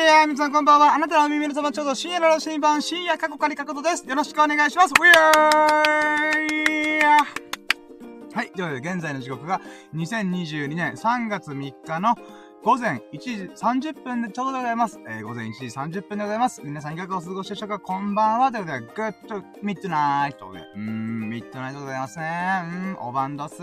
皆さんこんばんは。あなたのお耳のそばちょうど深夜の新版、深夜過去仮過去です。よろしくお願いします。はい。ということで、現在の時刻が2022年3月3日の午前1時30分でちょうどでございます。午前1時30分でございます。皆さんいかがお過ごしでしょうか。こんばんは。ということで、グッドミッドナイトで。ミッドナイトでございますね。おばんどす。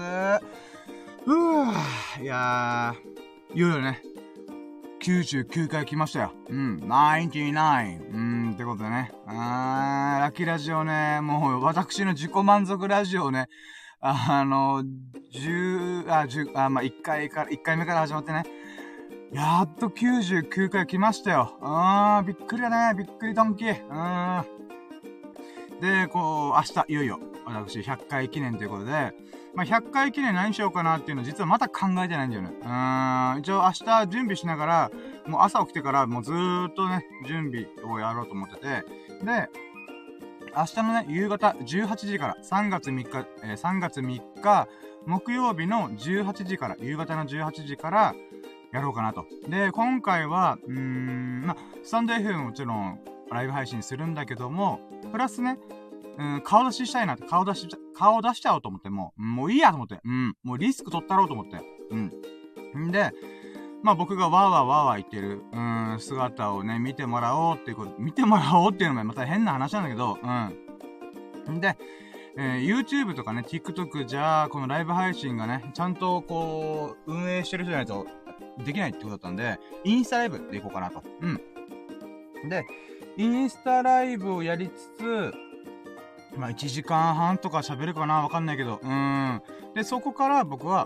いやー、いよいよね、99回来ましたよ。99。ってことでね。ラッキーラジオね、もう私の自己満足ラジオね、1回目から始まってね、やっと99回来ましたよ。びっくりだね。びっくりドンキー。で、こう、明日、いよいよ、私、100回記念ということで、100回記念何しようかなっていうの実はまだ考えてないんだよね。一応明日準備しながら、もう朝起きてからもうずーっとね、準備をやろうと思ってて、で、明日のね、夕方18時から、3月3日、木曜日の18時から、夕方の18時から、やろうかなと。で、今回は、スタンド FM もちろん、ライブ配信するんだけども、プラスね、顔出ししたいなって、顔出しちゃおうと思って、もういいやと思って、もうリスク取ったろうと思って、んで、僕がわーわー言ってる、姿をね、見てもらおうっていうのもまた変な話なんだけど、で、YouTube とかね、TikTok じゃあ、このライブ配信がね、ちゃんとこう、運営してる人じゃないと、できないってことだったんで、インスタライブでいこうかなと。で、インスタライブをやりつつ、1時間半とか喋るかなわかんないけど、で、そこから僕は、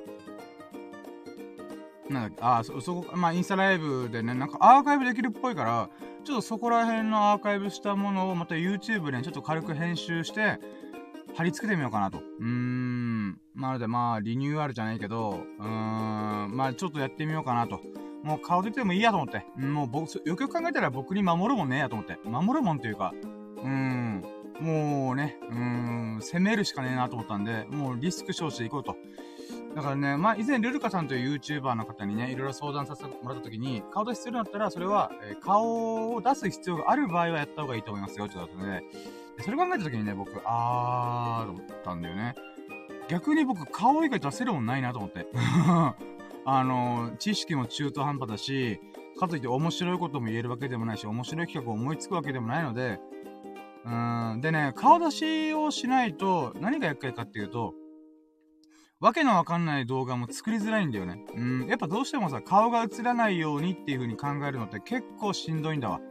インスタライブでね、なんかアーカイブできるっぽいから、ちょっとそこら辺のアーカイブしたものをまた YouTube でね、ちょっと軽く編集して、貼り付けてみようかなと。なのでリニューアルじゃないけど、ちょっとやってみようかなと。もう顔出てもいいやと思って。もうよくよく考えたら僕に守るもんねえやと思って。守るもんっていうか、もうね、攻めるしかねえなと思ったんで、もうリスク承知でいこうと。だからね、以前ルルカさんという YouTuber の方にね、いろいろ相談させてもらった時に、顔出しするんだったら、それは、顔を出す必要がある場合はやった方がいいと思いますよ、ってことで、それ考えた時にね、僕、と思ったんだよね。逆に僕、顔以外出せるもんないなと思って。知識も中途半端だし、かといって面白いことも言えるわけでもないし、面白い企画を思いつくわけでもないので、でね、顔出しをしないと、何が厄介かっていうと、わけのわかんない動画も作りづらいんだよね。やっぱどうしてもさ、顔が映らないようにっていう風に考えるのって結構しんどいんだわ。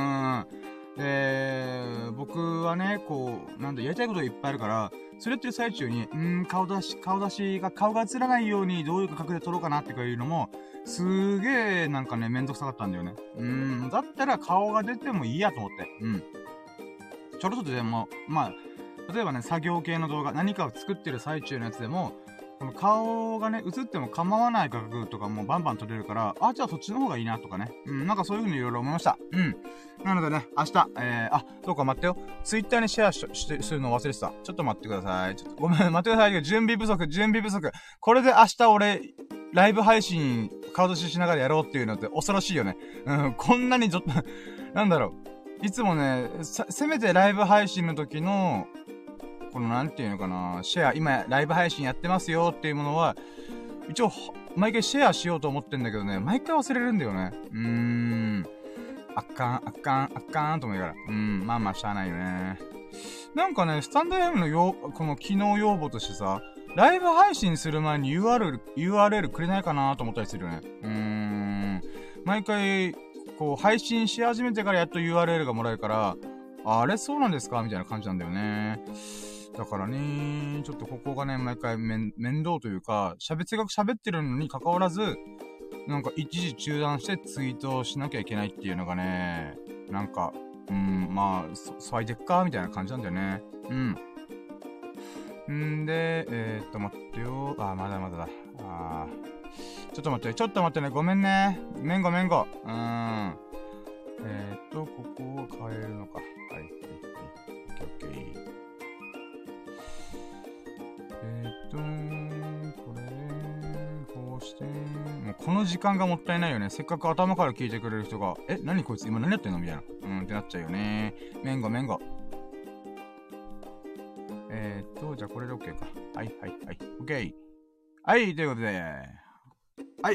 で、僕はね、やりたいことがいっぱいあるから、それやってる最中に、顔が映らないようにどういう角度で撮ろうかなっていうのも、すげえなんかね、めんどくさかったんだよね。だったら顔が出てもいいやと思って。ちょろっとでも、例えばね、作業系の動画、何かを作ってる最中のやつでも、この顔がね、映っても構わない角度とかもバンバン撮れるから、じゃあそっちの方がいいなとかね。なんかそういう風にいろいろ思いました。なのでね、明日、そうか待ってよ。ツイッターにシェアするの忘れてた。ちょっと待ってください。ごめん、待ってください。準備不足。これで明日俺、ライブ配信、顔出ししながらやろうっていうのって恐ろしいよね。こんなになんだろう。いつもね、せめてライブ配信の時の、なんていうのかな、シェア、今ライブ配信やってますよっていうものは、一応、毎回シェアしようと思ってんだけどね、毎回忘れるんだよね。あかんと思いながら。しゃあないよね。なんかね、スタンド FM のこの機能要望としてさ、ライブ配信する前に URL くれないかなと思ったりするよね。毎回、配信し始めてからやっと URL がもらえるから、あれそうなんですかみたいな感じなんだよね。だからね、ちょっとここがね、毎回面倒というか、喋ってるのに関わらず、なんか一時中断してツイートをしなきゃいけないっていうのがね、なんか、騒いでっかみたいな感じなんだよね。で、待ってよ。まだまだだ。ちょっと待ってね。ごめんね。めんご。ここを変えるのか。はい。オッケー。これ、こうして、もうこの時間がもったいないよね。せっかく頭から聞いてくれる人が、何こいつ今何やってんのみたいな。ってなっちゃうよね。めんご。じゃあこれで OK か。はい。OK。はい、ということで。はい。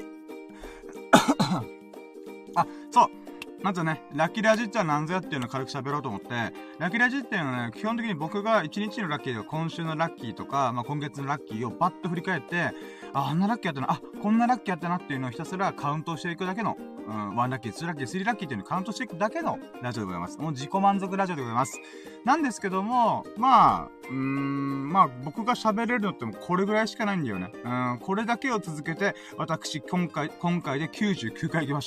あ、そう。まずね、ラッキーラジってのは何ぞやっていうのを軽く喋ろうと思って、ラッキーラジっていうのはね、基本的に僕が1日のラッキーとか今週のラッキーとか、今月のラッキーをバッと振り返って、あんなラッキーやったな、こんなラッキーやったなっていうのをひたすらカウントしていくだけの、1ラッキー、2ラッキー、3ラッキーっていうのをカウントしていくだけのラジオでございます。もう自己満足ラジオでございます。なんですけども、僕が喋れるのってもうこれぐらいしかないんだよね。これだけを続けて、私、今回で99回行きました。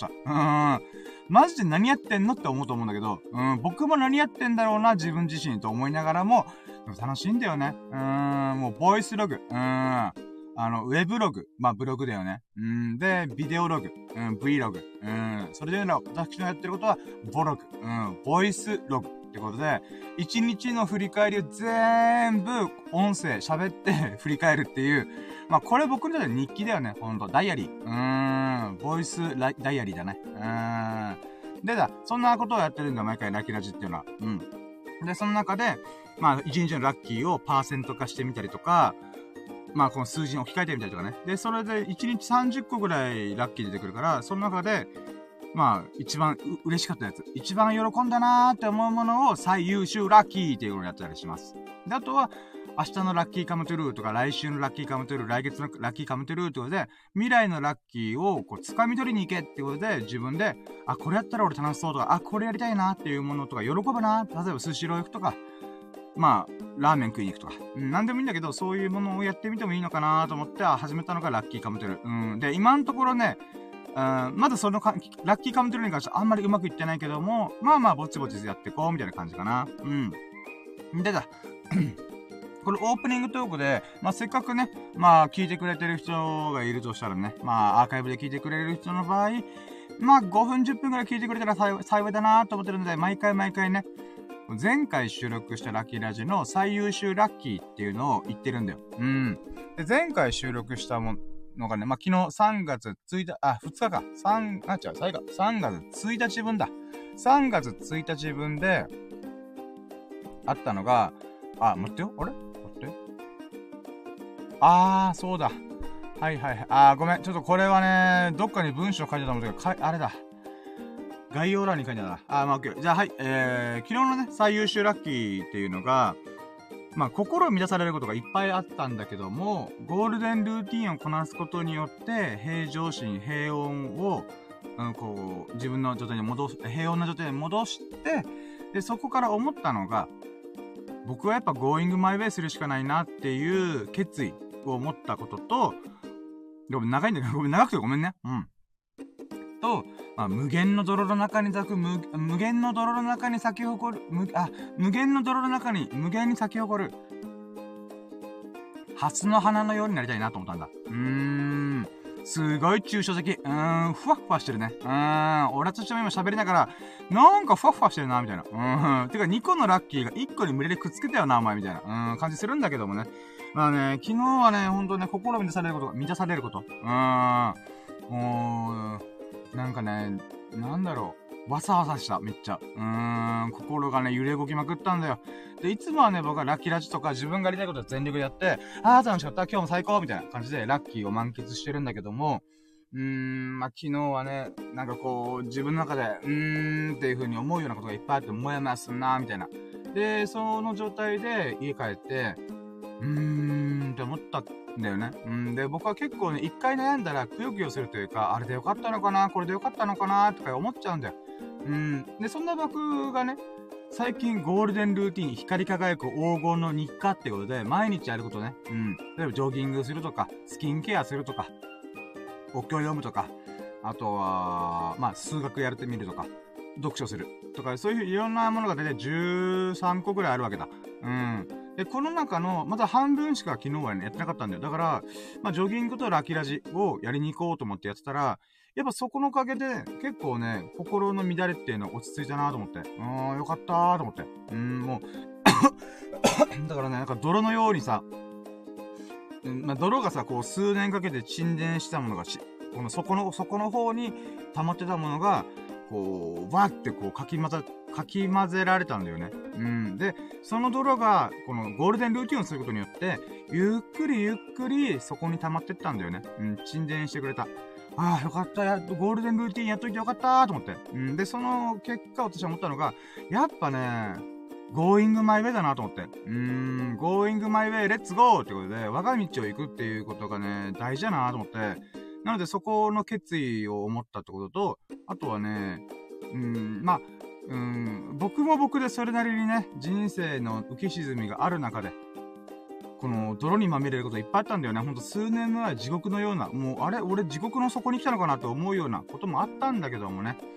マジで何やってんのって思うと思うんだけど、僕も何やってんだろうな、自分自身と思いながらも、楽しいんだよね。もう、ボイスログ、ウェブログ、ブログだよね。で、ビデオログ、Vlog、それで私のやってることは、ボログ、ボイスログってことで、一日の振り返りを全部、音声、喋って振り返るっていう、これ僕にとって日記だよね、ほんと。ダイアリー。ボイスダイアリーだね。でそんなことをやってるんだ、毎回ラッキーラジっていうのは。で、その中で、一日のラッキーをパーセント化してみたりとか、この数字に置き換えてみたりとかね。で、それで1日30個ぐらいラッキー出てくるから、その中で、一番嬉しかったやつ。一番喜んだなーって思うものを最優秀ラッキーっていうのをやったりします。で、あとは、明日のラッキーカムトゥルーとか、来週のラッキーカムトゥルー、来月のラッキーカムトゥルーってことで、未来のラッキーを掴み取りに行けってことで、自分で、これやったら俺楽しそうとか、これやりたいなっていうものとか、喜ぶな、例えばスシロー行くとか、ラーメン食いに行くとか。なんでもいいんだけど、そういうものをやってみてもいいのかなと思って始めたのがラッキーカムトゥルー。で、今のところね、まだそのラッキーカムトゥルーに関してはあんまりうまくいってないけども、ぼちぼちやっていこう、みたいな感じかな。でこれオープニングトークで、せっかくね、聞いてくれてる人がいるとしたらね、アーカイブで聞いてくれる人の場合、5分10分くらい聞いてくれたら幸いだなと思ってるので、毎回ね、前回収録したラッキーラジの最優秀ラッキーっていうのを言ってるんだよ。で、前回収録したのがね、昨日3月2日か。3月1日分だ。3月1日分で、あったのが、待ってよ。あれ待って。そうだ。はい。ごめん。ちょっとこれはね、どっかに文章書いてたと思うんだけど、あれだ。概要欄に書いてあるな。OK。じゃあ、はい。昨日のね、最優秀ラッキーっていうのが、心を乱されることがいっぱいあったんだけども、ゴールデンルーティンをこなすことによって、平常心、平穏を、自分の状態に平穏な状態に戻して、で、そこから思ったのが、僕はやっぱ going my way するしかないなっていう決意を持ったことと、でも長いんだけど、長くてごめんね。無限の泥の中に咲く、無限の泥の中に咲き誇る、無限の泥の中に無限に咲き誇る、蓮の花のようになりたいなと思ったんだ。すごい抽象的。ふわっふわしてるね。俺としても今喋りながら、なんかふわっふわしてるな、みたいな。てか2個のラッキーが1個に無理でくっつけたよな、お前、みたいな。感じするんだけどもね。昨日はね、ほんとね、心満たされること。なんかね、なんだろう。わさわさした、めっちゃ。心がね、揺れ動きまくったんだよ。で、いつもはね、僕はラッキーラジとか自分がやりたいことを全力でやって、楽しかった、今日も最高みたいな感じでラッキーを満喫してるんだけども、昨日はね、なんか自分の中で、っていう風に思うようなことがいっぱいあって、もやもやすんなみたいな。で、その状態で家帰って、って思ったんだよね。で、僕は結構ね、一回悩んだらくよくよするというか、あれでよかったのかな、これでよかったのかな、とか思っちゃうんだよ。で、そんな僕がね、最近ゴールデンルーティン、光り輝く黄金の日課ってことで、毎日やることね。例えばジョギングするとか、スキンケアするとか、お経読むとか、あとは、数学やってみるとか、読書するとか、そういういろんなものが出て13個ぐらいあるわけだ。で、この中の、まだ半分しか昨日はね、やってなかったんだよ。だから、ジョギングとラッキーラジをやりに行こうと思ってやってたら、やっぱそこのおかげで、結構ね、心の乱れっていうの落ち着いたなと思って。よかったーと思って。もうだからね、なんか泥のようにさ、泥がさ、数年かけて沈殿したものがこの底の方に溜まってたものが、こう、わーってこう、かき混ぜられたんだよね。で、その泥が、このゴールデンルーティンをすることによって、ゆっくりそこに溜まってったんだよね。沈殿してくれた。ああ、よかった。ゴールデンルーティンやっといてよかったと思って。で、その結果、私は思ったのが、やっぱね、going my way だなと思って。going my way, let's go! ってことで、我が道を行くっていうことがね、大事だなと思って。なので、そこの決意を思ったってことと、あとはね、僕も僕でそれなりにね、人生の浮き沈みがある中で、この泥にまみれることいっぱいあったんだよね。ほんと数年前地獄のような、もうあれ俺地獄の底に来たのかなと思うようなこともあったんだけどもね。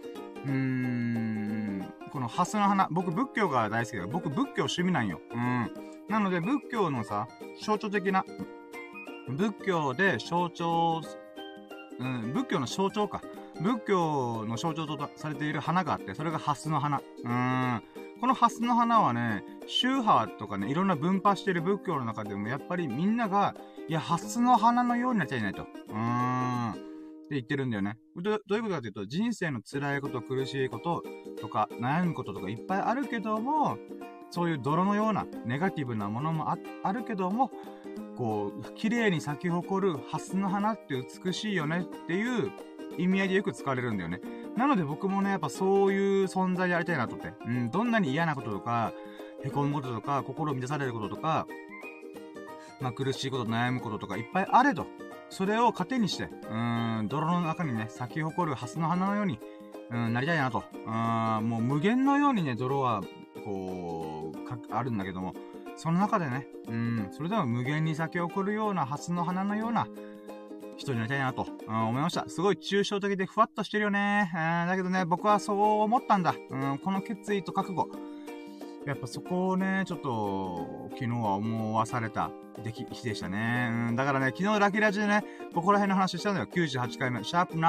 このハスの花、僕仏教が大好きだよ。僕仏教趣味なんよ。なので仏教のさ、象徴的な、仏教で象徴、仏教の象徴か。仏教の象徴とされている花があって、それがハスの花。このハスの花はね、宗派とかね、いろんな分派している仏教の中でも、やっぱりみんなが、いや、ハスの花のようになっちゃいないと。って言ってるんだよね。どういうことかというと、人生の辛いこと、苦しいこととか、悩むこととかいっぱいあるけども、そういう泥のような、ネガティブなものも あるけども、こう、綺麗に咲き誇るハスの花って美しいよねっていう意味合いでよく使われるんだよね。なので僕もね、やっぱそういう存在でありたいなと思って。どんなに嫌なこととか、凹むこととか、心を乱されることとか、苦しいこと、悩むこととかいっぱいあれど、それを糧にして、泥の中にね、咲き誇るハスの花のように、なりたいなと。もう無限のようにね、泥は、こう、あるんだけども、その中でね、それでも無限に咲き誇るようなハスの花のような人になりたいなと、思いました。すごい抽象的でふわっとしてるよね。だけどね、僕はそう思ったんだ。この決意と覚悟。やっぱそこをね、ちょっと、昨日は思わされた日でしたね。だからね、昨日ラッキーラジでね、ここら辺の話したんだよ。98回目、シャープ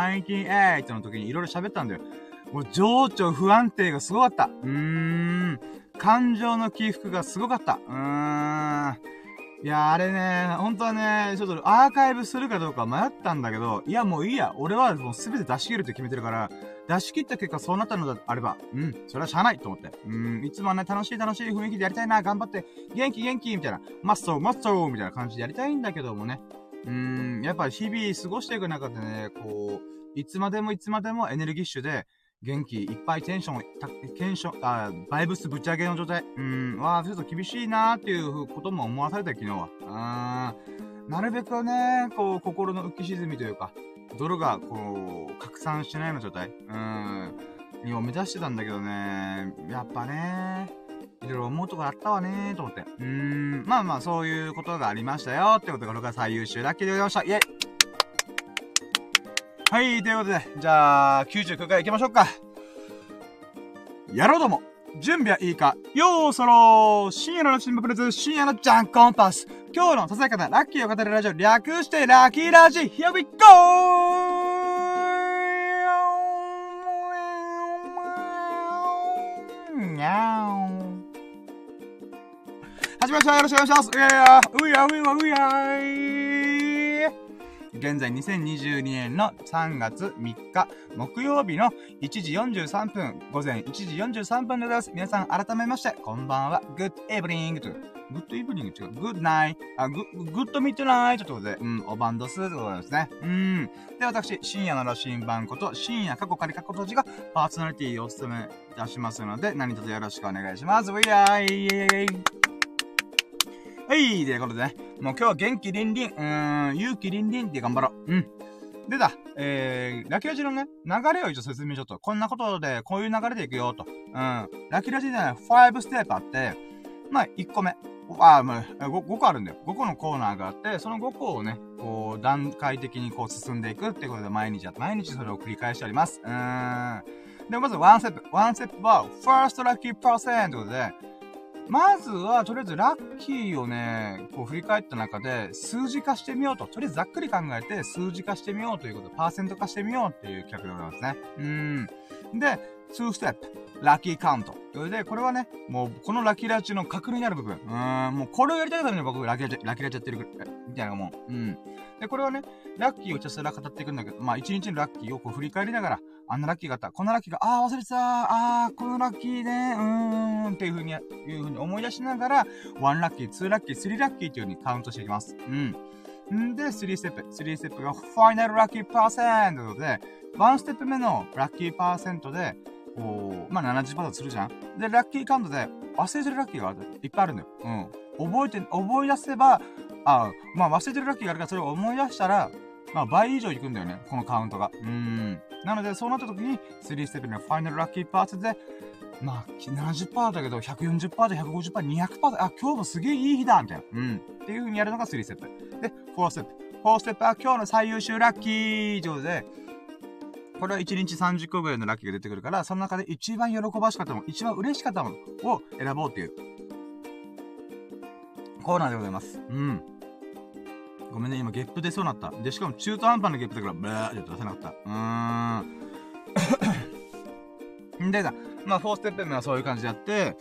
98の時にいろいろ喋ったんだよ。もう情緒不安定がすごかった。感情の起伏がすごかった。いや、あれね、本当はね、ちょっとアーカイブするかどうか迷ったんだけど、いやもういいや。俺はもうすべて出し切るって決めてるから、出し切った結果そうなったのであれば、それはしゃあないと思って。いつもはね、楽しい雰囲気でやりたいな、頑張って、元気みたいな、マッソみたいな感じでやりたいんだけどもね。やっぱり日々過ごしていく中でね、こう、いつまでもエネルギッシュで、元気いっぱいバイブスぶち上げの状態。ちょっと厳しいなーっていうことも思わされた昨日は。なるべくね、こう、心の浮き沈みというか、泥が、こう、拡散してないような状態。にを目指してたんだけどね、やっぱね、いろいろ思うとこあったわねーと思って。そういうことがありましたよってことが、これが最優秀ラッキーでございました。イェイ！はい、ということで、じゃあ、99回行きましょうか。やろうども、準備はいいか、よーそろー、深夜の新聞プレゼン、深夜のジャンコンパス。今日のささやかなラッキーを語るラジオ、略してラッキーラジ、Here we go! にゃーん。始めました。よろしくお願いします。うやー。現在2022年の3月3日木曜日の1時43分、午前1時43分でございます。皆さん改めまして、こんばんは。Good evening と。Good evening 違う。Good night。Good midnight ということで、おバンドスでございますね。で、私、深夜の羅針盤こと、深夜過去仮過去閉じがパーソナリティをお務めいたしますので、何卒よろしくお願いします。はい、ということでね。もう今日は元気リンリン、勇気リンリンで頑張ろう。でだ、ラキラジのね、流れを一応説明しようと。こんなことで、こういう流れでいくよと。ラキラジでね、5ステップあって、1個目。5個あるんだよ。5個のコーナーがあって、その5個をね、こう、段階的にこう進んでいくっていうことで毎日それを繰り返しております。で、まず1ステップ。1ステップは、first lucky percent ということで、まずは、とりあえず、ラッキーをね、こう振り返った中で、数字化してみようと。とりあえずざっくり考えて、数字化してみようということ、パーセント化してみようっていう企画でございますね。で、 2ステップ、ラッキーカウント。で、これはね、もう、このラッキーラジの核になる部分。もう、これをやりたいために僕、ラッキーラジやってる、みたいなもん。で、これはね、ラッキーをひたすら語っていくんだけど、まあ、一日のラッキーをこう振り返りながら、あんなラッキーがあった、このラッキーが、忘れてた、このラッキーね、っていう風に思い出しながら、1ラッキー、2ラッキー、3ラッキーっていう風にカウントしていきます。で、3ステップ。3ステップが、ファイナルラッキーパーセントで、1ステップ目のラッキーパーセントで、まあ、70%するじゃん。で、ラッキーカウントで、忘れてるラッキーがいっぱいあるんだよ。思い出せば、まあ、忘れてるラッキーがあるから、それを思い出したら、まあ、倍以上いくんだよね。このカウントが。なので、そうなった時に、3ステップのファイナルラッキーパーセントで、まあ、70% だけど、140%、150%、200%、今日もすげえいい日だみたいな。っていう風にやるのが3ステップ。で、4ステップ。4ステップは今日の最優秀ラッキーということで、これは1日30個ぐらいのラッキーが出てくるから、その中で一番喜ばしかったもの、一番嬉しかったものを選ぼうっていう、コーナーでございます。ごめんね、今ゲップ出そうになった。で、しかも中途半端なゲップだから、ブラーって出せなかった。でだ、まあ、4ステップ目はそういう感じでやって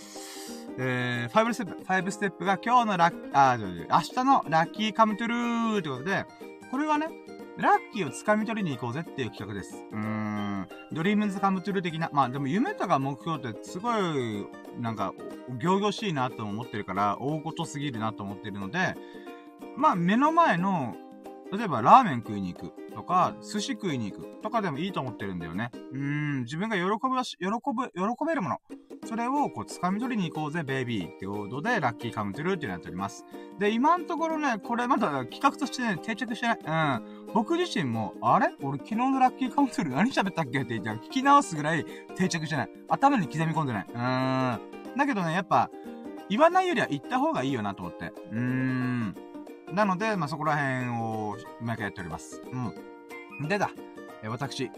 、5ステップが今日の明日のラッキーカムトゥルーってことで、これはね、ラッキーを掴み取りに行こうぜっていう企画です。ドリームズカムトゥルー的な、まあでも夢とか目標ってすごい、なんか、仰々しいなと思ってるから、大ごとすぎるなと思ってるので、まあ目の前の、例えばラーメン食いに行くとか、寿司食いに行くとかでもいいと思ってるんだよね。自分が喜べるもの。それをこう掴み取りに行こうぜ、ベイビーってことで、ラッキーカムトゥルーっていうのやっております。で、今のところね、これまだ企画としてね、定着してない。僕自身も、あれ俺昨日のラッキーカムトゥルー何喋ったっけって言って聞き直すぐらい定着してない。頭に刻み込んでない。だけどね、やっぱ、言わないよりは言った方がいいよなと思って。なので、まあ、そこら辺を毎回やっております。でだ、私、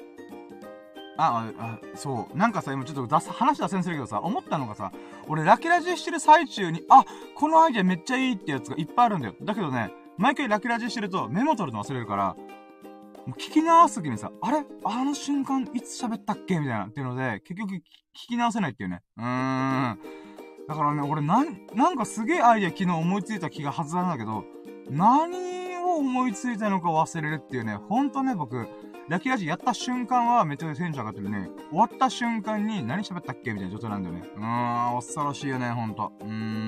そう。なんかさ、今ちょっと話脱線するけどさ、思ったのがさ、俺ラキラジしてる最中に、このアイデアめっちゃいいってやつがいっぱいあるんだよ。だけどね、毎回ラキラジしてるとメモ取るの忘れるから、もう聞き直すときにさ、あれあの瞬間いつ喋ったっけみたいなっていうので、結局聞き直せないっていうね。だからね、俺なんかすげえアイデア昨日思いついた気がはずなんだけど、何を思いついたのか忘れるっていうね、ほんとね、僕、ラキラジやった瞬間はめっちゃテンション上がってるね。終わった瞬間に何喋ったっけみたいな状態なんだよね。恐ろしいよね、ほんと。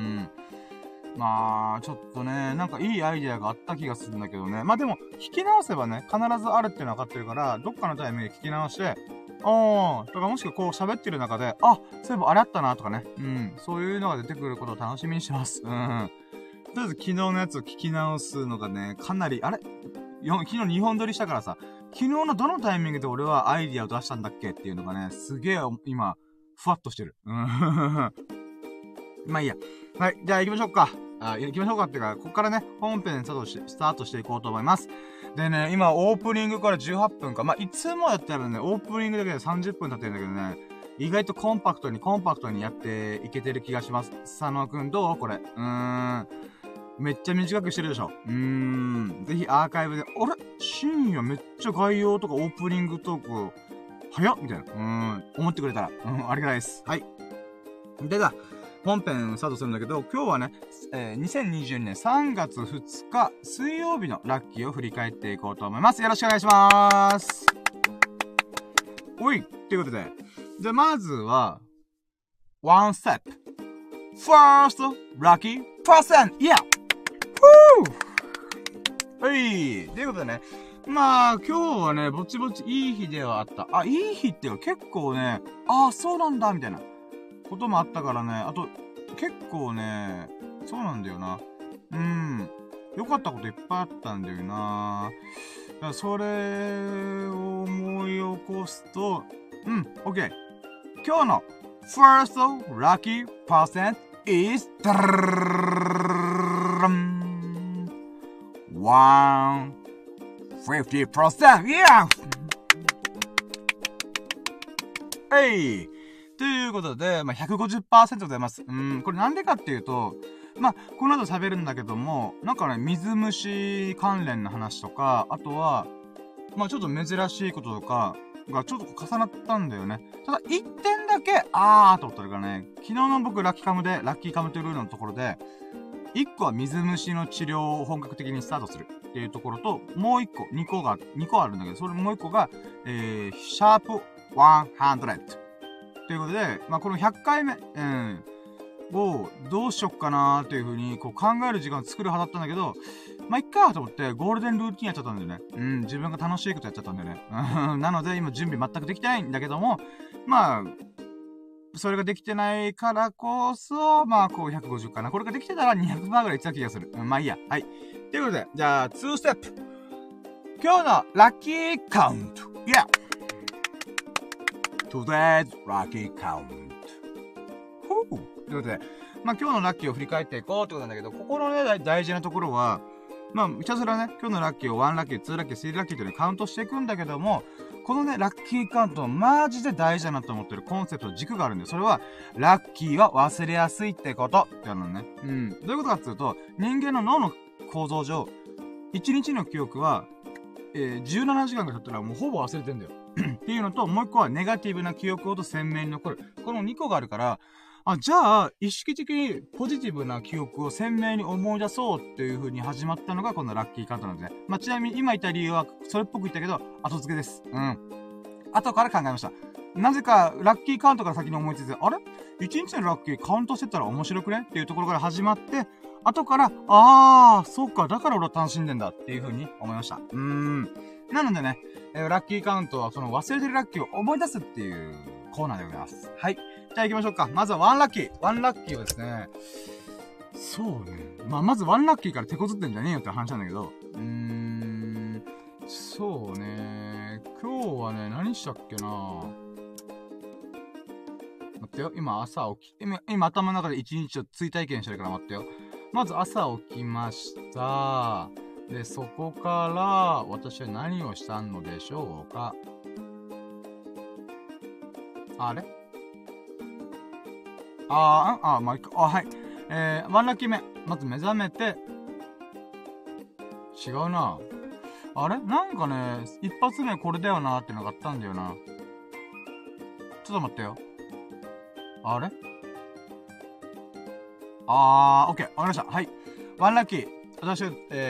まあ、ちょっとね、なんかいいアイデアがあった気がするんだけどね。まあでも、聞き直せばね、必ずあるっていうのは分かってるから、どっかのタイミングで聞き直して、とかもしくはこう喋ってる中で、そういえばあれあったなとかね。そういうのが出てくることを楽しみにしてます。とりあえず昨日のやつを聞き直すのがね、かなり、昨日2本撮りしたからさ、昨日のどのタイミングで俺はアイディアを出したんだっけっていうのがね、すげえ今、ふわっとしてる。まあいいや。はい、じゃあ行きましょうか。行きましょうかっていうか、ここからね、本編スタートしていこうと思います。でね、今オープニングから18分か。まあ、いつもやったらね、オープニングだけで30分経ってるんだけどね、意外とコンパクトにやっていけてる気がします。佐野くんどうこれ。めっちゃ短くしてるでしょ。ぜひアーカイブで、深夜めっちゃ概要とかオープニングトーク、早っみたいな。思ってくれたら、ありがたいです。はい。でだ、本編スタートするんだけど、今日はね、2022年3月2日水曜日のラッキーを振り返っていこうと思います。よろしくお願いしまーす。おい、ということで、じゃあまずは、one step。first lucky person! Yeah! はい。ということでね。まあ、今日はね、ぼちぼちいい日ではあった。いい日っていうか結構ね、そうなんだ、みたいなこともあったからね。あと、結構ね、そうなんだよな。良かったこといっぱいあったんだよな。だからそれを思い起こすと、OK。今日の first lucky person is 150%! Yeah! ということで、150% で出ます。これなんでかっていうと、この後喋るんだけども、なんかね、水虫関連の話とか、あとは、ちょっと珍しいこととか、 がちょっと重なったんだよね。ただ、1点だけ、と思ったからね、昨日の僕ラッキーカムトゥルールのところで、1個は水虫の治療を本格的にスタートするっていうところと、もう1個、2個あるんだけど、それもう1個が、シャープ100ということで、まあ、この100回目、をどうしよっかなーっていう風に、こう考える時間を作る派だったんだけど、まあ、いっかーと思って、ゴールデンルーティンやっちゃったんだよね。自分が楽しいことやっちゃったんだよね。なので、今準備全くできてないんだけども、まあ、それができてないからこそ、まあ、こう150かな。これができてたら200%ぐらいいってた気がする。まあいいや。はい。ということで、じゃあ、2ステップ。今日のラッキーカウント。Yeah! Today's Lucky Count. ということで、まあ今日のラッキーを振り返っていこうってことなんだけど、ここのね、大事なところは、まあ、ひたすらね、今日のラッキーを1ラッキー、2ラッキー、3ラッキーとね、カウントしていくんだけども、このね、ラッキーカウント、マジで大事だなと思ってるコンセプト、軸があるんだよ。それは、ラッキーは忘れやすいってことってあるのね。どういうことかっていうと、人間の脳の構造上、1日の記憶は、17時間が経ったらもうほぼ忘れてんだよ。っていうのと、もう一個はネガティブな記憶ほど鮮明に残る。この2個があるから、じゃあ、意識的にポジティブな記憶を鮮明に思い出そうっていう風に始まったのがこのラッキーカウントなんですね。まあ、ちなみに今言った理由はそれっぽく言ったけど、後付けです。後から考えました。なぜか、ラッキーカウントから先に思いついて、あれ ?1 日のラッキーカウントしてたら面白くねっていうところから始まって、後から、そうか、だから俺は楽しんでんだっていう風に思いました。なのでね、ラッキーカウントはその忘れてるラッキーを思い出すっていうコーナーでございます。はい。じゃあ行きましょうか。まずはワンラッキー。ワンラッキーはですね、そうね。まずワンラッキーから手こずってんじゃねえよって話なんだけど、そうね。今日はね、何したっけな待ってよ。今頭の中で一日を追体験してるから待ってよ。まず朝起きました。で、そこから私は何をしたのでしょうか。あれまあ、いいか。はい。ワンラッキー目。まず目覚めて、違うな。あれなんかね、一発目これだよなってのがあったんだよな。ちょっと待ってよ。あれオッケー。わかりました。はい。ワンラッキー。私は、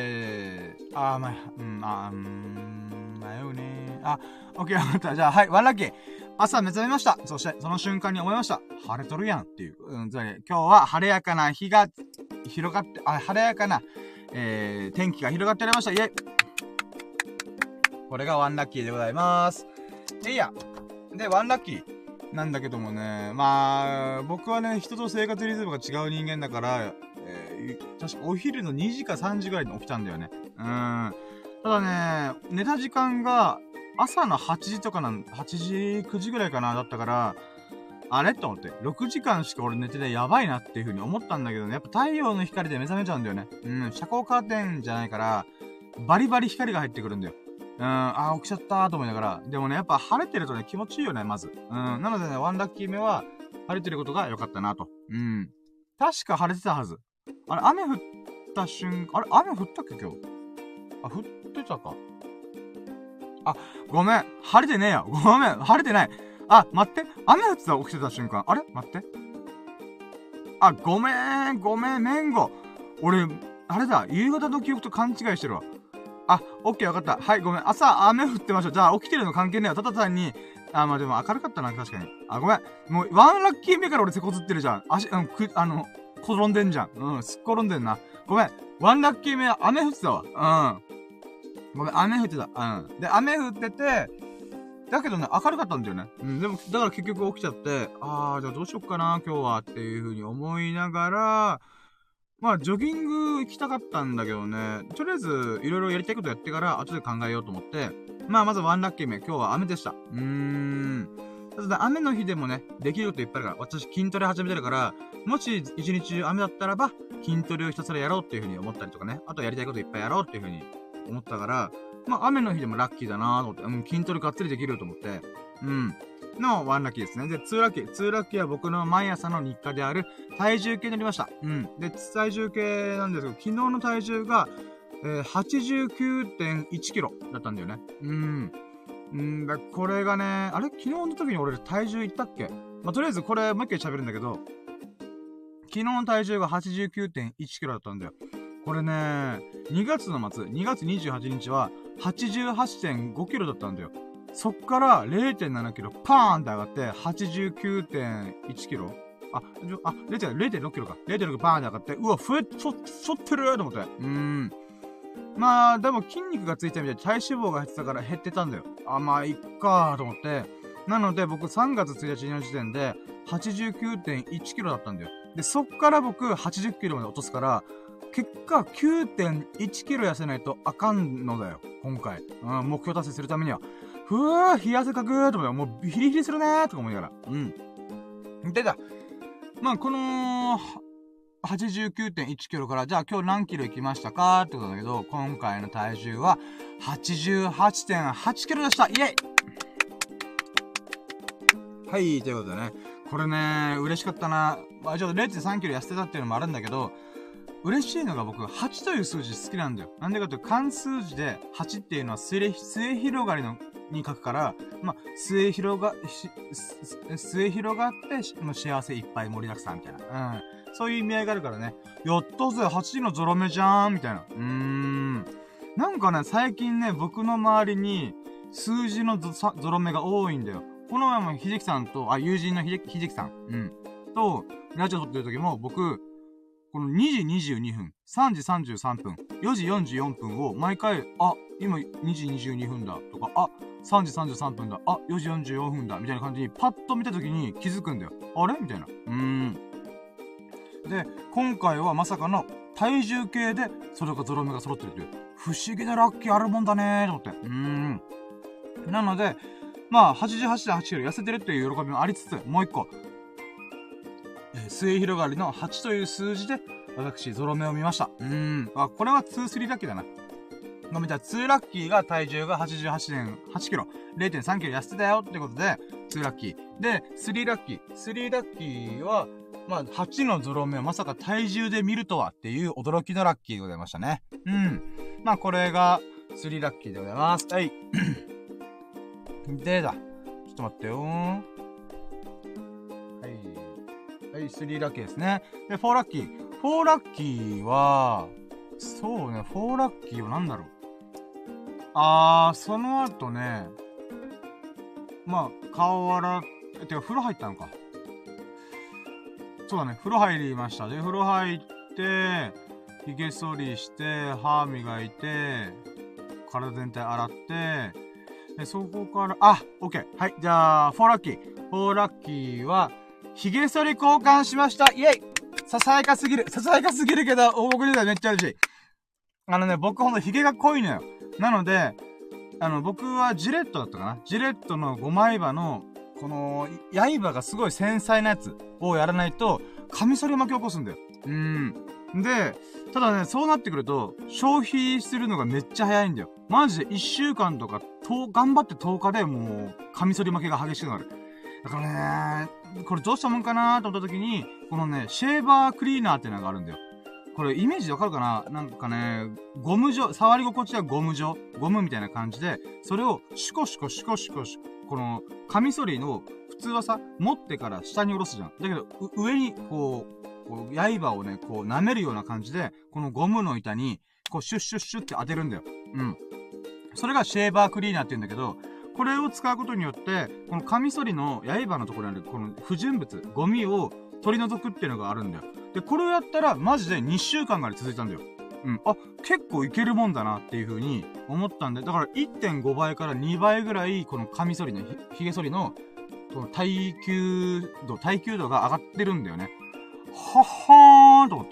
だよねオッケー、わかった。じゃあ、はい。ワンラッキー。朝目覚めました。そして、その瞬間に思いました。晴れとるやんっていう。今日は晴れやかな日が広がって、晴れやかな、天気が広がっておりました。イェイ。これがワンラッキーでございます。いや。で、ワンラッキーなんだけどもね、まあ、僕はね、人と生活リズムが違う人間だから、確かお昼の2時か3時ぐらいに起きたんだよね。ただね、寝た時間が朝の8時とか8時、9時ぐらいかな、だったから、あれと思って、6時間しか俺寝ててやばいなっていう風に思ったんだけどね、やっぱ太陽の光で目覚めちゃうんだよね。遮光カーテンじゃないから、バリバリ光が入ってくるんだよ。起きちゃったーと思いながら。でもね、やっぱ晴れてるとね、気持ちいいよね、まず。なのでね、ワンラッキー目は、晴れてることが良かったなと。確か晴れてたはず。あれ、雨降った雨降ったっけ今日。降ってたか。ごめん。晴れてねえよ。ごめん。晴れてない。待って。雨降ってた起きてた瞬間。あれ待って。ごめん、メンゴ。俺、あれだ。夕方の記憶と勘違いしてるわ。オッケーわかった。はい、ごめん。朝雨降ってました。じゃあ起きてるの関係ねえよ。ただ単に、まあでも明るかったな、確かに。ごめん。もう、ワンラッキー目から俺手こずってるじゃん。転んでんじゃん。すっ転んでんな。ごめん。ワンラッキー目は雨降ってたわ。ごめん、雨降ってた。で、雨降ってて、だけどね、明るかったんだよね。でも、だから結局起きちゃって、じゃあどうしよっかな、今日はっていう風に思いながら、まあ、ジョギング行きたかったんだけどね、とりあえず、いろいろやりたいことやってから、後で考えようと思って、まずワンラッキー目、今日は雨でした。ただ雨の日でもね、できることいっぱいあるから、私筋トレ始めてるから、もし一日中雨だったらば、筋トレをひたすらやろうっていう風に思ったりとかね、あとやりたいこといっぱいやろうっていう風に思ったから、雨の日でもラッキーだなーと思って、筋トレがっつりできると思って、のワンラッキーですね。で、ツーラッキーは僕の毎朝の日課である体重計に乗りました。で、体重計なんですけど、昨日の体重が、89.1 キロだったんだよね。 これがね、あれ昨日の時に俺体重いったっけ？まあ、とりあえずこれもう一回喋るんだけど、昨日の体重が 89.1 キロだったんだよ。これね、2月の末、2月28日は 88.5 キロだったんだよ。そっから 0.7 キロパーンって上がって 89.1 キロ0.6 キロか。0.6 パーンって上がって、うわ、太ってると思って。まあ、でも筋肉がついたみたいで体脂肪が減ってたんだよ。まあ、いっかーと思って。なので、僕3月1日の時点で 89.1 キロだったんだよ。で、そっから僕80キロまで落とすから、結果 9.1 キロ痩せないとあかんのだよ。今回。目標達成するためには。冷や汗かくーと思って、もうヒリヒリするねーとか思いながら。でだ。まあ、この、89.1 キロから、じゃあ今日何キロ行きましたかってことだけど、今回の体重は 88.8 キロでした。イェイはい、ということでね。これね、嬉しかったな。まあ、ちょっと 0.3 キロ痩せてたっていうのもあるんだけど、嬉しいのが僕、8という数字好きなんだよ。なんでかというと、漢数字で8っていうのは末広がりのに書くから、まあ、末広がって、幸せいっぱい盛りだくさんみたいな。そういう意味合いがあるからね。やったぜ、8のゾロ目じゃーんみたいな。なんかね、最近ね、僕の周りに、数字のゾロ目が多いんだよ。この前も秀樹さんと、友人の秀樹さん、と、ラジオ撮ってる時も、僕、この2時22分、3時33分、4時44分を毎回、今2時22分だとか、3時33分だ、4時44分だ、みたいな感じにパッと見た時に気づくんだよ。あれみたいな。で、今回はまさかの体重計で、それがゾロ目が揃ってるという、不思議なラッキーあるもんだねーと思って。なので、まあ、88.8 キロ痩せてるっていう喜びもありつつ、もう一個、末広がりの8という数字で、私、ゾロ目を見ました。これは2-3ラッキーだな。見た2ラッキーが体重が 88.8 キロ、0.3 キロ痩せてたよってことで、2ラッキー。で、3ラッキー。3ラッキーは、まあ、8のゾロ目をまさか体重で見るとはっていう驚きのラッキーでございましたね。まあ、これが3ラッキーでございます。はい。でだ。ちょっと待ってよー。はい、3ラッキーですね。で、4ラッキー。4ラッキーは、そうね、4ラッキーは何だろう。その後ね、まあ、顔洗って、てか風呂入ったのか。そうだね、風呂入りました。で、風呂入って、髭剃りして、歯磨いて、体全体洗って、で、そこから、オッケー。はい、じゃあ、4ラッキー。4ラッキーは、髭剃り交換しましたイェイささやかすぎるけど、僕にはめっちゃ嬉しい。僕ほんと髭が濃いのよ。なので、僕はジレットだったかな。ジレットの5枚刃の、この、刃がすごい繊細なやつをやらないと、カミソリ巻き起こすんだよ。で、ただね、そうなってくると、消費するのがめっちゃ早いんだよ。マジで1週間とか、頑張って10日でもう、カミソリ負けが激しくなる。だからね、これどうしたもんかなーと思った時に、このね、シェーバークリーナーっていうのがあるんだよ。これイメージわかるかな？なんかね、ゴム状、触り心地はゴム状、ゴムみたいな感じで、それをシコシコ、この、カミソリの、普通はさ、持ってから下に下ろすじゃん。だけど、上に、こう、刃をね、こう、舐めるような感じで、このゴムの板に、こう、シュッシュッシュッって当てるんだよ。それがシェーバークリーナーって言うんだけど、これを使うことによって、このカミソリの刃のところにある、この不純物、ゴミを取り除くっていうのがあるんだよ。で、これをやったら、マジで2週間ぐらい続いたんだよ。結構いけるもんだなっていう風に思ったんで、だから 1.5 倍から2倍ぐらい、このカミソリの、髭剃りの、この耐久度が上がってるんだよね。はっはーんと思って。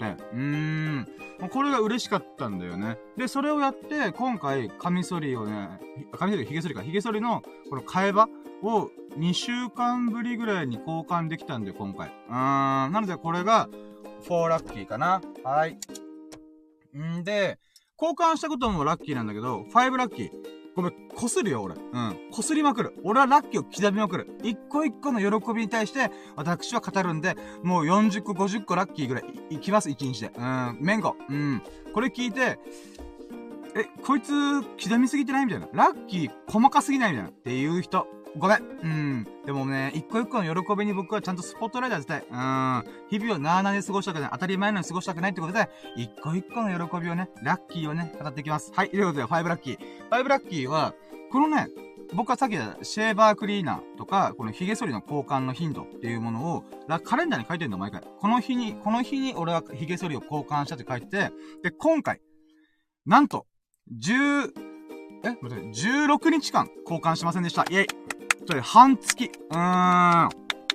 これが嬉しかったんだよね。で、それをやって、今回、髭剃りの、この替え刃を2週間ぶりぐらいに交換できたんで、今回。なので、これが、4ラッキーかな。はい。で、交換したこともラッキーなんだけど、5ラッキー。ごめん、こするよ、俺。こすりまくる。俺はラッキーを刻みまくる。一個一個の喜びに対して、私は語るんで、もう40個、50個ラッキーぐらいいきます、1日で。めんこ。これ聞いて、 こいつ、刻みすぎてないみたいな。ラッキー、細かすぎないみたいな。っていう人。ごめん。でもね、一個一個の喜びに僕はちゃんとスポットライト当てたい。日々をなーなーで過ごしたくない。当たり前のように過ごしたくないってことで、一個一個の喜びをね、ラッキーをね、語っていきます。はい、ということで、5ラッキー。5ラッキーは、このね、僕はさっき言ったシェーバークリーナーとか、この髭剃りの交換の頻度っていうものを、カレンダーに書いてるの毎回。この日に俺は髭剃りを交換したって書いてて、で、今回、なんと、16日間交換しませんでした。イェイ。それ、半月。2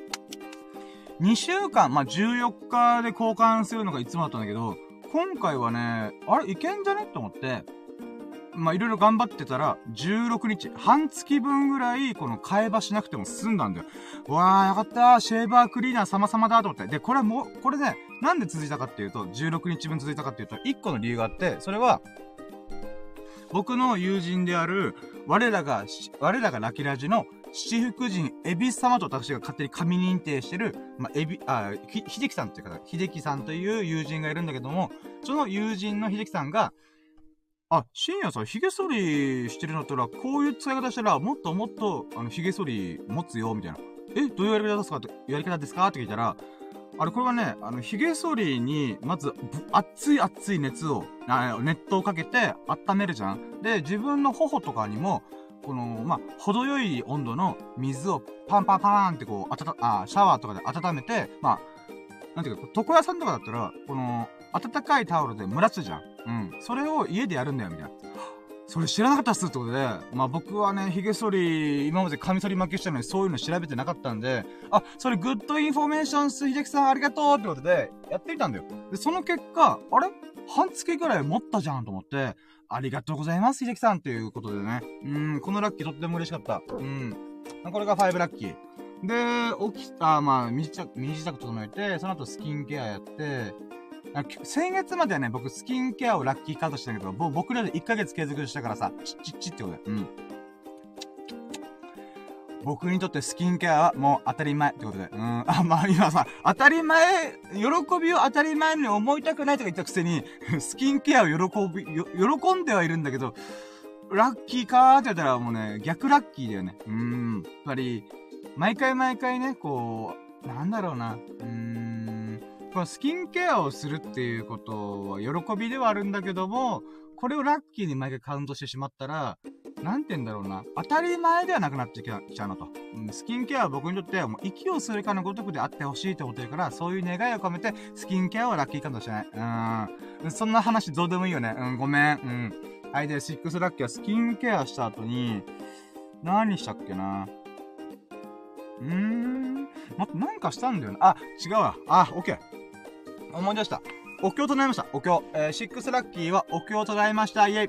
週間、14日で交換するのがいつもだったんだけど、今回はね、あれ、いけんじゃねと思って、いろいろ頑張ってたら、16日、半月分ぐらい、この替え刃しなくても済んだんだよ。わー、よかったー、シェーバークリーナー様々だと思って。で、これね、なんで続いたかっていうと、16日分続いたかっていうと、1個の理由があって、それは、僕の友人である、我らがラキラジの七福神、エビス様と私が勝手に神認定してる、秀樹さんっていう方、秀樹さんという友人がいるんだけども、その友人の秀樹さんが、深夜さ、髭剃りしてるんだったら、こういう使い方したら、もっともっと、髭剃り持つよ、みたいな。どういうやり方ですかって聞いたら、これはね、髭剃りに、まず、熱い熱を、熱湯をかけて温めるじゃん。で、自分の頬とかにも、この、程よい温度の水をパンパンってこう、シャワーとかで温めて、なんていうか、床屋さんとかだったら、この、温かいタオルで蒸らすじゃん。それを家でやるんだよ、みたいな。それ知らなかったっすってことで、僕はね、髭剃り、今までカミソリ負けしたのにそういうの調べてなかったんで、それグッドインフォメーションす、秀樹さんありがとうってことで、やってみたんだよ。で、その結果、半月ぐらい持ったじゃんと思って、ありがとうございます、秀樹さんっていうことでね。このラッキーとっても嬉しかった。これが5ラッキー。で、身支度整えて、その後スキンケアやって、先月まではね、僕スキンケアをラッキーカードしたんだけど、僕らで1ヶ月継続したからさ、ってことで。僕にとってスキンケアはもう当たり前ってことで。今さ、当たり前、喜びを当たり前に思いたくないとか言ったくせに、スキンケアを喜んではいるんだけど、ラッキーかーって言ったらもうね、逆ラッキーだよね。やっぱり、毎回ね、こう、なんだろうな。このスキンケアをするっていうことは喜びではあるんだけども、これをラッキーに毎回カウントしてしまったら、なんて言うんだろうな。当たり前ではなくなってきちゃうのと。スキンケアは僕にとってはもう息をするかのごとくであってほしいと思ってるから、そういう願いを込めて、スキンケアをラッキーカウントしてない。そんな話どうでもいいよね。ごめん。はい、で、6ラッキーはスキンケアした後に、何したっけな。なんかしたんだよな。違うわ。オッケー。思い出した。お経を唱えました。お経。6ラッキーはお経を唱えました。イェイ。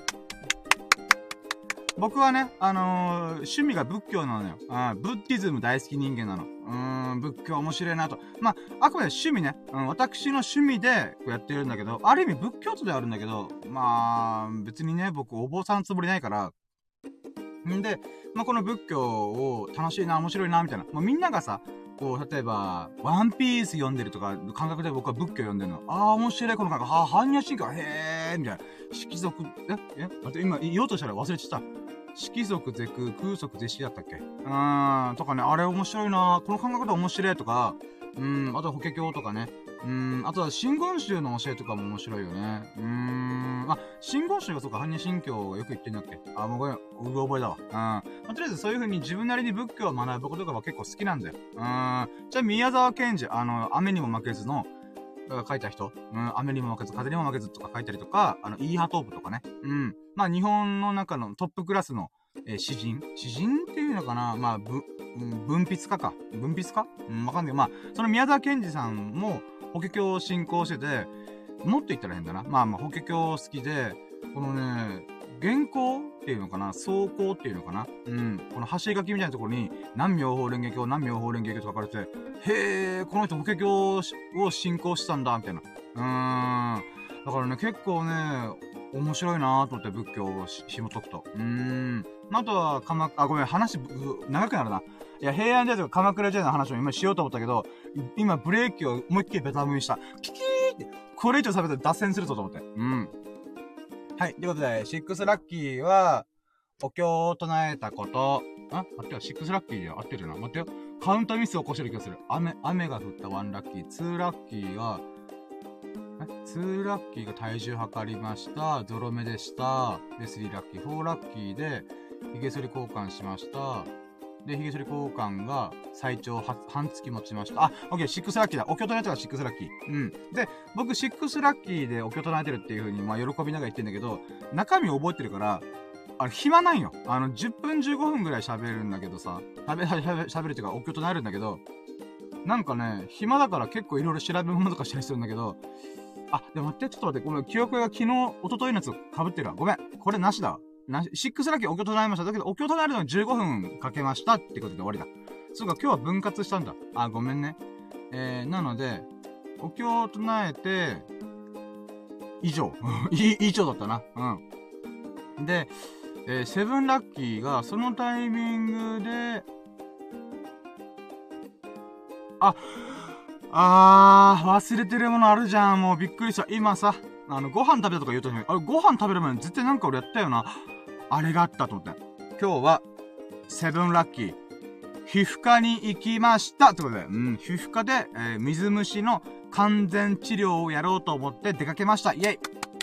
僕はね、趣味が仏教なのよ。ブッディズム大好き人間なの。仏教面白いなと。あくまで趣味ね。私の趣味でこうやってるんだけど、ある意味仏教徒ではあるんだけど、別にね、僕お坊さんのつもりないから、んで、この仏教を楽しいな、面白いな、みたいな。みんながさ、こう、例えば、ワンピース読んでるとか、感覚で僕は仏教読んでるの。面白い、この感覚。般若心経、へー、みたいな。色族、今言おうとしたら忘れちゃった。色族是空、空族是死だったっけとかね、あれ面白いな、この感覚で面白いとか、あと法華経とかね。あとは真言宗の教えとかも面白いよね。真言宗がそうか、般若心経がよく言ってんだっけ。もううろ覚えだわ。とりあえずそういう風に自分なりに仏教を学ぶことが結構好きなんだよ。じゃあ宮沢賢治、雨にも負けずの、書いた人、雨にも負けず、風にも負けずとか書いたりとか、イーハトープとかね。日本の中のトップクラスの、詩人っていうのかな、文筆家か。文筆家わかんない。その宮沢賢治さんも、法華経を信仰してて、もっと言ったら変だな。法華経好きで、このね、原稿っていうのかな、草稿っていうのかな、この走り書きみたいなところに、何妙法蓮華経、何妙法蓮華経と書かれて、へー、この人法華経を信仰してたんだ、みたいな。だからね、結構ね、面白いなーと思って仏教を紐解くと。あとは、ごめん、話、長くなるな。いや、平安時代とか鎌倉時代の話を今しようと思ったけど、今ブレーキを思いっきりベタ踏みした。キキーって、これ以上喋ったら脱線するぞと思って。 はい。ということで、シックスラッキーは、お経を唱えたこと。待ってよ、シックスラッキーで合ってるな。待ってよ。カウントミスを起こしてる気がする。雨が降ったワンラッキー。ツーラッキーは、ツーラッキーが体重測りました。ゾロ目でした。で、スリーラッキー。フォーラッキーで、髭剃り交換しました。で、髭剃り交換が最長半月持ちました。オッケー、シックスラッキーだ。お経唱えたらシックスラッキー。うん。で、僕、シックスラッキーでお経唱えてるっていう風に、喜びながら言ってんだけど、中身覚えてるから、暇なんよ。10分15分ぐらい喋るんだけどさ、喋るっていうか、お経唱えるんだけど、なんかね、暇だから結構いろいろ調べ物とかしたりするんだけど、でも待って、ちょっと待って、ごめん、記憶が昨日、一昨日のやつ被ってるわ。ごめん、これなしだわ。シックスラッキーお経唱えました。だけど、お経唱えるのに15分かけましたってことで終わりだ。そうか、今日は分割したんだ。ごめんね。なので、お経唱えて、以上。以上だったな。うん。で、セブンラッキーが、そのタイミングで、忘れてるものあるじゃん。もうびっくりした。今さ、ご飯食べたとか言うとね、ご飯食べる前に絶対なんか俺やったよな。あれがあったと思って。今日は、セブンラッキー。皮膚科に行きましたってことで、皮膚科で、水虫の完全治療をやろうと思って出かけました。イェイ。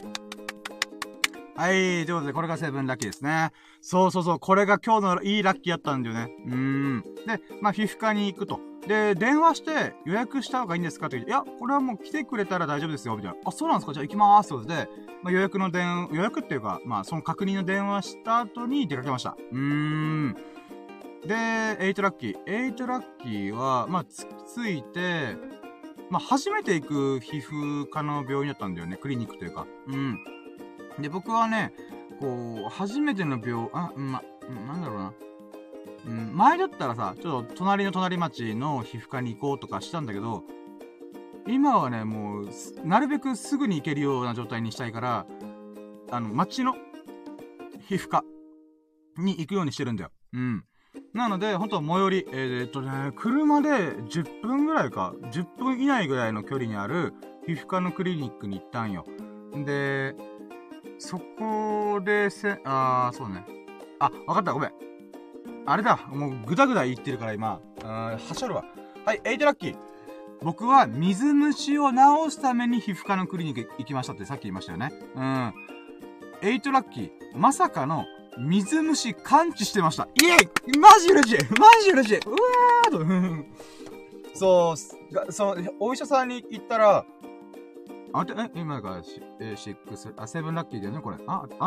はい、ということで、これがセブンラッキーですね。そう、これが今日のいいラッキーやったんだよね。で、皮膚科に行くと。で、電話して予約した方がいいんですかって言って、いや、これはもう来てくれたら大丈夫ですよ、みたいな。そうなんですか、じゃあ行きまーす。ということで、予約っていうか、その確認の電話した後に出かけました。で、8ラッキー。8ラッキーは、ついて、初めて行く皮膚科の病院だったんだよね。クリニックというか。で、僕はね、初めてのなんだろうな。前だったらさ、ちょっと隣の隣町の皮膚科に行こうとかしたんだけど、今はね、もう、なるべくすぐに行けるような状態にしたいから、町の皮膚科に行くようにしてるんだよ。なので、ほんと最寄り、車で10分ぐらいか、10分以内ぐらいの距離にある皮膚科のクリニックに行ったんよ。で、そこでそうね。わかった、ごめん。あれだ、もうぐだぐだ言ってるから今、はしょるわ。はい、8ラッキー。僕は水虫を治すために皮膚科のクリニック行きましたってさっき言いましたよね。8ラッキー。まさかの水虫感知してました。イエイマジ嬉しいうわーと。そう、お医者さんに行ったら、今がセブンラッキーだよね、これ。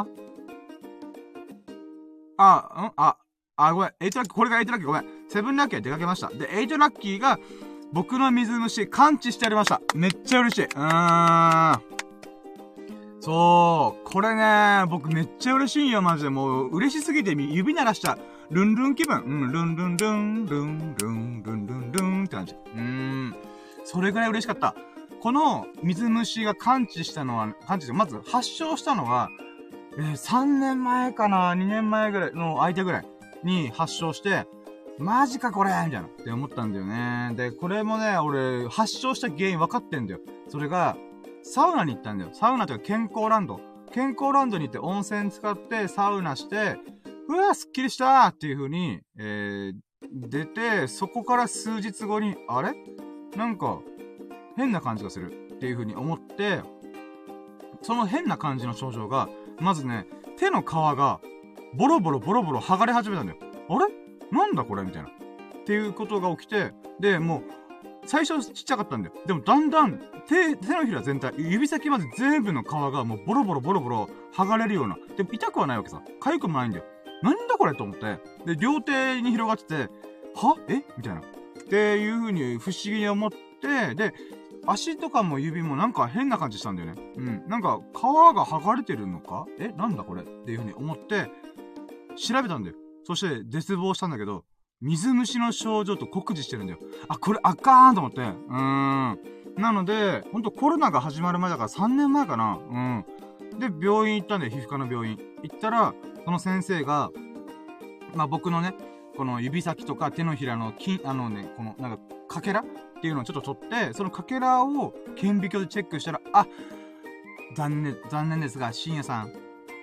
ごめん。8ラッキー、これが8ラッキー、ごめん。セブンラッキーは出かけました。で、8ラッキーが、僕の水虫、感知してやりました。めっちゃ嬉しい。そう、これね、僕めっちゃ嬉しいよ、マジで。もう、嬉しすぎて指鳴らした。ルンルン気分。ルンルンルン、ルンルン、ルンルンルンって感じ。それぐらい嬉しかった。この水虫がまず発症したのは、3年前かな、2年前ぐらいの相手ぐらいに発症して、マジかこれみたいなって思ったんだよね。で、これもね、俺、発症した原因分かってんだよ。それが、サウナに行ったんだよ。サウナというか健康ランド。健康ランドに行って温泉使ってサウナして、うわーすっきりしたーっていう風に、出て、そこから数日後に、あれなんか、変な感じがするっていう風に思って、その変な感じの症状が、まずね、手の皮が、ボロボロ剥がれ始めたんだよ。あれなんだこれみたいな。っていうことが起きて、で、もう、最初ちっちゃかったんだよ。でもだんだん、手のひら全体、指先まで全部の皮がもうボロボロ剥がれるような。でも痛くはないわけさ。痒くもないんだよ。なんだこれと思って。で、両手に広がってて、みたいな。っていう風に不思議に思って、で、足とかも指もなんか変な感じしたんだよね。なんか、皮が剥がれてるのかなんだこれっていう風に思って、調べたんだよ。そして絶望したんだけど、水虫の症状と酷似してるんだよ。これあかーんと思って。なので、ほんとコロナが始まる前だから3年前かな。で、病院行ったんだよ、皮膚科の病院。行ったら、その先生が、僕のね、この指先とか手のひらのこの、なんか、かけらっていうのをちょっと取って、そのかけらを顕微鏡でチェックしたら、残念ですが、深夜さん、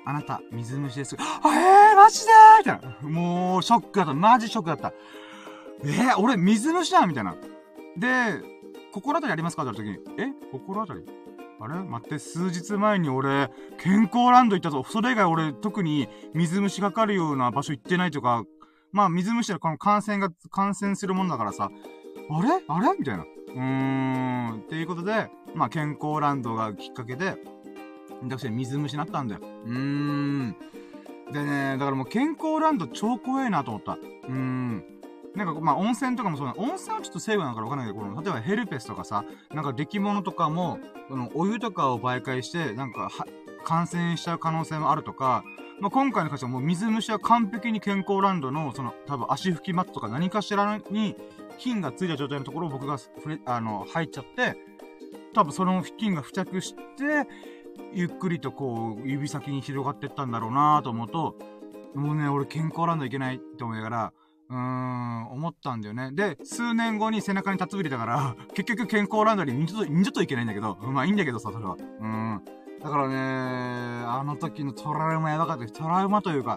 あなた、水虫です。マジでーみたいな。もう、ショックだった。マジショックだった。俺、水虫だみたいな。で、心当たりありますかって言った時に、心当たりあれ待って、数日前に俺、健康ランド行ったぞ。それ以外俺、特に水虫かかるような場所行ってないとか、まあ、水虫はこの感染するもんだからさ、あれみたいな。っていうことで、まあ、健康ランドがきっかけで、私は水虫になったんだよ。でね、だからもう健康ランド超怖えなと思った。なんか、まあ、温泉とかもそうな。温泉はちょっと成分なんからわかんないけど、例えばヘルペスとかさ、なんか出来物とかも、お湯とかを媒介して、なんか、感染しちゃう可能性もあるとか、まあ、今回の会社はもう水虫は完璧に健康ランドの、多分足拭きマットとか何かしらに、菌がついた状態のところを僕が入っちゃって、多分その菌が付着して、ゆっくりとこう、指先に広がってったんだろうなと思うと、もうね、俺健康ランドいけないって思いながら、思ったんだよね。で、数年後に背中にタツブリだから、結局健康ランドに二度といけないんだけど、まあいいんだけどさ、それは。だからね、あの時のトラウマやばかった。トラウマというか、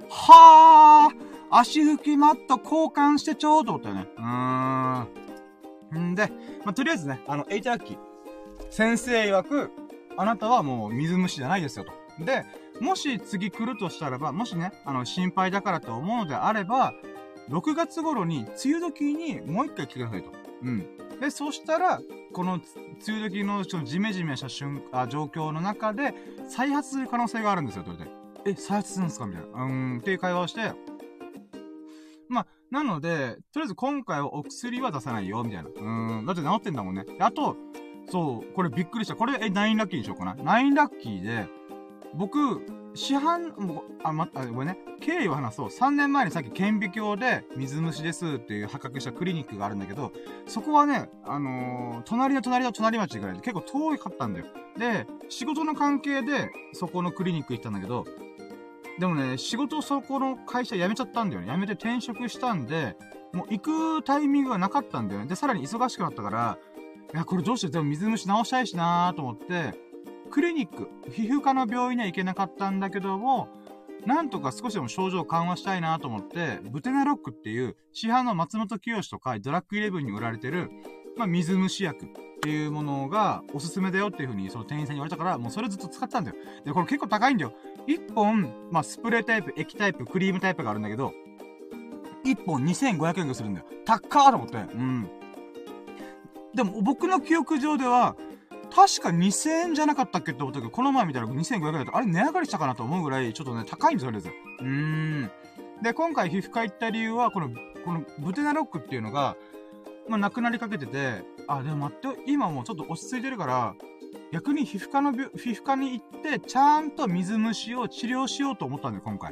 足拭きマット交換してちょうと思ったよね。んで、まあ、とりあえずね、エイトラッキー。先生曰く、あなたはもう水虫じゃないですよと。で、もし次来るとしたらば、もしね、心配だからと思うのであれば、6月頃に、梅雨時にもう一回来てくださいと。で、そしたら、この、梅雨時のジメジメした状況の中で、再発する可能性があるんですよ、と言って。再発するんですかみたいな。っていう会話をして、まあ、なので、とりあえず今回はお薬は出さないよ、みたいな。だって治ってんだもんね。あと、そう、これびっくりした。これ、9ラッキーにしようかな。9ラッキーで、僕、ごめんね。経緯を話そう。3年前にさっき顕微鏡で水虫ですっていう発覚したクリニックがあるんだけど、そこはね、隣の隣町ぐらいで結構遠かったんだよ。で、仕事の関係でそこのクリニック行ったんだけど、でもね、仕事そこの会社辞めちゃったんだよね。辞めて転職したんで、もう行くタイミングがなかったんだよね。で、さらに忙しくなったから、いや、これどうしてでも水虫治したいしなーと思って、クリニック、皮膚科の病院には行けなかったんだけども、なんとか少しでも症状を緩和したいなと思って、ブテナロックっていう市販の松本清とかドラッグイレブンに売られてる、まあ、水虫薬っていうものがおすすめだよっていう風にその店員さんに言われたから、もうそれずっと使ったんだよ。で、これ結構高いんだよ。1本、まあ、スプレータイプ、液タイプ、クリームタイプがあるんだけど、1本2500円がするんだよ。高ーと思って。でも僕の記憶上では、確か2000円じゃなかったっけって思ったけど、この前見たら2500円だと、あれ値上がりしたかなと思うぐらい、ちょっとね、高いんですよ、とりあえず。で、今回皮膚科行った理由は、このブテナロックっていうのが、まあ、なくなりかけてて、でも待って、今もうちょっと落ち着いてるから、逆に皮膚科に行って、ちゃんと水虫を治療しようと思ったんだよ、今回。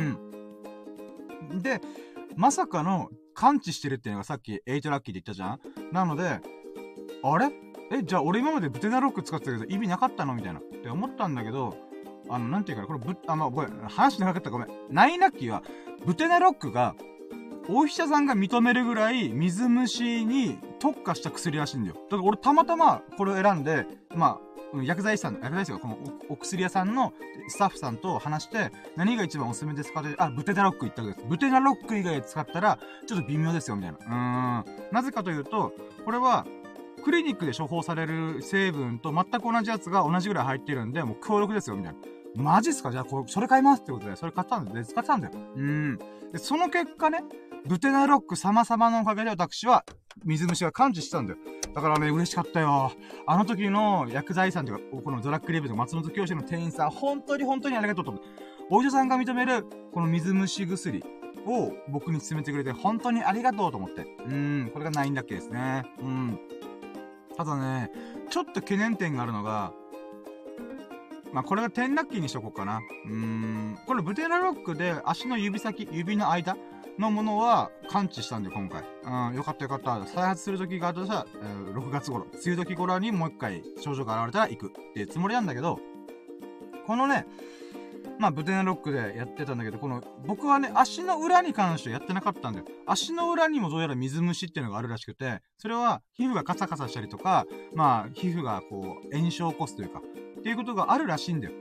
で、まさかの完治してるっていうのがさっき8ラッキーで言ったじゃん。なので、あれじゃあ俺今までブテナロック使ってたけど意味なかったのみたいな。って思ったんだけど、なんていうかな、これまあ、ごめん、話長かったごめん。9ラッキーは、ブテナロックが、お医者さんが認めるぐらい水虫に特化した薬らしいんだよ。だから俺たまたまこれを選んで、まあ、薬剤師がこのお薬屋さんのスタッフさんと話して、何が一番おすすめですかって、ブテナロック言ったわけです。ブテナロック以外使ったら、ちょっと微妙ですよ、みたいな。なぜかというと、これは、クリニックで処方される成分と全く同じやつが同じぐらい入ってるんで、もう強力ですよ、みたいな。マジっすかじゃあそれ買いますってことで、それ買ったんで、使ってたんだよ。で、その結果ね、ブテナロック様々のおかげで私は、水虫が完治してたんだよ。だからね、嬉しかったよ。あの時の薬剤師さんというか、このドラッグレビューとか松本教師の店員さん、本当にありがとうと思う。お医者さんが認める、この水虫薬を僕に勧めてくれて、本当にありがとうと思って。これが9ラッキーですね。ただね、ちょっと懸念点があるのが、まあ、これが10ラッキーにしとこうかな。これブテナロックで足の指の間のものは完治したんで、今回。よかった。再発する時があったら、6月頃、梅雨時頃にもう一回症状が現れたら行くっていうつもりなんだけど、このね、まあ、ブテナロックでやってたんだけど、僕はね、足の裏に関してやってなかったんだよ。足の裏にもどうやら水虫っていうのがあるらしくて、それは皮膚がカサカサしたりとか、まあ、皮膚がこう、炎症を起こすというか、っていうことがあるらしいんだよ。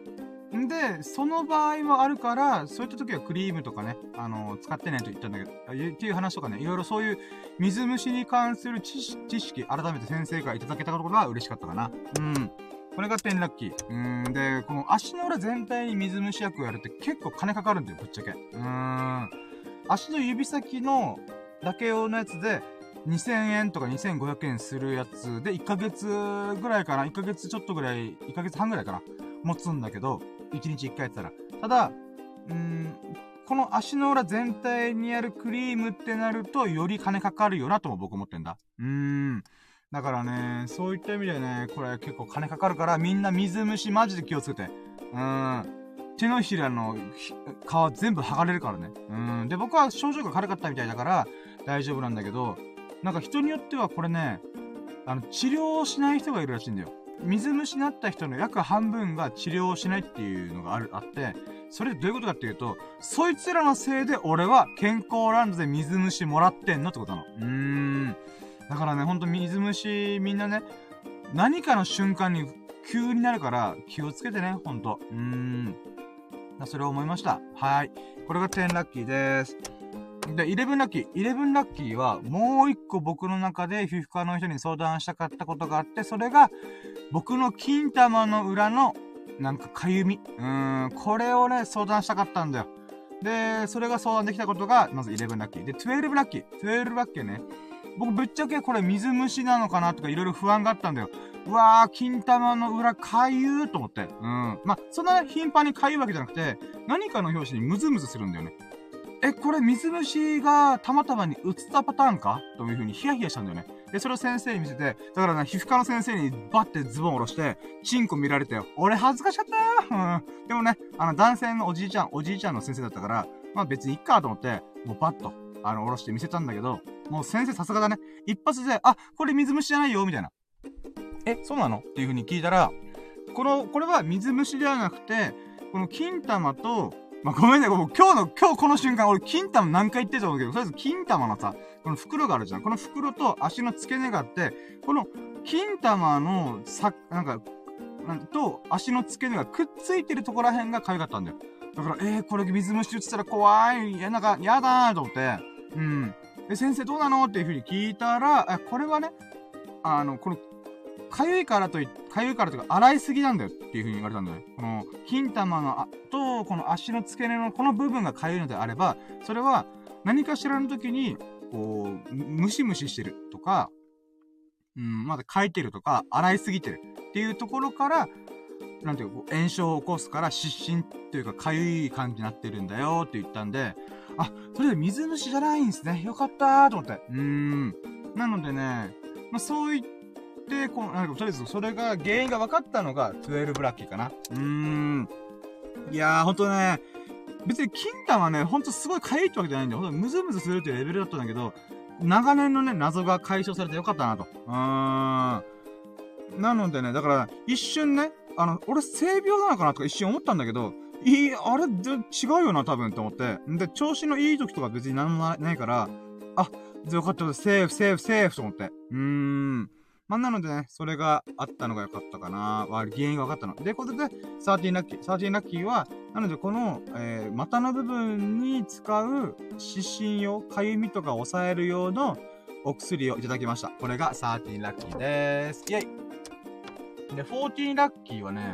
んで、その場合もあるから、そういった時はクリームとかね、使ってねと言ったんだけど、っていう話とかね、いろいろそういう水虫に関する知識、改めて先生からいただけたことが嬉しかったかな。うん。これが10ラッキー。で、この足の裏全体に水虫薬をやるって結構金かかるんだよ、ぶっちゃけ。足の指先のだけ用のやつで、2000円とか2500円するやつで、1ヶ月ぐらいかな ?1 ヶ月ちょっとぐらい、1ヶ月半ぐらいかな持つんだけど、1日1回やったら。ただ、この足の裏全体にあるクリームってなると、より金かかるよなとも僕思ってんだ。だからね、そういった意味でね、これ結構金かかるから、みんな水虫マジで気をつけて。手のひらの皮全部剥がれるからね。で、僕は症状が軽かったみたいだから、大丈夫なんだけど、なんか人によってはこれね、治療をしない人がいるらしいんだよ。水虫になった人の約半分が治療をしないっていうのがあって、それどういうことかっていうと、そいつらのせいで俺は健康ランドで水虫もらってんのってことなの。だからね、ほんと水虫みんなね、何かの瞬間に急になるから気をつけてね、ほんと。それを思いました。はい。これが10ラッキーです。で、11ラッキー。11ラッキーは、もう一個僕の中で皮膚科の人に相談したかったことがあって、それが、僕の金玉の裏の、なんか、かゆみ。これをね、相談したかったんだよ。で、それが相談できたことが、まず11ラッキー。で、12ラッキー。12ラッキーね。僕、ぶっちゃけこれ水虫なのかなとかいろいろ不安があったんだよ。うわー、金玉の裏かゆーと思って。まあ、そんな頻繁にかゆいわけじゃなくて、何かの拍子にムズムズするんだよね。これ水虫がたまたまに映ったパターンかという風にヒヤヒヤしたんだよね。で、それを先生に見せて、だからね、皮膚科の先生にバッてズボン下ろして、チンコ見られたよ。俺恥ずかしかったよ。でもね、男性のおじいちゃんの先生だったから、まあ別にいっかと思って、もうバッと、下ろして見せたんだけど、もう先生さすがだね。一発で、あ、これ水虫じゃないよ、みたいな。そうなのっていう風に聞いたら、これは水虫ではなくて、この金玉と、まあ、ごめんね、今日この瞬間、俺、金玉何回言ってると思うけど、とりあえず金玉のさ、この袋があるじゃん。この袋と足の付け根があって、この金玉のと足の付け根がくっついてるところら辺が痒かったんだよ。だから、これ水虫打ってたら怖い。やだーと思って。で、先生どうなのっていう風に聞いたら、これはね、この、かゆいからというか、洗いすぎなんだよっていう風に言われたんだよね。この、金玉のと、この足の付け根のこの部分がかゆいのであれば、それは、何かしらの時に、こう、ムシムシしてるとか、まだかいてるとか、洗いすぎてるっていうところから、なんていうか、炎症を起こすから、湿疹っていうか、かゆい感じになってるんだよって言ったんで、あ、それで水虫じゃないんですね。よかったーと思って。なのでね、まあ、そういったで、とりあえず、それが、原因が分かったのが、12ラッキーかな。いやー、ほんとね、別に金玉ね、ほんとすごい痒いってわけじゃないんだよ。ほんとムズムズするっていうレベルだったんだけど、長年のね、謎が解消されてよかったなと。なのでね、だから、一瞬ね、俺性病なのかなとか一瞬思ったんだけど、あれ、違うよな、多分って思って。で、調子のいい時とか別に何もないから、あ、よかったです。セーフと思って。まあ、なのでね、それがあったのが良かったかな。原因が分かったの。で、ことで、13ラッキー。13ラッキーは、なので、この、股の部分に使う、湿疹用、かゆみとか抑える用のお薬をいただきました。これが13ラッキーでーす。イェイ。で、14ラッキーはね、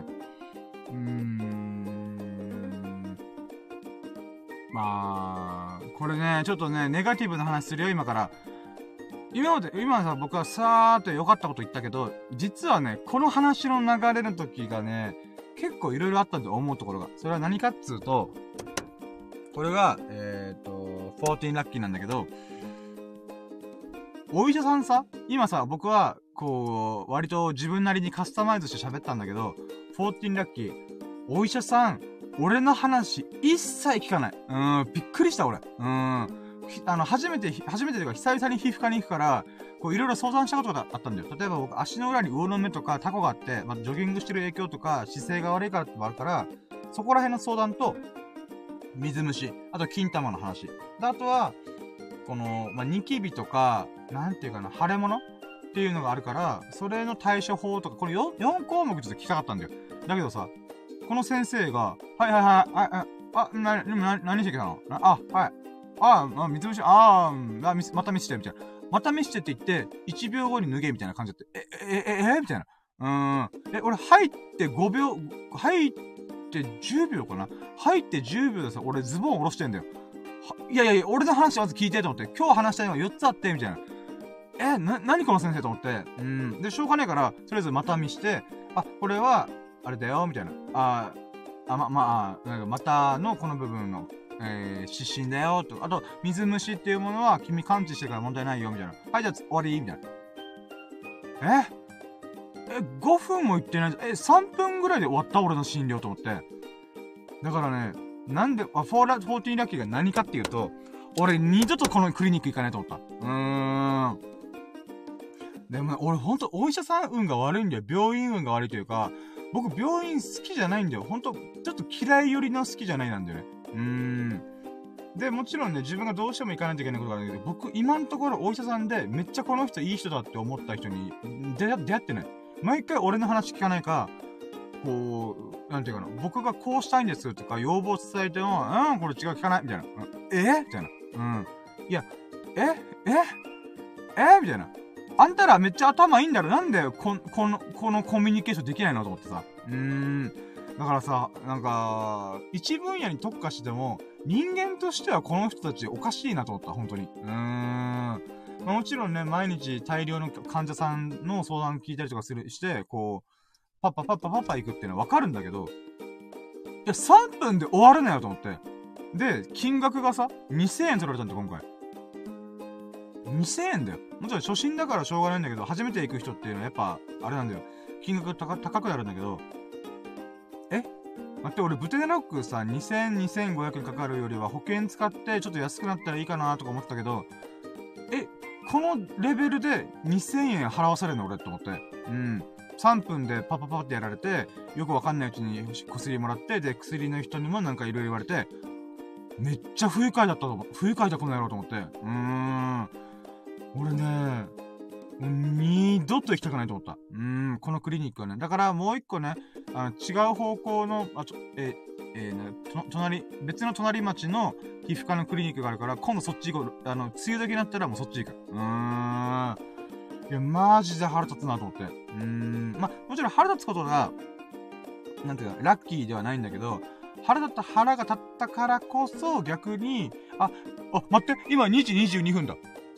まあ、これね、ちょっとね、ネガティブな話するよ、今から。今さ、僕はさーっと良かったこと言ったけど、実はね、この話の流れの時がね、結構いろいろあったんで思うところが。それは何かっつうと、これが、14ラッキーなんだけど、お医者さんさ、今さ、僕は、こう、割と自分なりにカスタマイズして喋ったんだけど、14ラッキー、お医者さん、俺の話、一切聞かない。びっくりした、俺。初めてというか久々に皮膚科に行くから、こういろいろ相談したことがあったんだよ。例えば僕足の裏に魚の目とかタコがあって、まあ、ジョギングしてる影響とか姿勢が悪いからってもあるから、そこら辺の相談と、水虫、あと金玉の話。で、あとは、この、まあ、ニキビとか、なんていうかな、腫れ物っていうのがあるから、それの対処法とか、これ 4項目ちょっと聞きたかったんだよ。だけどさ、 この先生が、はいはいはい、何してきたのあ、はい。水虫、また見せて、みたいな。また見せてって言って、1秒後に脱げ、みたいな感じだって。みたいな。俺入って5秒、入って10秒かな入って10秒でさ、俺ズボン下ろしてんだよ。いや、俺の話まず聞いてと思って、今日話したいのが4つあって、みたいな。何この先生と思って。で、しょうがないから、とりあえずまた見して、これは、あれだよ、みたいな。またのこの部分の、湿疹だよ、と。あと、水虫っていうものは君感知してから問題ないよ、みたいな。はい、じゃあ終わり、みたいな。5分も言ってない3分ぐらいで終わった俺の診療と思って。だからね、なんで、14ラッキーが何かっていうと、俺二度とこのクリニック行かないと思った。でも、俺ほんとお医者さん運が悪いんだよ。病院運が悪いというか、僕病院好きじゃないんだよ。ほんと、ちょっと嫌い寄りの好きじゃないなんだよね。で、もちろんね、自分がどうしても行かないといけないことがあるんだけど、僕、今のところお医者さんで、めっちゃこの人いい人だって思った人に、出会ってない。毎回俺の話聞かないか、こう、なんていうかな、僕がこうしたいんですとか、要望伝えても、これ違う聞かないみたいな。みたいな。いや、みたいな。あんたらめっちゃ頭いいんだろ。なんでこのコミュニケーションできないのと思ってさ。だからさ、なんか、一分野に特化しても、人間としてはこの人たちおかしいなと思った、本当に。もちろんね、毎日大量の患者さんの相談聞いたりとかして、こう、パッパ行くっていうのはわかるんだけど、いや、3分で終わるなよと思って。で、金額がさ、2000円取られたんだ、今回。2000円だよ。もちろん初心だからしょうがないんだけど、初めて行く人っていうのはやっぱ、あれなんだよ。金額高くなるんだけど、待って、俺、ブテネロックさ、2000、2500円かかるよりは保険使ってちょっと安くなったらいいかなとか思ったけど、このレベルで2000円払わされるの俺って思って。3分でパってやられて、よくわかんないうちに薬もらって、で、薬の人にもなんかいろいろ言われて、めっちゃ不愉快だこの野郎と思って。俺ね、二度と行きたくないと思った。このクリニックはね。だからもう一個ね、違う方向の、別の隣町の皮膚科のクリニックがあるから、今度そっち行こう。梅雨時になったらもうそっち行く。いや、マジで腹立つなと思って。もちろん腹立つことが、なんていうか、ラッキーではないんだけど、腹が立ったからこそ、逆に、待って、今2時22分だ。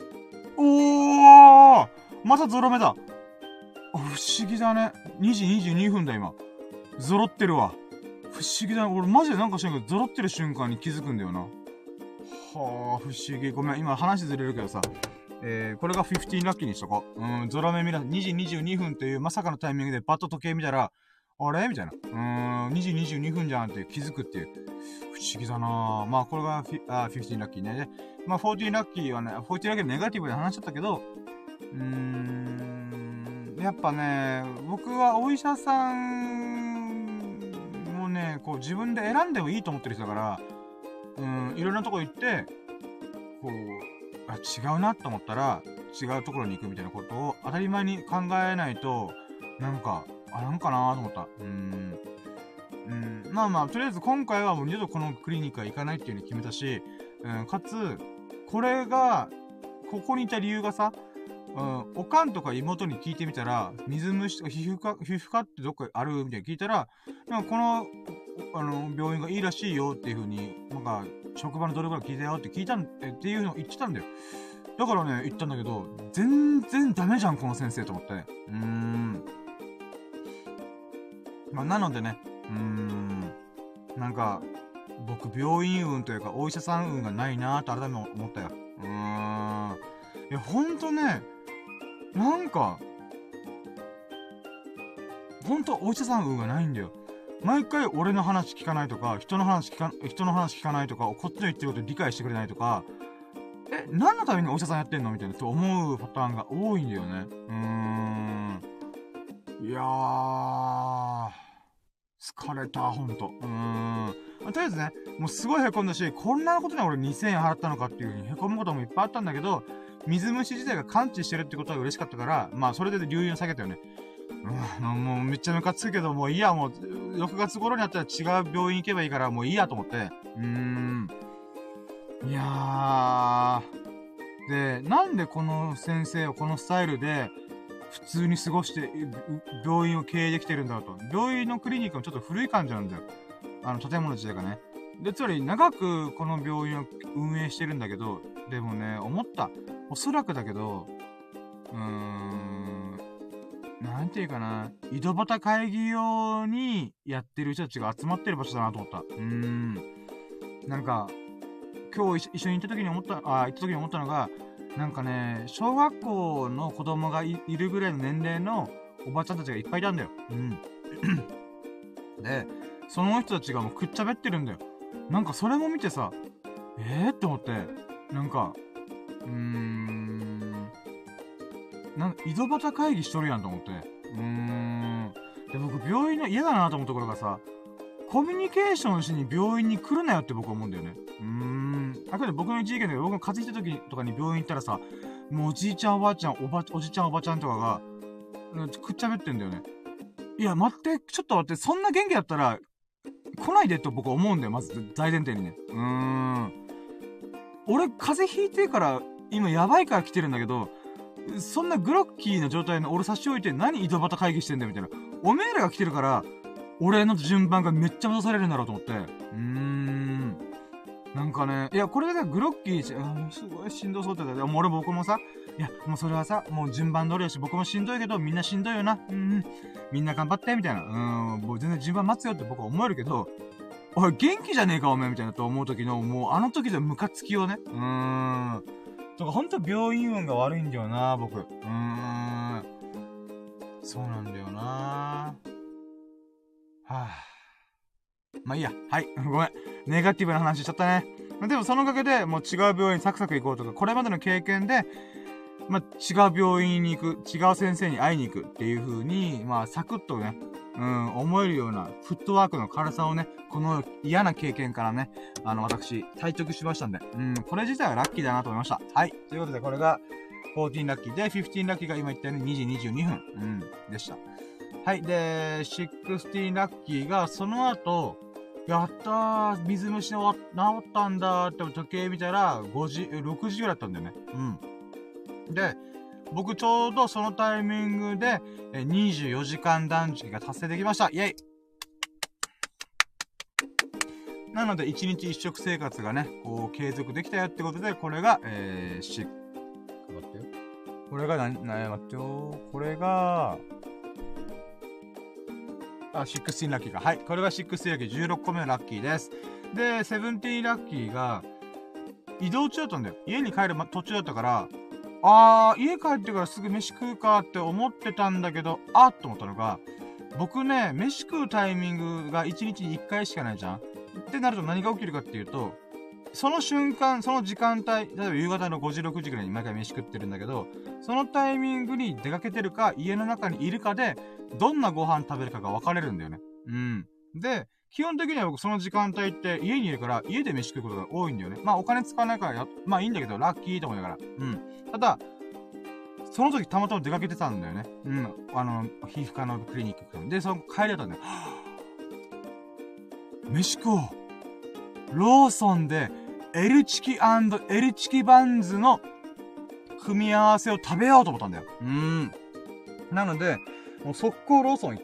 またゾロ目だ。不思議だね。2時22分だ、今。ゾロってるわ。不思議だね。俺マジでなんかしないけど、ゾロってる瞬間に気づくんだよな。不思議。ごめん、今話ずれるけどさ。これが15ラッキーにしとこう。ゾロ目見ら、2時22分というまさかのタイミングでバッと時計見たら、あれみたいな。2時22分じゃんって気づくっていう。不思議だなぁ。まあ、これが15ラッキーね。まあ、14ラッキーはね、14ラッキーネガティブで話しちゃったけど、やっぱね、僕はお医者さんもね、こう自分で選んでもいいと思ってる人だから、いろんなとこ行って、こう、違うなと思ったら、違うところに行くみたいなことを当たり前に考えないと、なんかなと思った。まあ、とりあえず今回はもう二度とこのクリニックは行かないっていう風に決めたし、かつ、これが、ここにいた理由がさ、おかんとか妹に聞いてみたら、水虫とか皮膚科ってどっかあるみたいに聞いたら、なんかこの、病院がいいらしいよっていう風に、なんか、職場のどれくらい聞いたよってっていうのを言ってたんだよ。だからね、言ったんだけど、全然ダメじゃん、この先生と思って。まあ、なのでね、なんか、僕、病院運というか、お医者さん運がないなーと改めて思ったよ。いや、ほんとね、なんか、ほんとお医者さん運がないんだよ。毎回俺の話聞かないとか、人の話聞かないとか、こっちの言ってること理解してくれないとか、何のためにお医者さんやってんのみたいな、と思うパターンが多いんだよね。いやー、疲れた、ほんと。とりあえずね、もうすごい凹んだし、こんなことに俺2000円払ったのかっていう風に凹むこともいっぱいあったんだけど、水虫自体が感知してるってことは嬉しかったから、まあそれで留飲を下げたよね。 もうめっちゃムカつくけど、もういいや、もう、6月頃になったら違う病院行けばいいから、もういいやと思って。いやー。で、なんでこの先生はこのスタイルで、普通に過ごして、病院を経営できてるんだろうと。病院のクリニックもちょっと古い感じなんだよ。建物自体がね。で、つまり長くこの病院を運営してるんだけど、でもね、思った。おそらくだけど、なんていうかな、井戸端会議用にやってる人たちが集まってる場所だなと思った。なんか、今日一緒に行った時に思ったのが、なんかね、小学校の子供がいるぐらいの年齢のおばちゃんたちがいっぱいいたんだよ。で、その人たちがもうくっちゃべってるんだよ。なんかそれも見てさ、って思って、なんか、井戸端会議しとるやんと思って。で、僕病院の嫌だなと思うところがさ、コミュニケーションしに病院に来るなよって僕は思うんだよね。あくまで僕の一意見で僕が風邪ひいた時とかに病院行ったらさ、もうおじいちゃんおばあちゃん、おじちゃんおばちゃんとかが、くっちゃべってんだよね。いや、待って、ちょっと待って、そんな元気だったら、来ないでと僕は思うんだよ、まず、大前提にね。俺、風邪ひいてから、今やばいから来てるんだけど、そんなグロッキーな状態の俺差し置いて何井戸端会議してんだよみたいな。おめえらが来てるから、俺の順番がめっちゃ戻されるんだろうと思って。なんかね、いや、これだけグロッキーすごいしんどそうって言ったら、僕もさ、いや、もうそれはさ、もう順番通りだし、僕もしんどいけど、みんなしんどいよな。みんな頑張って、みたいな。もう全然順番待つよって僕は思えるけど、おい、元気じゃねえか、お前、みたいなと思う時の、もうあの時のムカつきをね。とか、ほんと病院運が悪いんだよな、僕。そうなんだよな。まあいいや。はい。ごめん。ネガティブな話しちゃったね。でもそのおかげで、もう違う病院サクサク行こうとか、これまでの経験で、違う病院に行く、違う先生に会いに行くっていう風に、サクッとね、思えるようなフットワークの軽さをね、この嫌な経験からね、私、体得しましたんで、これ自体はラッキーだなと思いました。はい。ということで、これが、14ラッキーで、15ラッキーが今言ったように2時22分、でした。はい。で、16ラッキーが、その後、やったー、水虫治ったんだーって時計見たら、6時ぐらいだったんだよね。で、僕ちょうどそのタイミングで、24時間断食が達成できました。イェイ！なので、1日1食生活がね、こう、継続できたよってことで、これが、待ってよ。これが待ってよ。これが、16ラッキーか。はい。これが16ラッキー、16個目のラッキーです。で、17ラッキーが、移動中だったんだよ。家に帰る、途中だったから、家帰ってからすぐ飯食うかって思ってたんだけど、と思ったのが、僕ね、飯食うタイミングが1日に1回しかないじゃん。ってなると何が起きるかっていうと、その瞬間、その時間帯、例えば夕方の5時、6時ぐらいに毎回飯食ってるんだけど、そのタイミングに出かけてるか、家の中にいるかで、どんなご飯食べるかが分かれるんだよね。で、基本的には僕その時間帯って家にいるから、家で飯食うことが多いんだよね。お金使わないからいいんだけど、ラッキーと思いながら。ただ、その時たまたま出かけてたんだよね。皮膚科のクリニックで、その帰りだったんだよ。飯食おう。ローソンで、L チキ&L チキバンズの組み合わせを食べようと思ったんだよ。なので、もう速攻ローソン行って、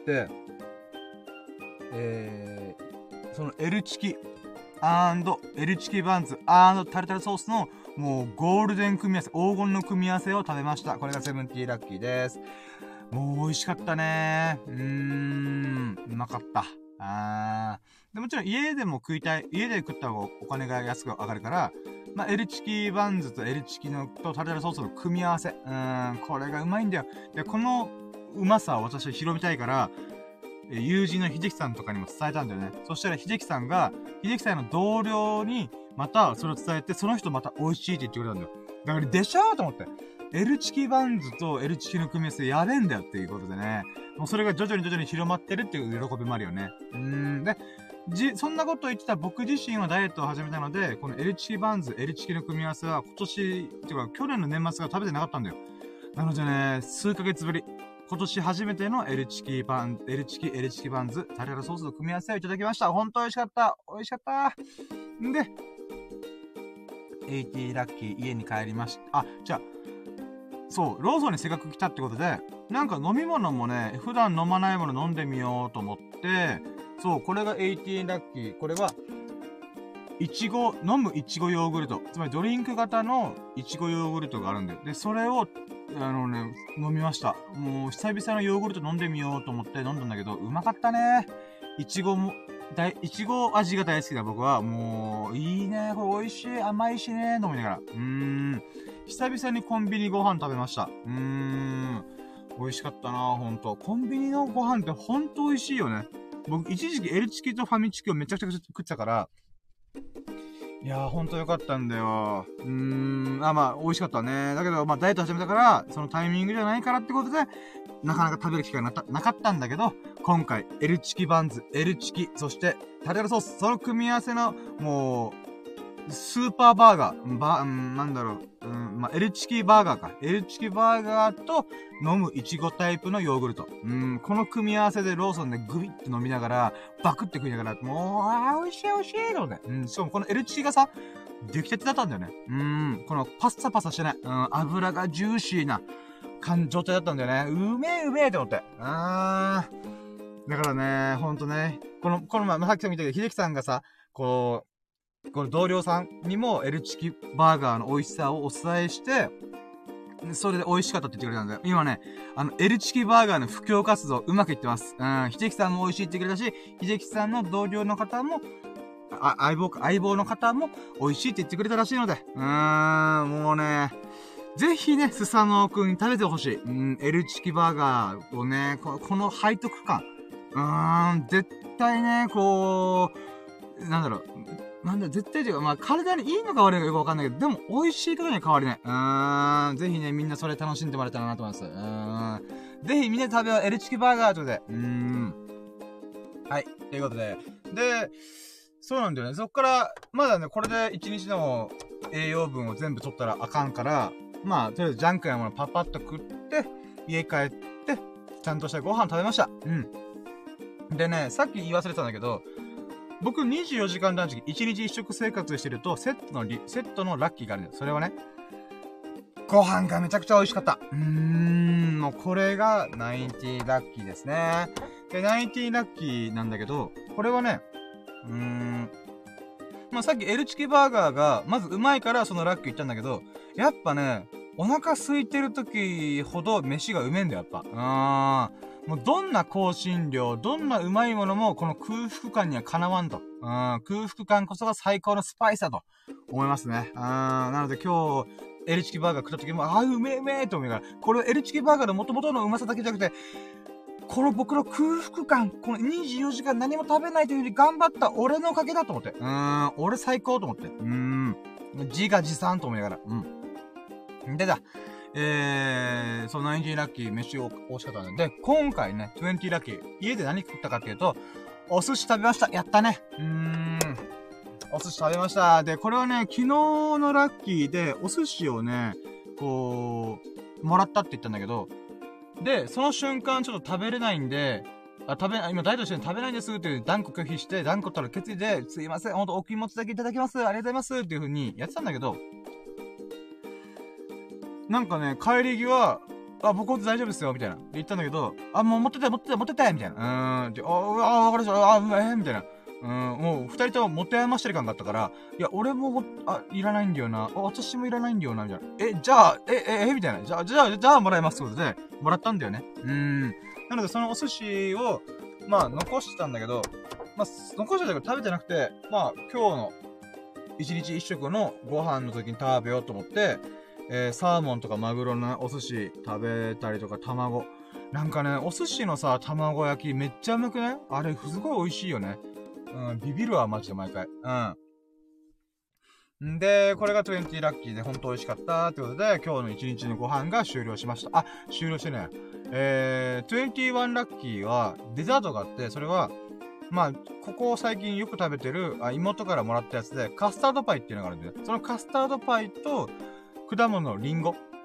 その L チキ&L チキバンズ&タルタルソースのもうゴールデン組み合わせ、黄金の組み合わせを食べました。これが70ラッキーです。もう美味しかったね。うまかった。でもちろん家でも家で食った方がお金が安く上がるから、L チキバンズと L チキとタルタルソースの組み合わせ。これがうまいんだよ。で、このうまさを私は広めたいから、友人の秀樹さんとかにも伝えたんだよね。そしたら秀樹さんの同僚に、またそれを伝えて、その人また美味しいって言ってくれたんだよ。だからでしょーと思って。L チキバンズと L チキの組み合わせやべえんだよっていうことでね。もうそれが徐々に広まってるっていう喜びもあるよね。で、そんなことを言ってた僕自身はダイエットを始めたので、この L チキバンズ、L チキの組み合わせは今年、てか去年の年末が食べてなかったんだよ。なのでね、数ヶ月ぶり。 今年初めての L チキバンズ、タレラソースの組み合わせをいただきました。ほんと美味しかった。美味しかった。んで、80ラッキー家に帰りました。あ、じゃあ、そう、ローソンにせっかく来たってことで、なんか飲み物もね、普段飲まないもの飲んでみようと思って、そう、これが80ラッキー。これは、飲むいちごヨーグルト。つまりドリンク型のいちごヨーグルトがあるんだよ。で、それを、飲みました。もう、久々のヨーグルト飲んでみようと思って飲んだんだけど、うまかったね。いちご味が大好きだ、僕は。もう、いいね。これ美味しい。甘いしね。飲みながら。久々にコンビニご飯食べました。美味しかったな、ほんと。コンビニのご飯ってほんと美味しいよね。僕、一時期 L チキとファミチキをめちゃくちゃ食ってたから、いやー、ほんとよかったんだよ。まあ、美味しかったね。だけど、まあ、ダイエット始めたから、そのタイミングじゃないからってことで、なかなか食べる機会がなかったんだけど、今回、L チキバンズ、L チキ、そして、タレラソース、その組み合わせの、もう、スーパーバーガー、なんだろう、まあ、L チキバーガーか。L チキバーガーと、飲むイチゴタイプのヨーグルト。この組み合わせでローソンでグビッと飲みながら、バクって食いながら、もう、美味しい美味しいのね。しかもこの L チキがさ、出来たてだったんだよね。このパッサパサしてない。油がジューシーな、状態だったんだよね。うめえって思って。だからね、ほんとね、この前、さっきも言ったけど、秀樹さんがさ、この同僚さんにも L チキバーガーの美味しさをお伝えして、それで美味しかったって言ってくれたんだよ。今ね、L チキバーガーの布教活動うまくいってます。秀樹さんも美味しいって言ってくれたし、秀樹さんの同僚の方も、相棒の方も美味しいって言ってくれたらしいので、もうね、ぜひね、スサノオくんに食べてほしい。L チキバーガーをね、この背徳感。絶対ね、こう、絶対というか、まあ、体にいいのか悪いのかよくわかんないけど、でも、美味しいことには変わりない。ぜひね、みんなそれ楽しんでもらえたらなと思います。ぜひみんなで食べよう、L チキバーガーということで。はい。ということで。で、そうなんだよね。そっから、まだね、これで一日の栄養分を全部取ったらあかんから、まあ、とりあえずジャンクなものパパッと食って、家帰って、ちゃんとしたご飯食べました。でね、さっき言い忘れたんだけど、僕24時間断食、1日1食生活してると、セットのラッキーがあるんだよ。それはね、ご飯がめちゃくちゃ美味しかった。もうこれが90ラッキーですね。で、90ラッキーなんだけど、これはね、まあ、さっき L チキバーガーが、まずうまいからそのラッキー言ったんだけど、やっぱね、お腹空いてる時ほど飯がうめえんだよ、やっぱ。もうどんな香辛料、どんなうまいものも、この空腹感にはかなわんと。空腹感こそが最高のスパイスだと思いますね。なので今日、L チキバーガー食った時も、うめえと思いながら、これは L チキバーガーの元々のうまさだけじゃなくて、この僕の空腹感、この24時間何も食べないというより頑張った俺のおかげだと思って。俺最高と思って。自画自賛と思いながら。でだ。その90ラッキー、飯を美味しかったんで、今回ね、20ラッキー、家で何食ったかっていうと、お寿司食べました。やったね。お寿司食べました。で、これはね、昨日のラッキーで、お寿司をね、こう、もらったって言ったんだけど、で、その瞬間ちょっと食べれないんで、今ダイエットして食べないんですって断固拒否して、断固取る決意で、すいません、ほんとお気持ちだけいただきます。ありがとうございますっていう風にやってたんだけど、なんかね、帰り際、僕は大丈夫ですよ、みたいな。言ったんだけど、もう持ってたみたいな。で、わかりました、みたいな。もう、二人とも持て余してる感があったから、いや、俺もいらないんだよな。私もいらないんだよな、みたいな。じゃあ、みたいな。じゃあ、もらいますってことで、もらったんだよね。なので、そのお寿司を、まあ、残してたんだけど、まあ、残してたけど食べてなくて、まあ、今日の、一日一食のご飯の時に食べようと思って、サーモンとかマグロのお寿司食べたりとか卵。なんかね、お寿司のさ、卵焼きめっちゃうまくね？あれ、すごい美味しいよね。ビビるわ、マジで毎回。んで、これが20ラッキーでほんと美味しかったってことで、今日の一日のご飯が終了しました。終了してね。21ラッキーはデザートがあって、それは、まあ、ここ最近よく食べてる、妹からもらったやつで、カスタードパイっていうのがあるんだよ。そのカスタードパイと、果物のリンゴ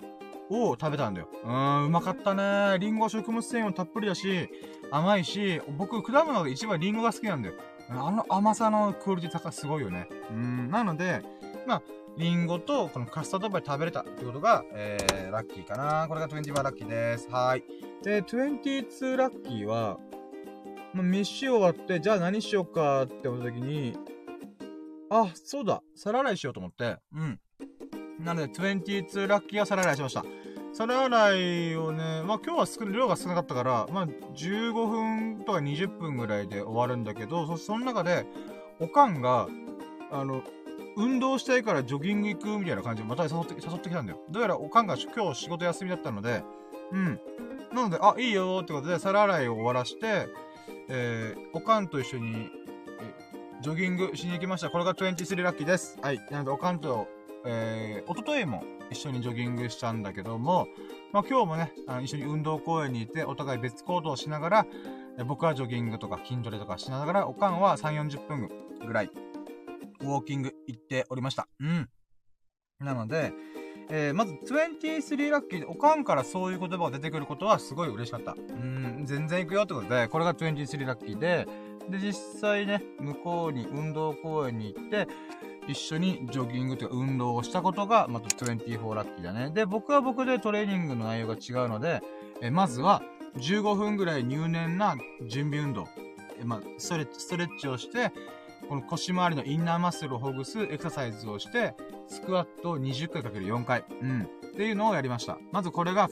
を食べたんだよ。うまかったね。リンゴは食物繊維もたっぷりだし、甘いし、僕、果物が一番リンゴが好きなんだよ。あの甘さのクオリティすごいよね。なので、まあ、リンゴとこのカスタードパイ食べれたってことが、ラッキーかな。これが21ラッキーです。はい。で、22ラッキーは、まあ、飯終わって、じゃあ何しようかって思った時に、あ、そうだ、皿洗いしようと思って、なので、22ラッキーは皿洗いしました。皿洗いをね、まあ今日は量が少なかったから、まあ15分とか20分ぐらいで終わるんだけど、その中で、おかんが、運動したいからジョギング行くみたいな感じでまた誘ってきたんだよ。どうやらおかんが今日仕事休みだったので、なので、あ、いいよーってことで皿洗いを終わらして、おかんと一緒に、ジョギングしに行きました。これが23ラッキーです。はい。なので、おかんと、一昨日も一緒にジョギングしたんだけども、まあ今日もね、一緒に運動公園にいて、お互い別行動をしながら、僕はジョギングとか筋トレとかしながら、おかんは3、40分ぐらい、ウォーキング行っておりました。なので、まず23ラッキーで、おかんからそういう言葉が出てくることはすごい嬉しかった。全然行くよってことで、これが23ラッキーで、実際ね、向こうに運動公園に行って、一緒にジョギングというか運動をしたことが、また24ラッキーだね。で、僕は僕でトレーニングの内容が違うので、まずは、15分ぐらい入念な準備運動。ストレッチをして、この腰回りのインナーマッスルをほぐすエクササイズをして、スクワットを20回かける4回。っていうのをやりました。まずこれが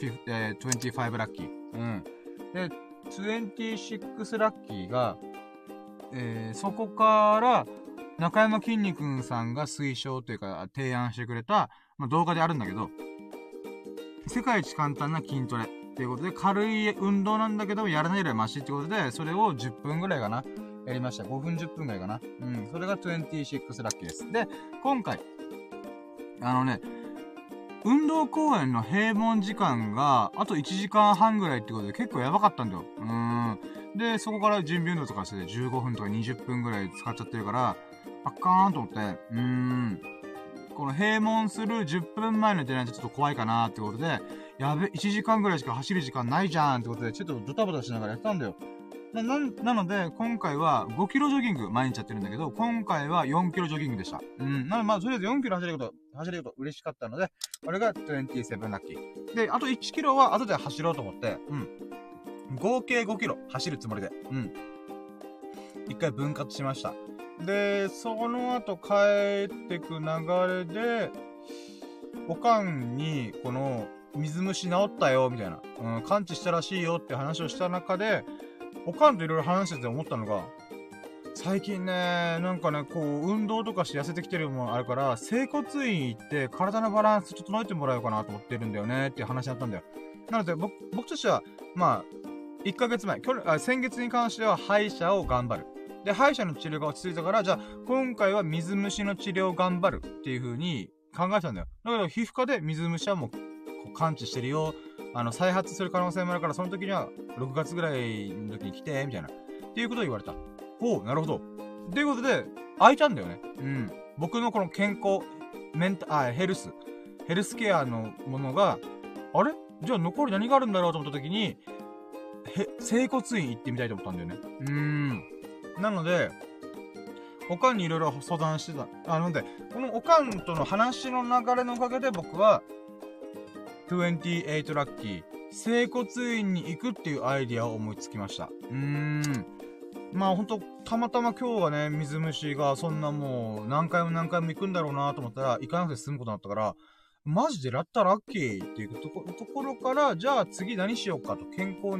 25ラッキー。で、26ラッキーが、そこから、中山きんに君さんが推奨というか提案してくれた、動画であるんだけど、世界一簡単な筋トレっていうことで、軽い運動なんだけど、やらないよりはマシってことで、それを10分ぐらいかな。やりました。5分10分ぐらいかな。それが26ラッキーです。で、今回、運動公園の閉門時間が、あと1時間半ぐらいってことで結構やばかったんだよ。で、そこから準備運動とかして15分とか20分ぐらい使っちゃってるから、あかーんと思って、この閉門する10分前の出ないとちょっと怖いかなってことで、やべ、1時間ぐらいしか走る時間ないじゃんってことで、ちょっとドタバタしながらやってたんだよ。なので、今回は5キロジョギング毎日やってるんだけど、今回は4キロジョギングでした。なので、とりあえず4キロ走れること嬉しかったので、これが27ラッキー。で、あと1キロは後で走ろうと思って、合計5キロ走るつもりで、一回分割しました。で、その後帰ってく流れで、おかんに、この、水虫治ったよ、みたいな、完治したらしいよって話をした中で、おかんといろいろ話してて思ったのが、最近ね、なんかね、こう、運動とかして痩せてきてるものあるから、整骨院行って体のバランス整えてもらおうかなと思ってるんだよねっていう話だったんだよ。なので、僕としては、1ヶ月前、先月に関しては歯医者を頑張る。で、歯医者の治療が落ち着いたから、じゃあ、今回は水虫の治療を頑張るっていう風に考えてたんだよ。だけど、皮膚科で水虫はもう、完治してるよ。再発する可能性もあるから、その時には、6月ぐらいの時に来て、みたいな。っていうことを言われた。ほう、なるほど。ということで、空いたんだよね。僕のこの健康、ヘルスケアのものが、あれじゃあ残り何があるんだろうと思った時に、整骨院行ってみたいと思ったんだよね。なので、おかんにいろいろ相談してた。なので、このおかんとの話の流れのおかげで僕は、28ラッキー、整骨院に行くっていうアイディアを思いつきました。ほんと、たまたま今日はね、水虫がそんなもう何回も行くんだろうなと思ったら、行かなくて済むことになったから、マジでラッキーっていうところから、じゃあ次何しようかと、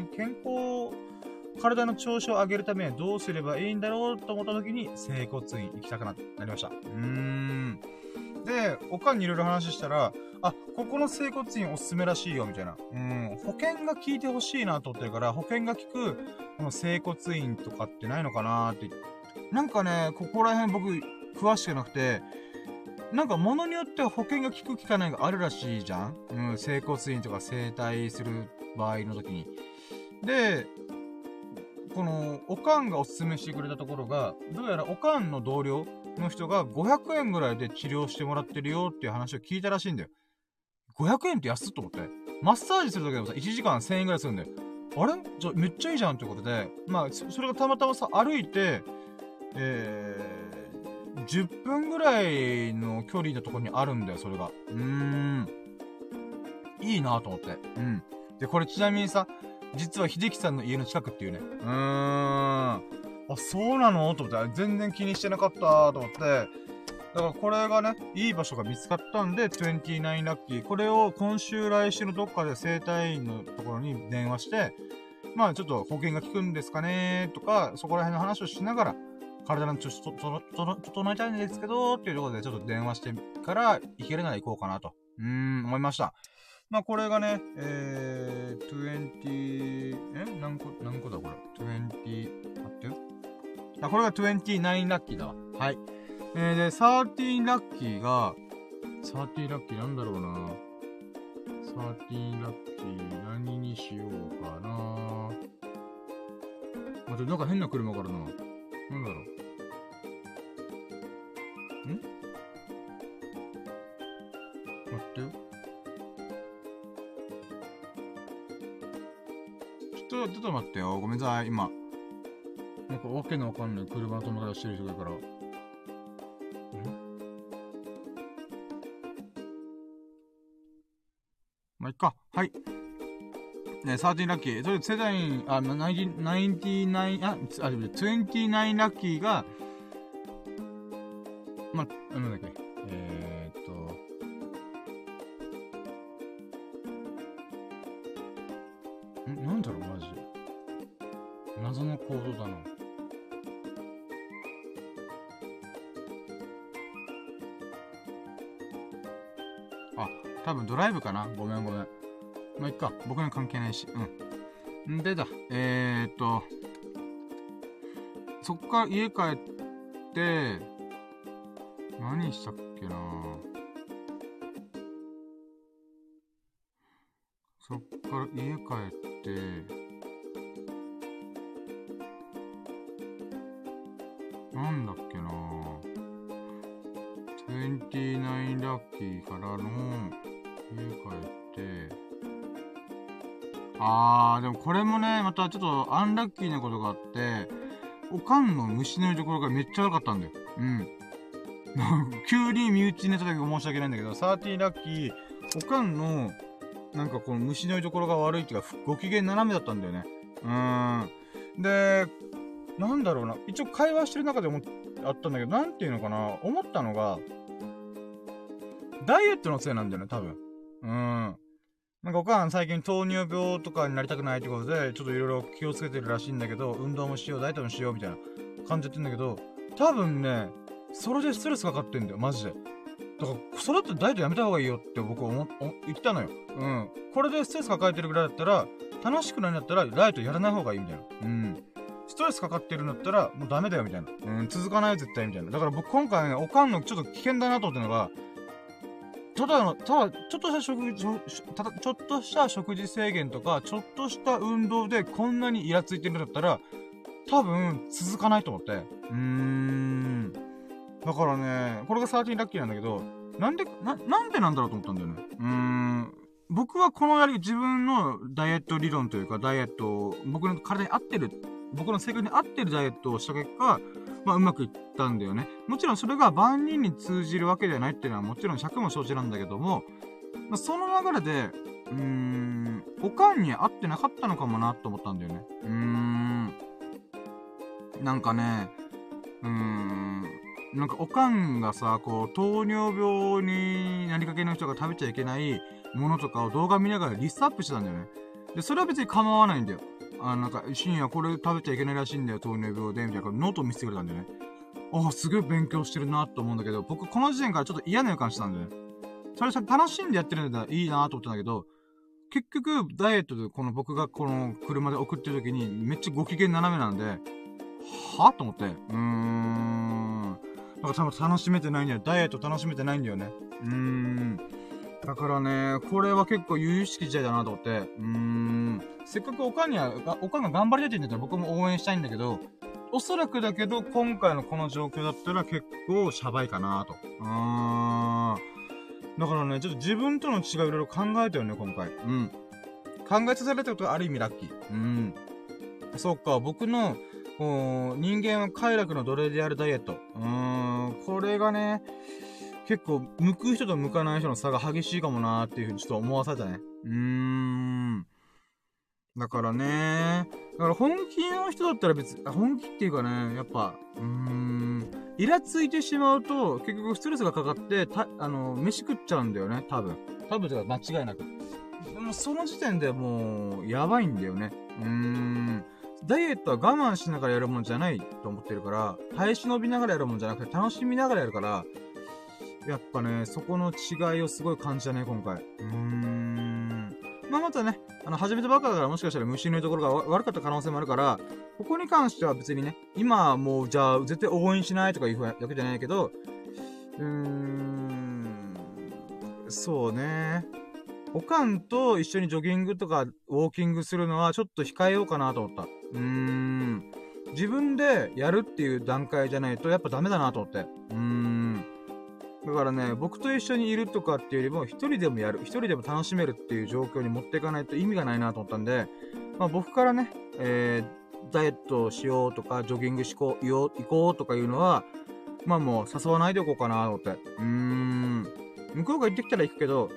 体の調子を上げるためにはどうすればいいんだろうと思った時に、整骨院行きたくなりました。で、おかんにいろいろ話したら、ここの整骨院おすすめらしいよ、みたいな。保険が効いてほしいなと思ってるから、保険が効く、この整骨院とかってないのかなーって。なんかね、ここら辺僕、詳しくなくて、なんか物によっては保険が効く効かないがあるらしいじゃん。整骨院とか整体する場合の時に。で、この、おかんがおすすめしてくれたところが、どうやらおかんの同僚の人が500円ぐらいで治療してもらってるよっていう話を聞いたらしいんだよ。 500円って安っと思って。マッサージするだけでもさ、1時間1000円ぐらいするんだよ。あれめっちゃいいじゃんってことで、まあ、それがたまたまさ、歩いて、10分ぐらいの距離のところにあるんだよ、それが。いいなと思って。で、これちなみにさ、実は秀樹さんの家の近くっていうね。あ、そうなのと思って、全然気にしてなかったと思って、だからこれがね、いい場所が見つかったんで、29ラッキー。これを今週来週のどっかで整体院のところに電話して、まあちょっと保険が効くんですかねとか、そこら辺の話をしながら、体の調子整えたいんですけど、っていうところでちょっと電話してから、行けるなら行こうかなと。思いました。まあこれがね、何個だこれ。待ってよ。これが29ラッキーだわ。はい。で、13ラッキーが、13ラッキーなんだろうな。13ラッキー何にしようかな。待って、なんか変な車からな。なんだろう。待ってよ。ちょっと待ってよ。ごめんなさい、今。なんかわけのわかんない車の止め方してる人だから。まあ、いっか。はい。13ラッキー。それ、世代に、29、29ラッキーが、まあ、なんだっけ。なんだろう、マジで。謎の行動だな。多分ドライブかな。ごめん。まあ、いっか。僕には関係ないし。んでだ。そっから家帰って、何したっけな。そっから家帰って、なんだっけな。29ラッキーからの、家帰って、でもこれもね、またちょっとアンラッキーなことがあって、おかんの虫の居所がめっちゃ悪かったんだよ。急に身内に寝ただけ申し訳ないんだけど、13ラッキー、おかんの、なんかこの虫の居所が悪いっていうか、ご機嫌斜めだったんだよね。で、なんだろうな。一応会話してる中でもあったんだけど、なんていうのかな。思ったのが、ダイエットのせいなんだよね、多分。なんかおかん最近糖尿病とかになりたくないってことで、ちょっといろいろ気をつけてるらしいんだけど、運動もしよう、ダイエットもしよう、みたいな感じで言ってんだけど、多分ね、それでストレスかかってんだよ、マジで。だから、それだってダイエットやめた方がいいよって僕言ったのよ。これでストレス抱えてるぐらいだったら、楽しくないんだったら、ダイエットやらない方がいいみたいな。ストレスかかってるんだったら、もうダメだよみたいな。続かないよ絶対みたいな。だから僕今回ね、おかんのちょっと危険だなと思ってるのが、ちょっとした食事制限とか、ちょっとした運動でこんなにイラついてるんだったら、多分続かないと思って。だからね、これが13ラッキーなんだけど、なんでなんだろうと思ったんだよね。僕はこの自分のダイエット理論というか、ダイエットを、僕の体に合ってる、僕の性格に合ってるダイエットをした結果、まあうまくいったんだよね。もちろんそれが万人に通じるわけではないっていうのはもちろん100も承知なんだけども、まあ、その流れで、おかんに合ってなかったのかもなと思ったんだよね。なんかね、なんかおかんがさ、こう、糖尿病になりかけの人が食べちゃいけないものとかを動画見ながらリストアップしてたんだよね。で、それは別に構わないんだよ。なんか、深夜これ食べちゃいけないらしいんだよ、糖尿病で、みたいなノートを見せてくれたんだよね。すげえ勉強してるなと思うんだけど、僕この時点からちょっと嫌な予感してたんだよね。それさ、楽しんでやってるんだったらいいなと思ったんだけど、結局、ダイエットで僕がこの車で送ってる時に、めっちゃご機嫌斜めなんで、はと思って。なんか多分楽しめてないんだよ。ダイエット楽しめてないんだよね。だからね、これは結構有意識時代だなと思って。せっかくおかんが頑張りたいって言うんだったら僕も応援したいんだけど、おそらくだけど、今回のこの状況だったら結構シャバいかなと。 だからね、ちょっと自分との違いをいろいろ考えたよね、今回。うん。考えさせられたことがある意味ラッキー。うん。そっか、僕の、人間は快楽の奴隷であるダイエット。これがね、結構、向く人と向かない人の差が激しいかもなーっていう風にちょっと思わされたね。だからね、だから本気の人だったら本気っていうかね、やっぱ、イラついてしまうと、結局ストレスがかかって、飯食っちゃうんだよね、多分。多分というか間違いなく。でもその時点でもう、やばいんだよね。ダイエットは我慢しながらやるもんじゃないと思ってるから、耐え忍びながらやるもんじゃなくて楽しみながらやるから、やっぱね、そこの違いをすごい感じたね、今回。まあ、またね、始めたばっかだからもしかしたら虫のいいところが悪かった可能性もあるから、ここに関しては別にね、今はもうじゃあ絶対応援しないとかいうわけじゃないけど、そうね。おかんと一緒にジョギングとかウォーキングするのはちょっと控えようかなと思った。自分でやるっていう段階じゃないとやっぱダメだなと思って。だからね、僕と一緒にいるとかっていうよりも、一人でもやる、一人でも楽しめるっていう状況に持っていかないと意味がないなと思ったんで、まあ僕からね、ダイエットをしようとか、ジョギング行こうとかいうのは、まあもう誘わないでおこうかなと思って。向こうが行ってきたら行くけど、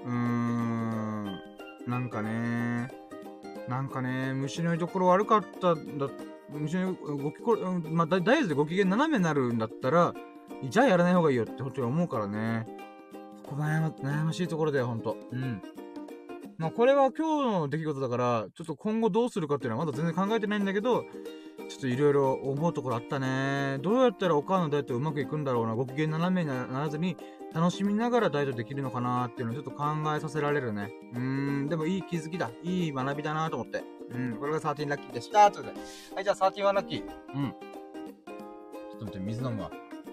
なんかね、虫の居所悪かったんだ、虫のまあダイエットでご機嫌斜めになるんだったら、じゃあやらない方がいいよって本当に思うからね。ここ悩ましいところだよ、ほんと。まあこれは今日の出来事だから、ちょっと今後どうするかっていうのはまだ全然考えてないんだけど、ちょっといろいろ思うところあったね。どうやったらお母のダイエットうまくいくんだろうな。ご機嫌斜めにならずに、楽しみながらダイエットできるのかなっていうのをちょっと考えさせられるね。でもいい気づきだ。いい学びだなと思って。これが13ラッキーでした。ということで。はい、じゃあ13ラッキー。ちょっと待って、水飲むわ。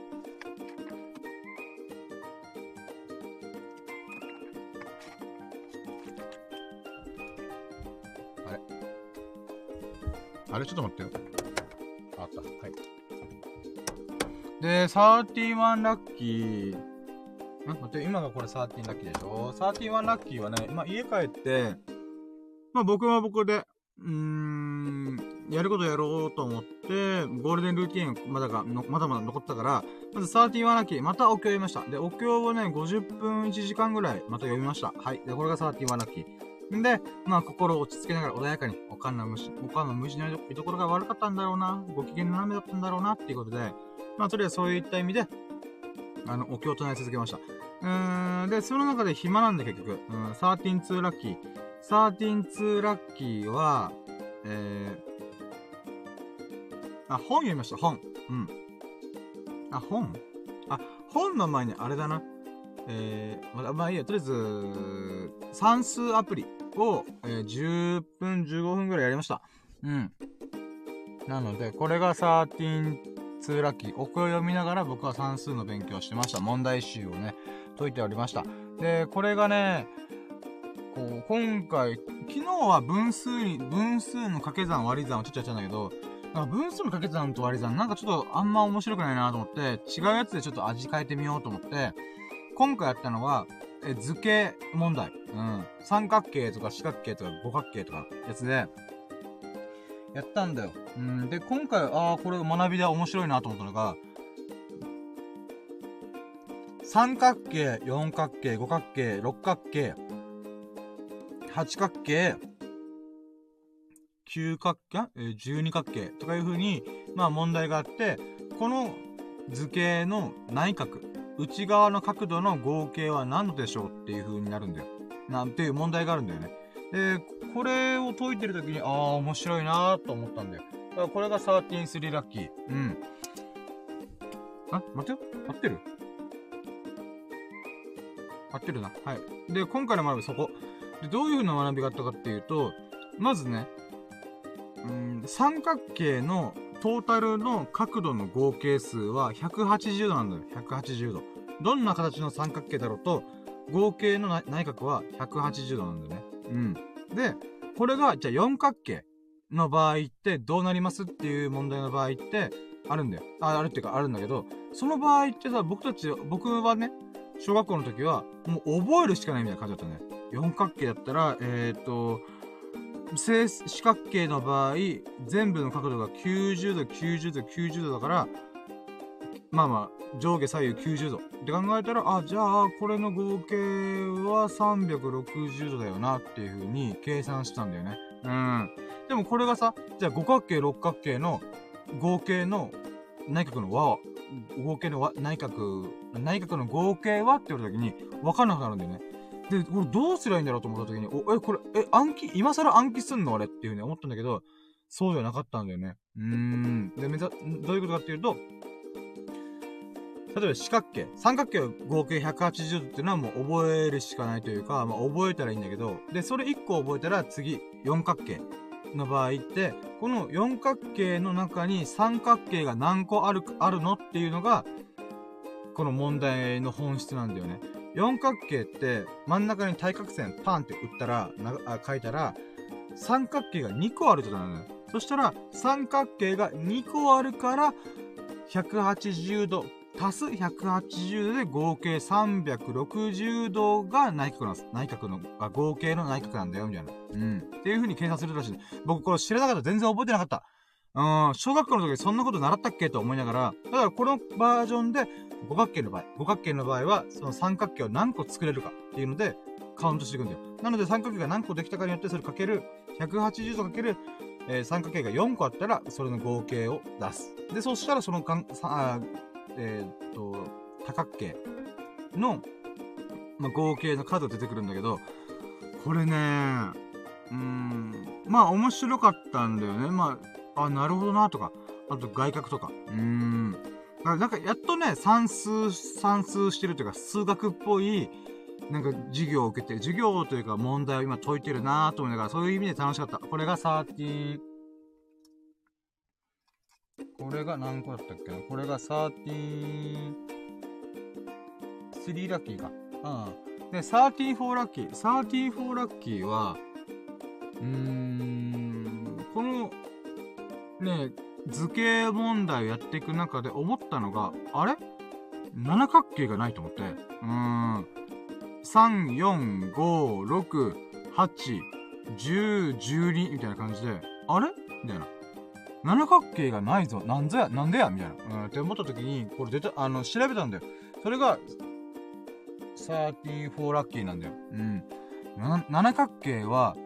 あれちょっと待ってよ。あった。はい。で、31ラッキー。待って、今がこれ13ラッキーでしょ ?31 ラッキーはね、まあ、家帰って、まあ、僕は僕で、やることやろうと思って、ゴールデンルーティンまだ残ってたから、まず31ラッキー、またお経読みました。で、お経をね、50分1時間ぐらい、また読みました。はい。で、これが31ラッキー。んで、まあ、心を落ち着けながら穏やかに、おかんの虫の居所が悪かったんだろうな、ご機嫌斜めだったんだろうな、っていうことで、まあ、とりあえずそういった意味で、お経を唱え続けました。で、その中で暇なんで結局、13ラッキー。13ラッキーは、本読みました、本。本の前にあれだな。まあいいや、とりあえず、算数アプリを、10分、15分ぐらいやりました。なので、これが13ラッキー。お経を読みながら僕は算数の勉強をしてました。問題集をね、解いておりました。で、これがね、今回、昨日は分数の掛け算割り算をちょっとやったんだけど、分数の掛け算と割り算なんかちょっとあんま面白くないなと思って、違うやつでちょっと味変えてみようと思って、今回やったのは、図形問題。三角形とか四角形とか五角形とかやつで、やったんだよ。で、今回、これ学びで面白いなと思ったのが、三角形、四角形、五角形、六角形、八角形、九角形、十二角形とかいう風に、まあ問題があって、この図形の内角、内側の角度の合計は何度でしょうっていう風になるんだよ。なんていう問題があるんだよね。で、これを解いてるときに、面白いなーと思ったんだよ。だからこれが13ラッキー。待ってよ。合ってる合ってるな。はい。で、今回の学びそこ。で、どういう風な学びがあったかっていうと、まずね、三角形のトータルの角度の合計数は180度なんだよ。180度。どんな形の三角形だろうと、合計の内角は180度なんだよね。で、これが、じゃあ四角形の場合ってどうなりますっていう問題の場合ってあるんだよ。あるっていうかあるんだけど、その場合ってさ、僕はね、 小学校の時は、もう覚えるしかないみたいな感じだったね。四角形だったら、四角形の場合、全部の角度が90度、90度、90度だから、まあまあ、上下左右90度。って考えたら、あ、じゃあ、これの合計は360度だよなっていう風に計算したんだよね。うん。でもこれがさ、じゃあ五角形、六角形の合計の内角の和は、合計の和、内角の合計はって言われた時に、わかんなくなるんだよね。で、これどうすりゃいいんだろうと思った時に、これ、今更暗記すんのあれっていう風に思ったんだけど、そうじゃなかったんだよね。で、どういうことかっていうと、例えば四角形、三角形を合計180度っていうのはもう覚えるしかないというか、まあ覚えたらいいんだけど、で、それ1個覚えたら次、四角形の場合って、この四角形の中に三角形が何個あるのっていうのが、この問題の本質なんだよね。四角形って真ん中に対角線パンって打ったら、書いたら、三角形が2個あるとなるのよ。そしたら、三角形が2個あるから、180度、足す180度で合計360度が内角の、合計の内角なんだよ、みたいな。っていう風に計算するらしい。僕これ知らなかった。全然覚えてなかった。小学校の時そんなこと習ったっけと思いながら、だからこのバージョンで五角形の場合は、その三角形を何個作れるかっていうので、カウントしていくんだよ。なので三角形が何個できたかによって、それかける、180度かける、三角形が4個あったら、それの合計を出す。で、そしたらその多角形の、合計の数が出てくるんだけど、これね、まあ面白かったんだよね。まあ、なるほどなとか、あと外角とか。なんかやっとね、算数してるというか、数学っぽい、なんか授業というか問題を今解いてるなと思いながら、そういう意味で楽しかった。これが13、これが何個だったっけな、これが13、3ラッキーか。で、34ラッキー。34ラッキーは、この、ね、図形問題をやっていく中で思ったのが、あれ七角形がないと思って。3、4、5、6、8、10、12みたいな感じで、あれみたいな。七角形がないぞ。なんでやみたいな。って思った時に、これ調べたんだよ。それが、34ラッキーなんだよ。七角形は、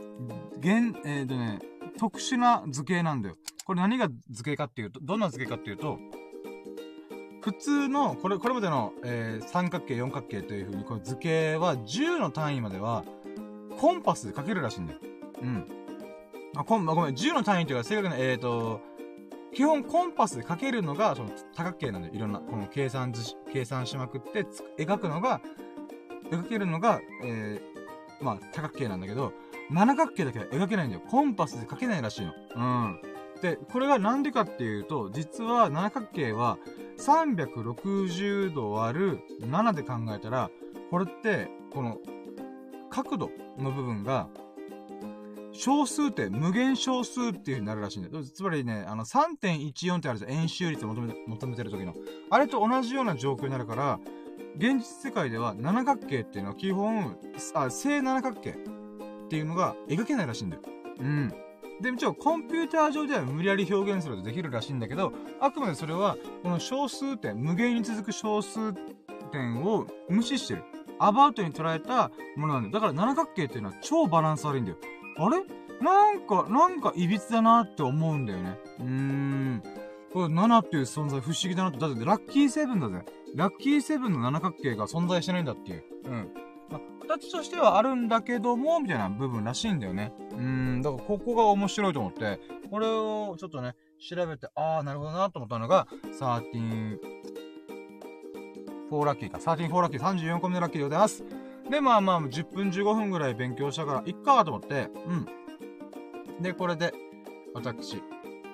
特殊な図形なんだよ。これ何が図形かっていうと、どんな図形かっていうと、普通の、これまでの、三角形、四角形という風に、この図形は10の単位までは、コンパスで書けるらしいんだよ。ごめん、10の単位というか、正確な、基本コンパスで書けるのが、その多角形なんだよ。いろんな、この計算しまくって、描けるのが、まあ、多角形なんだけど、七角形だけは描けないんだよ。コンパスで書けないらしいの。で、これがなんでかっていうと、実は七角形は360度割る7で考えたら、これって、この角度の部分が、小数点、無限小数っていう風になるらしいんだよ。つまりね、3.14 ってあるじゃん。円周率を求めてる時の。あれと同じような状況になるから、現実世界では七角形っていうのは基本、正七角形っていうのが描けないらしいんだよ。で、一応コンピューター上では無理やり表現することできるらしいんだけど、あくまでそれは、この小数点、無限に続く小数点を無視してる。アバウトに捉えたものなんだよ。だから七角形っていうのは超バランス悪いんだよ。あれなんか歪だなって思うんだよね。これ7っていう存在不思議だなって。だってラッキーセブンだぜ。ラッキーセブンの七角形が存在してないんだっていう。まあ、形としてはあるんだけども、みたいな部分らしいんだよね。だからここが面白いと思って、これをちょっとね、調べて、なるほどなと思ったのが、13、4ラッキーか。13、4ラッキー、34個目のラッキーでございます。で、まあ10分15分ぐらい勉強したから、いっかと思って、で、これで、私、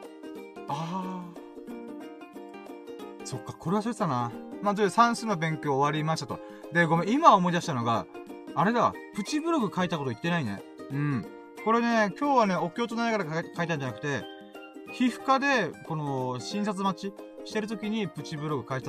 そっか、これ忘れてたな。まあ、とりあえず算数の勉強終わりましたと。で、ごめん、今思い出したのが、あれだ、プチブログ書いたこと言ってないね。これね、今日はね、お経とながら書いたんじゃなくて、皮膚科で、この、診察待ちしてる時にプチブログ書いたんだ。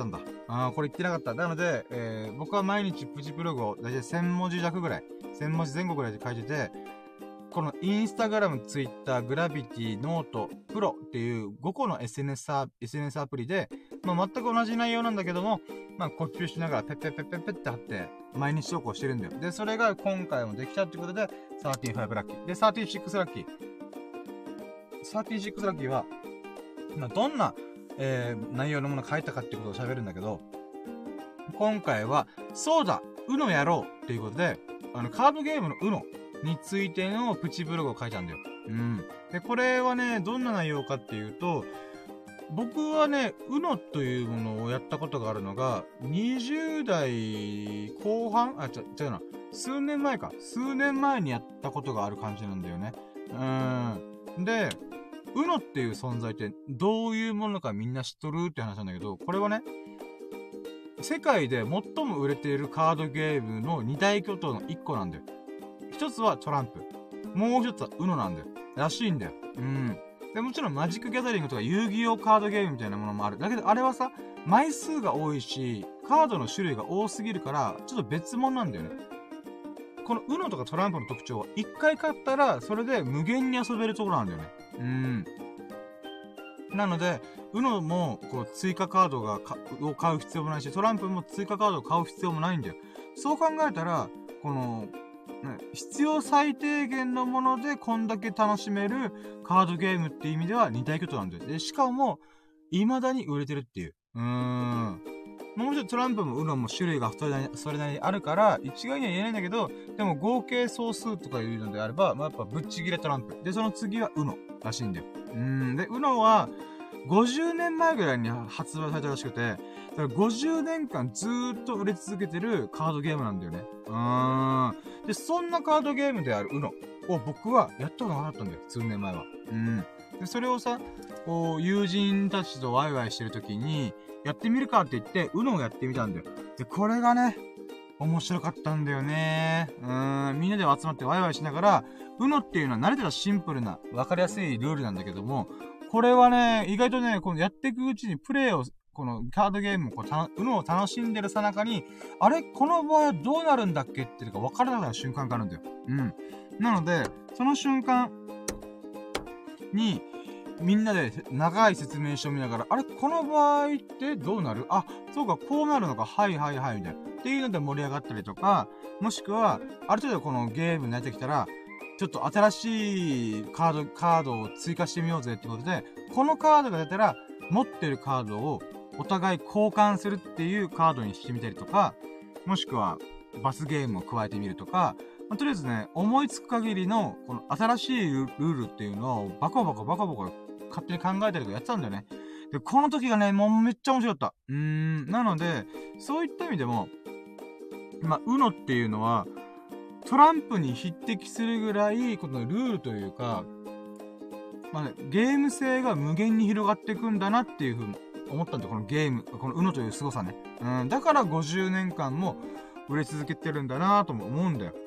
これ言ってなかった。なので、僕は毎日プチブログをだいたい1000文字弱ぐらい、1000文字前後ぐらいで書いてて、このインスタグラム、ツイッター、グラビティ、ノート、プロっていう5個の SNS アプリで、まあ、全く同じ内容なんだけども、まあ、コピペしながらペッペッペッペッペッって貼って、毎日投稿してるんだよ。で、それが今回もできたってことで、35ラッキー。で、36ラッキー。36ラッキーは、まあ、どんな、内容のものを書いたかっていうことを喋るんだけど、今回は、そうだ UNO やろうっていうことで、カードゲームの UNO についてのプチブログを書いたんだよ。で、これはね、どんな内容かっていうと、僕はね、UNO というものをやったことがあるのが、20代後半違うな。数年前にやったことがある感じなんだよね。で、UNO っていう存在ってどういうものかみんな知っとるって話なんだけど、これはね、世界で最も売れているカードゲームの二大巨頭の一個なんだよ。一つはトランプ。もう一つは UNO なんだよ。らしいんだよ。で、もちろんマジックギャザリングとか遊戯王カードゲームみたいなものもある。だけどあれはさ、枚数が多いし、カードの種類が多すぎるから、ちょっと別物なんだよね。この UNO とかトランプの特徴は、一回買ったら、それで無限に遊べるところなんだよね。なので、UNO も、こう、追加カードを買う必要もないし、トランプも追加カードを買う必要もないんだよ。そう考えたら、この、必要最低限のものでこんだけ楽しめるカードゲームっていう意味では二大巨頭なんだよ。で、しかも、未だに売れてるっていう。もうちょっとトランプも UNO も種類がそれなりにあるから、一概には言えないんだけど、でも合計総数とかいうのであれば、まあ、やっぱぶっちぎれトランプ。で、その次は UNO らしいんだよ。で、UNO は、50年前ぐらいに発売されたらしくて、だから50年間ずーっと売れ続けてるカードゲームなんだよね。で、そんなカードゲームである UNO を僕はやったことなかったんだよ。数年前は。で、それをさ、こう、友人たちとワイワイしてるときに、やってみるかって言って、UNO をやってみたんだよ。で、これがね、面白かったんだよね。みんなで集まってワイワイしながら、UNO っていうのは慣れてたシンプルな、わかりやすいルールなんだけども、これはね、意外とね、このやっていくうちにプレイを、このカードゲームをUNO を楽しんでるさなかに、あれこの場合はどうなるんだっけっていうか分からなくなる瞬間があるんだよ。なので、その瞬間に、みんなで長い説明書を見ながら、あれこの場合ってどうなる？あ、そうか、こうなるのか、はいはいはい、みたいな。っていうので盛り上がったりとか、もしくは、ある程度このゲームになってきたら、ちょっと新しいカードを追加してみようぜってことで、このカードが出たら、持ってるカードをお互い交換するっていうカードにしてみたりとか、もしくは、罰ゲームを加えてみるとか、とりあえずね、思いつく限りの、この新しいルールっていうのをバカバカ勝手に考えたりとかやってたんだよね。で、この時がね、もうめっちゃ面白かった。なので、そういった意味でも、まあ、UNO っていうのは、トランプに匹敵するぐらい、このルールというか、まあね、ゲーム性が無限に広がっていくんだなっていうふうに思ったんだよ、このゲーム、この UNO という凄さね。だから50年間も売れ続けてるんだなとも思うんだよ。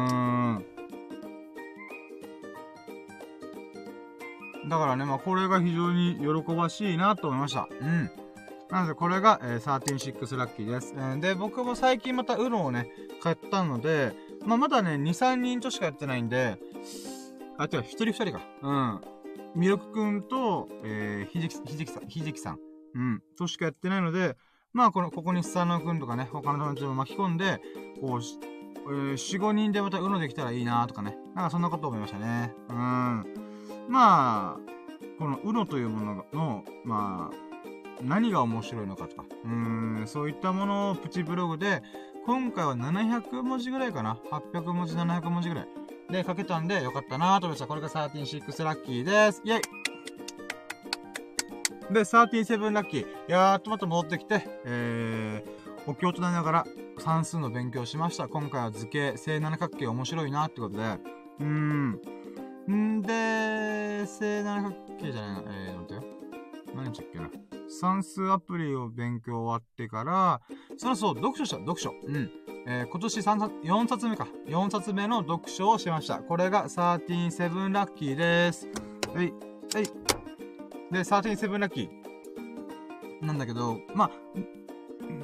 だからね、まあこれが非常に喜ばしいなと思いました。なのでこれが、36ラッキーです。で、僕も最近また UNO をね、買ったので、まあまだね、2、3人としかやってないんで、てか、一人二人か。みろくくんと、ひじきさん。としかやってないので、まあ、ここにスサノくんとかね、他の友達を巻き込んで、こう、4、5人でまた UNO できたらいいなとかね。なんかそんなこと思いましたね。まあ、この UNO というものの、まあ、何が面白いのかとか。そういったものをプチブログで、今回は700文字ぐらいかな。800文字、700文字ぐらい。で、書けたんでよかったなーと思いました。これが36ラッキーです。イェイで、37ラッキー。やーっとまた戻ってきて、お経となりながら算数の勉強しました。今回は図形、正七角形面白いなってことで。で、正七角形じゃないな。待ってよ。何言っちゃっけな。算数アプリを勉強終わってから、そう、読書した、読書。今年4冊目か。4冊目の読書をしました。これが37ラッキーです。で、37ラッキー。なんだけど、まあ、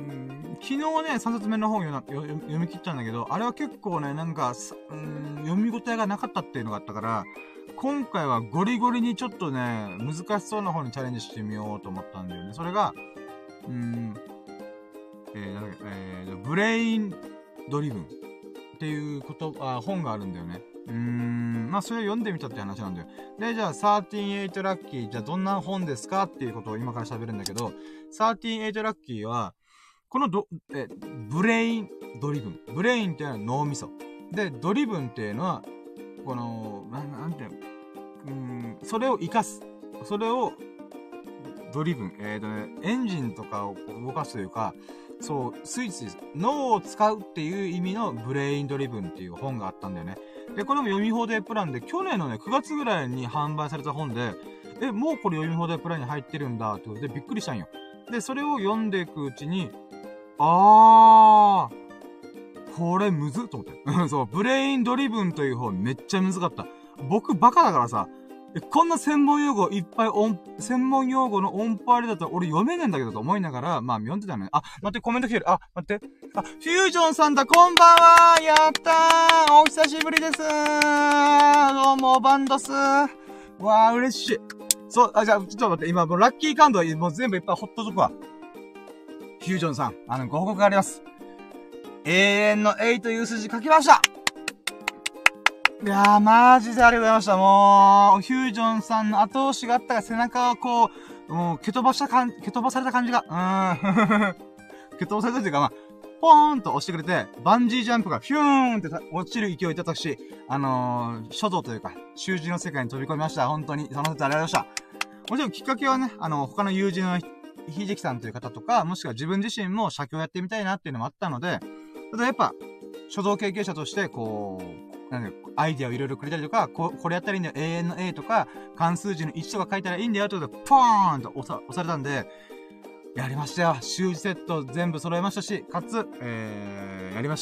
昨日ね、3冊目の本を読み切ったんだけど、あれは結構ね、なんか、読み応えがなかったっていうのがあったから、今回はゴリゴリにちょっとね、難しそうな方にチャレンジしてみようと思ったんだよね。それが、なんだっけ、ブレインドリブンっていう本があるんだよね。まあ、それを読んでみたって話なんだよ。で、じゃあ、138ラッキー、じゃあどんな本ですかっていうことを今から喋るんだけど、138ラッキーは、このブレインドリブン。ブレインっていうのは脳みそ。で、ドリブンっていうのは、この、なんていうの、それを活かす。それを、ドリブン。エンジンとかを動かすというか、そう、スイッチです。脳を使うっていう意味のブレインドリブンっていう本があったんだよね。で、これも読み放題プランで、去年のね、9月ぐらいに販売された本で、もうこれ読み放題プランに入ってるんだってことでびっくりしたんよ。で、それを読んでいくうちに、これむずっと思って。そう、ブレインドリブンという本めっちゃむずかった。僕バカだからさ、こんな専門用語いっぱい専門用語の音符ありだったら俺読めねえんだけどと思いながら、まあ読んでたのね。あ、待って、コメント来てる。あ、待って。あ、フュージョンさんだ、こんばんは。やったー。お久しぶりです。どうも、バンドス。わー、嬉しい。そう、じゃあ、ちょっと待って、今もうラッキーカンドもう全部いっぱいほっとくわ。フュージョンさん、ご報告があります。永遠の8という数字書きました。いやー、マジでありがとうございました。もう、フュージョンさんの後押しがあったが背中をこう、もう、蹴飛ばされた感じが、蹴飛ばされたというか、まあ、ポーンと押してくれて、バンジージャンプがフューンって落ちる勢いで私、書道というか、習字の世界に飛び込みました。本当に、その説ありがとうございました。もちろんきっかけはね、他の友人のひじきさんという方とか、もしくは自分自身も写経やってみたいなっていうのもあったので、ただやっぱ、書道経験者として、こう、アイディアをいろいろくれたりとか、これやったらいいんだよ、永遠の A とか、関数字の1とか書いたらいいんだよってことで、ポーンと押されたんで、やりましたよ。習字セット全部揃えましたし、かつ、やりました。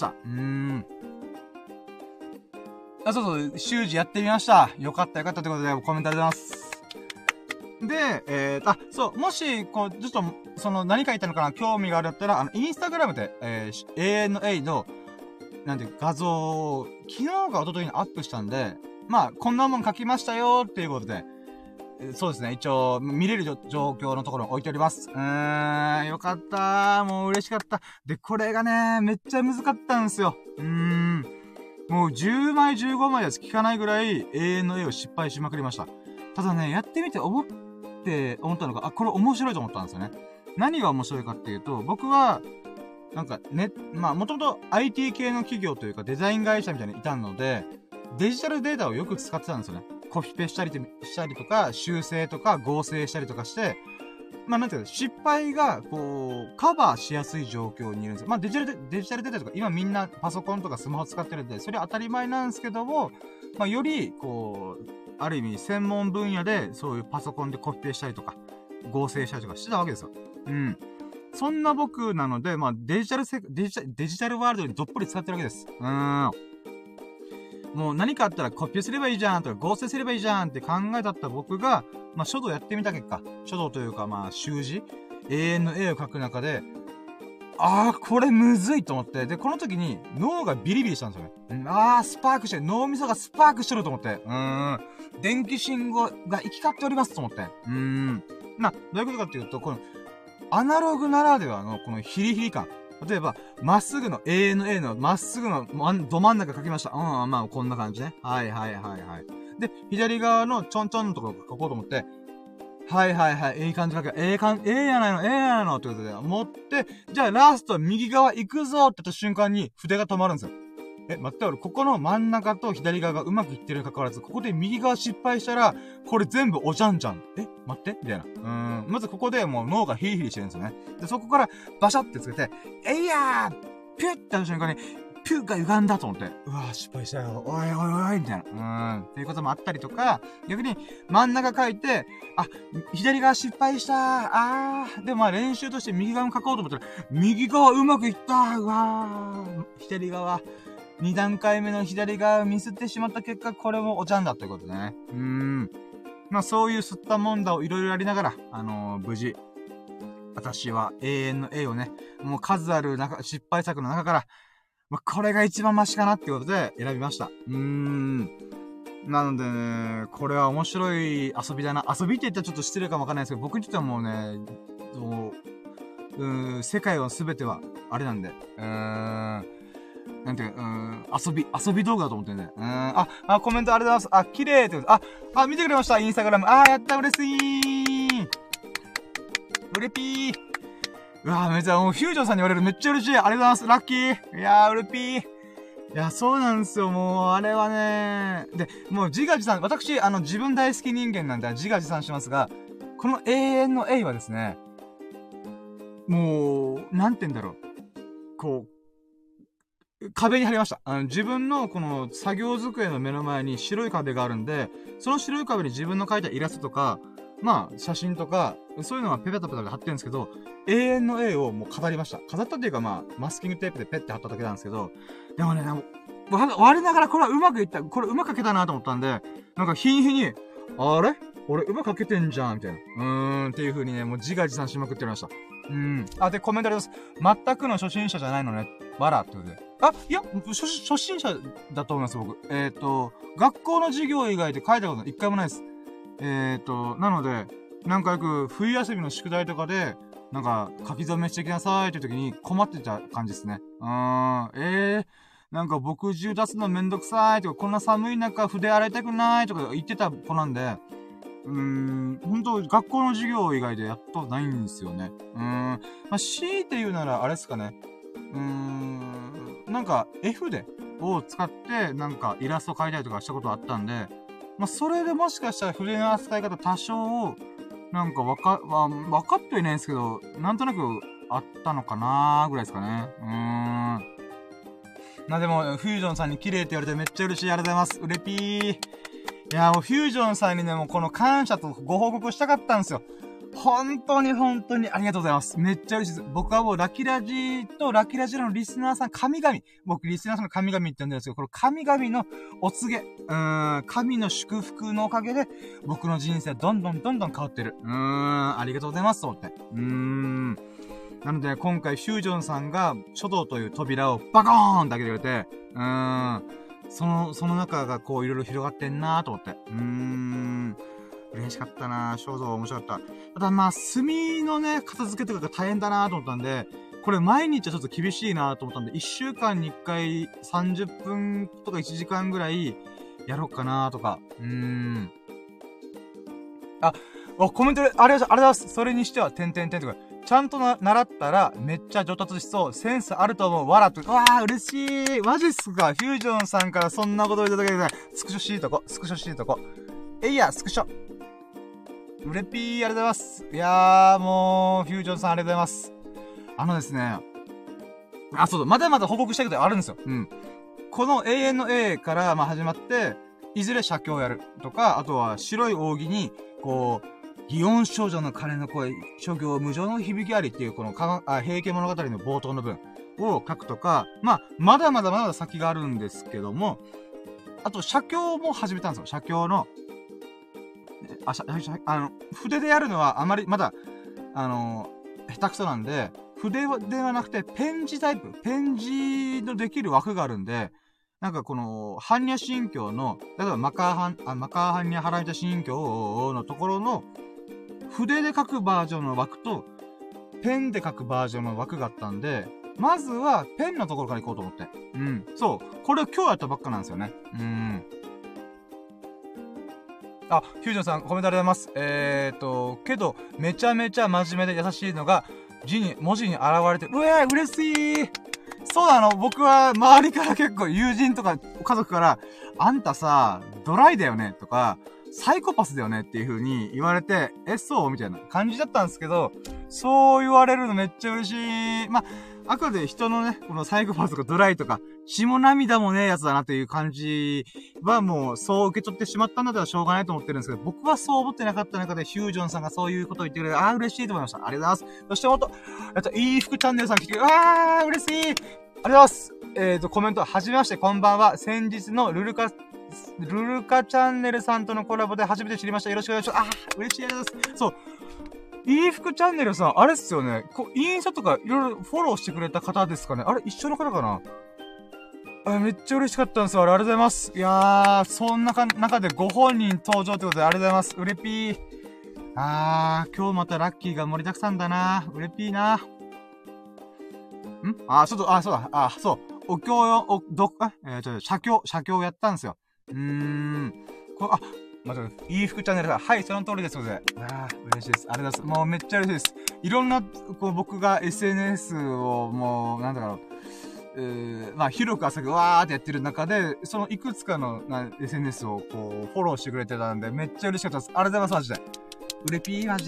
そうそう、習字やってみました。よかったよかったってことで、コメントありがとうございます。で、そう、もし、こう、ちょっと、何書いたのかな、興味があるだったら、インスタグラムで、永遠の A の、画像を、昨日か一昨日にアップしたんで、まあ、こんなもん書きましたよっていうことで、そうですね、一応、見れる状況のところに置いております。よかったー。もう嬉しかった。で、これがね、めっちゃ難かったんですよ。もう10枚15枚やつ聞かないぐらい永遠の絵を失敗しまくりました。ただね、やってみて思ったのが、これ面白いと思ったんですよね。何が面白いかっていうと、僕は、まあ、もともと IT 系の企業というかデザイン会社みたいにいたので、デジタルデータをよく使ってたんですよね。コピペしたりとか、修正とか合成したりとかして、まあ、なんていうか、失敗が、こう、カバーしやすい状況にいるんですよ。まあ、デジタルデータとか、今みんなパソコンとかスマホ使ってるんで、それは当たり前なんですけども、まあ、より、こう、ある意味、専門分野で、そういうパソコンでコピペしたりとか、合成したりとかしてたわけですよ。そんな僕なので、まあ、デジタルワールドにどっぷり使ってるわけです。もう何かあったらコピーすればいいじゃんとか合成すればいいじゃんって考えだった僕が、まあ書道やってみた結果、書道というかまあ習字、永遠の絵を描く中で、これむずいと思って、で、この時に脳がビリビリしたんですよね。スパークして、脳みそがスパークしてると思って、電気信号が行き交っておりますと思って、どういうことかっていうと、この、アナログならではのこのヒリヒリ感。例えば、まっすぐの A の A のまっすぐのど真ん中書きました。まあこんな感じね。はい。で、左側のちょんちょんのところ書こうと思って、はい、いい感じ書け。ええやないのってことで、持って、じゃあラスト右側行くぞって言った瞬間に筆が止まるんですよ。待って、俺、ここの真ん中と左側がうまくいってるに関わらず、ここで右側失敗したら、これ全部おじゃんじゃん。待ってみたいな。まずここでもう脳がヒリヒリしてるんですよね。で、そこからバシャってつけて、いやーピュッてやる瞬間に、ピュッが歪んだと思って、うわー失敗したよ。おい、みたいな。っていうこともあったりとか、逆に真ん中書いて、左側失敗したでもまあ練習として右側も書こうと思ったら、右側うまくいったうわー左側、2段階目の左側をミスってしまった結果、これもおちゃんだということでね。まあそういう吸ったもんだをいろいろやりながら、無事、 私は永遠の A をね、もう数ある失敗作の中から、これが一番マシかなってことで選びました。なのでね、これは面白い遊びだな。遊びって言ったらちょっと失礼かもわかんないですけど、僕にとってはもうね、世界は全ては、あれなんで、なんていうか、遊び動画だと思ってね。コメントありがとうございます。綺麗ってこと。見てくれました。インスタグラム。やった、嬉しい。うれぴー。めっちゃ、もう、フュージョンさんに言われるめっちゃ嬉しい。ありがとうございます。ラッキー。いやー、うれぴー。いや、そうなんですよ。もう、あれはね。で、もう、自画自賛。私、自分大好き人間なんで、自画自賛しますが、この永遠の A はですね、もう、なんて言うんだろう。こう、壁に貼りました。自分のこの作業机の目の前に白い壁があるんで、その白い壁に自分の描いたイラストとか、写真とか、そういうのがペペタペタで貼ってるんですけど、永遠の A をもう飾りました。飾ったっていうかマスキングテープでペッて貼っただけなんですけど、でもね、我ながらこれはうまくいった、これうまく描けたなと思ったんで、なんか日に日に、あれ俺うまく描けてんじゃんみたいな。っていう風にね、もう自画自賛しまくっておりました。で、コメントあります。全くの初心者じゃないのね。わらってことで。いや、初心者だと思います、僕。学校の授業以外で書いたこと一回もないです。なので、なんかよく冬休みの宿題とかで、なんか書き初めしてきなさいっていう時に困ってた感じですね。なんか墨汁出すのめんどくさいとか、こんな寒い中筆洗いたくないとか言ってた子なんで、本当学校の授業以外でやっとないんですよね。強いて言うなら、あれですかね。なんか、絵筆を使って、なんか、イラスト描いたりとかしたことあったんで、それでもしかしたら筆の扱い方多少、なんか分かってはいないんですけど、なんとなくあったのかなーぐらいですかね。でも、フュージョンさんに綺麗って言われてめっちゃ嬉しい。ありがとうございます。うれぴー。いや、もうフュージョンさんにね、もうこの感謝とご報告したかったんですよ。本当にありがとうございます。めっちゃ嬉しいです。僕はもうラキラジとラキラジのリスナーさん神々。僕リスナーさんの神々って呼んでるんですけど、この神々のお告げ。神の祝福のおかげで、僕の人生どんどん変わってる。ありがとうございます。そうって。なので、今回フュージョンさんが書道という扉をバコーンって開けてくれて、その中がこういろいろ広がってんなーと思って。嬉しかったなぁ。書道面白かった。ただ墨のね、片付けとかが大変だなぁと思ったんで、これ毎日はちょっと厳しいなぁと思ったんで、1週間に1回30分とか1時間ぐらいやろうかなぁとか。コメントで、ありがとうございます。それにしては、とか。ちゃんと習ったら、めっちゃ上達しそう。センスあると思う。わらと。嬉しい。マジっすか。フュージョンさんからそんなことをいただけるから、スクショしいとこ。スクショ。うれぴー、ありがとうございます。いやー、もう、フュージョンさんありがとうございます。ですね。そうだ、まだまだ報告したいことあるんですよ。この永遠の A から始まって、いずれ写経をやるとか、あとは白い扇に、こう、祇園少女の鐘の声、諸行無常の響きありっていう、この平家物語の冒頭の文を書くとか、まだまだ先があるんですけども、あと、写経も始めたんですよ。写経の、筆でやるのはあまり、まだ、下手くそなんで、筆ではなくて、ペン字タイプ、ペン字のできる枠があるんで、なんかこの、般若心経の、例えばマカー般若腹痛心経のところの、筆で書くバージョンの枠と、ペンで書くバージョンの枠があったんで、まずは、ペンのところから行こうと思って。そう。これを今日やったばっかなんですよね。フュージョンさん、コメントありがとうございます。けど、めちゃめちゃ真面目で優しいのが、文字に現れて、嬉しい。そうなの。僕は、周りから結構、友人とか、家族から、あんたさ、ドライだよね、とか、サイコパスだよねっていう風に言われて、そうみたいな感じだったんですけど、そう言われるのめっちゃ嬉しい。あくまで人のね、このサイコパスとかドライとか、血も涙もねえやつだなっていう感じはもうそう受け取ってしまったんだったらしょうがないと思ってるんですけど、僕はそう思ってなかった中でフュージョンさんがそういうことを言ってくれて、嬉しいと思いました。ありがとうございます。そしてもっと、いい服チャンネルさん来て、嬉しい。ありがとうございます。コメント、はじめまして、こんばんは。先日のルルカチャンネルさんとのコラボで初めて知りました。よろしくお願いします。嬉しいです。そう。 いい服チャンネルさん、あれっすよね。インスタとかいろいろフォローしてくれた方ですかね。あれ、一緒の方かな。めっちゃ嬉しかったんですよ。ありがとうございます。いやー、そんな中でご本人登場ってことでありがとうございます。うれぴー。今日またラッキーが盛りだくさんだな。うれぴーな。そうだ。そう。お経よ、写経やったんですよ。待って、いい服チャンネルだ。はい、その通りですので。嬉しいです。ありがとうございます。もうめっちゃ嬉しいです。いろんな、僕が SNS をもう、なんだろう、広く浅くわーってやってる中で、そのいくつかのSNS をフォローしてくれてたんで、めっちゃ嬉しかったです。ありがとうございます、マジで。うれぴー、マジで。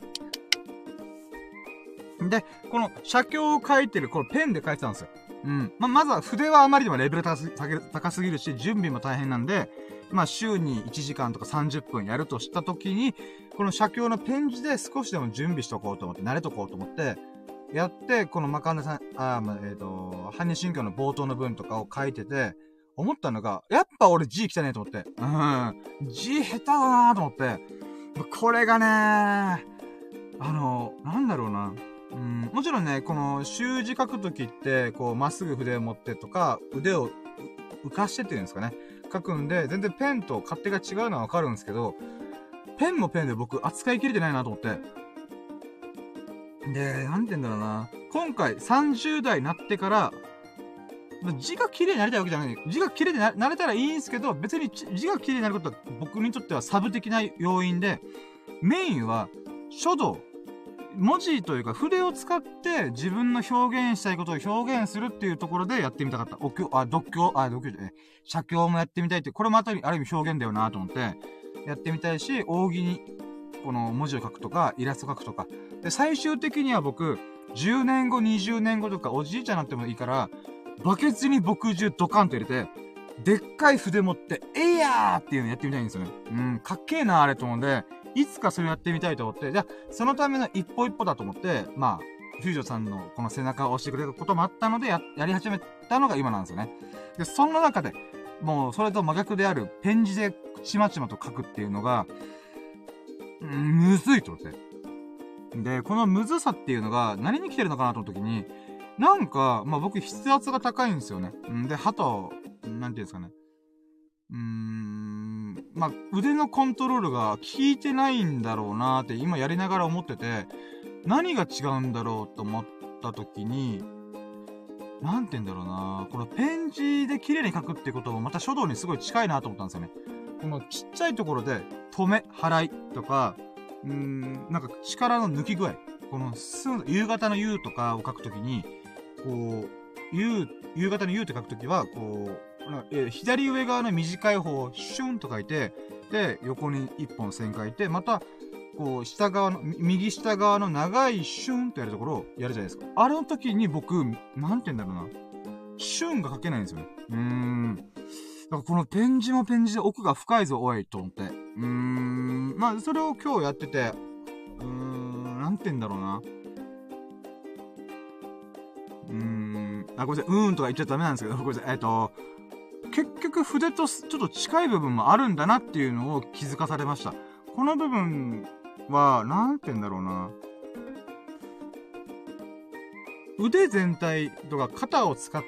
で、この写経を書いてる、このペンで書いてたんですよ。まずは筆はあまりにもレベル高すぎるし、準備も大変なんで、週に1時間とか30分やるとしたときに、この写経のペン字で少しでも準備しとこうと思って、慣れとこうと思って、やって、このマカンダさん、般若心経の冒頭の文とかを書いてて、思ったのが、やっぱ俺字汚ねえと思って。字下手だなーと思って、これがねなんだろうな。もちろんね、この習字書くときって、まっすぐ筆を持ってとか、腕を浮かしてっていうんですかね。書くんで、全然ペンと勝手が違うのはわかるんですけど、ペンもペンで僕扱いきれてないなと思って。で、なんて言うんだろうな。今回30代になってから、字が綺麗になりたいわけじゃない。字が綺麗になれたらいいんですけど、別に字が綺麗になることは僕にとってはサブ的な要因で、メインは書道。文字というか筆を使って自分の表現したいことを表現するっていうところでやってみたかった。写経もやってみたいって、これもある意味表現だよなと思って、やってみたいし、扇に、この文字を書くとか、イラスト書くとか。で、最終的には僕、10年後、20年後とか、おじいちゃんになってもいいから、バケツに墨汁ドカンと入れて、でっかい筆持って、えいやーっていうのやってみたいんですよね。かっけーなあれと思うんで、いつかそれやってみたいと思って、じゃあ、そのための一歩一歩だと思って、フュージョンさんのこの背中を押してくれることもあったので、やり始めたのが今なんですよね。で、そんな中で、もう、それと真逆である、ペン字でちまちまと書くっていうのが、むずいと思って。で、このむずさっていうのが、何に来てるのかなと思った時に、なんか、僕、筆圧が高いんですよね。で、なんていうんですかね。腕のコントロールが効いてないんだろうなーって今やりながら思ってて、何が違うんだろうと思った時に、なんて言うんだろうなー、このペン字で綺麗に書くってこともまた書道にすごい近いなと思ったんですよね。このちっちゃいところで、止め、払いとか、なんか力の抜き具合。この夕方の夕とかを書くときに、夕方の夕って書くときは、左上側の短い方をシュンと書いて、で、横に一本線書いて、また、右下側の長いシュンとやるところをやるじゃないですか。あれの時に僕、なんて言うんだろうな。シュンが書けないんですよね。だからこのペン字もペン字で奥が深いぞ、おい、と思って。それを今日やってて、なんて言うんだろうな。ごめんなさい、とか言っちゃダメなんですけど、ごめんなさい、結局筆とちょっと近い部分もあるんだなっていうのを気づかされました。この部分は、なんて言うんだろうな。腕全体とか肩を使って、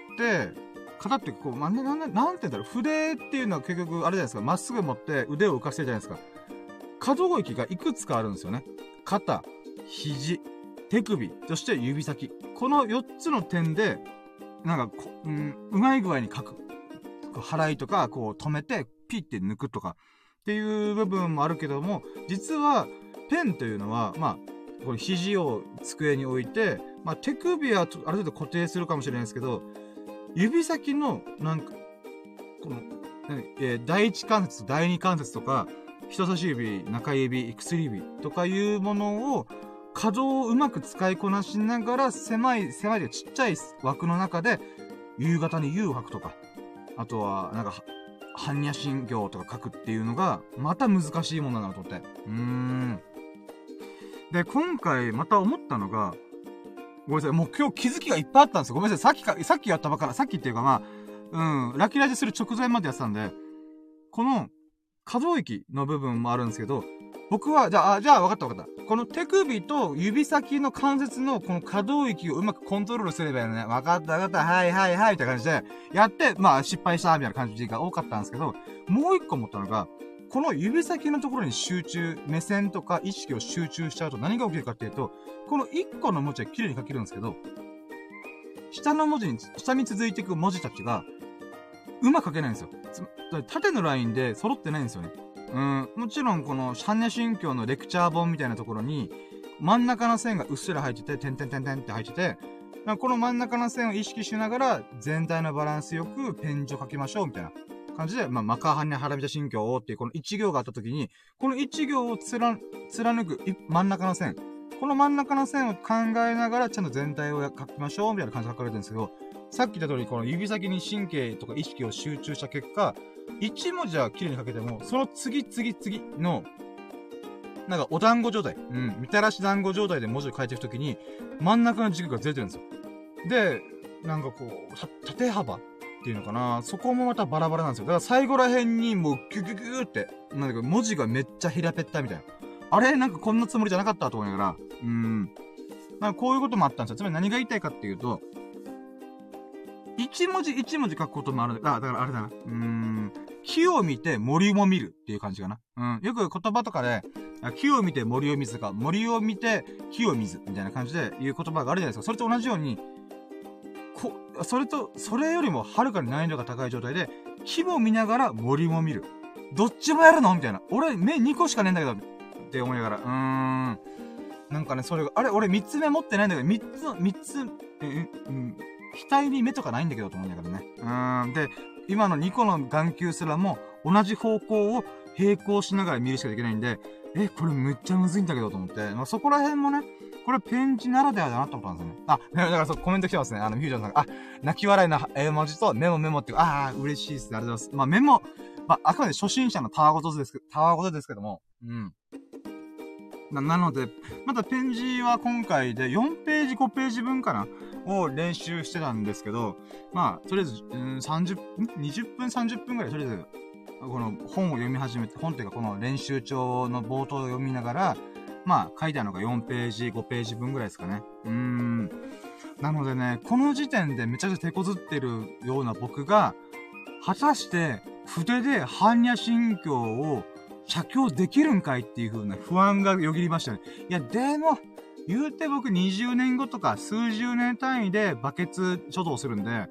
肩ってなんて言うんだろう。筆っていうのは結局、あれじゃないですか。まっすぐ持って腕を浮かせてるじゃないですか。可動域がいくつかあるんですよね。肩、肘、手首、そして指先。この4つの点で、なんかうまい具合に書く。払いとか、止めて、ピッて抜くとか、っていう部分もあるけども、実は、ペンというのは、これ肘を机に置いて、手首はある程度固定するかもしれないですけど、指先の、第一関節、第二関節とか、人差し指、中指、薬指とかいうものを、可動をうまく使いこなしながら、狭いでちっちゃい枠の中で、夕方に夕を書くとか、あとは、般若心経とか書くっていうのが、また難しいものだなと思って。で、今回また思ったのが、ごめんなさい、もう今日気づきがいっぱいあったんですよ。ごめんなさい、さっきやったばっかり、さっきっていうかラキする直前までやってたんで、この可動域の部分もあるんですけど、 僕は、じゃあ、わかった。この手首と指先の関節のこの可動域をうまくコントロールすればいいのね。わかった、はいはいはい、って感じで、やって、まあ、失敗した、みたいな感じが多かったんですけど、もう一個思ったのが、この指先のところに目線とか意識を集中しちゃうと何が起きるかっていうと、この一個の文字は綺麗に書けるんですけど、下に続いていく文字たちが、うまく書けないんですよ。縦のラインで揃ってないんですよね。もちろんこの、般若心経のレクチャー本みたいなところに、真ん中の線がうっすら入ってて、点々って入ってて、この真ん中の線を意識しながら、全体のバランスよくペン字を書きましょう、みたいな感じで、マカハニャハラミジャ心経をっていうこの一行があった時に、この一行を貫く真ん中の線、この真ん中の線を考えながら、ちゃんと全体を書きましょう、みたいな感じで書かれてるんですけど、さっき言った通り、この指先に神経とか意識を集中した結果、一文字は綺麗に書けても、その次の、なんかお団子状態、みたらし団子状態で文字を書いていくときに、真ん中の軸がずれてるんですよ。で、なんかこう、縦幅っていうのかな、そこもまたバラバラなんですよ。だから最後ら辺にもうギュギュギューって、なんか文字がめっちゃ平べったみたいな。あれなんかこんなつもりじゃなかったと思いながら、なんかこういうこともあったんですよ。つまり何が言いたいかっていうと、一文字書くこともある。だからあれだな。木を見て森も見るっていう感じかな。よく言葉とかで、木を見て森を見ずか、森を見て木を見ずみたいな感じで言う言葉があるじゃないですか。それと同じように、それよりもはるかに難易度が高い状態で、木も見ながら森も見る。どっちもやるのみたいな。俺、目2個しかねえんだけど、って思いながら、なんかね、それが、あれ、俺3つ目持ってないんだけど、3つ、額に目とかないんだけど、と思いながらね。で、今の2個の眼球すらも、同じ方向を並行しながら見るしかできないんで、これめっちゃむずいんだけど、と思って。そこら辺もね、これペン字ならではだなと思ったんですよね。だからそう、コメント来てますね。フュージョンさんが、泣き笑いの絵文字とメモっていう、嬉しいっすね。ありがとうございます。メモ、あくまで初心者のたわごとですけども、なので、またペン字は今回で4ページ、5ページ分かなを練習してたんですけど、とりあえず、20分、30分くらい、とりあえず、この本を読み始めて、本っていうかこの練習帳の冒頭を読みながら、書いてあるのが4ページ、5ページ分ぐらいですかね。なのでね、この時点でめちゃくちゃ手こずってるような僕が、果たして筆で般若心経を写経できるんかいっていう風な不安がよぎりましたね。いや、でも、言うて僕20年後とか数十年単位でバケツ書道するんで、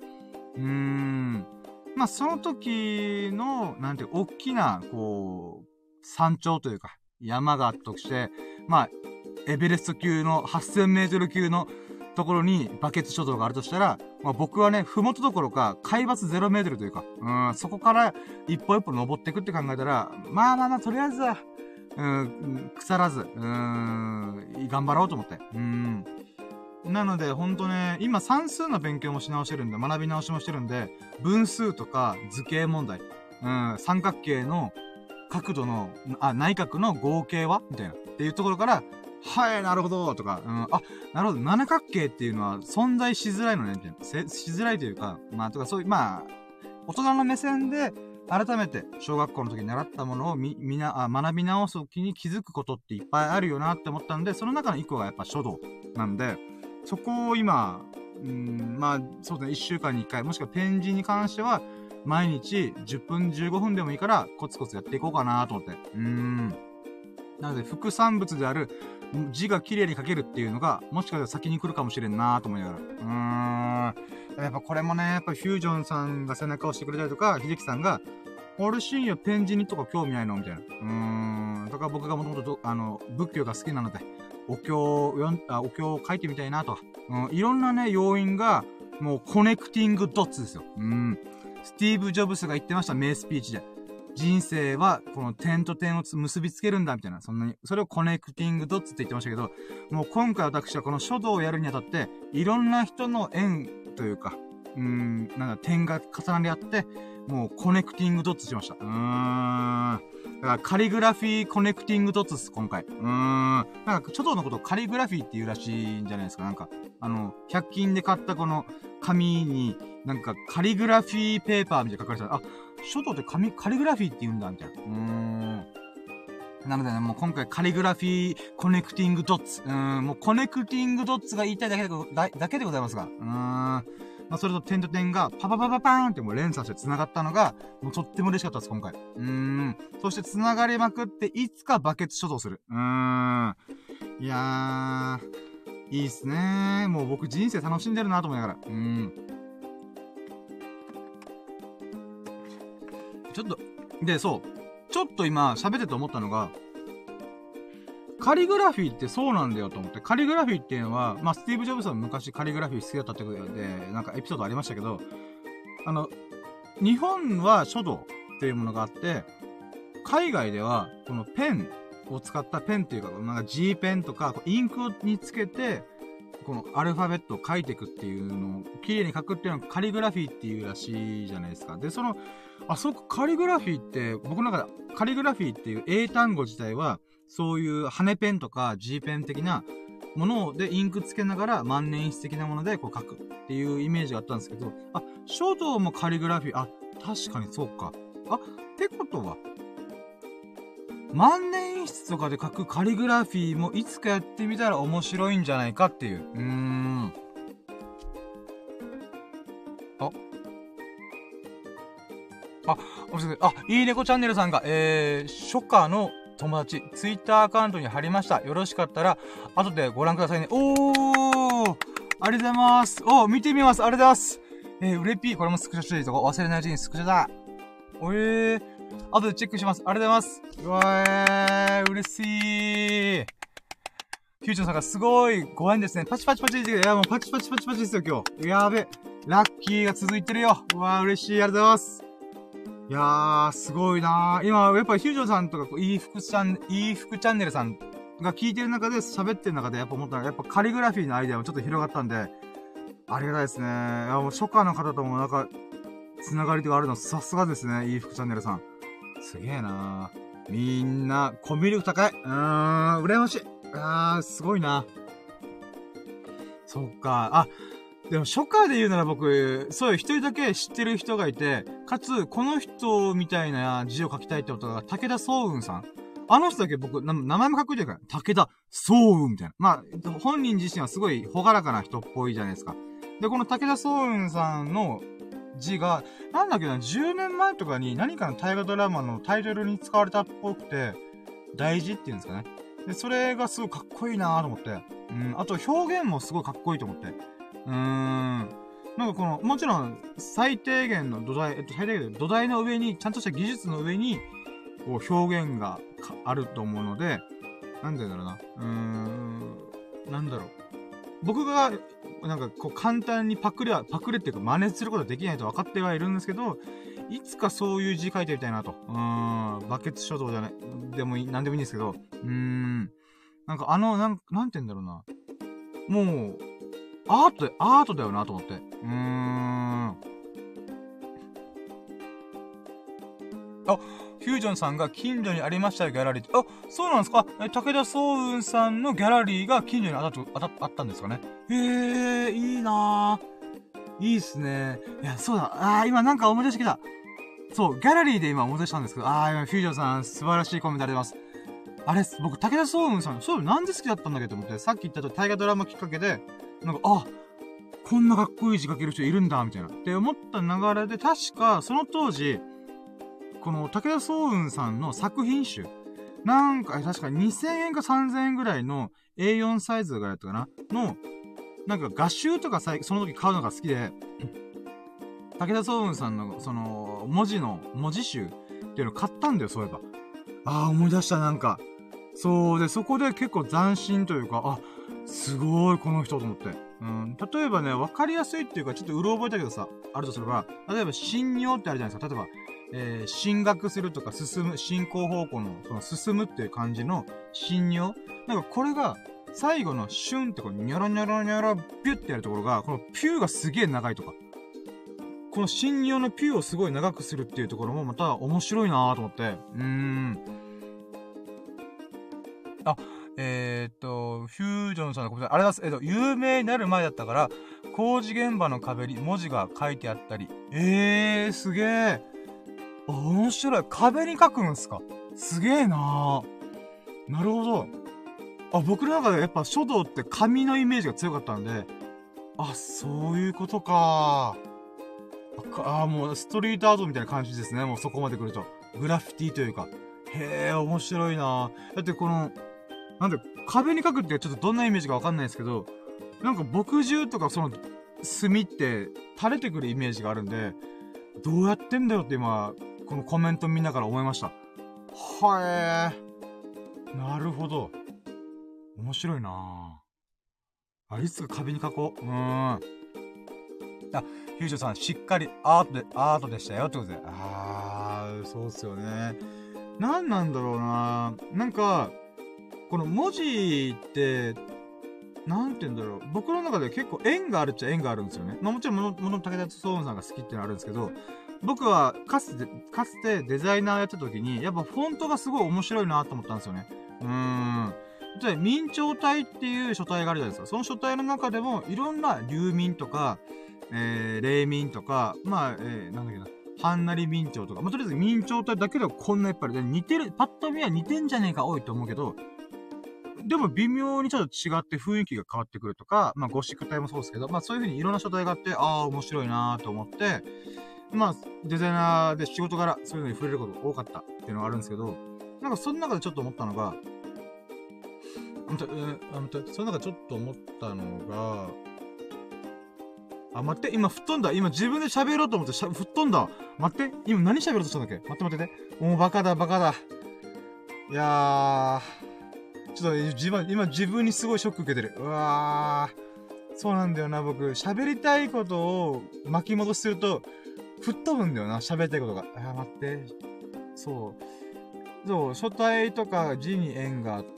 その時の、なんていう、大きな、こう、山頂というか、山があったとして、エベレスト級の8000メートル級のところにバケツ書道があるとしたら、僕はね、ふもとどころか、海抜0メートルというか、そこから一歩一歩登っていくって考えたら、とりあえずは、腐らず、頑張ろうと思って。なので、ほんとね、今算数の勉強もし直してるんで、学び直しもしてるんで、分数とか図形問題、三角形の角度の、内角の合計はみたいな。っていうところから、はい、なるほど、とか、なるほど、七角形っていうのは存在しづらいのね、みたいな。しづらいというか、とかそういう、大人の目線で、改めて、小学校の時に習ったものを学び直す時に気づくことっていっぱいあるよなって思ったんで、その中の一個がやっぱ書道なんで、そこを今、そうですね、1週間に1回、もしくはペン字に関しては、毎日10分15分でもいいから、コツコツやっていこうかなと思って。なので、副産物である、字が綺麗に書けるっていうのが、もしかしたら先に来るかもしれんなと思いながら。やっぱこれもね、やっぱフュージョンさんが背中を押してくれたりとか、秀樹さんが、俺深夜ペン字にとか興味ないのみたいな。とか僕がもともと仏教が好きなので、お経を書いてみたいなとか、いろんなね、要因が、もうコネクティングドッツですよ。スティーブ・ジョブスが言ってました、名スピーチで。人生は、この点と点を結びつけるんだ、みたいな。それをコネクティングドッツって言ってましたけど、もう今回私はこの書道をやるにあたって、いろんな人の縁というか、点が重なり合って、もうコネクティングドッツしました。だからカリグラフィーコネクティングドッツです、今回。なんか書道のことをカリグラフィーって言うらしいんじゃないですか。なんか、100均で買ったこの紙に、なんかカリグラフィーペーパーみたいな書かれてた。書道ってカリグラフィーって言うんだ、みたいな。 なのでね、もう今回カリグラフィーコネクティングドッツ。もうコネクティングドッツが言いたいだけでございますが。まあ、それと点と点がパパパパパーンってもう連鎖して繋がったのが、もうとっても嬉しかったです、今回。そして繋がりまくって、いつかバケツ書道する。いやー、いいっすねー。もう僕人生楽しんでるなと思いながら。ちょっと、で、そう。ちょっと今喋ってて思ったのが、カリグラフィーってそうなんだよと思って。カリグラフィーっていうのは、まあ、スティーブ・ジョブズは昔カリグラフィー好きだったってことで、なんかエピソードありましたけど、日本は書道っていうものがあって、海外では、このペンを使ったペンっていうか、なんか G ペンとか、インクにつけて、このアルファベットを書いていくっていうのを、綺麗に書くっていうのがカリグラフィーっていうらしいじゃないですか。で、そうか、カリグラフィーって、僕の中で、カリグラフィーっていう英単語自体は、そういう羽ペンとか G ペン的なものでインクつけながら万年筆的なものでこう書くっていうイメージがあったんですけど、書道もカリグラフィー、確かにそうか。ってことは、万年筆とかで書くカリグラフィーもいつかやってみたら面白いんじゃないかっていう。おしかいいねこチャンネルさんが、初夏の友達、ツイッターアカウントに貼りました。よろしかったら、後でご覧くださいね。ありがとうございます。見てみます。ありがとうございます。うれぴー、これもスクショしていいとこ忘れないうちにスクショだ。後でチェックします。ありがとうございます。うわー、嬉しい。フューチョンさんがすごいご縁ですね。パチパチパチ。いや、もうパチパチパチパチですよ、今日。やべ。ラッキーが続いてるよ。うわー、嬉しい。ありがとうございます。いやー、すごいなー。今、やっぱりヒュージョンさんとか、いい服チャンネルさんが聞いてる中で、喋ってる中でやっぱ思ったのが、やっぱカリグラフィーのアイデアもちょっと広がったんで、ありがたいですね。いや、もう初夏の方ともなんか、つながりがあるの、さすがですね。いい服チャンネルさん。すげえなー。みんな、コミュ力高い。羨ましい。すごいな。そっか。でも初夏で言うなら僕、そういう一人だけ知ってる人がいて、かつ、この人みたいな字を書きたいってことが、武田壮雲さん。あの人だけ僕、名前もかっこいいじゃないか。武田壮雲みたいな。まあ、本人自身はすごい朗らかな人っぽいじゃないですか。で、この武田壮雲さんの字が、なんだっけな、10年前とかに何かの大河ドラマのタイトルに使われたっぽくて、大事っていうんですかね。で、それがすごいかっこいいなと思って。あと表現もすごいかっこいいと思って。なんかこの、もちろん、最低限の土台の上に、ちゃんとした技術の上に、こう、表現があると思うので、なんでだろうな。なんだろう。僕が、なんかこう、簡単にパクれっていうか、真似することはできないと分かってはいるんですけど、いつかそういう字書いてみたいなと。バケツ書道じゃない、でもいい、なんでもいいんですけど、なんかなんて言うんだろうな。もう、アートだよなと思って。フュージョンさんが近所にありましたよ、ギャラリー。そうなんですか。武田壮雲さんのギャラリーが近所にあったんですかね。いいなぁ。いいっすね。いや、そうだ。今なんか思い出してきた。そう、ギャラリーで今思い出したんですけど、今、フュージョンさん、素晴らしいコメントありがとうございます。あれ、僕、武田壮雲さん、そう、なんで好きだったんだっけと思って、さっき言ったと大河ドラマきっかけで、なんか、こんなかっこいい字書ける人いるんだ、みたいな。って思った流れで、確か、その当時、この武田壮雲さんの作品集、なんか、確か2000円か3000円ぐらいの A4 サイズぐらいだったかなの、なんか画集とかその時買うのが好きで、武田壮雲さんの、文字集っていうのを買ったんだよ、そういえば。思い出した、なんか。そうで、そこで結構斬新というか、すごい、この人と思って。例えばね、わかりやすいっていうか、ちょっとうろ覚えだけどさ、あるとすれば、例えば、進入ってあるじゃないですか。例えば、進学するとか、進む、進行方向の、進むっていう感じの、進入なんかこれが、最後のシュンってこう、ニョロニョロニョロ、ピュってやるところが、このピューがすげえ長いとか。この進入のピューをすごい長くするっていうところもまた面白いなぁと思って。フュージョンさんのコメント、あれだす、有名になる前だったから、工事現場の壁に文字が書いてあったり。すげえ。面白い。壁に書くんすか。すげえなぁ。 なるほど。あ、僕の中でやっぱ書道って紙のイメージが強かったんで、あ、そういうことか。もうストリートアートみたいな感じですね。もうそこまで来ると。グラフィティというか。へえ、面白いな。だってこの、なんで、壁に書くってちょっとどんなイメージかわかんないですけど、なんか墨汁とかその、墨って垂れてくるイメージがあるんで、どうやってんだよって今、このコメント見ながら思いました。はえー。なるほど。面白いなぁ。いつか壁に書こう。あ、フュージョンさん、しっかりアートでしたよってことで。そうっすよね。なんなんだろうなぁ。なんか、この文字って、なんて言うんだろう。僕の中で結構縁があるっちゃ縁があるんですよね。まあもちろん武田壮雲さんが好きっていうのはあるんですけど、僕はかつてデザイナーやってた時に、やっぱフォントがすごい面白いなと思ったんですよね。例えば、明朝体っていう書体があるじゃないですか。その書体の中でも、いろんな流明とか、霊明とか、なんだっけな、半成明朝とか、とりあえず明朝体だけではこんなやっぱり、似てる、パッと見は似てんじゃねえか多いと思うけど、でも微妙にちょっと違って雰囲気が変わってくるとか、ゴシック体もそうですけど、そういう風にいろんな書体があって、面白いなと思って、デザイナーで仕事柄そういうのに触れることが多かったっていうのがあるんですけど、なんかその中でちょっと思ったのが、その中でちょっと思ったのが、待って、今吹っ飛んだ。今自分で喋ろうと思って吹っ飛んだ。待って、今何喋ろうとしたんだっけ。待って。もうバカだ。いやー、ちょっと今自分にすごいショック受けてる。うわー、そうなんだよな、僕。喋りたいことを巻き戻しすると、吹っ飛ぶんだよな、喋りたいことが。待って。そう、書体とか字に縁があって、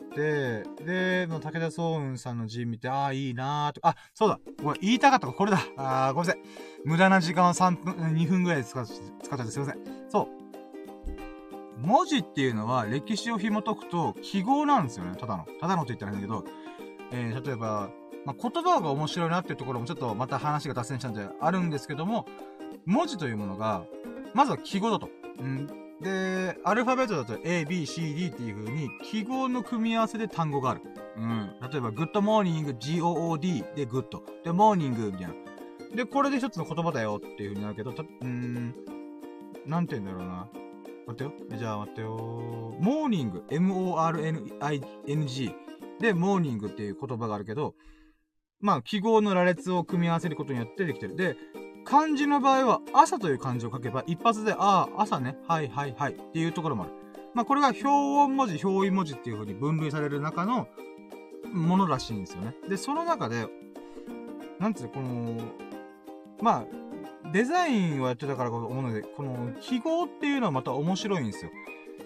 で、武田壮雲さんの字見て、いいなーと。そうだ。ごめん、言いたかったこれだ。ごめんなさい。無駄な時間を2分ぐらい使っちゃってすいません。そう。文字っていうのは歴史を紐解くと記号なんですよね。ただのと言ったらいいんだけど、例えば、言葉が面白いなっていうところもちょっとまた話が脱線したんであるんですけども、文字というものが、まずは記号だと。で、アルファベットだと A, B, C, D っていう風に記号の組み合わせで単語がある。例えば、グッドモーニング、G-O-O-D でグッド。で、モーニングみたいな。で、これで一つの言葉だよっていう風になるけど、なんて言うんだろうな。待ってよ。モーニング、M-O-R-N-I-N-G で、モーニングっていう言葉があるけど、記号の羅列を組み合わせることによってできてる。で、漢字の場合は、朝という漢字を書けば、一発で、朝ね、はいっていうところもある。これが表音文字、表意文字っていう風に分類される中のものらしいんですよね。で、その中で、なんつうの、この、デザインをやってたからこそ思うので、この記号っていうのはまた面白いんですよ。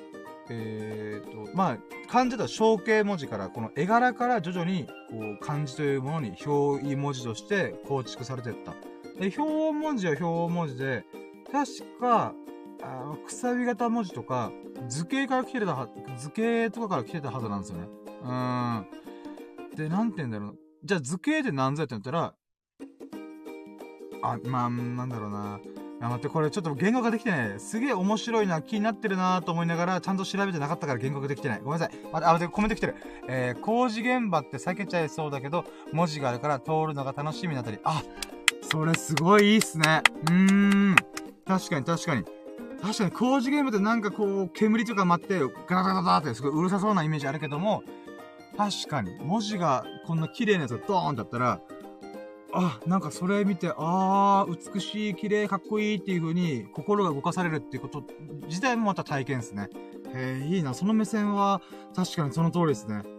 漢字だと象形文字から、この絵柄から徐々に、漢字というものに表意文字として構築されていった。で、表音文字は表音文字で、確か、くさび型文字とか、図形とかから来てたはずなんですよね。で、なんて言うんだろう。じゃあ図形って何ぞやって言ったら、なんだろうな。待って、これちょっと言語化できてない。すげえ面白いな、気になってるなと思いながら、ちゃんと調べてなかったから言語化できてない。ごめんなさい。待って、コメント来てる。工事現場って避けちゃいそうだけど、文字があるから通るのが楽しみになったり。それすごいいいっすね。確かに。確かに工事現場ってなんか煙とか舞って、ガラガラガラってすごいうるさそうなイメージあるけども、確かに、文字がこんな綺麗なやつがドーンだったら、なんかそれ見て、美しい、綺麗、かっこいいっていう風に心が動かされるっていうこと自体もまた体験ですね。いいな。その目線は確かにその通りですね。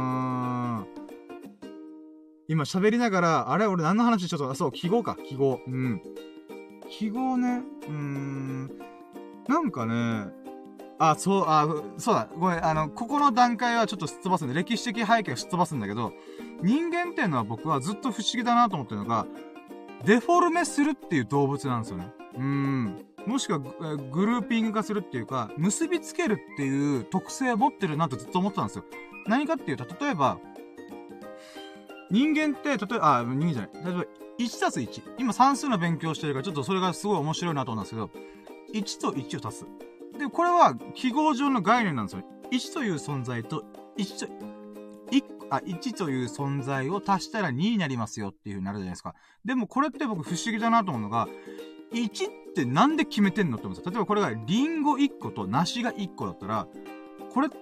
今喋りながら、俺何の話ちょっと、記号か、記号。記号ね。なんかね、そうだ。ごめん、ここの段階はちょっとすっ飛ばすんで、歴史的背景をすっ飛ばすんだけど、人間っていうのは僕はずっと不思議だなと思ってるのが、デフォルメするっていう動物なんですよね。もしくはグルーピング化するっていうか、結びつけるっていう特性を持ってるなとずっと思ってたんですよ。何かっていうと、例えば、人間って、人間じゃない。例えば、1たす1。今算数の勉強してるから、ちょっとそれがすごい面白いなと思うんですけど、1と1を足す。で、これは記号上の概念なんですよ。1という存在と 1という存在を足したら2になりますよっていう風になるじゃないですか。でもこれって僕不思議だなと思うのが、1ってなんで決めてんのって思うんですよ。例えばこれがリンゴ1個と梨が1個だったら、これって、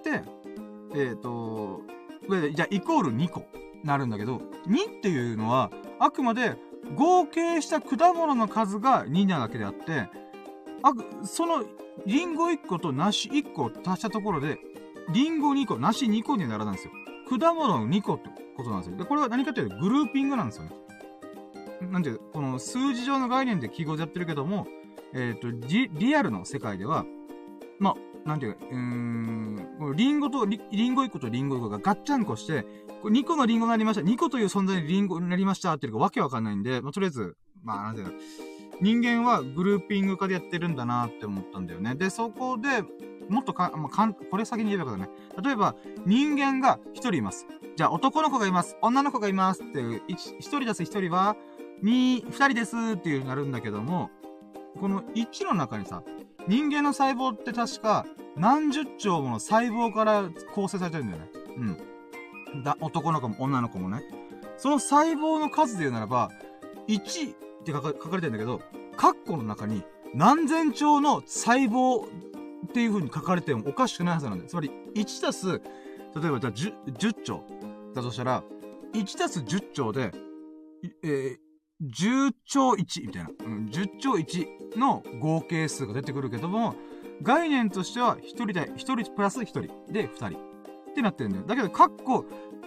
じゃあイコール2個なるんだけど、2っていうのは、あくまで合計した果物の数が2なだけであって、その、リンゴ1個と梨1個を足したところで、リンゴ2個、梨2個にはならないんですよ。果物2個ってことなんですよ。で、これは何かというとグルーピングなんですよね。なんていう、この数字上の概念で記号でやってるけども、リアルの世界では、まあ、なんていう、このリンゴ1個とリンゴ1個がガッチャンコして、2個のリンゴになりました。2個という存在にリンゴになりましたっていうのがわけわかんないんで、まあ、とりあえず、まあ、なんていうの、人間はグルーピング化でやってるんだなって思ったんだよね。で、そこで、もっとこれ先に言えばよかったね。例えば、人間が1人います。じゃあ、男の子がいます。女の子がいますっていう、1人です1人は、2人ですっていうなるんだけども、この1の中にさ、人間の細胞って確か何十兆もの細胞から構成されてるんだよね。うん。男の子も女の子もね。その細胞の数で言うならば、1って書かれてるんだけど、カッコの中に何千兆の細胞っていう風に書かれてもおかしくないはずなんだよ。つまり、1たす、例えばじゃあ 10兆だとしたら、1たす10兆で、10兆1みたいな。10兆1の合計数が出てくるけども、概念としては1人プラス1人で2人ってなってるんだよ。だけど、カッコ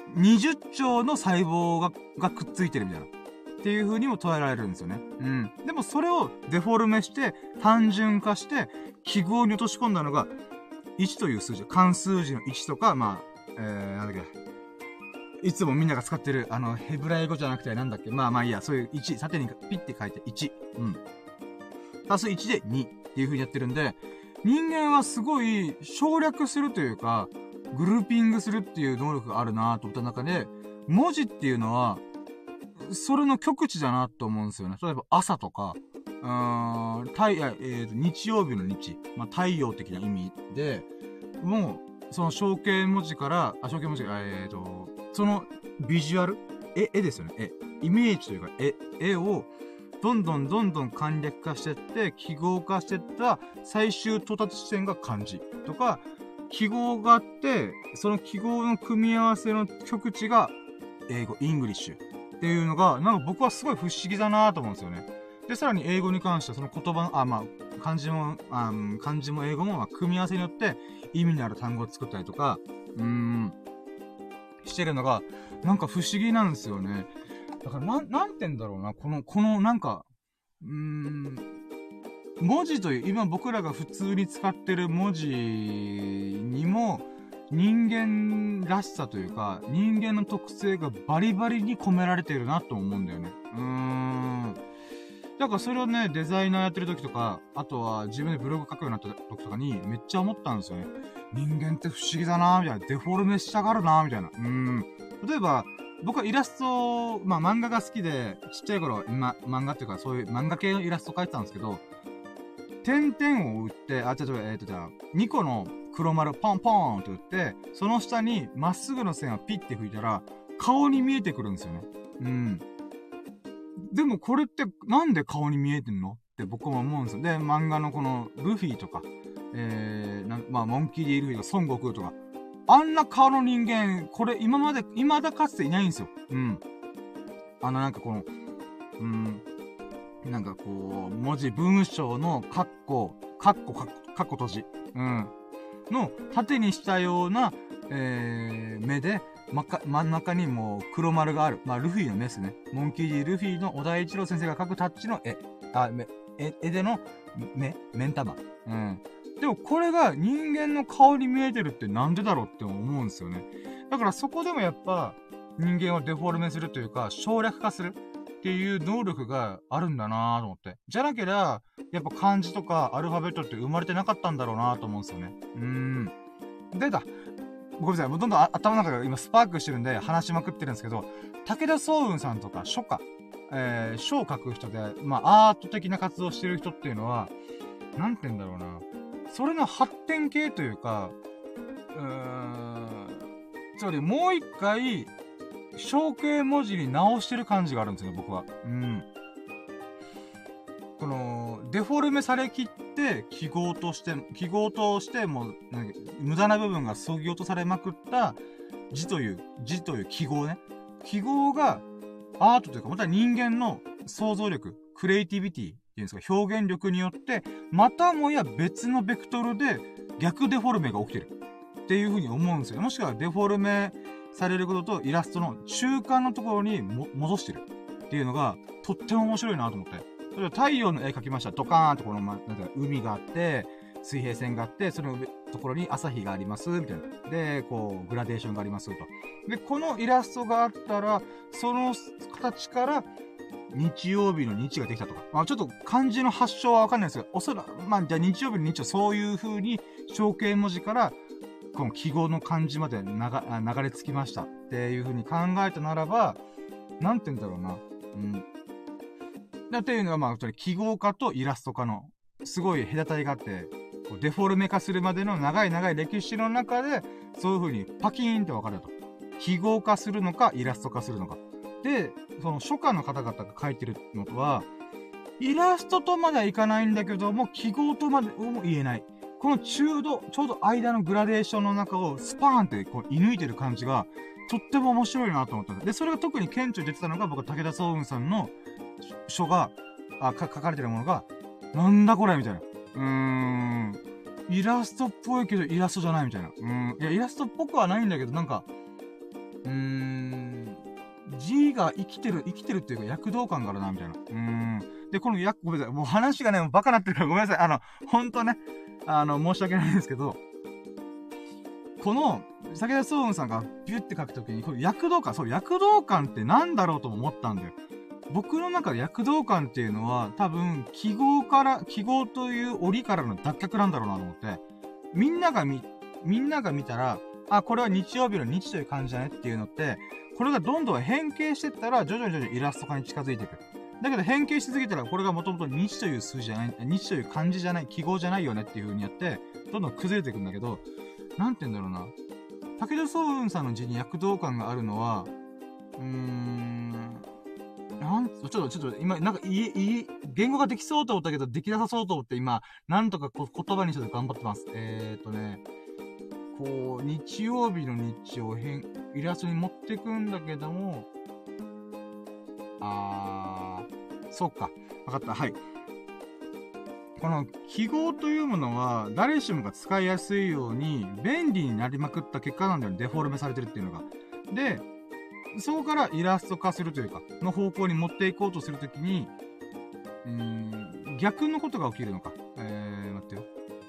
20兆の細胞がくっついてるみたいな。っていう風にも捉えられるんですよね。うん。でもそれをデフォルメして、単純化して、記号に落とし込んだのが、1という数字、漢数字の1とか、まあ、なんだっけ。いつもみんなが使ってる、ヘブライ語じゃなくて、なんだっけ。まあいいや、そういう1、縦にピッて書いて1。うん。足す1で2っていう風にやってるんで、人間はすごい省略するというか、グルーピングするっていう能力があるなと思った中で、文字っていうのは、それの極致だなと思うんですよね。例えば朝とか、日曜日の日。まあ、太陽的な意味で、もう、その象形文字から、そのビジュアル絵ですよね。イメージというか、絵を、どんどん簡略化してって、記号化してった最終到達地点が漢字とか、記号があって、その記号の組み合わせの極致が英語、イングリッシュっていうのが、なんか僕はすごい不思議だなと思うんですよね。で、さらに英語に関してはその言葉の、漢字も英語も、組み合わせによって意味のある単語を作ったりとか、してるのが、なんか不思議なんですよね。だからなんて言うんだろうな、このなんか、文字という、今僕らが普通に使ってる文字にも、人間らしさというか、人間の特性がバリバリに込められてるなと思うんだよね。だからそれをね、デザイナーやってる時とか、あとは自分でブログ書くようになった時とかにめっちゃ思ったんですよね。人間って不思議だなみたいな。デフォルメしたがるなみたいな。例えば、僕はイラスト、漫画が好きで、ちっちゃい頃、漫画っていうかそういう漫画系のイラスト描いてたんですけど、点々を打って、2個の黒丸ポンポーンって打って、その下にまっすぐの線をピッて吹いたら、顔に見えてくるんですよね。でもこれってなんで顔に見えてんのって僕も思うんですよ。で、漫画のこのルフィとか、モンキー・ディ・ルフィとか孫悟空とか、あんな顔の人間、これ未だかつていないんですよ。なんかこの、なんかこう、文章のカッコ閉じ、の縦にしたような、目で、真ん中にもう黒丸がある。ルフィの目ですね。モンキー・ディ・ルフィの小田一郎先生が描くタッチの絵での目ん玉。でもこれが人間の顔に見えてるってなんでだろうって思うんですよね。だからそこでもやっぱ人間をデフォルメするというか省略化するっていう能力があるんだなぁと思って。じゃなけりゃ、やっぱ漢字とかアルファベットって生まれてなかったんだろうなぁと思うんですよね。ごめんなさい。もうどんどん頭の中が今スパークしてるんで話しまくってるんですけど、武田壮雲さんとか書家、書を書く人で、アート的な活動をしてる人っていうのは、なんて言うんだろうな。それの発展系というか、 つまりもう一回、象形文字に直してる感じがあるんですよね、僕は。この、デフォルメされきって、記号として、もう、無駄な部分が削ぎ落とされまくった字という記号ね。記号が、アートというか、また人間の想像力、クリエイティビティっていうんですか、表現力によって、またもや別のベクトルで逆デフォルメが起きてる。っていう風に思うんですよ。もしくはデフォルメされることとイラストの中間のところに戻してる。っていうのが、とっても面白いなと思って。それは太陽の絵描きました。ドカーンとこの、なんか海があって、水平線があって、そのところに朝日があります、みたいな。で、こう、グラデーションがあります、と。で、このイラストがあったら、その形から、日曜日の日ができたとか。まあちょっと漢字の発祥はわかんないですが、おそらく、まあじゃあ日曜日の日はそういう風に、象形文字から、この記号の漢字まで流れ着きました。っていう風に考えたならば、なんて言うんだろうな。だっていうのはまあ、記号化とイラスト化の、すごい隔たりがあって、こうデフォルメ化するまでの長い歴史の中で、そういう風にパキーンって分かれると。記号化するのか、イラスト化するのか。で、その初夏の方々が書いてるのとは、イラストとまではいかないんだけども、記号とまでも言えない。このちょうど間のグラデーションの中をスパーンってこう射抜いてる感じが、とっても面白いなと思ったんです。で、それが特に顕著に出てたのが、僕は武田壮雲さんの書が、書かれてるものが、なんだこれみたいな。イラストっぽいけどイラストじゃないみたいな。いや、イラストっぽくはないんだけど、なんか、G が生きてるっていうか躍動感があるな、みたいな。で、このごめんなさい。もう話がね、もうバカなってるからごめんなさい。ほんとね、申し訳ないんですけど、この、武田壮雲さんがビュって書くときに、これ躍動感ってなんだろうとも思ったんだよ。僕の中で躍動感っていうのは、多分、記号という檻からの脱却なんだろうなと思って、みんなが見たら、これは日曜日の日という感じだねっていうのって、これがどんどん変形してったら、徐々にイラスト化に近づいていく。だけど変形しすぎたら、これがもともと日という数字じゃない、日という漢字じゃない、記号じゃないよねっていう風にやって、どんどん崩れていくんだけど、なんて言うんだろうな。武田壮雲さんの字に躍動感があるのは、ちょっと、今、なんか、言語ができそうと思ったけど、できなさそうと思って、今、なんとか言葉にして頑張ってます。こう、日曜日の日をイラストに持ってくんだけども、そうか。わかった。はい。この記号というものは、誰しもが使いやすいように、便利になりまくった結果なんだよね。デフォルメされてるっていうのが。で、そこからイラスト化するというか、の方向に持っていこうとするときに、逆のことが起きるのか。待ってよ。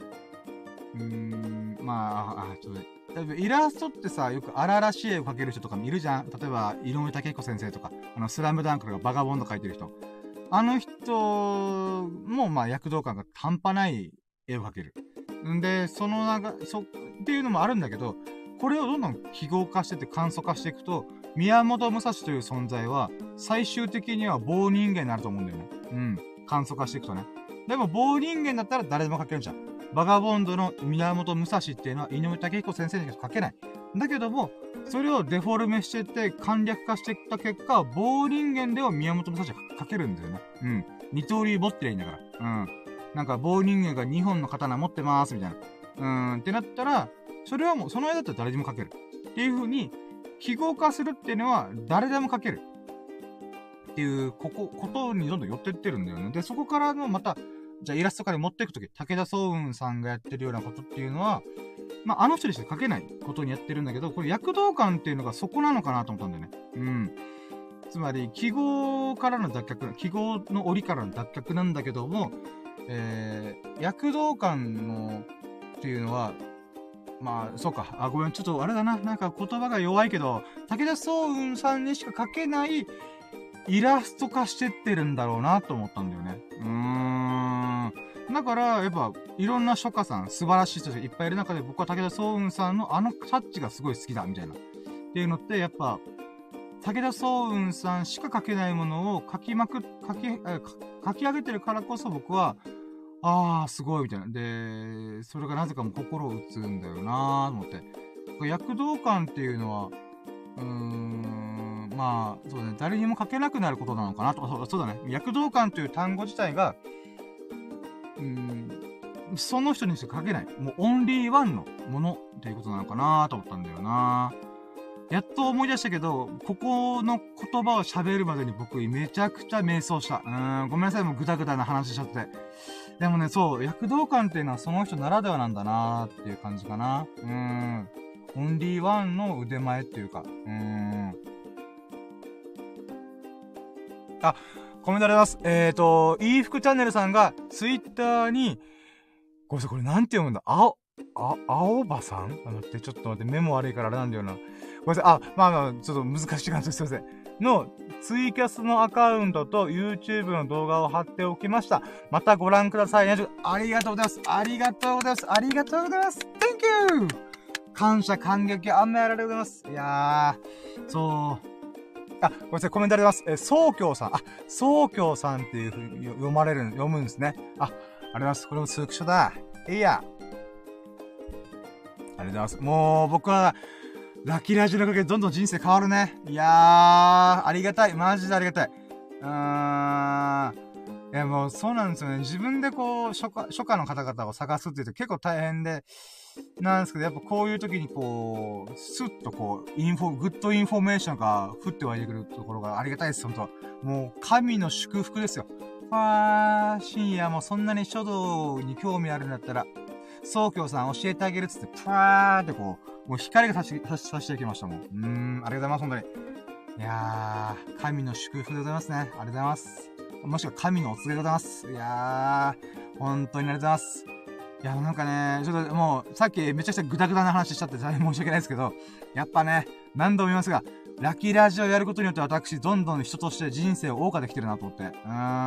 ちょっと、イラストってさ、よく荒々しい絵を描ける人とかもいるじゃん。例えば、井上武彦先生とか、スラムダンクとかバガボンド描いてる人。あの人も、躍動感が半端ない絵を描ける。んで、っていうのもあるんだけど、これをどんどん記号化してて簡素化していくと、宮本武蔵という存在は、最終的には棒人間になると思うんだよね。簡素化していくとね。でも棒人間だったら誰でも描けるじゃん。バガボンドの宮本武蔵っていうのは井上武彦先生にしか描けない。だけども、それをデフォルメしていって簡略化していった結果、棒人間では宮本武蔵が描けるんだよね。二刀流持ってりゃいいんだから。なんか棒人間が2本の刀持ってますみたいな。ってなったら、それはもうその絵だったら誰でも描ける。っていう風に、記号化するっていうのは誰でも描ける。っていう、ことにどんどん寄ってってるんだよね。で、そこからのまた、じゃあイラストから持っていくとき、武田壮雲さんがやってるようなことっていうのは、あの人にしか描けないことにやってるんだけど、これ躍動感っていうのがそこなのかなと思ったんだよね。つまり、記号からの脱却、記号の檻からの脱却なんだけども、躍動感の、っていうのは、そうか。ごめん、ちょっとあれだな。なんか言葉が弱いけど、武田壮雲さんにしか描けないイラスト化してってるんだろうなと思ったんだよね。だから、やっぱ、いろんな書家さん、素晴らしい人がいっぱいいる中で、僕は武田壮雲さんのタッチがすごい好きだ、みたいな。っていうのって、やっぱ、武田壮雲さんしか描けないものを書き上げてるからこそ僕は、すごい、みたいな。で、それがなぜかも心を打つんだよなぁ、と思って。 躍動感っていうのは、まあ、そうだね、誰にも書けなくなることなのかなと。そうだね。躍動感という単語自体が、その人にしか書けない。もうオンリーワンのものっていうことなのかなと思ったんだよな。やっと思い出したけど、ここの言葉を喋るまでに僕めちゃくちゃ迷走した。ごめんなさい、もうグダグダな話しちゃって。でもね、そう、躍動感っていうのはその人ならではなんだなーっていう感じかな。オンリーワンの腕前っていうか、あ、コメントあります。いい服チャンネルさんがツイッターに、ごめんなさい、これなんて読むんだ？青葉さん待って、ちょっと待って、目も悪いからあれなんだよな。ごめんなさい、まあ、ちょっと難しい感じです。すいません。の、ツイキャスのアカウントと YouTube の動画を貼っておきました。またご覧くださいね。ありがとうございます。ありがとうございます。ありがとうございます。Thank you! 感謝、感激、あめあらでございます。いやー、そう。ごめんなさい、コメントあります。宗教さん。宗教さんっていう風に読むんですね。ありがとうございます。これもスークショだ。いや。ありがとうございます。もう、僕は、ラッキーラジオのおかげでどんどん人生変わるね。いやー、ありがたい。マジでありがたい。いや、もうそうなんですよね。自分でこう、初夏の方々を探すって言うと結構大変で、なんですけど、やっぱこういう時にこう、スッとこう、グッドインフォメーションが降って湧いてくるところがありがたいです、ほんと。もう、神の祝福ですよ。深夜もそんなに書道に興味あるんだったら、宗教さん教えてあげるっつって、ってこう、もう光が差していきましたもん。ありがとうございます、本当に。いやー、神の祝福でございますね。ありがとうございます。もしくは神のお告げでございます。いやー、本当にありがとうございます。いや、なんかね、ちょっともう、さっきめちゃくちゃグダグダな話しちゃって大変申し訳ないですけど、やっぱね、何度も言いますが、ラッキーラジオやることによって私、どんどん人として人生を謳歌できてるなと思って。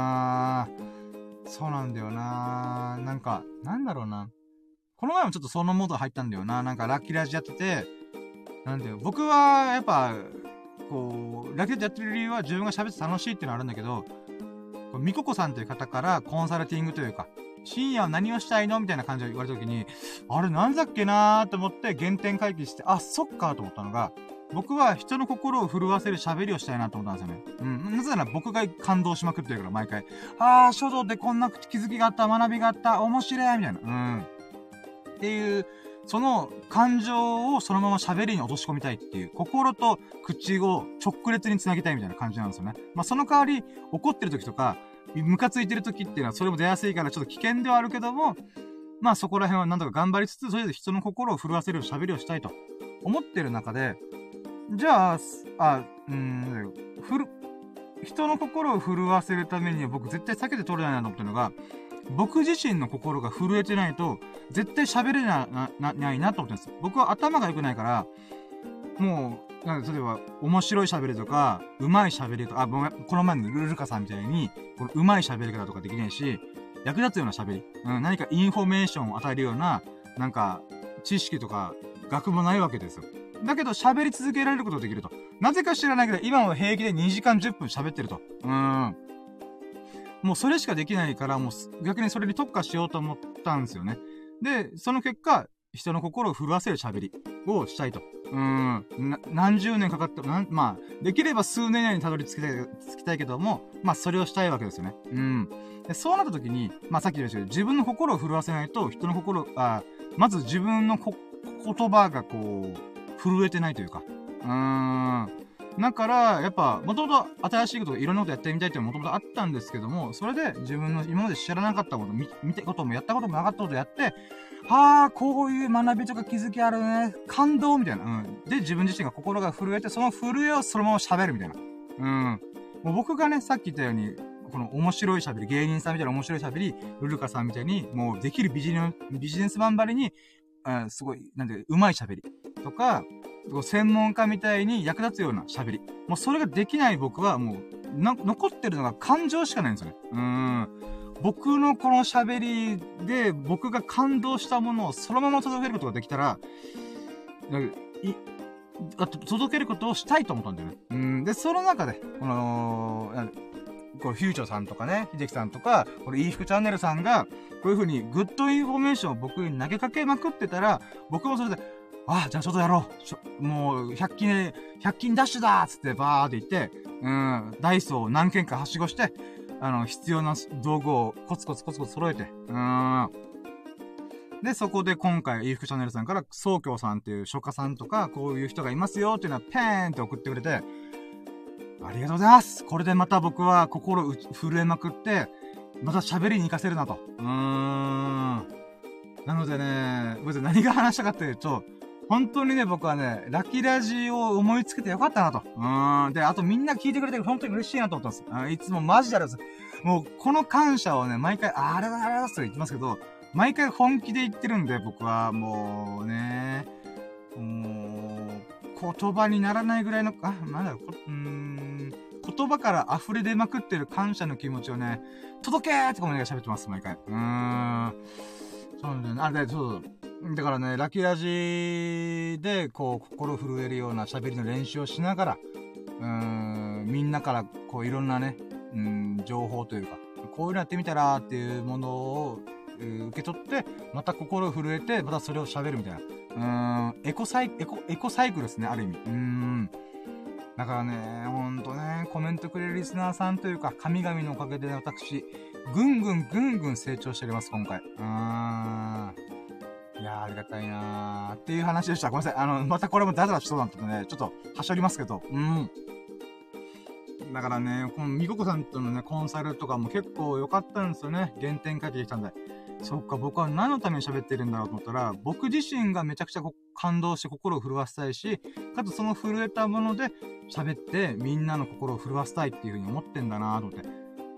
そうなんだよな。なんか、なんだろうな。この前もちょっとそのモード入ったんだよな。なんかラッキーラジオやってて、なんだよ、僕は、やっぱ、こう、ラッキーラジオやってる理由は自分が喋って楽しいっていうのはあるんだけど、みここさんという方からコンサルティングというか、深夜は何をしたいのみたいな感じで言われた時に、あれなんだっけなーと思って原点回帰して、そっかーと思ったのが、僕は人の心を震わせる喋りをしたいなと思ったんですよね。なぜなら僕が感動しまくってるから、毎回。書道でこんな気づきがあった、学びがあった、面白いみたいな。っていう、その感情をそのまま喋りに落とし込みたいっていう、心と口を直列につなげたいみたいな感じなんですよね。まあその代わり、怒ってる時とか、ムカついてる時っていうのはそれも出やすいからちょっと危険ではあるけども、まあそこら辺はなんとか頑張りつつ、それで人の心を震わせる喋りをしたいと思ってる中で、じゃあ、人の心を震わせるためには僕絶対避けて取れないなと思ってるのが、僕自身の心が震えてないと、絶対喋れないなと思ってるんですよ。僕は頭が良くないから、もう、例えば、面白い喋りとか、上手い喋りとか、この前のルルカさんみたいに、この上手い喋り方とかできないし、役立つような喋り、何かインフォメーションを与えるような、なんか、知識とか、学もないわけですよ。だけど、喋り続けられることができると。なぜか知らないけど、今は平気で2時間10分喋ってると。もうそれしかできないから、もう逆にそれに特化しようと思ったんですよね。で、その結果、人の心を震わせる喋りをしたいと。何十年かかって、まあ、できれば数年以内にたどり着きたいけども、まあ、それをしたいわけですよね。でそうなった時に、まあ、さっき言いましたけど、自分の心を震わせないと、人の心、まず自分の言葉がこう、震えてないというか。だから、やっぱ、もともと新しいこと、いろんなことやってみたいっていうのももともとあったんですけども、それで自分の今まで知らなかったこと、見たこともやったこともなかったことやって、こういう学びとか気づきあるね。感動みたいな。で、自分自身が心が震えて、その震えをそのまま喋るみたいな。もう僕がね、さっき言ったように、この面白い喋り、芸人さんみたいな面白い喋り、ルルカさんみたいに、もうできるビジネスマンばりに、すごい、なんで、上手い喋りとか、専門家みたいに役立つような喋り。もうそれができない僕はもう、残ってるのが感情しかないんですよね。僕のこの喋りで僕が感動したものをそのまま届けることができたら、届けることをしたいと思ったんだよね。で、その中で、これフューチャーさんとかね、秀樹さんとか、これいい服チャンネルさんが、こういう風にグッドインフォメーションを僕に投げかけまくってたら、僕もそれで、 じゃあちょっとやろう。もう、100均ダッシュだーっつってバーって言って、ダイソーを何軒かはしごして、必要な道具をコツコツ揃えて、で、そこで今回、いいふくチャンネルさんから、宗教さんっていう書家さんとか、こういう人がいますよっていうのは、ペーンって送ってくれて、ありがとうございます。これでまた僕は心震えまくって、また喋りに行かせるなと。なのでね、別に何が話したかっていうと、本当にね、僕はね、ラキラジを思いつけてよかったなと。で、あとみんな聞いてくれて本当に嬉しいなと思ったんです。いつもマジでありがとうございます。もう、この感謝をね、毎回、あれだと言ってますけど、毎回本気で言ってるんで、僕は、もうね、言葉にならないぐらいの、なんだろう、言葉から溢れ出まくってる感謝の気持ちをね、届けーってこのね、喋ってます、毎回。そうなんだよね。そう。だからね、ラキラジで、こう、心震えるような喋りの練習をしながら、みんなから、こう、いろんなね、情報というか、こういうのやってみたらっていうものを、受け取って、また心震えて、またそれを喋るみたいな。エコサイクルですね、ある意味。だからね、ほんとね、コメントくれるリスナーさんというか、神々のおかげで、ね、私、ぐんぐん成長しております、今回。いやー、ありがたいなーっていう話でした。ごめんなさい。またこれもダラダラしそうなんでね、ちょっと、はしょりますけど。だからね、このみここさんとのね、コンサルとかも結構良かったんですよね。原点書いてきたんで。そっか、僕は何のために喋ってるんだろうと思ったら、僕自身がめちゃくちゃ感動して心を震わせたいし、かつその震えたもので喋ってみんなの心を震わせたいっていう風に思ってんだなと思って。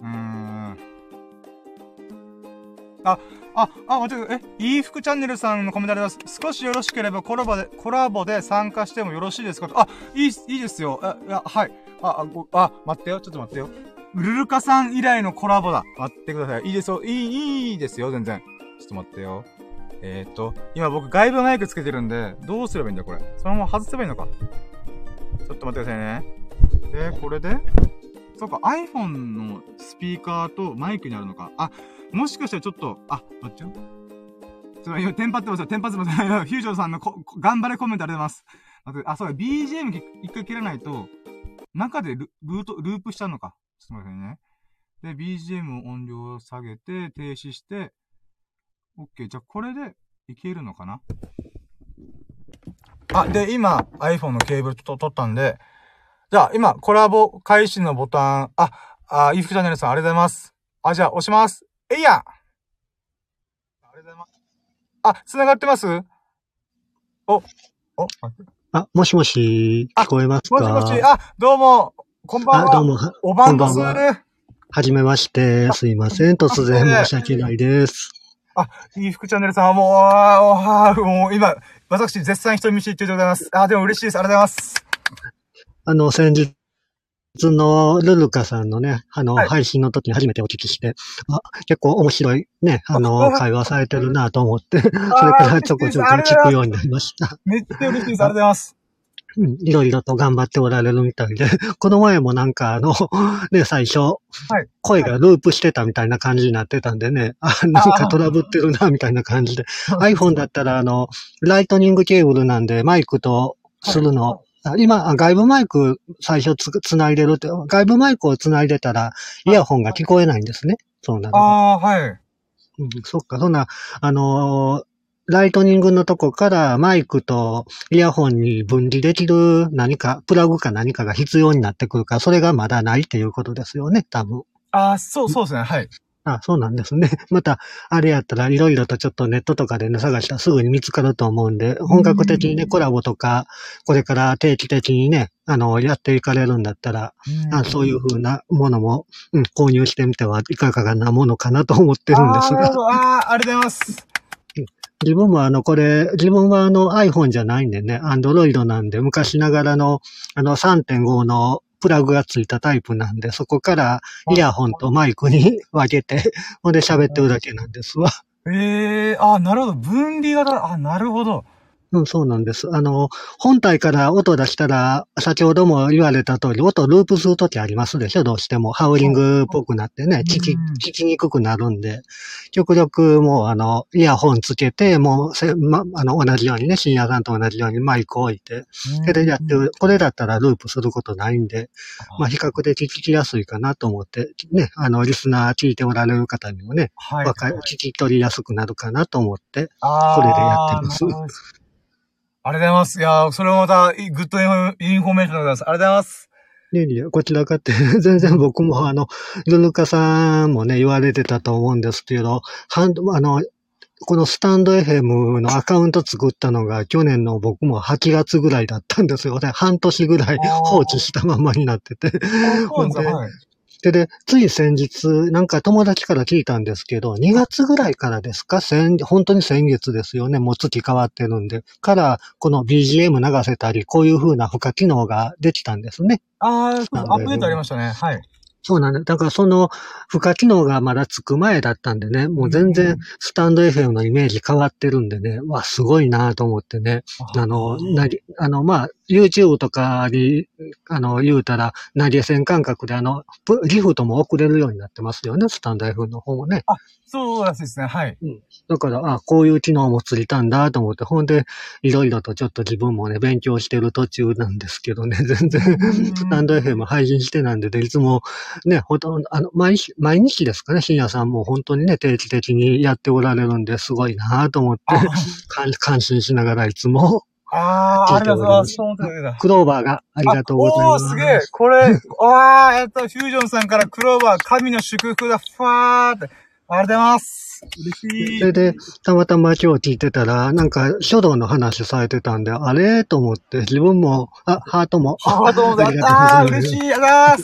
待って、いいふくチャンネルさんのコメントあります。少しよろしければコラボで参加してもよろしいですかと。いいですよ。はい。待ってよ。ちょっと待ってよ。ルルカさん以来のコラボだ。待ってください。いいですよ。いいですよ、全然。ちょっと待ってよ。今僕外部マイクつけてるんで、どうすればいいんだこれ。そのまま外せばいいのか。ちょっと待ってくださいね。で、これでそうか、iPhone のスピーカーとマイクにあるのか。もしかしたらちょっと、待ってよ。今、テンパってますよ。フュージョンさんの頑張れコメントありがとうございます。そうだ、BGM 一回切らないと、中でループしちゃうのか。ちょっと待ってね。で、BGM 音量を下げて、停止して、OK。じゃあ、これでいけるのかな？で、今、iPhone のケーブル取ったんで、じゃあ、今、コラボ開始のボタン、イフチャンネルさんありがとうございます。じゃあ、押します。ありがとうございます。繋がってます？ もしもし、聞こえますか？ もしもし、どうも、こんばんは。 どうも、 おばんこする。 はじめまして、すいません。突然申し訳ないです。 いいふくチャンネルさんはもう、今、私、絶賛人見知り中でございます。でも嬉しいです。ありがとうございます。 先日のルルカさんのね、配信の時に初めてお聞きして、結構面白いね、会話されてるなと思って、それからちょこちょこ聞くようになりました。 めっちゃ嬉しいです。ありがとうございます。 いろいろと頑張っておられるみたいで、この前もなんかね、最初、声がループしてたみたいな感じになってたんでね、なんかトラブってるな、みたいな感じで。iPhone だったらライトニングケーブルなんでマイクとするの、今、外部マイク最初繋いでるって、外部マイクを繋いでたら、イヤホンが聞こえないんですね。そうなの。そっか、そんな、ライトニングのとこからマイクとイヤホンに分離できる何か、プラグか何かが必要になってくるから、それがまだないっていうことですよね、多分。 そうですね、はい。 そうなんですね。また、あれやったらいろいろとちょっとネットとかでね、探したらすぐに見つかると思うんで、本格的にね、コラボとか、これから定期的にね、やっていかれるんだったら、そういう風なものも、購入してみてはいかがなものかなと思ってるんですが。 ありがとうございます。 自分は自分はiPhone じゃないんでね、Android なんで、昔ながらの3.5 のプラグがついたタイプなんで、そこからイヤホンとマイクに分けて、ほんで喋ってるだけなんですわ。 なるほど。分離型、なるほど。 うん、そうなんです。本体から音出したら、先ほども言われた通り、音ループするときありますでしょ、どうしても。ハウリングっぽくなってね、聞きにくくなるんで、極力もう、イヤホンつけて、もう同じようにね、深夜さんと同じようにマイク置いて、それでやってる、これだったらループすることないんで、まあ、比較的聞きやすいかなと思って、ね、リスナー聞いておられる方にもね、聞き取りやすくなるかなと思って、これでやってます。 ありがとうございます。いやー、それもまた、グッドインフォメーションでございます。ありがとうございます。 いやこちらかって、全然僕もルルカさんもね、言われてたと思うんですけど、このスタンド FM のアカウント作ったのが去年の僕も8月ぐらいだったんですよね。半年ぐらい放置したままになってて。 そうですか、はい。 で、つい先日、なんか友達から聞いたんですけど、2月ぐらいからですか本当に先月ですよね。もう月変わってるんで。から、この BGM 流せたり、こういう風な付加機能ができたんですね。 そうです。アップデートありましたね。はい。 そうなんだ。だからその付加機能がまだつく前だったんでね、もう全然スタンド FM のイメージ変わってるんでね、わ、すごいなと思ってね。まあ、YouTube とかに、言うたら、投げ銭感覚でギフトも送れるようになってますよね、スタンド FM の方もね。 そうらしいですね、はい。 だから、こういう機能もついたんだと思って、ほんで、いろいろとちょっと自分もね、勉強してる途中なんですけどね、全然、スタンド FM 配信してなんで、いつも、ね、ほとんど、毎日ですかね、深夜さんも本当にね、定期的にやっておられるんで、すごいなと思って、感心しながらいつも、 ありがとうございます。 クローバーがありがとうございます。 すげえこれ、フュージョンさんからクローバー、神の祝福だ、ファーって。ありがとうございます。嬉しい。 それで、たまたま今日聞いてたら、なんか書道の話されてたんで、あれと思って、自分も、ハートも。 ハートもだった。嬉しい。ありがとうございます。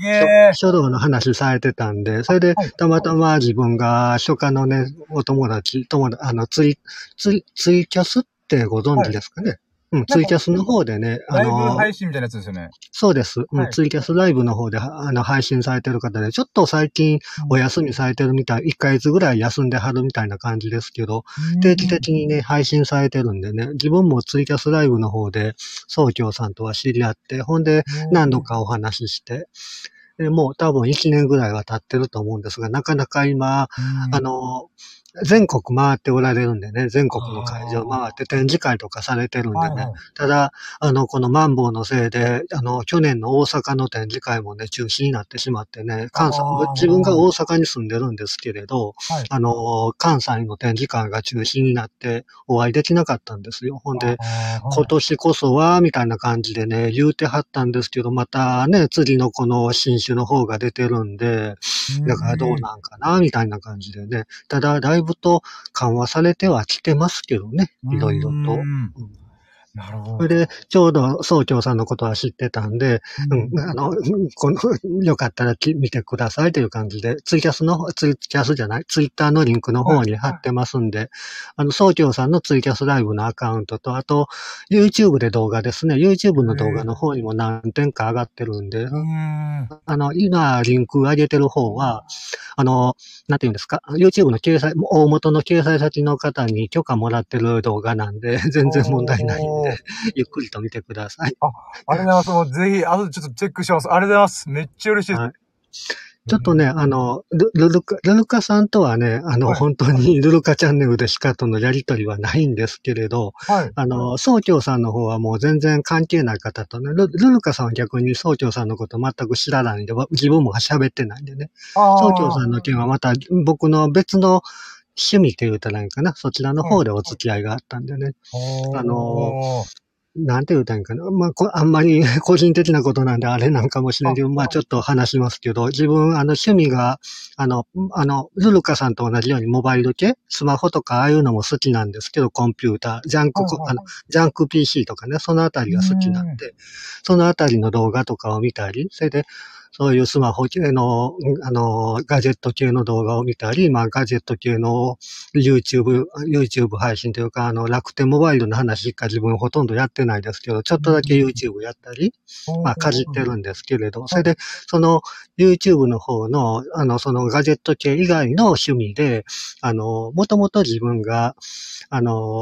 ね、書道の話されてたんで、それで、たまたま自分が書家のね、お友達、ツイキャスってご存知ですかね、ツイキャスの方でね、 ライブ配信みたいなやつですよね。 そうです。ツイキャスライブの方で、配信されてる方で、ちょっと最近お休みされてるみたい、1ヶ月ぐらい休んではるみたいな感じですけど、定期的にね、配信されてるんでね、自分もツイキャスライブの方で、宗教さんとは知り合って、ほんで、何度かお話しして、もう多分1年ぐらいは経ってると思うんですが、なかなか今、全国回っておられるんでね、全国の会場回って展示会とかされてるんでね。ただ、このマンボウのせいで、去年の大阪の展示会もね、中止になってしまってね、自分が大阪に住んでるんですけれど、関西の展示会が中止になってお会いできなかったんですよ。ほんで、今年こそは、みたいな感じでね、言うてはったんですけど、またね、次のこの新種の方が出てるんで、だからどうなんかな、みたいな感じでね。ただ、だいぶと緩和されてはきてますけどね、いろいろと。 なるほど。 それで、ちょうど総長さんのことは知ってたんで、よかったら見てくださいという感じで、ツイッターのリンクの方に貼ってますんで、総長さんのツイキャスライブのアカウントと、あと、YouTube で動画ですね、YouTube の動画の方にも何点か上がってるんで、今、リンク上げてる方は、なんていうんですか、YouTube の大元の掲載先の方に許可もらってる動画なんで、全然問題ないんで、ゆっくりと見てください。 ありがとうございます。ぜひ、後でちょっとチェックします。ありがとうございます。めっちゃ嬉しいです。はい、 ちょっとね、ルルカさんとはね、本当にルルカチャンネルでしかとのやりとりはないんですけれど、総長さんの方はもう全然関係ない方とね、ルルカさんは逆に総長さんのこと全く知らないんで、自分も喋ってないんでね、総長さんの件はまた僕の別の趣味って言うたらいいかな、そちらの方でお付き合いがあったんでね、なんて言うたんかな。あんまり個人的なことなんであれなんかもしれないけど、ちょっと話しますけど、自分、趣味が、ルルカさんと同じようにモバイル系、スマホとかああいうのも好きなんですけど、コンピューター、ジャンク PC とかね、そのあたりが好きなんで、そのあたりの動画とかを見たり、それで、そういうスマホ系の、ガジェット系の動画を見たり、ガジェット系の YouTube 配信というか、楽天モバイルの話しか自分ほとんどやってないですけど、ちょっとだけ YouTube やったり、かじってるんですけれど、それで、その YouTube の方の、そのガジェット系以外の趣味で、もともと自分が、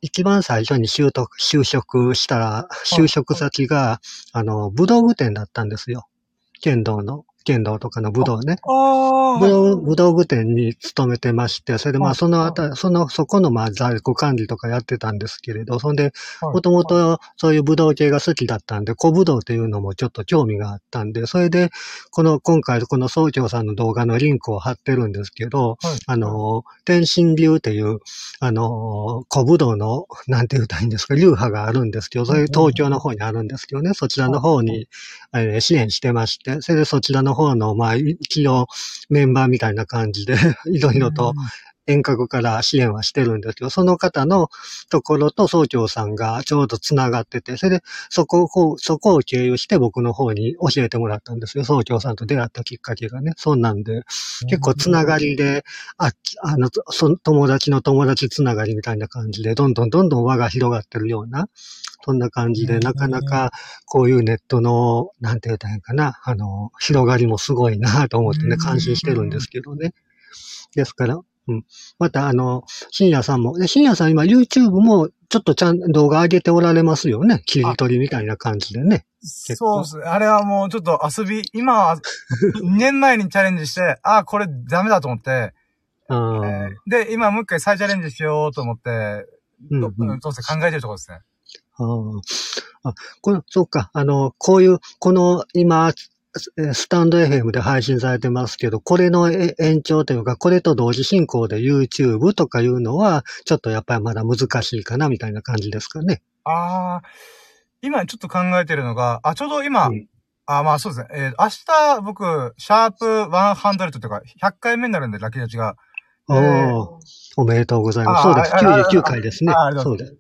一番最初に就職したら、就職先が、武道具店だったんですよ。剣道とかの武道ね。 はい。 武道具店に勤めてまして、それでまあはい。 そこのまあ在庫管理とかやってたんですけれど、そんで、 はい。 もともとそういう武道系が好きだったんで、古武道っていうのもちょっと興味があったんで、それで、今回この総長さんの動画のリンクを貼ってるんですけど、 はい。 天心流っていう、古武道の、なんて言うたらいいんですか、流派があるんですけど、それ東京の方にあるんですけどね、そちらの方に、支援してまして、それでそちらの方の、まあ、一応メンバーみたいな感じで、いろいろと遠隔から支援はしてるんですけど、その方のところと総長さんがちょうどつながってて、それでそこを経由して僕の方に教えてもらったんですよ。総長さんと出会ったきっかけがね。そんなんで、結構つながりで、友達の友達つながりみたいな感じで、どんどん輪が広がってるような、そんな感じで、なかなかこういうネットの、なんて言うたらいいかな、広がりもすごいなと思ってね、感心してるんですけどね。ですから、うん。また、深夜さんも、深夜さん今 YouTube もちょっと動画上げておられますよね。切り取りみたいな感じでね。結構。 そうですね。あれはもうちょっと今は、2年前にチャレンジして、これダメだと思って、で、今もう一回再チャレンジしようと思って、どうせ考えてるところですね。 そうか。今、スタンド FM で配信されてますけど、これの延長というか、これと同時進行で YouTube とかいうのは、ちょっとやっぱりまだ難しいかな、みたいな感じですかね。 今ちょっと考えてるのが、ちょうど今、まあそうですね。明日僕、シャープ100というか、100回目になるんで、ラッキーラチが。 おめでとうございます。そうです。99回ですね。そうです。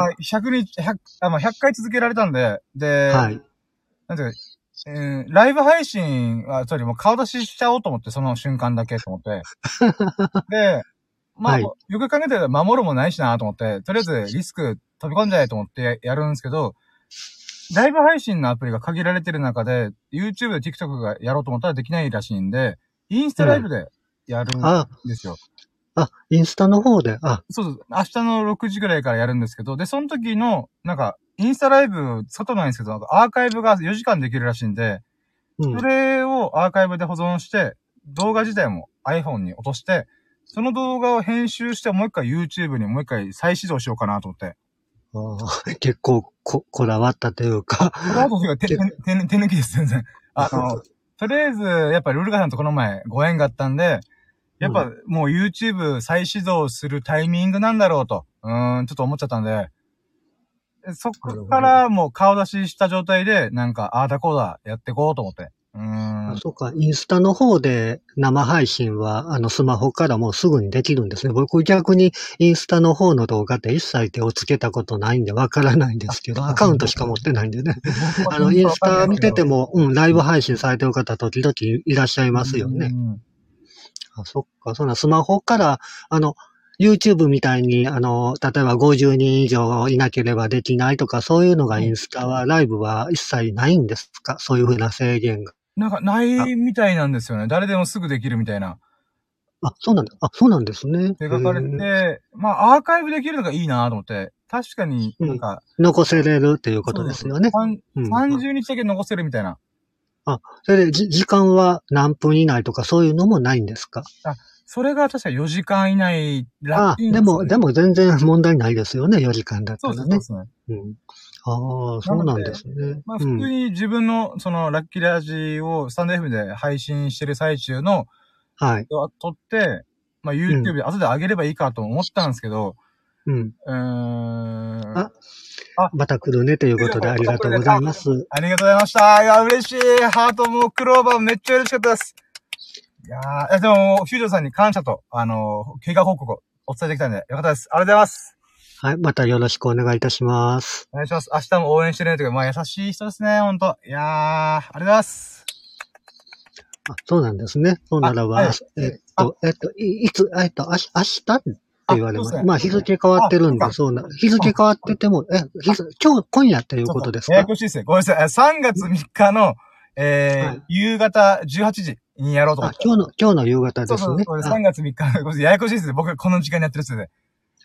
100回続けられたんで、 はい。 なんていうか、ライブ配信は、もう顔出ししちゃおうと思って、その瞬間だけと思って。で、まあ、よく考えてたら守るもないしなと思って、とりあえずリスク飛び込んじゃえと思ってやるんですけど、ライブ配信のアプリが限られてる中で、YouTube で TikTok がやろうと思ったらできないらしいんで、インスタライブでやるんですよ。 インスタの方で、 そう。明日の6時ぐらいからやるんですけど、で、その時の、インスタライブ、外なんですけど、アーカイブが4時間できるらしいんで、それをアーカイブで保存して、動画自体も iPhone に落として、その動画を編集してもう一回 YouTube にもう一回再始動しようかなと思って。 結構こだわったというか。 こだわったというか、手抜きです、全然。とりあえず、やっぱルルカさんとこの前ご縁があったんで、やっぱもう YouTube 再始動するタイミングなんだろうと、ちょっと思っちゃったんで、そこからもう顔出しした状態で、ああだこうだやっていこうと思って。 そうか、インスタの方で生配信は、スマホからもうすぐにできるんですね。僕逆にインスタの方の動画って一切手をつけたことないんでわからないんですけど、アカウントしか持ってないんでね。インスタ見てても、ライブ配信されてる方時々いらっしゃいますよね。そっか、スマホから、YouTube みたいに、例えば50人以上いなければできないとか、そういうのがインスタは、ライブは一切ないんですか？そういうふうな制限が。 ないみたいなんですよね。誰でもすぐできるみたいな。 そうなんですね。 描かれて、まあ、アーカイブできるのがいいなと思って、確かに残せれるっていうことですよね。 30日だけ残せるみたいな。 それで時間は何分以内とかそういうのもないんですか？ それが確か4時間以内らしいんですね。でも全然問題ないですよね、4時間だったらね。 そうですね。 そうなんですね。 まあ普通に自分のそのラッキーラジをスタンド F で配信してる最中の、撮って、まあ YouTube で後で上げればいいかと思ったんですけど、 また来るねということでありがとうございます。 ありがとうございました。いや、嬉しい。ハートもクローバーめっちゃ嬉しかったです。いやでも、フュージョンさんに感謝と、経過報告をお伝えできたんで、よかったです。ありがとうございます。 はい、またよろしくお願いいたします。 お願いします。明日も応援してねというか、まあ優しい人ですね、ほんと。いやありがとうございます。 そうなんですね。そうならば、いつ、明日って言われます。まあ日付変わってるんで、日付変わってても、今夜っていうことですか？ ややこしいですね。ごめんなさい。3月3日の、夕方18時にやろうと思って。 今日の夕方ですね。 そう、3月3日。ややこしいですね。僕この時間にやってるっすね。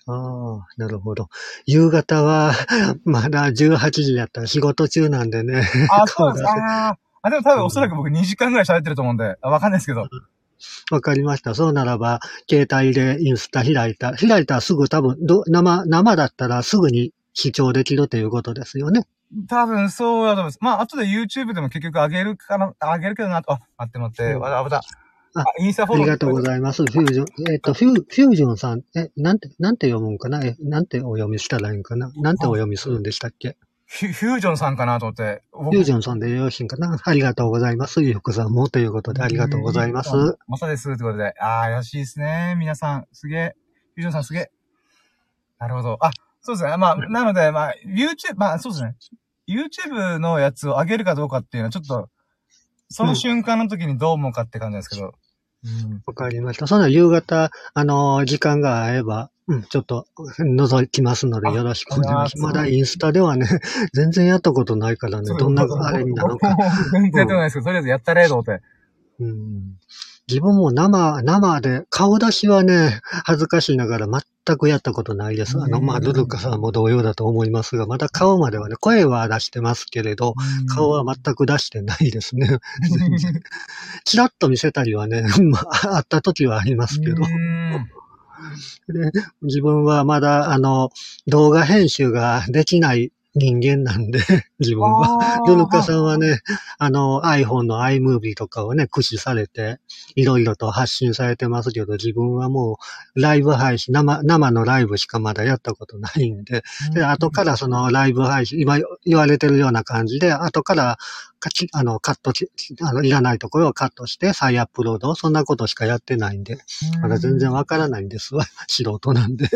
ああ、なるほど。夕方は、まだ18時だったら仕事中なんでね、 あ、そうなんです。 顔出せ。 でも多分うん、 おそらく僕2時間ぐらい喋ってると思うんで、わかんないですけど。 わかりました。そうならば、携帯でインスタ開いたらすぐ多分、生だったらすぐに視聴できるということですよね。 多分そうだと思います。まあ、後で YouTube でも結局上げるけどなと、待って待って、 うん。 危た。 あ、 インスタフォロー、 ありがとうございます。フュージョン。フュージョンさん、なんて読むんかななんてお読みしたらいいんかななんてお読みするんでしたっけ？ フュージョンさんかなと思って、 フュージョンさんでよろしいんかな？ありがとうございます。ゆうくさんもということでありがとうございます。 まさです。ということで、怪しいですね。皆さん、すげえ。フュージョンさんすげえ。なるほど。そうですね。まあ、なので、まあ、YouTube、まあ、そうですね。YouTube のやつを上げるかどうかっていうのは、ちょっと、その瞬間の時にどう思うかって感じなんですけど。 わかりました。そんな夕方、時間が合えば、ちょっと覗きますのでよろしくお願いします。まだインスタではね、全然やったことないからね、どんなあれになるのか。 全然やってないですけど、とりあえずやったれ、と思って。 自分も生で、顔出しはね、恥ずかしいながら全くやったことないです。ルルカさんも同様だと思いますが、まだ顔まではね、声は出してますけれど、顔は全く出してないですね。全然。チラッと見せたりはね、あった時はありますけど。で、自分はまだ、動画編集ができない人間なんで、自分は。ルルカさんはね、iPhone の iMovie とかをね、駆使されて、いろいろと発信されてますけど、自分はもう、ライブ配信、生のライブしかまだやったことないんで、で、後からそのライブ配信、今言われてるような感じで、後からカット、いらないところをカットして再アップロード、そんなことしかやってないんで、まだ全然わからないんですわ。素人なんで。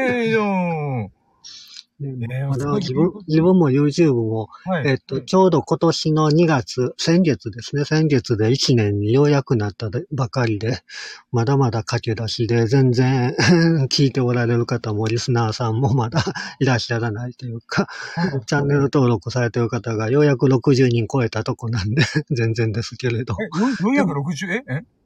まだ自分も YouTube も、ちょうど今年の先月ですね。先月で1年にようやくなったばかりで、まだまだ駆け出しで、全然聞いておられる方も、リスナーさんもまだいらっしゃらないというか、チャンネル登録されている方がようやく60人超えたとこなんで、全然ですけれど。 460?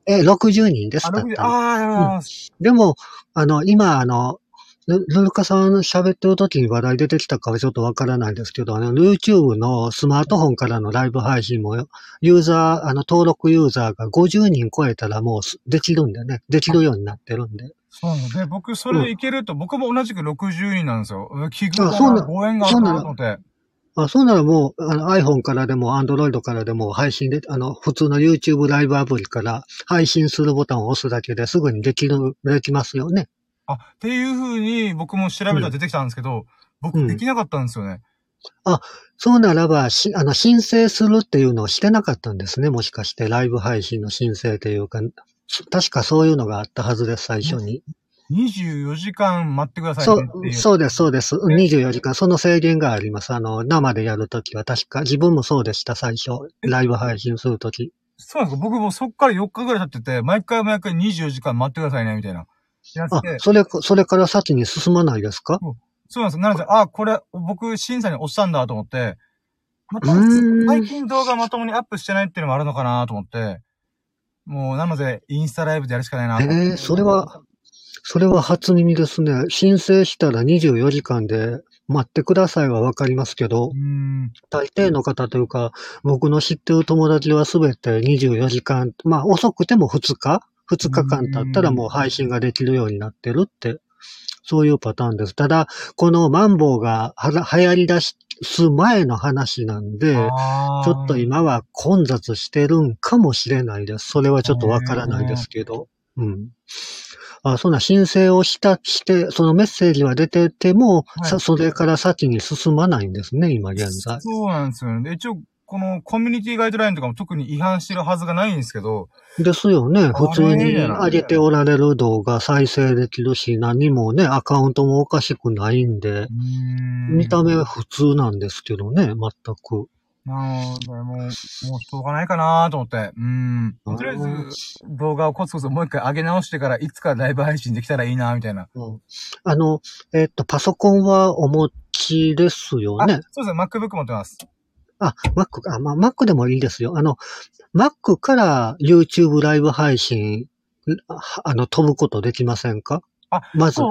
60人です。でも、今、ルルカさん喋ってる時に話題出てきたかはちょっとわからないですけど、YouTube のスマートフォンからのライブ配信も、登録ユーザーが50人超えたらもうできるんでね、できるようになってるんで。 そうなので、僕、それでいけると、僕も同じく60人なんですよ。奇遇だな、ご縁があるなと思って。 そうならもう、iPhone からでも Android からでも配信で、普通の YouTube ライブアプリから配信するボタンを押すだけですぐにできますよね。 っていう風に僕も調べたら出てきたんですけど、僕できなかったんですよね。 そうならば、申請するっていうのをしてなかったんですね。もしかして、ライブ配信の申請というか、確かそういうのがあったはずです、最初に。 24時間待ってくださいねっていう。 そうです。24時間、その制限があります。生でやるときは確か、自分もそうでした、最初。ライブ配信するとき。 そうなんですか？僕もそっから4日ぐらい経ってて、毎回24時間待ってくださいね、みたいな。 それから先に進まないですか？ そうなんです。なので、これ、僕、審査に押したんだと思って、最近動画まともにアップしてないっていうのもあるのかなと思って、もう、なので、インスタライブでやるしかないなと思って。 それは初耳ですね。申請したら24時間で待ってくださいはわかりますけど、大抵の方というか、僕の知ってる友達はすべて24時間、遅くても2日間経ったらもう配信ができるようになってるって、そういうパターンです。ただ、このマンボウが流行り出す前の話なんで、ちょっと今は混雑してるんかもしれないです。それはちょっとわからないですけど。そんな申請をして、そのメッセージは出てても、それから先に進まないんですね、今現在。 そうなんですよね。一応、このコミュニティガイドラインとかも特に違反してるはずがないんですけど。 ですよね。普通に上げておられる動画再生できるし、何もね、アカウントもおかしくないんで、見た目は普通なんですけどね、全く。 なので、もうしょうがないかなと思って。とりあえず、動画をコツコツもう一回上げ直してから、いつかライブ配信できたらいいなみたいな。 パソコンはお持ちですよね。 そうですね、MacBook 持ってます。 Mac でもいいですよ。Mac から YouTube ライブ配信、飛ぶことできませんか？まず。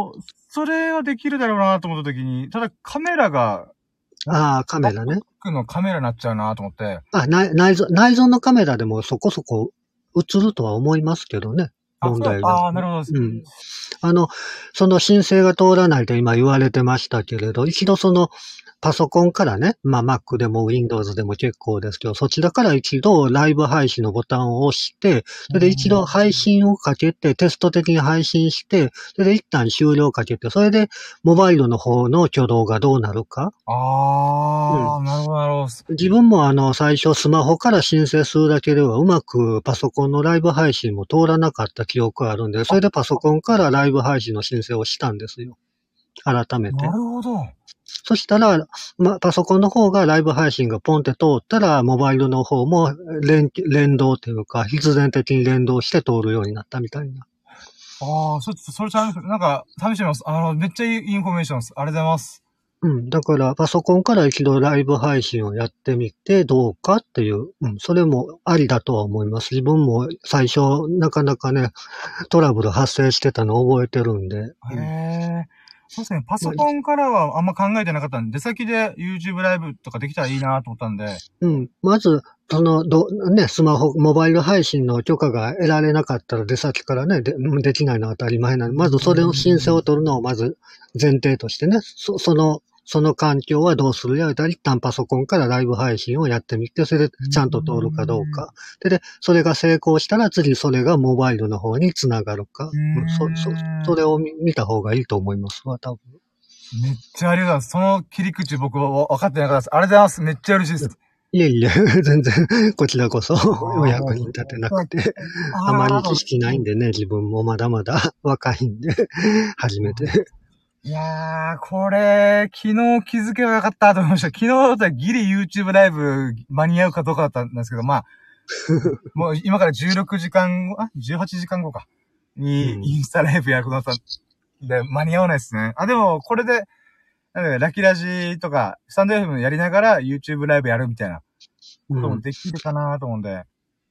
それはできるだろうなと思った時に、ただカメラが、 ああ、カメラね。 バックのカメラになっちゃうなと思って。 内蔵のカメラでもそこそこ映るとは思いますけどね。問題ななるほど。 うん。その申請が通らないと今言われてましたけれど、一度そのパソコンからね、まあ Mac でも Windows でも結構ですけど、そちらから一度ライブ配信のボタンを押して、それで一度配信をかけて、テスト的に配信して、それで一旦終了かけて、それでモバイルの方の挙動がどうなるか。 なるほど、なるほど。 自分も最初スマホから申請するだけではうまくパソコンのライブ配信も通らなかった記憶があるんで、それでパソコンからライブ配信の申請をしたんですよ。改めて。 なるほど。 そしたら、パソコンの方がライブ配信がポンって通ったら、モバイルの方も連動というか、必然的に連動して通るようになったみたいな。 それちゃんと、なんか、試してみます。めっちゃいいインフォメーションです。ありがとうございます。 だからパソコンから一度ライブ配信をやってみてどうかっていう、それもありだとは思います。自分も最初なかなかね、トラブル発生してたのを覚えてるんで。 そうですね。パソコンからはあんま考えてなかったんで、出先で YouTube ライブとかできたらいいなと思ったんで。 まず、スマホ、モバイル配信の許可が得られなかったら出先からね、できないのは当たり前なので、まずそれの申請を取るのをまず前提としてね、その環境はどうするやったら一旦パソコンからライブ配信をやってみて、それでちゃんと通るかどうか。で、それが成功したら次それがモバイルの方につながるか。それを見た方がいいと思いますわ、多分。 めっちゃありがとうございます。その切り口僕は分かってなかったです。ありがとうございます。めっちゃ嬉しいです。 いえいえ、全然、こちらこそ、お役に立てなくて、あまり知識ないんでね、自分もまだまだ若いんで、初めて。 いやー、これ、昨日気づけばよかったと思いました。昨日だったらギリ YouTube ライブ間に合うかどうかだったんですけど、まあ、もう今から18時間後か。に、インスタライブやることだったんで、間に合わないですね。でも、これで、ラキラジとか、スタンド FM やりながら YouTube ライブやるみたいなこともできるかなと思うんで。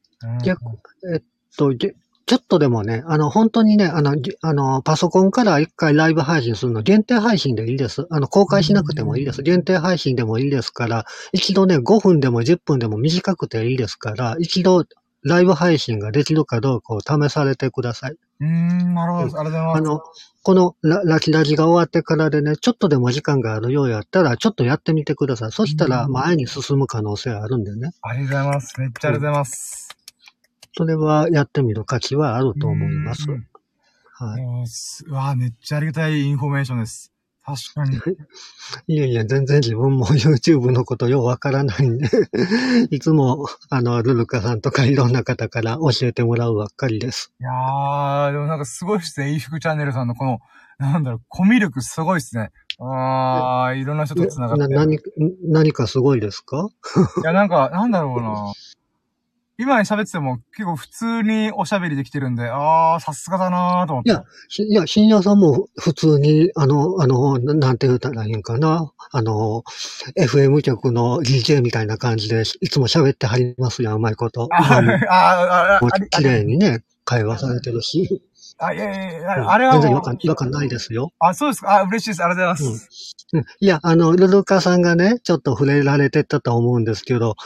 ちょっとでもね、本当にね、パソコンから一回ライブ配信するの限定配信でいいです。公開しなくてもいいです。限定配信でもいいですから、一度ね、5分でも10分でも短くていいですから、一度ライブ配信ができるかどうかを試されてください。 なるほど。ありがとうございます。 このラキラジが終わってからでね、ちょっとでも時間があるようやったら、ちょっとやってみてください。そしたら前に進む可能性あるんでね。 ありがとうございます。めっちゃありがとうございます。 それはやってみる価値はあると思います。 はい。めっちゃありがたいインフォメーションです。確かに。 いやいや、全然自分も YouTube のことようわからないんでいつも、ルルカさんとかいろんな方から教えてもらうばっかりです。 いやー、でもなんかすごいっすね。いい服チャンネルさんのこの、コミュ力すごいっすね。いろんな人と繋がって。 何かすごいですかいや、なんだろうな。今に喋ってても結構普通におしゃべりできてるんで、さすがだなーと思って。 いや、深夜さんも普通に、なんて言ったらいいんかな。FM 局の DJ みたいな感じで、いつも喋ってはりますやん、うまいこと。綺麗にね、会話されてるし。 いや、あれは全然違和感ないですよ。 そうですか。嬉しいです。ありがとうございます。 いや、ルルカさんがね、ちょっと触れられてたと思うんですけど、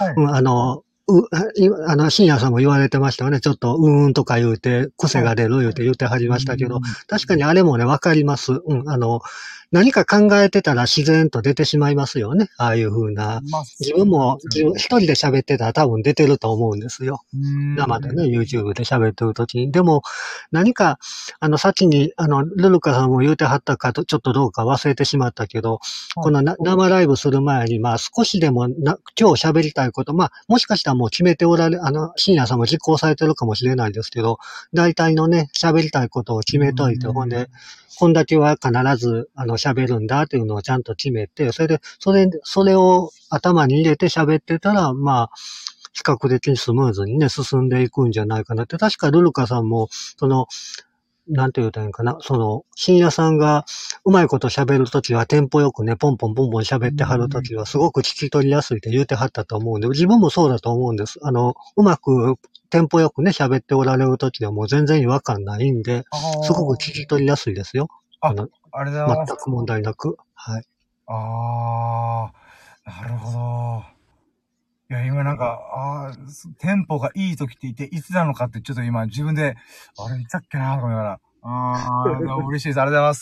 深夜さんも言われてましたよね。ちょっと、とか言うて、癖が出る言うてはりましたけど、確かにあれもね、わかります。何か考えてたら自然と出てしまいますよね。ああいう風な。自分も一人で喋ってたら多分出てると思うんですよ。生でね、YouTube で喋ってる時に。でも、何か、先に、ルルカさんも言うてはったかと、ちょっとどうか忘れてしまったけど、この生ライブする前に、少しでも今日喋りたいこと、もしかしたらもう決めておられ、深夜さんも実行されてるかもしれないですけど、大体のね、喋りたいことを決めといて、ほんで、こんだけは必ず、喋るんだというのをちゃんと決めて、それを頭に入れて喋ってたら、比較的スムーズにね、進んでいくんじゃないかなって。確かルルカさんも、なんて言うたらいいんかな。深夜さんがうまいこと喋るときはテンポよくね、ポンポン喋ってはるときはすごく聞き取りやすいって言うてはったと思うんで、自分もそうだと思うんです。うまくテンポよくね、喋っておられるときはもう全然違和感ないんで、すごく聞き取りやすいですよ。 あれだよ。 全く問題なく。はい。 ああ、なるほど。いや、今なんか、テンポがいい時って言って、いつなのかってちょっと今自分で、あれいつだっけなと思いながら。嬉しいです。ありがとうございます。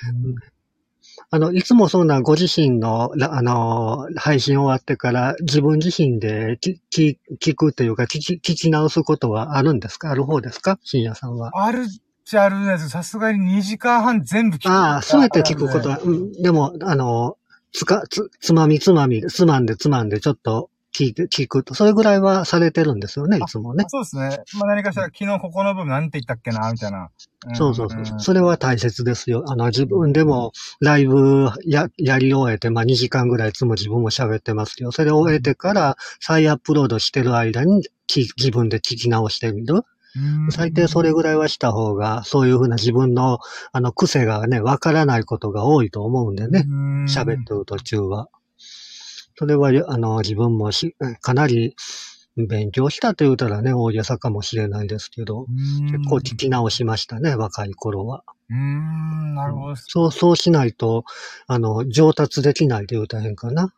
いつもそんなご自身の、配信終わってから自分自身で聞くというか聞き直すことはあるんですか？ある方ですか？深夜さんは。 あるっちゃあるんです。さすがに2時間半全部聞く。 ああ、すべて聞くことは、でも、つまみ、つまんでちょっと聞くと、それぐらいはされてるんですよね、いつもね。 そうですね。まあ何かしら昨日ここの部分なんて言ったっけな、みたいな。 そうそうそう。それは大切ですよ。自分でもライブやり終えて、まあ2時間ぐらいいつも自分も喋ってますけど、それを終えてから再アップロードしてる間に自分で聞き直してみる。最低それぐらいはした方が、そういうふうな自分の、癖がね、わからないことが多いと思うんでね。喋ってる途中は。それは、自分もかなり勉強したと言うたらね、大げさかもしれないですけど、結構聞き直しましたね、若い頃は。 なるほど。 そうしないと、上達できないと言うたら変かな。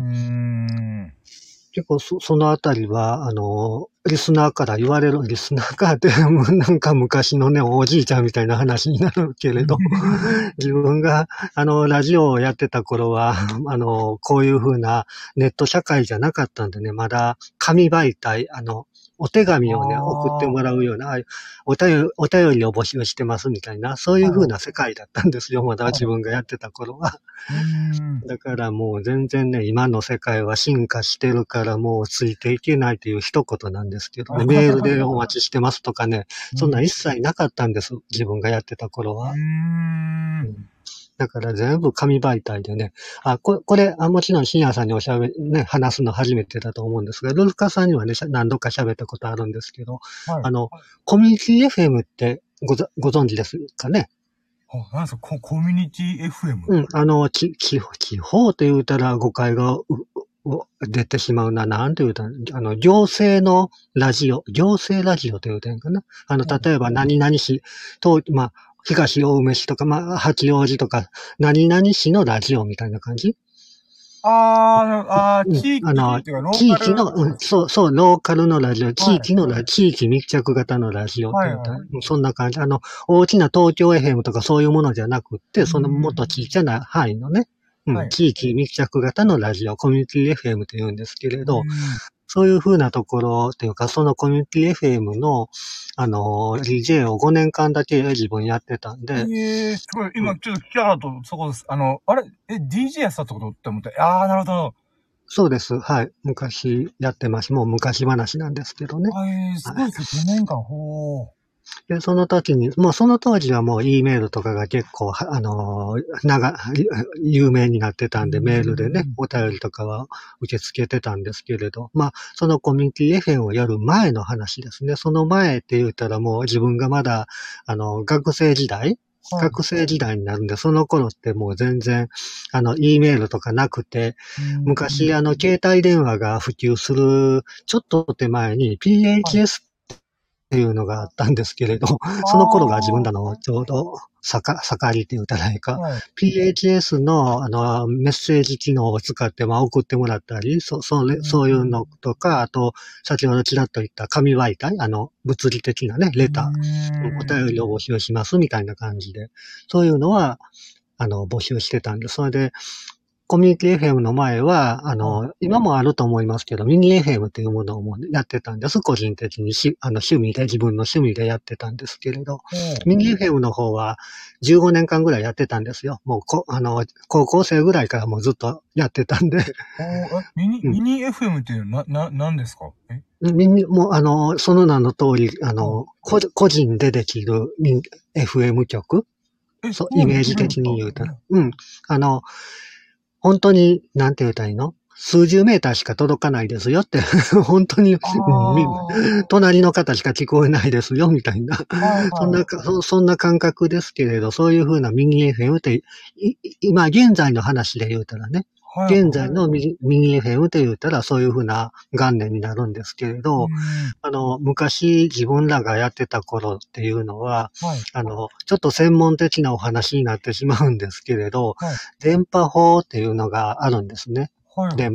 結構そのあたりは、リスナーから言われる、リスナーかって、なんか昔のね、おじいちゃんみたいな話になるけれど、自分が、ラジオをやってた頃は、こういう風なネット社会じゃなかったんでね、まだ紙媒体、お手紙をね、送ってもらうような、お便りを募集してますみたいな、そういう風な世界だったんですよ、まだ自分がやってた頃は。だからもう全然ね、今の世界は進化してるからもうついていけないという一言なんですけどね、メールでお待ちしてますとかね、そんな一切なかったんです、自分がやってた頃は。だから全部紙媒体でね。これ、もちろん深夜さんに話すの初めてだと思うんですが、ルルカさんにはね、何度か喋ったことあるんですけど、コミュニティ FM ってご存知ですかね？ 何ですかコミュニティ FM？ 地方と言うたら誤解が出てしまうな。なんて言うたら、行政ラジオと言うたんかな。例えば何々市、まあ、東大梅市とか、まあ、八王子とか、何々市のラジオみたいな感じ？ 地域の、 そう、ローカルのラジオ、地域密着型のラジオって言ったら、そんな感じ。大きな東京 FM とかそういうものじゃなくって、そのもっと小さな範囲のね、地域密着型のラジオ、コミュニティ FM と言うんですけれど、そういう風なところっていうか、そのコミュニティ FM の、DJ を5年間だけ自分やってたんで。 すごい、今ちょっと聞きたかった、そこです。DJ やってたってことって思って。なるほど。 そうです。はい。昔やってます。もう昔話なんですけどね。 すごいです。5年間。 で、その時に、もうその当時はもう E メールとかが結構、有名になってたんで、メールでね、お便りとかは受け付けてたんですけれど、まあ、そのコミュニティ FM をやる前の話ですね。その前って言ったらもう自分がまだ、学生時代になるんで、その頃ってもう全然、E メールとかなくて、昔、携帯電話が普及する、ちょっと手前に PHSっていうのがあったんですけれど、その頃が自分らのちょうど盛りって言うたらいいか、PHS のメッセージ機能を使って送ってもらったり、そういうのとか、あと、先ほどちらっと言った紙媒体、物理的なね、レター、お便りを募集しますみたいな感じで、そういうのは、募集してたんで、それで、コミュニティ FM の前は、今もあると思いますけど、ミニ FM というものをやってたんです。個人的に自分の趣味でやってたんですけれど、ミニ FM の方は15年間ぐらいやってたんですよ。もう高校生ぐらいからもうずっとやってたんで。 ミニ FM っていうのは何ですか？ もうその名の通り、個人でできるFM 局。イメージ的に言うと。本当に、なんて言うたらいいの？数十メーターしか届かないですよって、本当に、隣の方しか聞こえないですよ、みたいな。そんな感覚ですけれど、そういう風なミニ FM って、今現在の話で言うたらね、 現在のミニ FM と言ったらそういうふうな元年になるんですけれど、昔自分らがやってた頃っていうのは、ちょっと専門的なお話になってしまうんですけれど、電波法っていうのがあるんですね。で、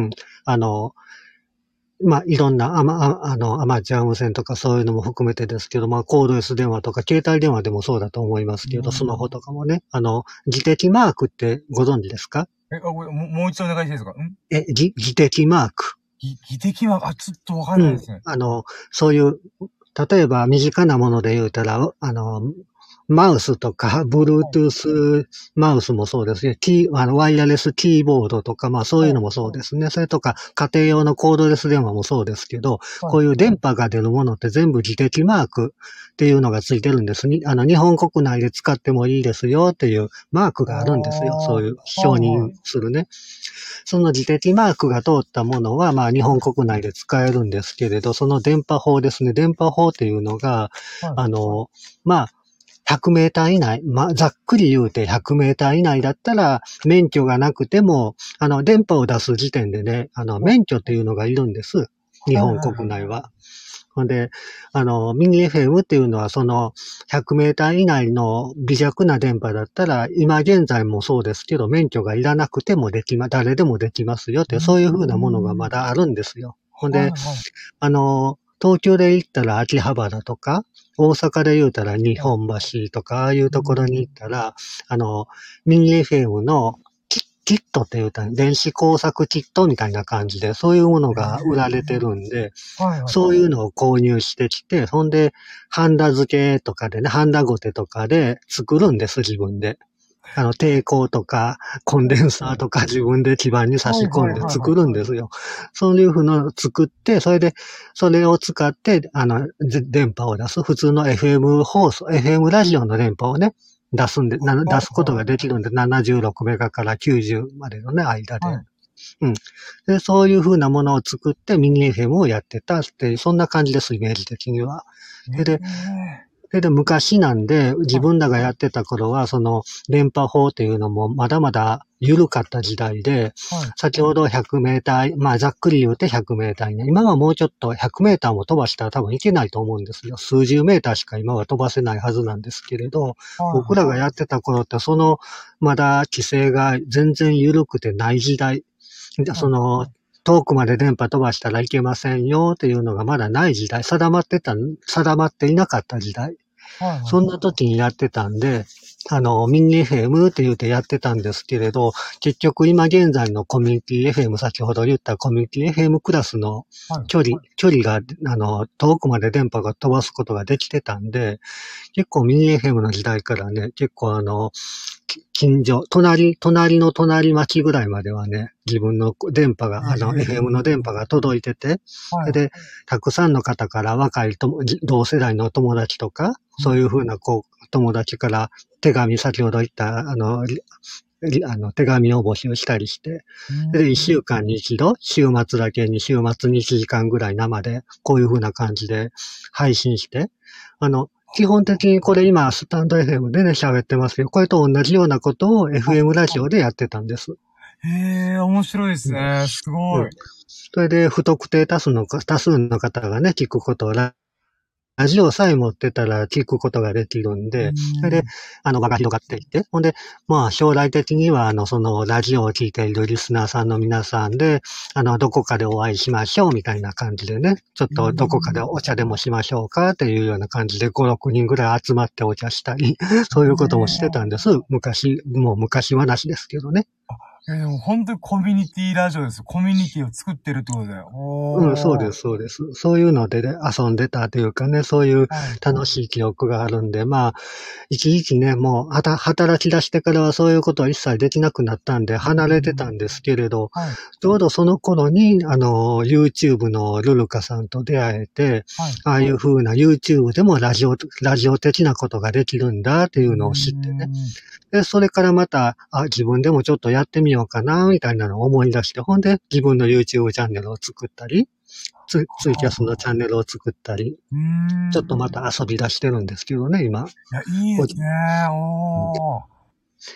いろんなアマチュア無線とかそういうのも含めてですけど、コードレス電話とか携帯電話でもそうだと思いますけど、スマホとかもね、自適マークってご存知ですか？ もう一度お願いしていいですか？ 自適マーク。 自適マーク、ちょっとわかんないですね。 そういう、例えば身近なもので言うたら、マウスとか、Bluetooth マウスもそうですね。ワイヤレスキーボードとか、そういうのもそうですね。それとか、家庭用のコードレス電話もそうですけど、こういう電波が出るものって全部自適マークっていうのがついてるんです。日本国内で使ってもいいですよっていうマークがあるんですよ。そういう承認するね。その自適マークが通ったものは、日本国内で使えるんですけれど、その電波法ですね。電波法っていうのが、100メーター以内、ざっくり言うて100メーター以内だったら、免許がなくても、電波を出す時点でね、免許っていうのがいるんです。日本国内は。ほんで、ミニ FM っていうのは、その、100メーター以内の微弱な電波だったら、今現在もそうですけど、免許がいらなくても誰でもできますよって、そういうふうなものがまだあるんですよ。ほんで、東京で行ったら秋葉原とか、大阪で言うたら日本橋とか、ああいうところに行ったら、ミニ FM のキットって言うたら、電子工作キットみたいな感じで、そういうものが売られてるんで、そういうのを購入してきて、ほんで、ハンダ付けとかでね、ハンダゴテとかで作るんです、自分で。抵抗とか、コンデンサーとか自分で基板に差し込んで作るんですよ。そういうふうのを作って、それを使って、電波を出す。普通の FM 放送、FM ラジオの電波をね、出すことができるんで、76メガから90までのね、間で。で、そういうふうなものを作ってミニ FM をやってたっていう、そんな感じです、イメージ的には。で、昔なんで、自分らがやってた頃は、その、電波法っていうのもまだまだ緩かった時代で、先ほど100メーター、ざっくり言うて100メーター以内。今はもうちょっと100メーターも飛ばしたら多分いけないと思うんですよ。数十メーターしか今は飛ばせないはずなんですけれど、僕らがやってた頃って、まだ規制が全然緩くてない時代。遠くまで電波飛ばしたらいけませんよっていうのがまだない時代、定まっていなかった時代。そんな時にやってたんで、ミニ FM って言うてやってたんですけれど、結局今現在のコミュニティ FM、先ほど言ったコミュニティ FM クラスの距離が、遠くまで電波が飛ばすことができてたんで、結構ミニ FM の時代からね、結構近所、隣の隣町ぐらいまではね、自分の電波が、FM の電波が届いてて、で、たくさんの方から若い同世代の友達とか、そういうふうな友達から先ほど言った、手紙を募集したりして、で、1週間に一度、週末だけに週末に1時間ぐらい生で、こういうふうな感じで配信して、基本的にこれ今、スタンド FM でね、喋ってますけど、これと同じようなことを FM ラジオでやってたんです。 面白いですね。すごい。 それで、不特定多数の方がね、聞くことをラジオさえ持ってたら聞くことができるんで、それで、場が広がっていって、ほんで、将来的には、その、ラジオを聞いているリスナーさんの皆さんで、どこかでお会いしましょう、みたいな感じでね、ちょっとどこかでお茶でもしましょうか、っていうような感じで、5、6人ぐらい集まってお茶したり、そういうこともしてたんです。もう昔話ですけどね。 でも本当にコミュニティラジオです。コミュニティを作ってるってことだよ。 そうです、そうです。そういうので、ね、遊んでたというかね、そういう楽しい記憶があるんで、一時期ね、もう、働き出してからはそういうことは一切できなくなったんで、離れてたんですけれど、ちょうどその頃に、YouTube のルルカさんと出会えて、ああいう風な YouTube でもラジオ的なことができるんだっていうのを知ってね。で、それからまた、自分でもちょっとやってみようかな、みたいなのを思い出して、ほんで、自分の YouTube チャンネルを作ったり、ツイキャスのチャンネルを作ったり、ちょっとまた遊び出してるんですけどね、今。 いや、いいですね。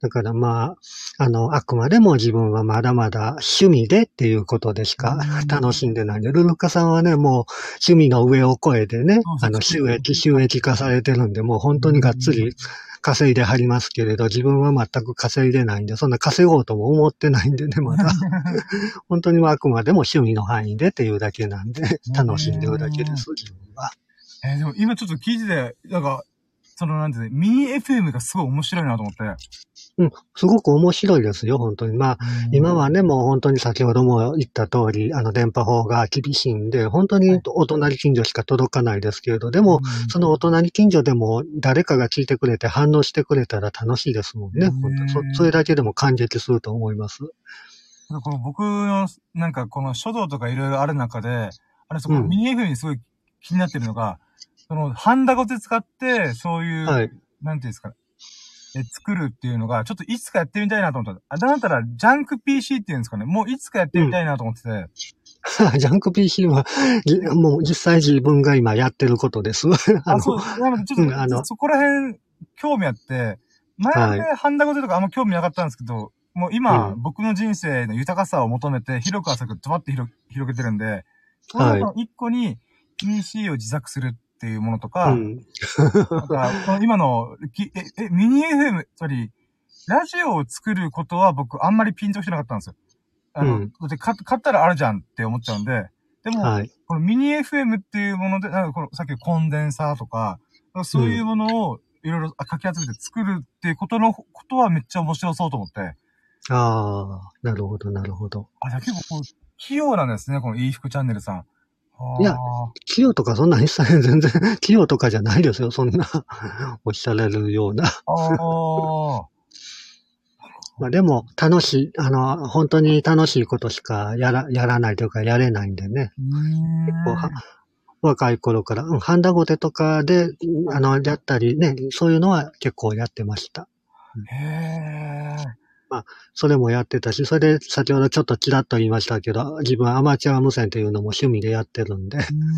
だからまあ、あくまでも自分はまだまだ趣味でっていうことでしか楽しんでないんで、ルルカさんはね、もう趣味の上を越えてね、 そうそう収益化されてるんで、もう本当にがっつり稼いではりますけれど、自分は全く稼いでないんで、そんな稼ごうとも思ってないんでね、まだ。本当にあくまでも趣味の範囲でっていうだけなんで、楽しんでるだけです、自分は。 でも今ちょっと聞いてて、なんか、なんていうの、ミニ FM がすごい面白いなと思って。 うん、すごく面白いですよ、本当に。まあ、今はね、もう本当に先ほども言った通り、電波法が厳しいんで、本当にお隣近所しか届かないですけれど、でも、そのお隣近所でも誰かが聞いてくれて反応してくれたら楽しいですもんね。本当それだけでも感激すると思います。 この僕の、なんかこの書道とかいろいろある中で、ミニ FM にすごい気になってるのが、ハンダゴテ使って、そういう、なんていうんですか、作るっていうのが、ちょっといつかやってみたいなと思った。だったら、ジャンク PC っていうんですかね。もういつかやってみたいなと思ってて。 ジャンク PC は、もう実際自分が今やってることです。 そう。なので、ちょっと、そこら辺、興味あって、前はね、ハンダゴテとかあんま興味なかったんですけど、もう今、僕の人生の豊かさを求めて、広く浅くドバって広げてるんで、その中の一個に PC を自作するっていうものとか、今の、ミニ FM、ラジオを作ることは僕あんまりピンとしてなかったんですよ。買ったらあるじゃんって思っちゃうんで、でも、このミニ FM っていうもので、なんかこのさっきコンデンサーとか、そういうものをいろいろかき集めて作るっていうことはめっちゃ面白そうと思って。 ああ、なるほど、なるほど。 結構器用なんですね、このいい服チャンネルさん。 いや、器用とかそんな一切全然、器用とかじゃないですよ、そんな、おっしゃられるような。まあでも、楽しい、本当に楽しいことしかやらないというか、やれないんでね。結構若い頃から、ハンダゴテとかで、やったりね、そういうのは結構やってました。まあ、それもやってたし、それで先ほどちょっとちらっと言いましたけど、自分アマチュア無線というのも趣味でやってるんで、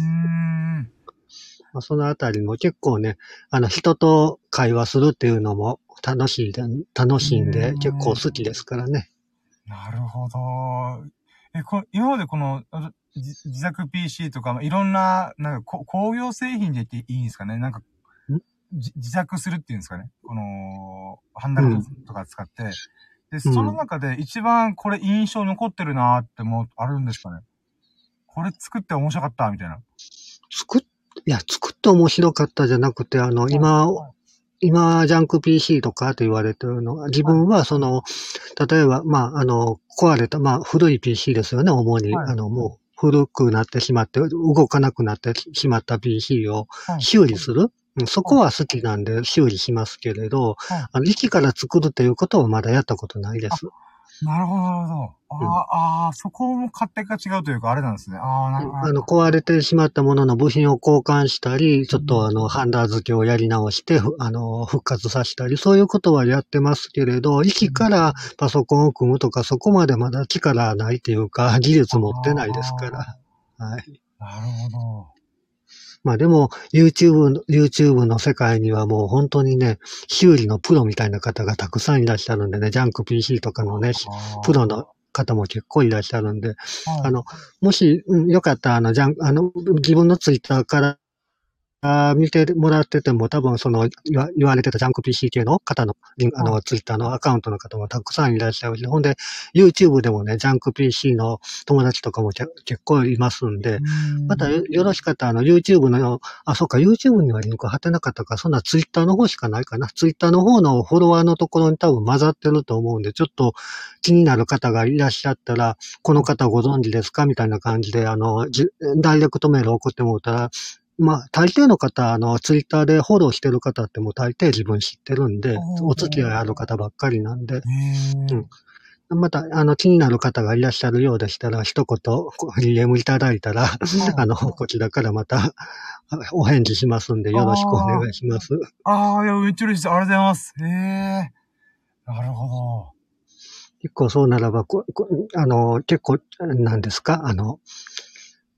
まあ、そのあたりも結構ね、人と会話するっていうのも楽しいんで、結構好きですからね。 なるほど。今までこの、自作 PC とか、いろんな、なんか工業製品で言っていいんですかね、なんか、自作するっていうんですかね。この、ハンダゴテとか使って。で、その中で一番これ印象に残ってるなーってあるんですかね。これ作って面白かったみたいな。 作って面白かったじゃなくて、今、ジャンク PC とかと言われてるのは、自分は例えば、まあ、壊れた、まあ、古い PC ですよね、主に。もう、古くなってしまって、動かなくなってしまった PC を修理する。そこは好きなんで修理しますけれど、一から作るということはまだやったことないです。 なるほど、なるほど。そこも勝手が違うというか、あれなんですね。なるほど。 壊れてしまったものの部品を交換したり、ちょっとハンダ付けをやり直して、復活させたり、そういうことはやってますけれど、一からパソコンを組むとか、そこまでまだ力ないというか、技術持ってないですから。はい。 なるほど。 まあでも、YouTube の世界にはもう本当にね、修理のプロみたいな方がたくさんいらっしゃるんでね、ジャンク PC とかのね、プロの方も結構いらっしゃるんで、もし、よかったら、自分のツイッターから見てもらってても、多分言われてたジャンク PC 系の方の、ツイッターのアカウントの方もたくさんいらっしゃるし、ほんで、YouTube でもね、ジャンク PC の友達とかも結構いますんで、またよろしかったら、YouTube の、そうか、YouTube にはリンク貼ってなかったか、そんなツイッターの方しかないかな。ツイッターの方のフォロワーのところに多分混ざってると思うんで、ちょっと気になる方がいらっしゃったら、この方ご存知ですかみたいな感じで、ダイレクトメール送ってもらったら、まあ、大抵の方、ツイッターでフォローしてる方ってもう大抵自分知ってるんで、お付き合いある方ばっかりなんで、また、気になる方がいらっしゃるようでしたら、一言、DM いただいたら、こちらからまた、お返事しますんで、よろしくお願いします。 いや、めっちゃ嬉しいです。ありがとうございます。なるほど。 結構そうならば、結構、何ですか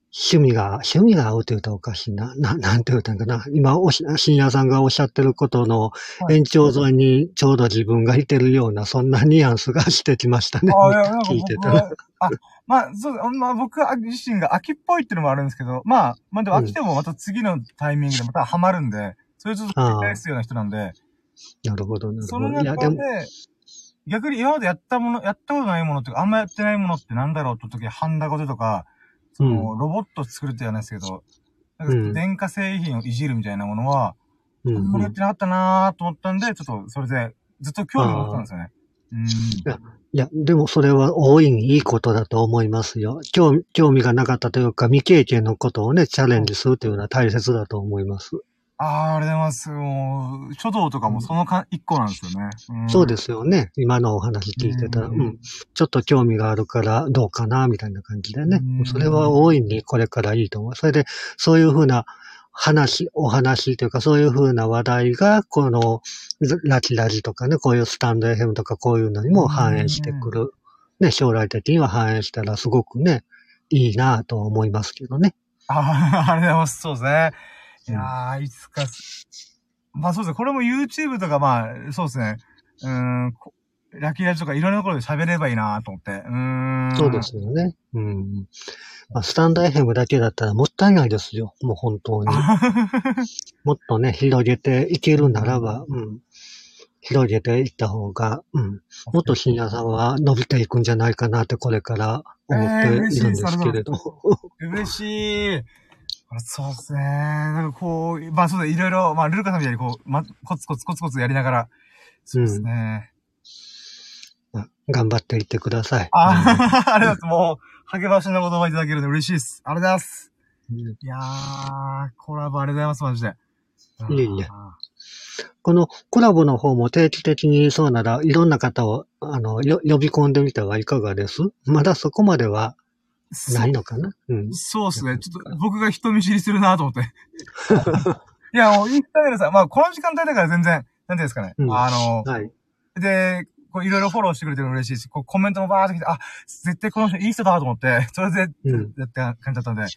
趣味が合うと言うとおかしいな。なんて言うたんかな。今、深夜さんがおっしゃってることのはい。 延長沿いにちょうど自分がいてるような、そんなニュアンスがしてきましたね。 いや、なんか聞いてたら。 僕は、そう、僕は自身が秋っぽいっていうのもあるんですけど、でもうん。 飽きてもまた次のタイミングでまたハマるんで、それちょっと繰り返ああ、 すような人なんで、 なるほど、なるそのほど。いや、でも、 中で、逆に今までやったことないものっていうか、あんまやってないものってなんだろうって時、ハンダゴテとか、 うん、 ロボット作るって言わないですけど、なんかうん、 電化製品をいじるみたいなものは、 うん、 あんまりうん。 やってなかったなーと思ったんで、ちょっとそれで、ずっと興味持ってたんああ。 ですよね。うーん。 いや、いや、でもそれは大いにいいことだと思いますよ。興味がなかったというか、未経験のことをね、チャレンジするというのは大切だと思います。 ありがとうございます。もう、書道とかうん、 もその一個なんですよね。うん。 そうですよね。今のお話う聞いてたら、うん。 ん。 ちょっと興味があるからどうかな、みたいな感じでうね。それはん。 大いにこれからいいと思う。それで、そういうふうなお話というか、そういうふうな話題が、この、ラジラジとかね、こういうスタンド FM とかこういうのにうも反映してくん。 る。ね、将来的には反映したらすごくね、いいなと思いますけどね。 ありがとうございます。そうですね。いやうん。 いつかそうですね。これも YouTube とかそうですね。うーん、ラキラジとかいろんなところで喋ればいいなと思って。 そうですよね。うん。まあ、スタンド FM だけだったらもったいないですよ。もう本当に。もっとね、広げていけうるならば、 ん。 うん。広げていった方が、うん。もっと確かに。 深夜さんは伸びていくんじゃないかなってこれから思って嬉しいです。 いるんでありがとうございます。 すけれど。 嬉しい。そうですね。なんかこう、そうだ、いろいろ、ルルカさんみたいにこう、コツコツコツコツやりながら、そうですうん。 ね。 まあ頑張っていってください。うん。 ありがとうございます。もう、励ましの言葉いただけるので嬉しいです。ありがとうございます。 うん、 いやコラボありがとうございます、マジで。 いえいえ。 あこのコラボの方も定期的にそうならいろんな方を、呼び込んでみてはいかがです？まだそこまではないのかな？うん。 そうですね。ちょっと僕が人見知りするなと思って。いや、もう、インスタグラムさ、この時間帯だから全然、なんていうんですかね。 うん。はい。 で、こういろいろフォローしてくれてるの嬉しいし、こうコメントもバーってきて、絶対この人いい人だと思って、それで、 うん。 やって感じだったんで、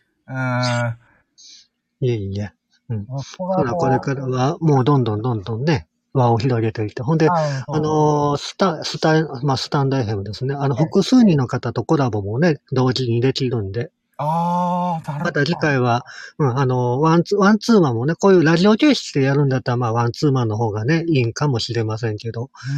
いえいえ。うん。 コほら、これラボ、 からは、もうどんどんどんどんね、輪を広げていって。ほんで、 そうですね。 スタンド FM ですね。 はい。 複数人の方とコラボもね、同時にできるんで。 なるほまた次ど。 回は、ワンツーマンもね、こういうラジオ形式でやるんだったら、まあ、ワンツーマンの方がね、いいんかもしれませんけど、 うん。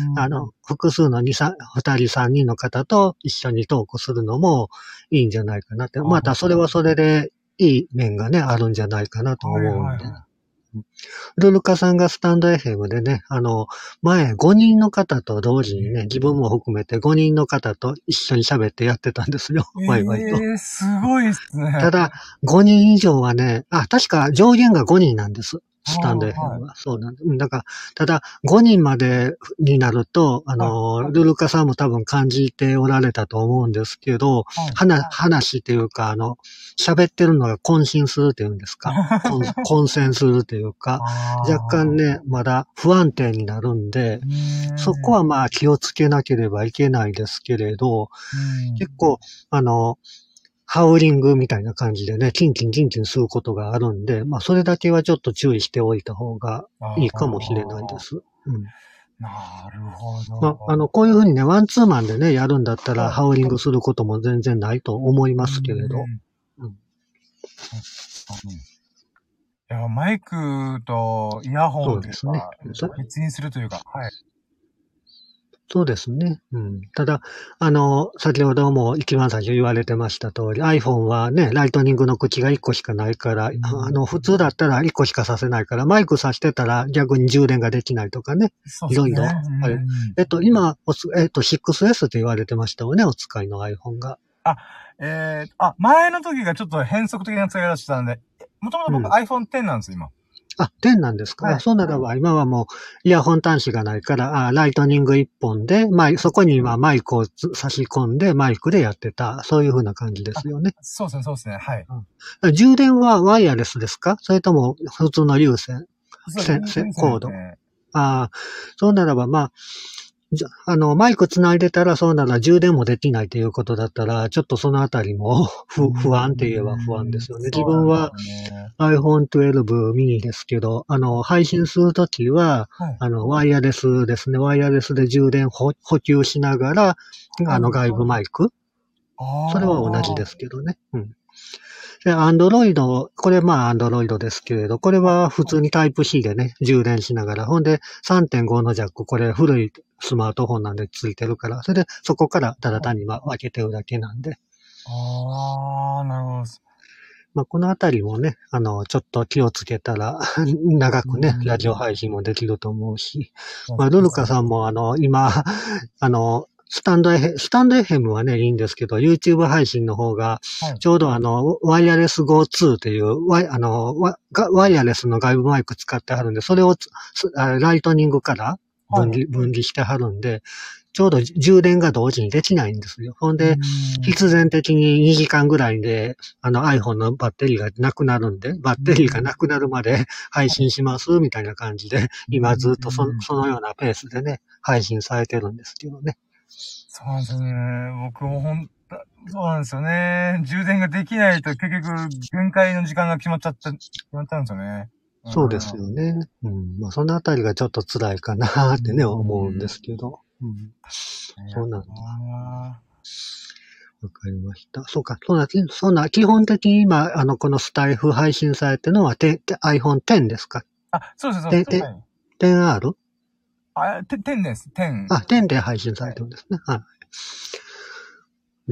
複数の二人三人の方と一緒にトークするのもいいんじゃないかなって。またそれはそれでいい面がね、あるんじゃないかなとはい思うんで。 はいはルルカさんがスタンド FM でね、前5人の方と同時にね、 い。 自分も含めて5人の方と一緒に喋ってやってたんですよ。ワイワイと。 すごいっすね。 ただ、5人以上はね、確か上限が5人なんです。スタンド FM はい。 は。そうなんです。だから、ただ、5人までになると、 はい。 ルルカさんも多分感じておられたと思うんですけど、 はい。 話っていうか、喋ってるのが渾身するっていうんですか。混戦するっていうか、若干あね、まだ不安定になるんで、 ー。 そこはまあ気をつけなければいけないですけれど、 うん。 結構、ハウリングみたいな感じでね、キンキンキンキンすることがあるんで、まあ、それだけはちょっと注意しておいた方がいいかもしれないであす。うん。 なるほまあ、 ど。 こういうふうにね、ワンツーマンでね、やるんだったら、 はい。 ハウリングすることも全然ないと思いうますけれど。 ん。 うん。 確かに。いや、マイクとイヤホンそうですね。 というか、別にするというか、はい。 そうですね。うん。ただ、先ほども一番最初言われてました通り、iPhone はね、ライトニングの口が1個しかないから、 うん。 普通だったら1個しかさせないから、マイクさしてたら逆に充電ができないとかね。 そうですね。 いろいろ。 うあれ。 ん。 今、6S って言われてましたよね、お使いの iPhone が。 あ、前の時がちょっと変則的な使い方してたんで、もともと僕うん。 iPhone X なんですよ、今。 10なんですか？ はい。 そうならば、今はもう、イヤホン端子がないから、ライトニング1本で、そこに今マイクを差し込んで、マイクでやってた、そういう風な感じですよね。 そうですね、そうですね、はい。 うん、充電はワイヤレスですか？それとも普通の有線、 そうですね、有線コード。 ですね。 ああ、そうならば、まあ、 マイク繋いでたらそうなら充電もできないということだったら、ちょっとそのあたりも不安って言えば不安ですよね。自分は iPhone 12 mini ですけど、配信するときは、ワイヤレスですね。ワイヤレスで充電補給しながら、外部マイク。それは同じですけどね。うん。で、アンドロイド、これアンドロイドですけれど、これは普通にタイプ C でね、充電しながら、ほんで 3.5 のジャック、これ古いスマートフォンなんでついてるから、それでそこからただ単に分けてるだけなんで。 なるほど。 このあたりもね、ちょっと気をつけたら、長くね、ラジオ配信もできると思うし、ルルカさんも今、スタンド FM はね、いいんですけど、YouTube 配信の方が、ちょうどワイヤレス GO2 っていうワイヤレスの外部マイク使ってはるんで、それをライトニングから分離してはるんで、ちょうど充電が同時にできないんですよ。ほんで、必然的に2時間ぐらいで、iPhone のバッテリーがなくなるんで、バッテリーがなくなるまで配信します、みたいな感じで、今ずっとそのようなペースでね、配信されてるんですけどね。 そうなんですよね。僕もそうなんですよね。充電ができないと結局限界の時間が決まっちゃうんですよね。 そうですよね。うん。そのあたりがちょっと辛いかなってね、思うんですけど。うん。そうなんだ。わかりました。そうか。そんな、基本的に今、このスタイフ配信されてるのは、iPhone X ですか？ そうです、そうです。 10R？ 10です、10。 10で配信されてるんですね。はい。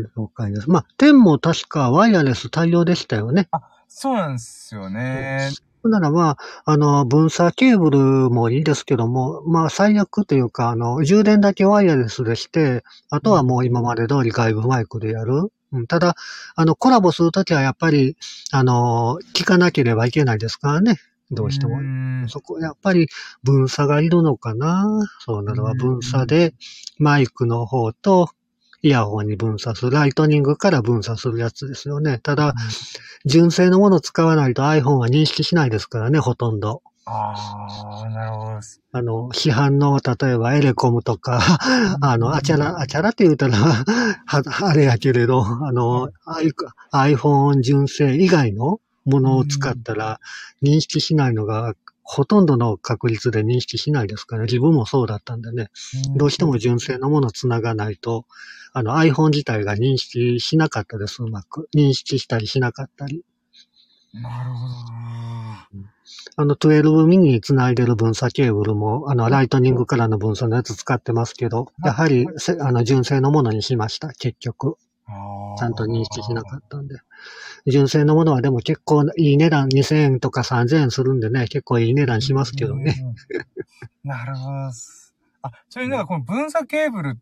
了解です。10も確かワイヤレス対応でしたよね。 そうなんですよね。 なら分散ケーブルもいいですけども、最悪というか、充電だけワイヤレスでして、あとはもう今まで通り外部マイクでやる。ただ、コラボするときはやっぱり、聞かなければいけないですからね。どうしても。そこ、やっぱり分散がいるのかな。そうならば分散で、マイクの方と、イヤホンに分散する、ライトニングから分散するやつですよね。ただ、純正のものを使わないと iPhone は認識しないですからね、ほとんど。 なるほど。市販の、例えばエレコムとか、あちゃらって言うたらあれやけれど、iPhone 純正以外のものを使ったら認識しないのが、ほとんどの確率で認識しないですからね。自分もそうだったんでね。どうしても純正のものをつながないと、iPhone 自体が認識しなかったです、うまく。認識したりしなかったり。 なるほど。12ミニにつないでる分散ケーブルも、ライトニングからの分散のやつ使ってますけど、やはり、純正のものにしました、結局。ちゃんと認識しなかったんで。純正のものはでも結構いい値段、2000円とか3000円するんでね、結構いい値段しますけどね。 なるほど。それこの分散ケーブルって、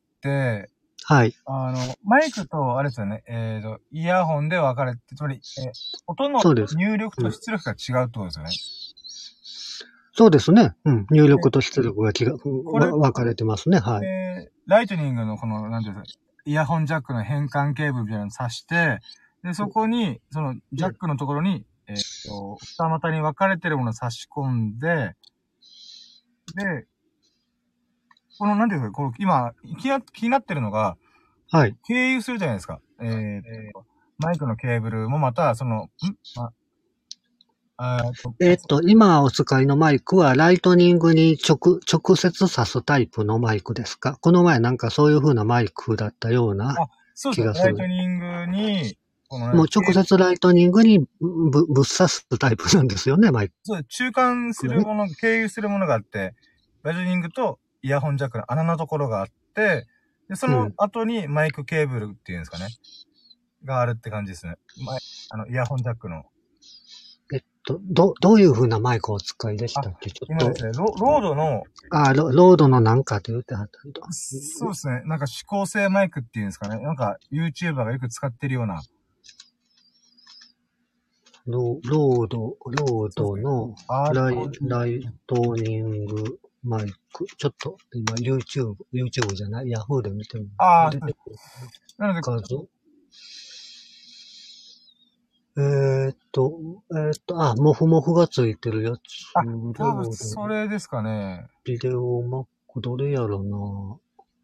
はい。 マイクと、あれですよね、イヤホンで分かれて、つまり、音の入力と出力が違うってことですよね。 そうですね。入力と出力が分かれてますね。はい。 ライトニングのこの、なんていうんですか、イヤホンジャックの変換ケーブルみたいなのを挿して、で、そこに、その、ジャックのところに、二股に分かれてるものを差し込んで、で、この、なんていうんですか、この、今、気になってるのが、 はい。 経由するじゃないですか。マイクのケーブルもまた、その、 今お使いのマイクはライトニングに直接挿すタイプのマイクですか？この前なんかそういう風なマイクだったような気がする。 ライトニングに、 もう直接ライトニングにぶっ刺すタイプなんですよね、マイク。 そう、中間するもの、経由するものがあって、ライトニングとイヤホンジャックの穴のところがあって、で、その後にマイクケーブルっていうんですかね。があるって感じですね。イヤホンジャックの。 どういう風なマイクをお使いでしたっけ？ちょっと。 今ですね、ロードの。 ロードのなんかと言ってはったけど。 そうですね。なんか指向性マイクっていうんですかね。なんか YouTuber がよく使ってるような。 ロードのライトニングマイク。ちょっと今 YouTube じゃない、Yahoo で見てみる。 なので、 モフモフがついてるやつ。 多分それですかね。 ビデオマックどれやろな。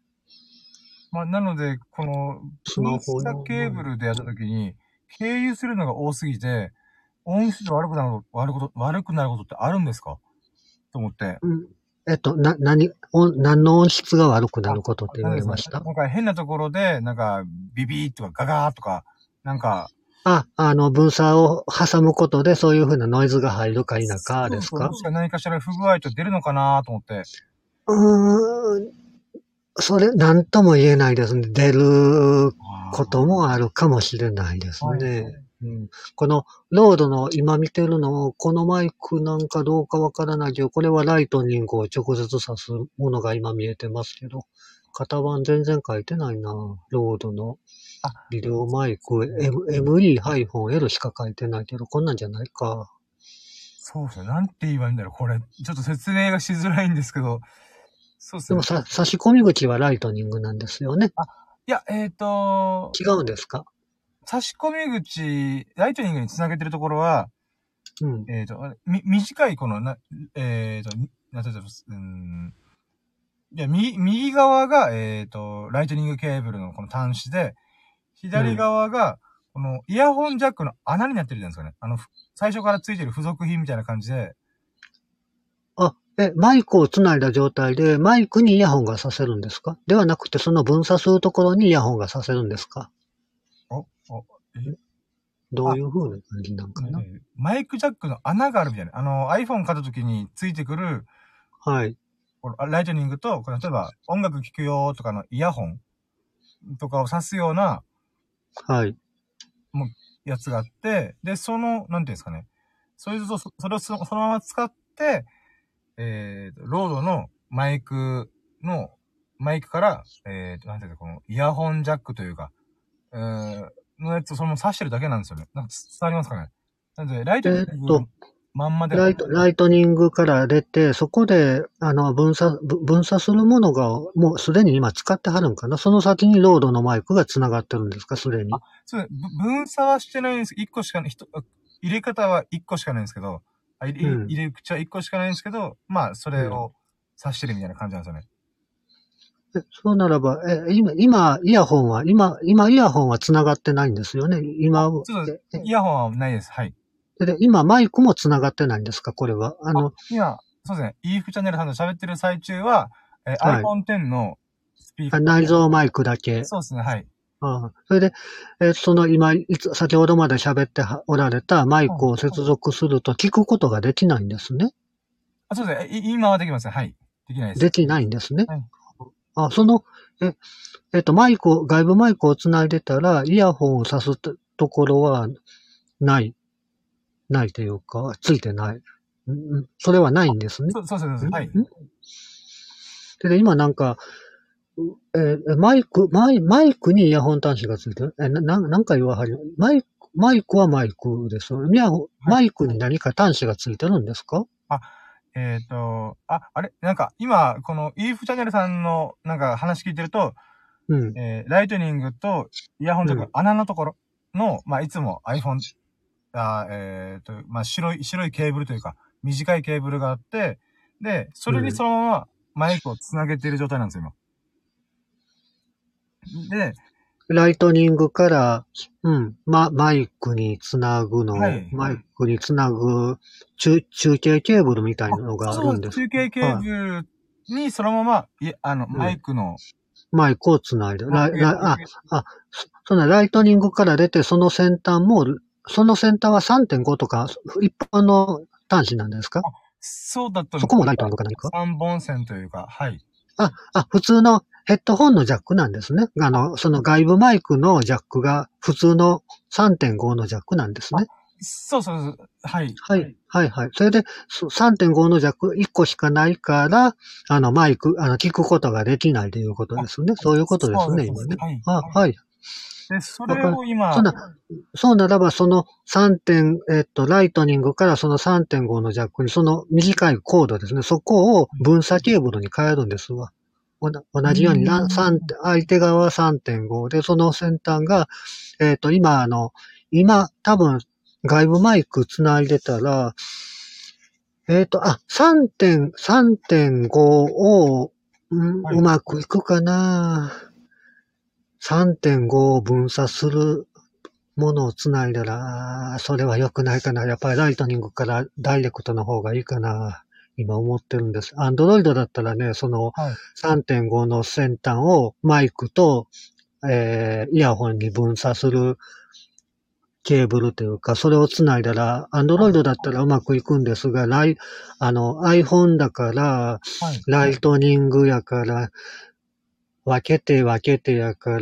まあ、なので、この、 スマホ分の。 差ケーブルでやったときに、経由するのが多すぎて、音質悪くなることってあるんですかと思って。 うん。何の音質が悪くなることって言わなんですね。 れました？ なんか変なところで、なんか、ビビーとかガガーとか、なんか、 分散を挟むことでそういう風なノイズが入るか否かそうそう、 ですか？ もしか何かしら不具合と出るのかなと思って。 うーん、それ、なんとも言えないですね。出るこあともあるかもしれないですあ、はい。 ね。うん、この、ロードの今見てるの、このマイクなんかどうかわからないけど、これはライトニングを直接挿すものが今見えてますけど、型番全然書いてないな。ロードのあ、 ビデオマイク、ME-L しか書いてないけど、こんなんじゃないか。 そうですね。なんて言えばいいんだろう。これ、ちょっと説明がしづらいんですけど、そうですね。 でも差し込み口はライトニングなんですよね。 あ、いや、 違うんですか？ 差し込み口、ライトニングにつなげてるところは、 うん。 短いこの、なんて言うんだろいや、右側が、ライトニングケーブルのこの端子で、左うん。 側が、このイヤホンジャックの穴になってるじゃないですかね。最初からついてる付属品みたいな感じで、 マイクをつないだ状態で、マイクにイヤホンがさせるんですか？ではなくて、その分差するところにイヤホンがさせるんですか？ お、お、えどうあ、 いう風な感じなんかな？ マイクジャックの穴があるみたいな。iPhone 買った時についてくる、 はい。 このライトニングと、これ例えば音楽聴くよとかのイヤホンとかを挿すような、 はい。 もう、やつがあって、で、なんていうんですかね。それをそのまま使って、ロードのマイクから、なんていうか、この、イヤホンジャックというか、のやつをそのまま挿してるだけなんですよね。なんか伝わりますかね。なんで、ライトニングまんまでは、 ライトニングから出て、そこで、分差するものが、もうすでに今使ってはるんかな？その先にロードのマイクが繋がってるんですか？すでに。 そうです。分差はしてないんです。一個しかない、入れ方は一個しかないんですけど、 うん。 入れ口は一個しかないんですけど、まあ、それうん。 を挿してるみたいな感じなんですよね。 そうならば、今、イヤホンは繋がってないんですよね。 ちょっと、イヤホンはないです。はい。 今、マイクも繋がってないんですか？これは。 今、そうですね。イーフチャンネルさんと喋ってる最中は、 はい。 iPhone X のスピーカー。 内蔵マイクだけ。 そうですね。はい。 それで、先ほどまで喋っておられたマイクはい。 を接続すると聞くことができないんですね。 そうですね。今はできますね。はい。できないです。 できないんですね。 はい。 あ、え、外部マイクをつないでたら、イヤホンを挿すところはない、ないというか、ついてない。それはないんですね。 そうです。はい。 今なんか、マイクにイヤホン端子がついてる。なんか言わはり、マイクはマイクですよ。 はい。 マイクに何か端子がついてるんですか？ あ、あれなんか、今、この、イーフチャンネルさんの、なんか話聞いてると、 うん、 ライトニングとイヤホンジャックのうん、 穴のところの、まあ、いつも iPhone、まあ、白いケーブルというか、短いケーブルがあって、で、それにそうん。 のままマイクをつなげている状態なんですよ、今。で、 ライトニングから、マイクにつなぐマイクにつなぐ中継ケーブルみたいなのがあるんです中継ケーか？はい。 ブルにそのまま、 うん。 マイクの、 マイクをつないで。 まそのライトニングから出て、その先端は3.5とか、一般の端子なんですか？ そうだと思う。 そこもライトニングか何か？ 三本線というか、はい。 普通のヘッドホンのジャックなんですね。その外部マイクのジャックが普通の3.5のジャックなんですね。 そう。はい。 はい。それで、3.5の弱1個しかないから、聞くことができないということですね。そういうことですね、今ね。 はい。 はい。 で、それわかる。 を今、 そうならば、そのライトニングからその3.5のジャックに、その短いコードですね。そこを分差ケーブルに変えるんですわ。同じように、相手側は3.5で、その先端が、多分、外部マイク繋いでたら、3.5を、 はい。 うまくいくかな。 3.5 を分散するものをつないだら、それは良くないかな。やっぱりライトニングからダイレクトの方がいいかな。今思ってるんです。アンドロイドだったらね、その 3.5 の先端をマイクと、イヤホンに分散するケーブルというか、それをつないだら、アンドロイドだったらうまくいくんですが、iPhone だから、ライトニングやから、分けてやから、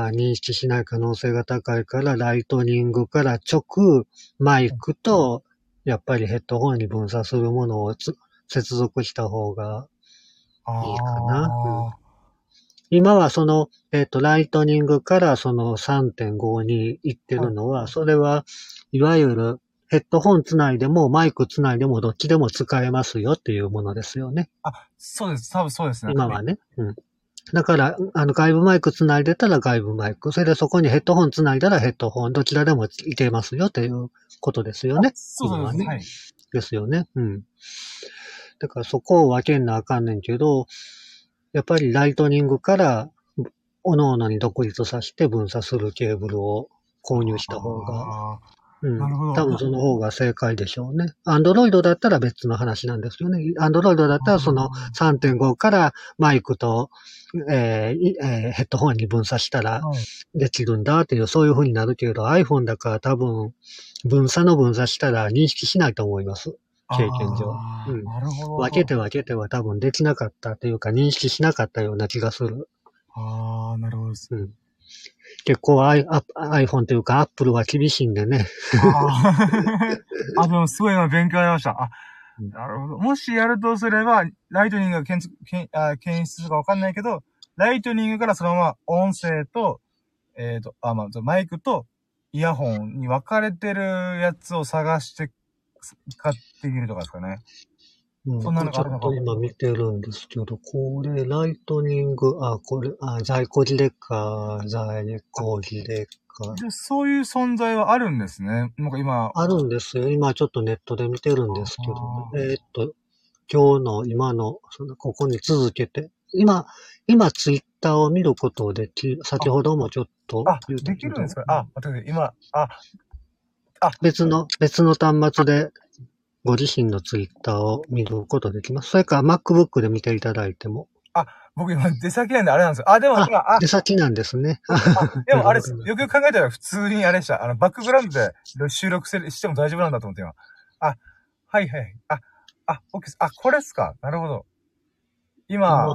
認識しない可能性が高いから、ライトニングから直、マイクと、やっぱりヘッドホンに分散するものを接続した方がいいかな。今はその、ライトニングからその 3.5 に行ってるのは、それは、いわゆるヘッドホンつないでも、マイクつないでも、どっちでも使えますよっていうものですよね。 そうです。多分そうですね。 今はね。だから、外部マイクつないでたら外部マイク。それでそこにヘッドホンつないだらヘッドホン。どちらでもいけますよっていうことですよね。 そうですね。 ですよね。だからそこを分けんなあかんねんけど、やっぱりライトニングから、各々に独立させて分散するケーブルを購入した方が、多分その方が正解でしょうね。アンドロイドだったら別の話なんですよね。アンドロイドだったらその 3.5 からマイクと、ヘッドホンに分散したらできるんだっていう、そういう風になるけど、iPhone だから多分分散したら認識しないと思います。経験上。 なるほど。 分けては多分できなかったというか認識しなかったような気がする。 なるほどです。 結構iPhone というか Apple は厳しいんでね。 でもすごい今勉強になりました。なるほど。もしやるとすれば、ライトニングが検出するかわかんないけど、ライトニングからそのまま音声と、マイクとイヤホンに分かれてるやつを探して使ってみるとかですかね。 そんなのちょっと今見てるんですけど、これ、ライトニング、在庫切れか、在庫切れか。 そういう存在はあるんですね。なんか今。 あるんですよ。今ちょっとネットで見てるんですけど、今の、ここに続けて、今ツイッターを見ることで先ほどもちょっと言ったけど。できるんですか？待ってください。今、 別の端末で、ご自身のツイッターを見ることできます。それから MacBook で見ていただいても。 僕今出先なんであれなんですよ。でも今、 出先なんですね。 でもあれです。よくよく考えたら普通にあれでした。バックグラウンドで収録しても大丈夫なんだと思って今。はいはい。OK です。これっすか。なるほど。今、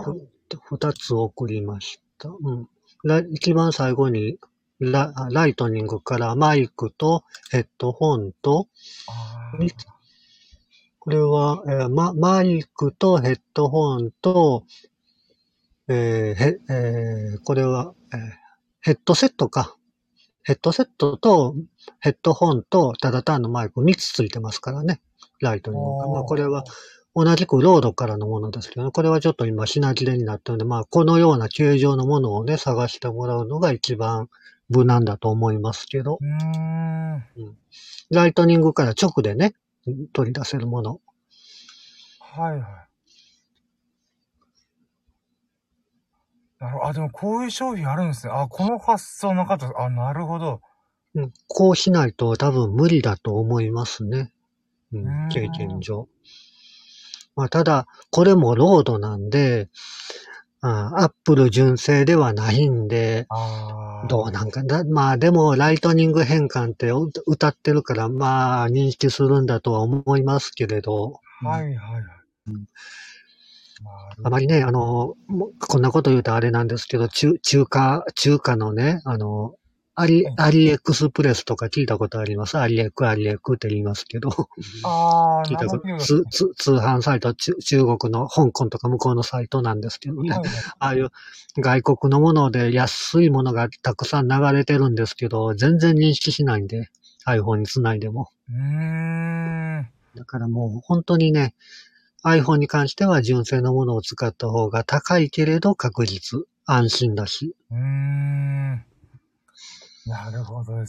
2つ送りました。一番最後にライトニングからマイクとヘッドホンと、これは、マイクとヘッドホンと、これは、ヘッドセットか。ヘッドセットとヘッドホンとただ単のマイク3つついてますからね。ライトニング。これは同じくロードからのものですけどね。これはちょっと今品切れになったので、このような形状のものをね、探してもらうのが一番無難だと思いますけど。ライトニングから直でね、取り出せるもの。 はいはい。でもこういう商品あるんですね。この発想なかったです。なるほど。 こうしないと多分無理だと思いますね。経験上。ただ、これもロードなんで、アップル純正ではないんで、どうなんかな。でも、ライトニング変換って歌ってるから、認識するんだとは思いますけれど。 はいはいはい。 あまりね、こんなこと言うとあれなんですけど、中華のね、アリエクスプレスとか聞いたことあります？アリエクって言いますけど。聞いたこと、通販サイト、中国の香港とか向こうのサイトなんですけどね。ああいう外国のもので安いものがたくさん流れてるんですけど、全然認識しないんで、iPhone につないでも。だからもう本当にね、iPhone に関しては純正のものを使った方が高いけれど確実、安心だし。 なるほどです。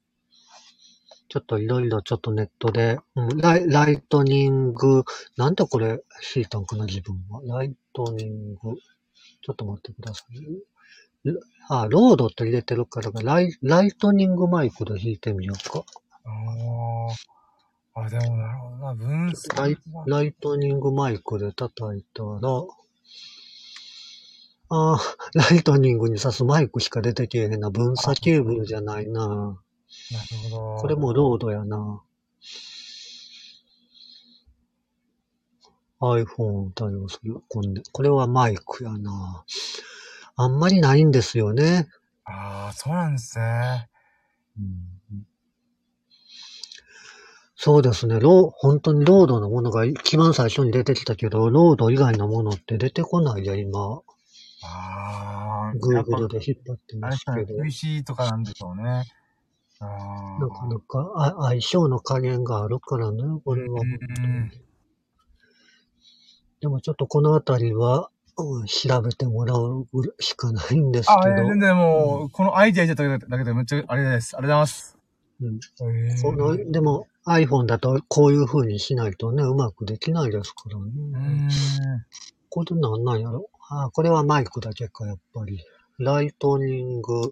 ちょっといろいろちょっとネットで、ライトニング、なんでこれ引いたんかな自分は。ライトニング、ちょっと待ってください。 ロードって入れてるからライトニングマイクで弾いてみようか。 でもなるほどな、分析ライトニングマイクで叩いたら、ライトニングに挿すマイクしか出てけえへんな。分差ケーブルじゃないな。 なるほど。 これもロードやな。iPhone 対応する。これはマイクやな。あんまりないんですよね。 そうなんですね。 そうですね。本当にロードのものが一番最初に出てきたけど、ロード以外のものって出てこないや、今。Google で引っ張ってますけど。 PC とかなんでしょうね。 なかなか相性の加減があるからね、これは。でもちょっとこのあたりは、調べてもらうしかないんですけど。 全然もう、このアイディア入れただけでめっちゃあれです。ありがとうございます。 でも iPhone だとこういう風にしないとね、うまくできないですからね。これなんなんやろ。これはマイクだけか、やっぱり。ライトニング、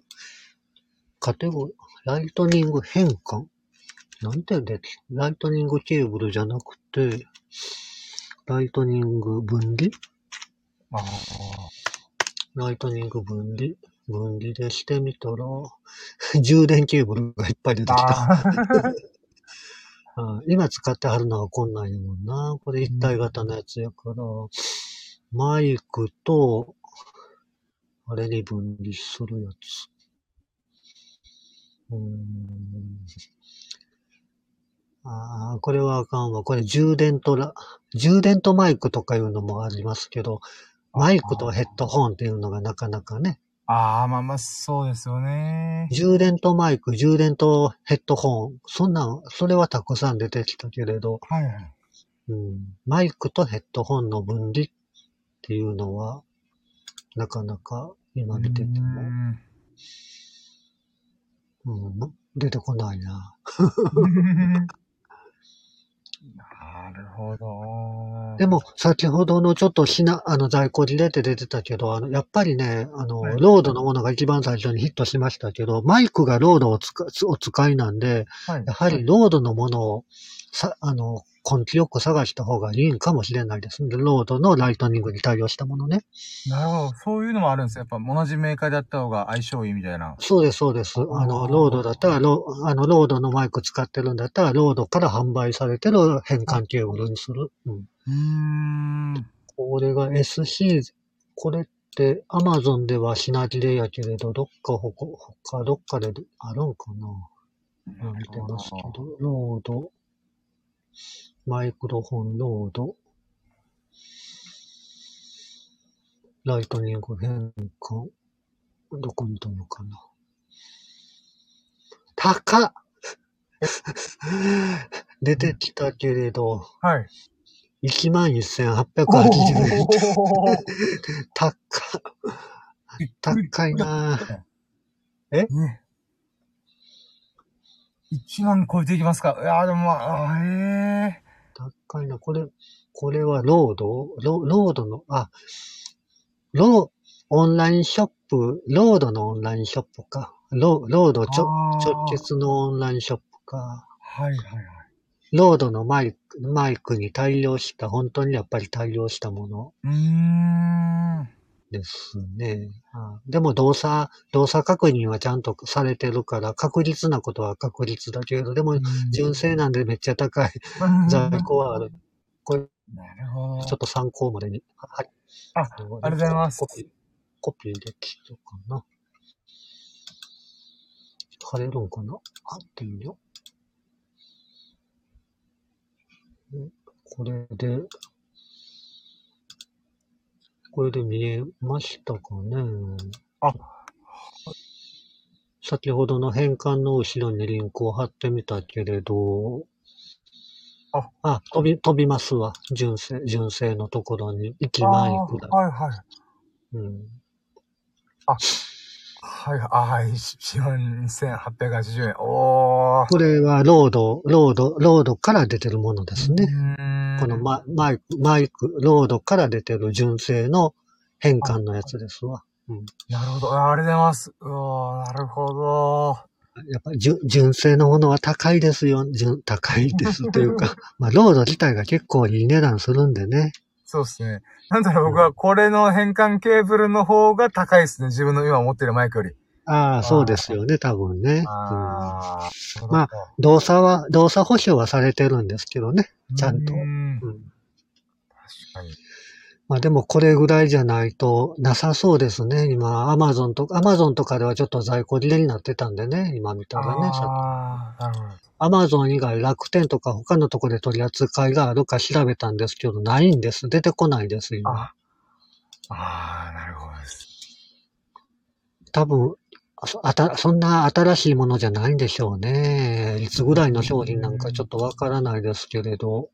ライトニング変換なんてライトニングケーブルじゃなくて、ライトニング分離ライトニング分離でしてみたら、充電ケーブルがいっぱい出てきた。今使ってはるのはこんなんやもんな。これ一体型のやつやから、マイクと、あれに分離するやつ。これはあかんわ。これ充電とマイクとかいうのもありますけど、マイクとヘッドホンっていうのがなかなかね。 そうですよね。 充電とマイク、充電とヘッドホン。それはたくさん出てきたけれど、マイクとヘッドホンの分離っていうのは、なかなか今見てても、出てこないな。 なるほど。 でも、先ほどのちょっと在庫切れって出てたけど、やっぱりね、ロードのものが一番最初にヒットしましたけど、マイクがロードを使いなんで、やはりロードのものを根気よく探した方がいいんかもしれないですね。ロードのライトニングに対応したものね。 なるほど。そういうのもあるんですよ。やっぱ同じメーカーであった方が相性いいみたいな。 そうです、そうです。ロードだったら、ロードのマイク使ってるんだったら、ロードから販売されてる変換ケーブルにする。これが SC、これって Amazon では品切れやけれど、どっかであるんかな。見てますけど、ロード、マイクロフォンロード、ライトニング変換、どこに飛ぶかな。高っ出てきたけれど、11,880円。高いなぁ。 1万超えていきますか。いやでも高いな。これはロードの、オンラインショップ、ロードのオンラインショップか。ロード直結のオンラインショップか。ロードのマイクに本当にやっぱり対応したもの。ですね。でも動作確認はちゃんとされてるから、確実なことは確実だけど、でも純正なんでめっちゃ高い在庫はある。これ、ちょっと参考までに。 ありがとうございます。 コピーできるかな。貼れるんかな。貼ってみよう。これで見えましたかね。先ほどの変換の後ろにリンクを貼ってみたけれど、飛びますわ。純正のところに1万いくら。 12,880円。 これはロードから出てるものですね。このマイク、ロードから出てる純正の変換のやつですわ。 うん。 なるほど。ありがとうございます。うわー、なるほど。 やっぱり純正のものは高いですよ。高いですというか、まあ、ロード自体が結構いい値段するんでね。 そうですね。なんだろう、 うん、 僕はこれの変換ケーブルの方が高いですね。自分の今持ってるマイクより。 ああ、そうであすよね、多分ね。うん、 あ、なるほど。 まあ、動作保証はされてるんですけどね。ちゃんと。うん、 確かに。 まあでもこれぐらいじゃないとなさそうですね。今、アマゾンとかではちょっと在庫切れになってたんでね。今見たらね、さっき。 ああ、なるほど。 アマゾン以外楽天とか他のところで取り扱いがあるか調べたんですけど、ないんです。出てこないです、今。 なるほどです。 多分、そんな新しいものじゃないんでしょうね。いつぐらいの商品なんかちょっとわからないですけれど、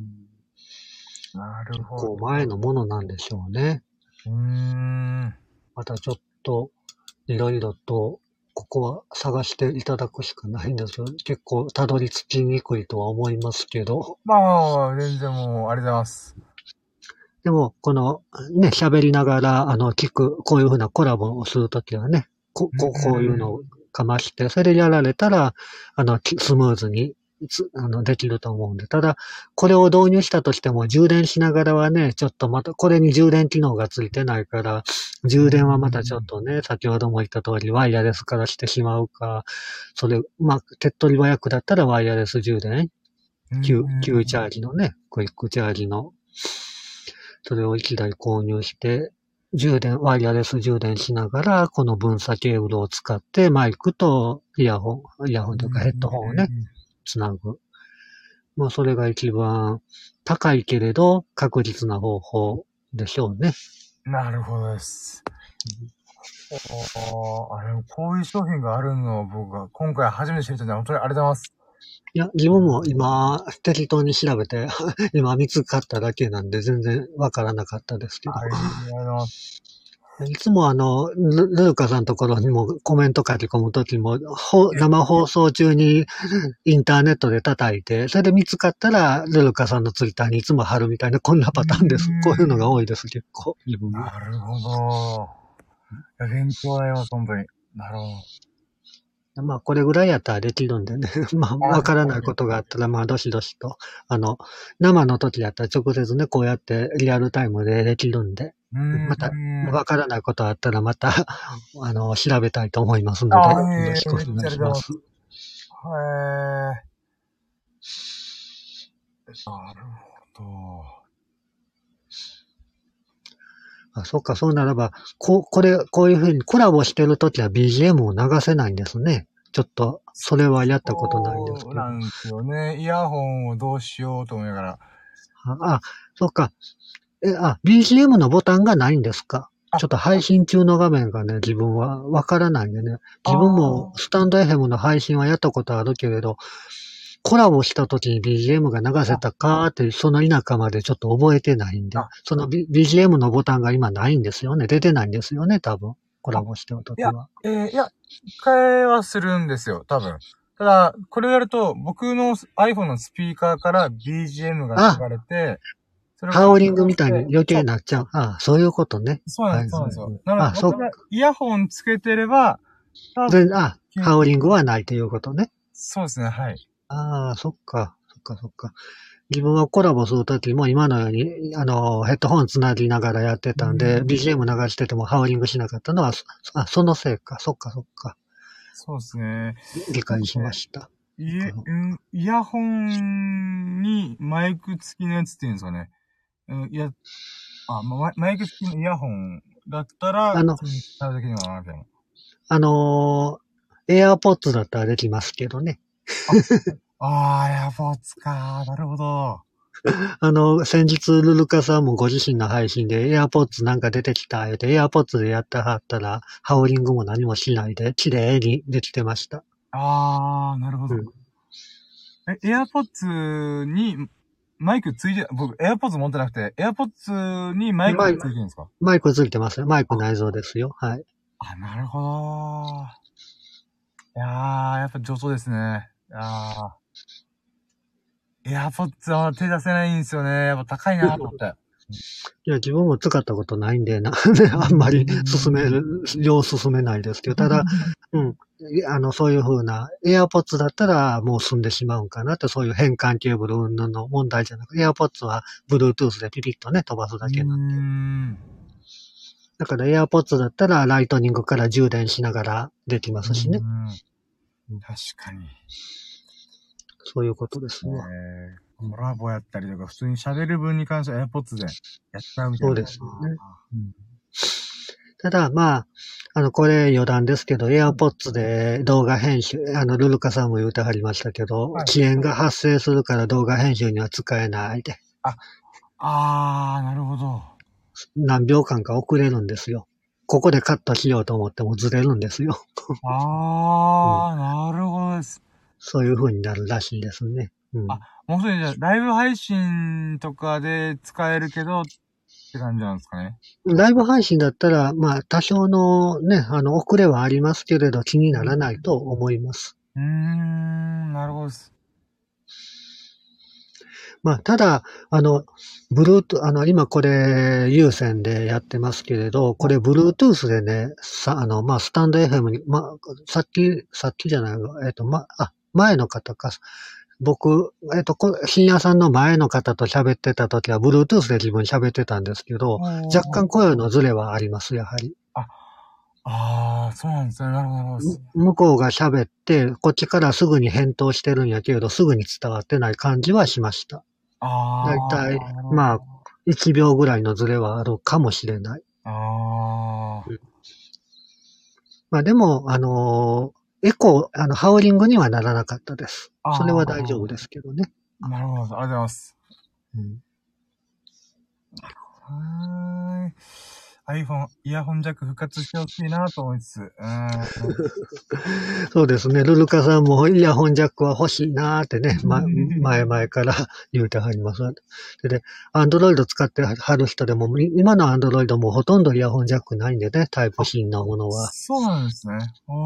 なる結ほど。 構前のものなんでしょうね。 ままたちょっといろいろと、ここは探していただくしかないんですよ。結構たどり着きにくいとは思いますけど。 まあ、全然もう、ありがとうございます。 でも、このね、喋りながら、こういうふうなコラボをするときはね、こういうのをかまして、それでやられたら、スムーズに、できると思うんで。ただ、これを導入したとしても、充電しながらはね、ちょっとまた、これに充電機能がついてないから、充電はまたちょっとね、先ほども言った通り、ワイヤレスからしてしまうか、まあ、手っ取り早くだったらワイヤレス充電、急チャージのね、クイックチャージの、それを1台購入して、ワイヤレス充電しながら、この分差ケーブルを使ってマイクとイヤホンというかヘッドホンをね、つなぐ。まあ、それが一番高いけれど確実な方法でしょうね。 なるほどです。こういう商品があるのを僕が今回初めて知れたんで、本当にありがとうございます。 いや、自分も今、適当に調べて、今見つかっただけなんで全然わからなかったですけど。 ありがとうございます。 いつもルーカさんのところにもコメント書き込むときも、生放送中にインターネットで叩いて、それで見つかったら、ルーカさんのツイッターにいつも貼るみたいな、こんなパターンです。こういうのが多いです、結構、自分も。 なるほど。勉強になります、本当に。なるほまあ、これぐらいやったらできるんでね。まあ、わからないことがあったら、まあ、どしどしと。生の時やったら直接ね、こうやってリアルタイムでできるんで。また、わからないことあったら、また、調べたいと思いますので、よろしくお願いします。 なるほど。 あ、そっか、そうならば、こういうふうにコラボしてるときは BGM を流せないんですね。ちょっと、それはやったことないんですけど。 そうなんですよね。イヤホンをどうしようと思いながら。 そっか。BGM のボタンがないんですか？ちょっと配信中の画面がね、自分はわからないんでね。自分もスタンド FM の配信はやったことあるけれど、コラボした時に BGM が流せたかって、その田舎までちょっと覚えてないんで、その、BGM のボタンが今ないんですよね。出てないんですよね、多分。コラボしてる時は。 いや、使いはするんですよ、多分。ただ、これをやると、僕の iPhone のスピーカーから BGM が流れて、 ハウリングみたいに余計になっちゃう。そういうことね。 そうなんですよ。なので、僕がイヤホンつけてれば、 ハウリングはないということね。 そうですね、はい。 そっか。自分はコラボするときも今のように、ヘッドホンつなぎながらやってたんで、BGM 流しててもハウリングしなかったのは、そのせいか。そっか。 そうですね。 理解しました。 イヤホンにマイク付きのやつっていうんですかね。マイク付きのイヤホンだったら、できるのかなみたいな。 AirPods だったらできますけどね。 AirPods か。なるほど。 先日、ルルカさんもご自身の配信で AirPods なんか出てきた、AirPods でやってはったら、ハウリングも何もしないで、綺麗にできてました。 なるほど。AirPods にマイクついて、僕 AirPods 持ってなくて、AirPods にマイクついてるんですか？ マイクついてますよ。マイク内蔵ですよ。はい。 なるほど。やっぱ上等ですね。AirPods は手出せないんですよね。やっぱ高いなと思って。 いや、自分も使ったことないんであんまり進めないですけど、ただ、うん。そういう風な、AirPods だったらもう済んでしまうんかなって、そういう変換ケーブル云々の問題じゃなくて、AirPods は Bluetooth でピピッとね、飛ばすだけなんで。だから AirPods だったらライトニングから充電しながらできますしね。 確かに。 そういうことですね。 コラボやったりとか、普通に喋る分に関しては AirPods でやっちゃうみたいな。 そうですよね。ただ、まあ、これ余談ですけど、AirPods で動画編集、ルルカさんも言うてはりましたけど、遅延が発生するから動画編集には使えないで。 なるほど。 何秒間か遅れるんですよ。ここでカットしようと思ってもずれるんですよ。 なるほどです。 そういう風になるらしいですね。 もうすでにじゃあ、ライブ配信とかで使えるけど、って感じなんですかね。 ライブ配信だったら、まあ、多少のね、遅れはありますけれど、気にならないと思います。 なるほどです。 まあ、ただ、Bluetooth、今これ、有線でやってますけれど、これ、Bluetooth でね、まあ、スタンド FM に、まあ、さっきじゃないわ、前の方か、僕、深夜さんの前の方と喋ってた時は、Bluetooth で自分喋ってたんですけど、若干声のズレはあります、やはり。 そうなんですね。なるほど。 向こうが喋って、こっちからすぐに返答してるんやけれど、すぐに伝わってない感じはしました。だいたい、まあ、1秒ぐらいのズレはあるかもしれない。まあでも、エコー、ハウリングにはならなかったです。それは大丈夫ですけどね。 なるほど。ありがとうございます。iPhone、イヤホンジャック復活してほしいなと思いつつ。 そうですね。ルルカさんもイヤホンジャックは欲しいなーってね、前々から言うてはります。で、アンドロイド使ってはる人でも、今のアンドロイドもほとんどイヤホンジャックないんでね、タイプ C のものは。 そうなんですね。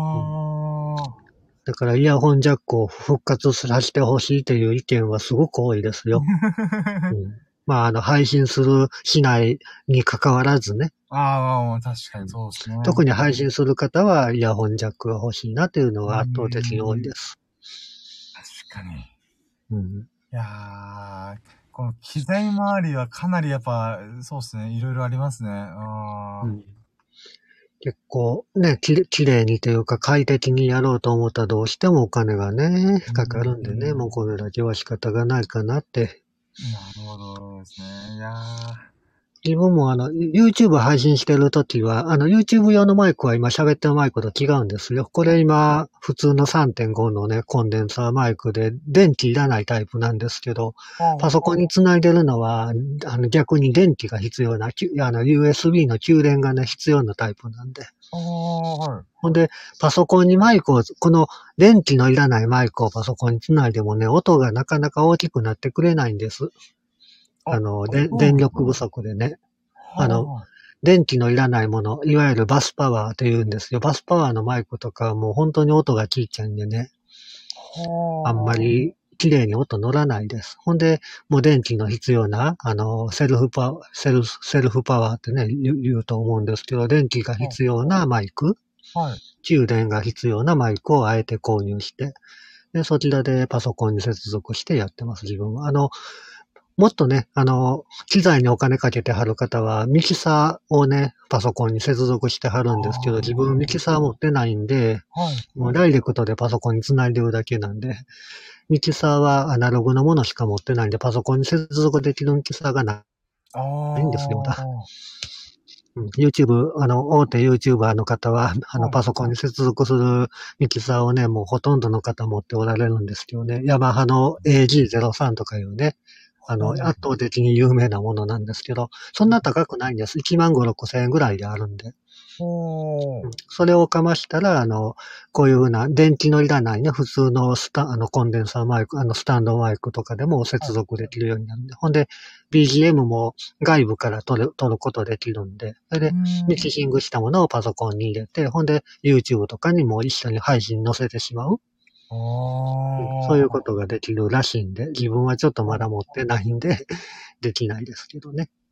だからイヤホンジャックを復活させてほしいという意見はすごく多いですよ。まあ、配信する、しないに関わらずね。 確かにそうですね。 特に配信する方はイヤホンジャックが欲しいなというのが圧倒的に多いです。 確かに。いやー、この機材周りはかなりやっぱ、そうですね。いろいろありますね。 結構ね、綺麗にというか快適にやろうと思ったらどうしてもお金がね、かかるんでね、もうこれだけは仕方がないかなって。 なるほどですね。いやー。 自分もYouTube 配信してるときは、YouTube 用のマイクは今喋ってるマイクと違うんですよ。これ今、普通の 3.5 のね、コンデンサーマイクで、電気いらないタイプなんですけど、パソコンにつないでるのは、逆に電気が必要な、USB の給電がね、必要なタイプなんで。ほんで、パソコンにマイクを、この電気のいらないマイクをパソコンにつないでもね、音がなかなか大きくなってくれないんです。電力不足でね。電気のいらないもの、いわゆるバスパワーって言うんですよ。バスパワーのマイクとかはもう本当に音が小さいんでね。あんまり綺麗に音乗らないです。ほんで、もう電気の必要な、セルフパワーってね、言うと思うんですけど、電気が必要なマイク、充電が必要なマイクをあえて購入して、で、そちらでパソコンに接続してやってます、自分は。もっとね、機材にお金かけてはる方は、ミキサーをね、パソコンに接続してはるんですけど、自分ミキサー持ってないんで、もうダイレクトでパソコンにつないでるだけなんで、ミキサーはアナログのものしか持ってないんで、パソコンに接続できるミキサーがないんですよ、まだ。YouTube、大手 YouTuber の方は、パソコンに接続するミキサーをね、もうほとんどの方持っておられるんですけどね、ヤマハの AG03 とかいうね、圧倒的に有名なものなんですけど、そんな高くないんです。1万5、6千円ぐらいであるんで。それをかましたら、こういうふうな電気のいらないね、普通のコンデンサーマイク、スタンドマイクとかでも接続できるようになるんで。ほんで、BGM も外部から取ることできるんで、それで、ミキシングしたものをパソコンに入れて、ほんで、YouTube とかにも一緒に配信載せてしまう。そういうことができるらしいんで、自分はちょっとまだ持ってないんで、できないですけどね。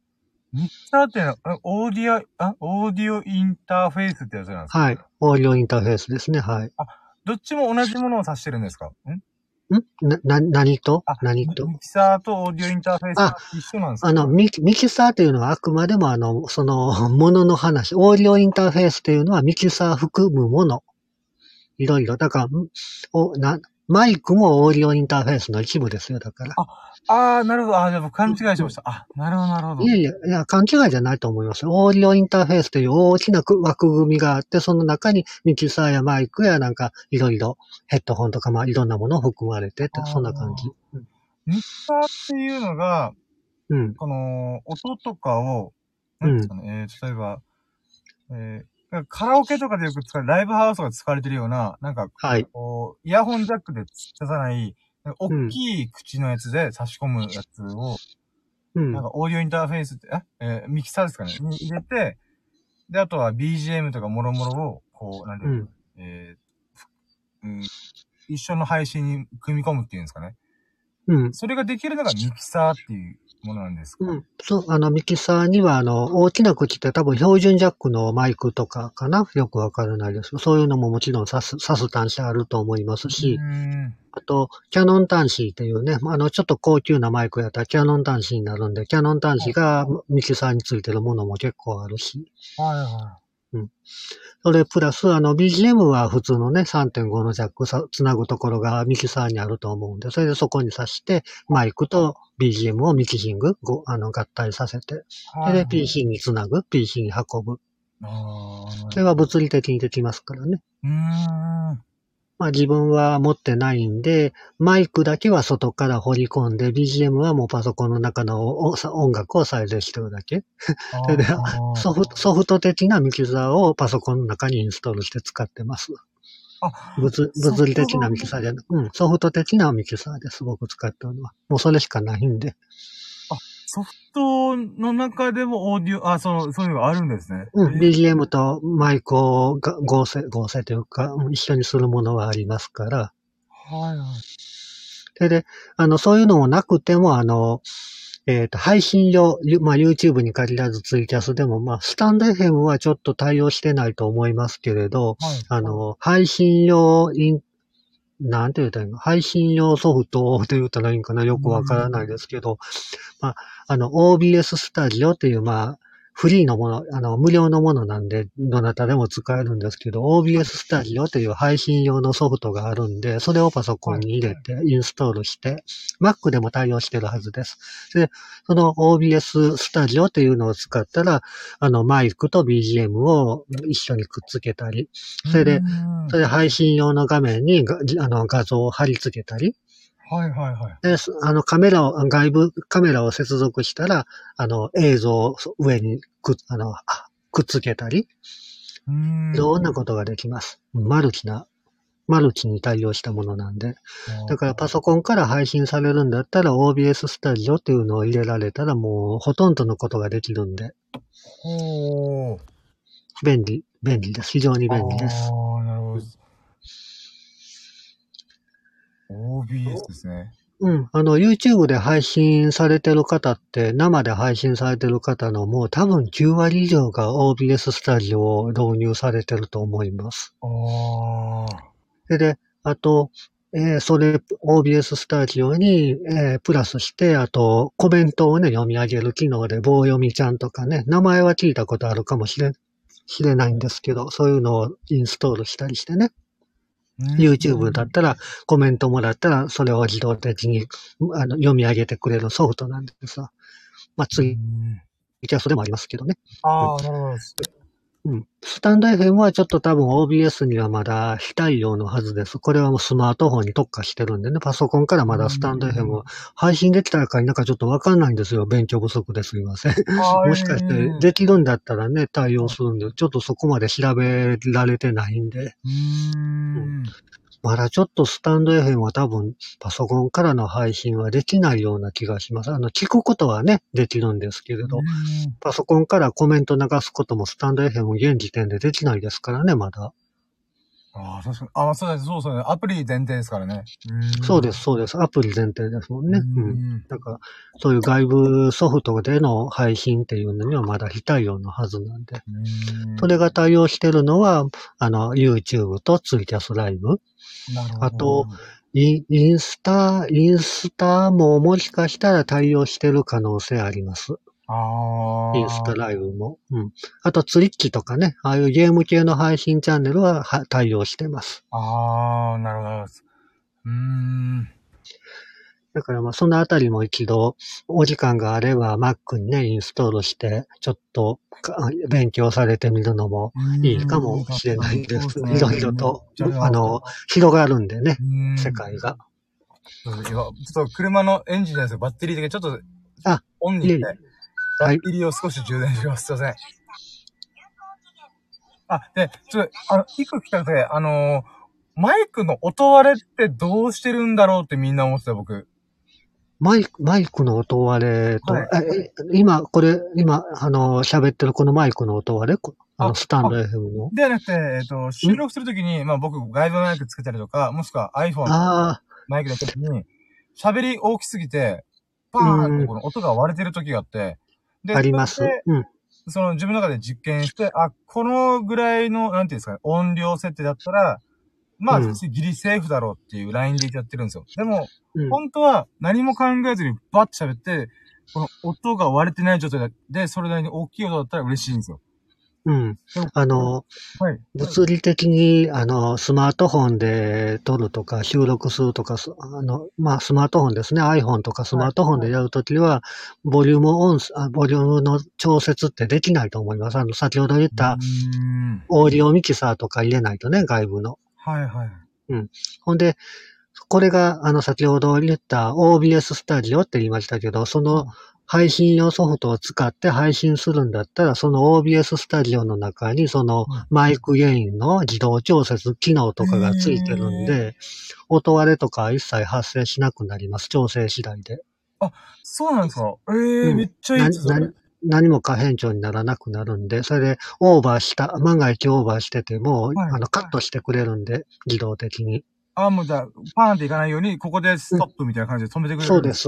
ミキサーっていうのは、オーディオインターフェースってやつなんですか？ はい。オーディオインターフェースですね。はい。 どっちも同じものを指してるんですか？ 何とミキサーとオーディオインターフェースが一緒なんですか？ ミキサーというのはあくまでもその、ものの話。オーディオインターフェースというのはミキサー含むもの。いろいろ。だから、マイクもオーディオインターフェースの一部ですよ、だから。 なるほど。じゃあ僕勘違いしました。なるほど、なるほど。 いや、勘違いじゃないと思います。オーディオインターフェースという大きな枠組みがあって、その中にミキサーやマイクやなんか、いろいろヘッドホンとか、いろんなものを含まれてて、そんな感じ。 ミキサーっていうのが、この、音とかを、なんですかね、例えば、カラオケとかでよく使う、ライブハウスが使われてるような、なんか、こう、イヤホンジャックで刺さない、大きい口のやつで差し込むやつを、なんか、オーディオインターフェースって、ミキサーですかねに入れて、で、あとは BGM とかもろもろを、こう、なんていうの、一緒の配信に組み込むっていうんですかね。それができるのがミキサーっていうものなんですか？ そう、ミキサーには、大きな口って多分標準ジャックのマイクとかかなよくわからないです。そういうのももちろん挿す端子あると思いますし、あと、キャノン端子っていうね、ちょっと高級なマイクやったらキャノン端子になるんで、キャノン端子がミキサーについてるものも結構あるし。それプラス、BGM は普通のね、3.5 のジャックつなぐところがミキサーにあると思うんで、それでそこに挿して、マイクと BGM をミキシング、合体させて、で、PC につなぐ、PC に運ぶ。それは物理的にできますからね。自分は持ってないんで、マイクだけは外から掘り込んで、BGM はもうパソコンの中の音楽を再生してるだけ。それで、ソフト的なミキサーをパソコンの中にインストールして使ってます。物理的なミキサーじゃなく、ソフト的なミキサーですごく使ってるのは。もうそれしかないんで。 ソフトの中でもオーディオ、そういうのがあるんですね。 BGM とマイクを合成というか、一緒にするものはありますから。それで、そういうのもなくても、配信用、YouTube に限らずツイキャスでも、スタンド FM はちょっと対応してないと思いますけれど、配信用なんて言うたらいいの？配信用ソフトって言ったらいいんかなよくわからないですけど、OBS スタジオっていう、フリーのもの、無料のものなんで、どなたでも使えるんですけど、OBS スタジオという配信用のソフトがあるんで、それをパソコンに入れて、インストールして、Mac でも対応してるはずです。で、その OBS スタジオというのを使ったら、マイクと BGM を一緒にくっつけたり、それで配信用の画面に画像を貼り付けたり、で、外部カメラを接続したら、映像を上にくっつけたり、いろんなことができます。マルチに対応したものなんで。だからパソコンから配信されるんだったら OBS スタジオっていうのを入れられたらもうほとんどのことができるんで。便利です。非常に便利です。 なるほど。OBS ですね。 YouTube で配信されてる方って、生で配信されてる方のもう多分9割以上が OBS スタジオを導入されてると思います。で、あと、OBS スタジオに、プラスして、あと、コメントをね、読み上げる機能で、棒読みちゃんとかね、名前は聞いたことあるかもしれないんですけど、そういうのをインストールしたりしてね。YouTube だったら、コメントもらったら、それを自動的に読み上げてくれるソフトなんですさ。ツイキャスでもありますけどね。 なるほど。 スタンド FM はちょっと多分 OBS にはまだ非対応のはずです。これはもうスマートフォンに特化してるんでね、パソコンからまだスタンド FM を配信できたらか否かちょっとわかんないんですよ。勉強不足ですいません。もしかしてできるんだったらね、対応するんで、ちょっとそこまで調べられてないんで。まだちょっとスタンド FM は多分パソコンからの配信はできないような気がします。聞くことはね、できるんですけれど、パソコンからコメント流すこともスタンド FM 現時点でできないですからね、まだ。 ああ、確かに。ああ、そうです、そうそうね。アプリ前提ですからね。 そうです、そうです。アプリ前提ですもんね。だから、そういう外部ソフトでの配信っていうのにはまだ非対応のはずなんで。それが対応してるのは、YouTube とツイキャスライブ。 なるほど。 あと、インスタももしかしたら対応してる可能性あります。インスタライブも。あと、ツイッチとかね、ああいうゲーム系の配信チャンネルは対応してます。 ああ、なるほど。 だからまあ、そのあたりも一度、お時間があれば Mac にね、インストールして、ちょっと勉強されてみるのもいいかもしれないです。いろいろと、広がるんでね、世界が。 ちょっと車のエンジンですよ。バッテリーだけちょっと、オンにして、バッテリーを少し充電します。すいません。で、ちょっと、一個聞きたくて、マイクの音割れってどうしてるんだろうってみんな思ってた、僕。 マイクの音割れと、今、喋ってるこのマイクの音割れスタンド FM の。 ではなくて、収録するときに、まあ僕、外部マイクつけたりとか、もしくは iPhone のマイクだったときに、喋り大きすぎて、パーンってこの音が割れてるときがあって、 で、あります。 その自分の中で実験して、このぐらいの、なんていうんですかね、音量設定だったら、まあ、ギリセーフだろうっていうラインでやってるんですよ。でも、本当は何も考えずにバッと喋って、この音が割れてない状態で、それなりに大きい音だったら嬉しいんですよ。 物理的に、スマートフォンで撮るとか、収録するとか、まあ、スマートフォンですね。iPhone とかスマートフォンでやるときは、ボリュームの調節ってできないと思います。先ほど言った、オーディオミキサーとか入れないとね、外部の。ほんで、これが、先ほど言った OBS スタジオって言いましたけど、その配信用ソフトを使って配信するんだったら、その OBS スタジオの中に、そのマイクゲインの自動調節機能とかがついてるんで、音割れとか一切発生しなくなります。調整次第で。 そうなんですか。めっちゃいいですね。 何も可変調にならなくなるんで、それで万が一オーバーしてても、カットしてくれるんで、自動的に。 もうじゃあ、パーンっていかないように、ここでストップみたいな感じで止めてくれる、 そうです。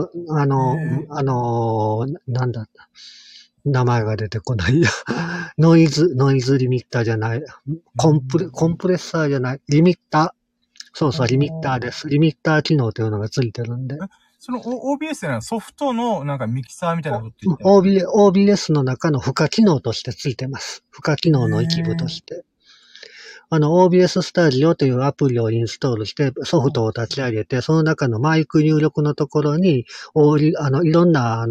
なんだ。名前が出てこないや。ノイズリミッターじゃない。コンプレッサーじゃない。リミッター。そうそう、リミッターです。リミッター機能というのがついてるんで。 その OBS ってのはソフトのなんかミキサーみたいなことって言ってる OBS の中の付加機能としてついてます。付加機能の一部として。OBS スタジオというアプリをインストールして、ソフトを立ち上げて、その中のマイク入力のところに、いろんな、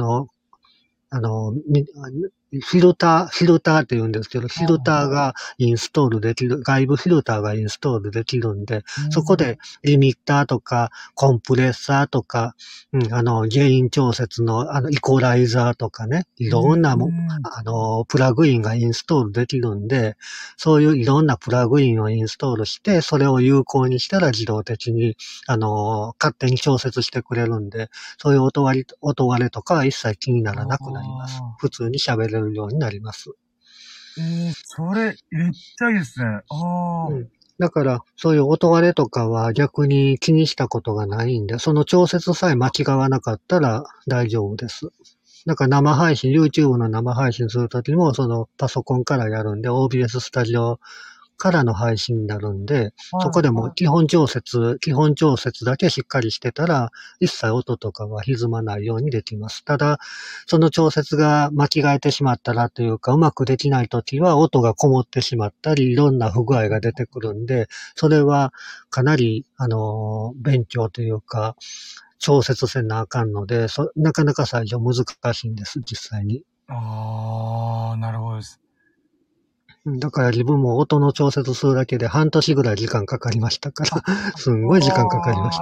フィルターって言うんですけど、フィルターがインストールできる、外部フィルターがインストールできるんで、そこでリミッターとか、コンプレッサーとか、ゲイン調節の、イコライザーとかね、いろんなプラグインがインストールできるんで、そういういろんなプラグインをインストールして、それを有効にしたら自動的に、勝手に調節してくれるんで、そういう音割れとかは一切気にならなくなります。普通に喋れるようになります。 それ、めっちゃいいですね。 だから、そういう音割れとかは逆に気にしたことがないんで、その調節さえ間違わなかったら大丈夫です。だから生配信、YouTube の生配信するときも、そのパソコンからやるんで、OBS スタジオからの配信になるんで、そこでも基本調節だけしっかりしてたら、一切音とかは歪まないようにできます。ただ、その調節が間違えてしまったらというか、うまくできないときは音がこもってしまったり、いろんな不具合が出てくるんで、それはかなり、勉強というか、調節せなあかんので、なかなか最初難しいんです、実際に。 なるほどです。 だから自分も音の調節するだけで半年ぐらい時間かかりましたから、すんごい時間かかりました。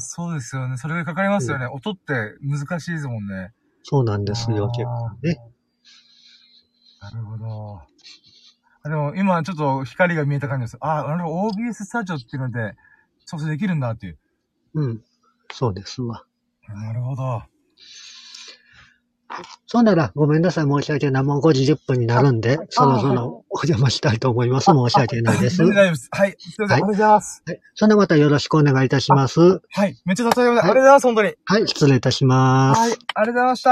そうですよね。それがかかりますよね。音って難しいですもんね。 そうなんですよ、結構ね。 なるほど。でも今ちょっと光が見えた感じです。OBS スタジオっていうので調整できるんだっていう。 そうですわ。 なるほど。 そうなら、ごめんなさい、申し訳ない。もう5時10分になるんで、そろそろお邪魔したいと思います。申し訳ないです。 大丈夫です。はい。すいません、ありがとうございます。 はい。それではまたよろしくお願いいたします。 はい。めっちゃ助かりました。ありがとうございます、本当に。 はい、失礼いたします。 はい、ありがとうございました。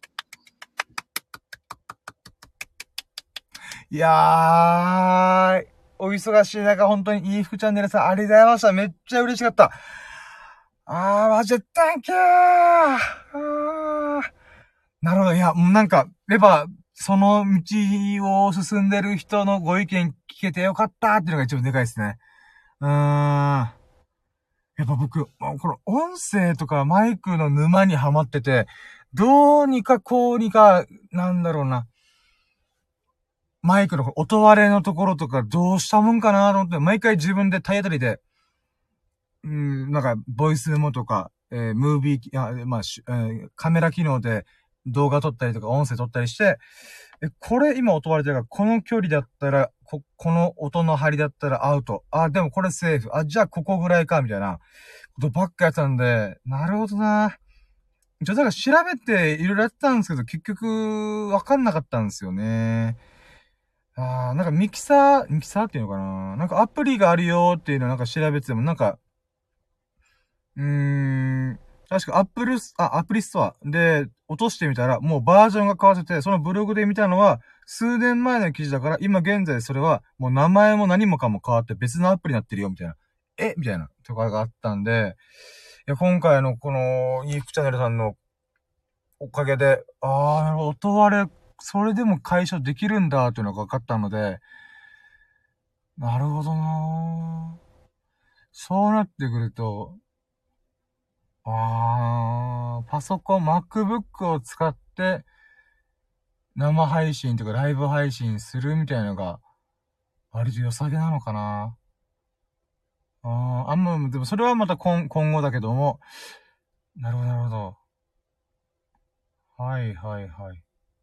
いやー、お忙しい中、本当にいい服チャンネルさん、ありがとうございました。めっちゃ嬉しかった。マジで、Thank you! なるほど。いや、もうなんか、やっぱ、その道を進んでる人のご意見聞けてよかったっていうのが一番でかいですね。やっぱ僕、この音声とかマイクの沼にはまってて、どうにかこうにか、なんだろうな。マイクの音割れのところとかどうしたもんかなと思って、毎回自分で体当たりで、なんか、ボイスメモとか、ムービー、カメラ機能で動画撮ったりとか音声撮ったりして、これ今音割れてるから、この距離だったら、この音の張りだったらアウト。でもこれセーフ。じゃあここぐらいか、みたいなことばっかやってたんで、なるほどな。だから調べていろいろやってたんですけど、結局、わかんなかったんですよね。なんかミキサーっていうのかな、なんかアプリがあるよっていうのをなんか調べてても、なんか、確かアプリストアで落としてみたら、もうバージョンが変わってて、そのブログで見たのは、数年前の記事だから、今現在それは、もう名前も何もかも変わって別のアプリになってるよ、みたいな。みたいな、とかがあったんで、いや、今回のこの、イーフチャンネルさんのおかげで、なるほど、音割れ、それでも解消できるんだ、っていうのが分かったので、なるほどなぁ。そうなってくると、パソコン、MacBook を使って、生配信とかライブ配信するみたいなのが、割と良さげなのかな。でもそれはまた今後だけども、なるほど、なるほど。はいはいはい。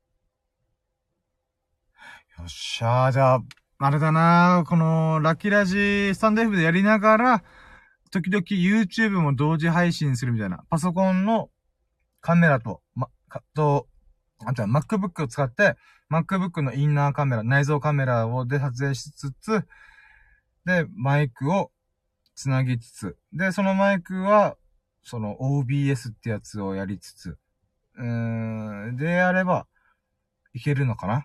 よっしゃー、じゃあ、あれだなこの、ラッキーラジスタンド F でやりながら、時々 YouTube も同時配信するみたいな。パソコンのカメラと、MacBook を使って、MacBook のインナーカメラ、内蔵カメラをで撮影しつつ、で、マイクをつなぎつつ、で、そのマイクは、その OBS ってやつをやりつつ、でやれば、いけるのかな。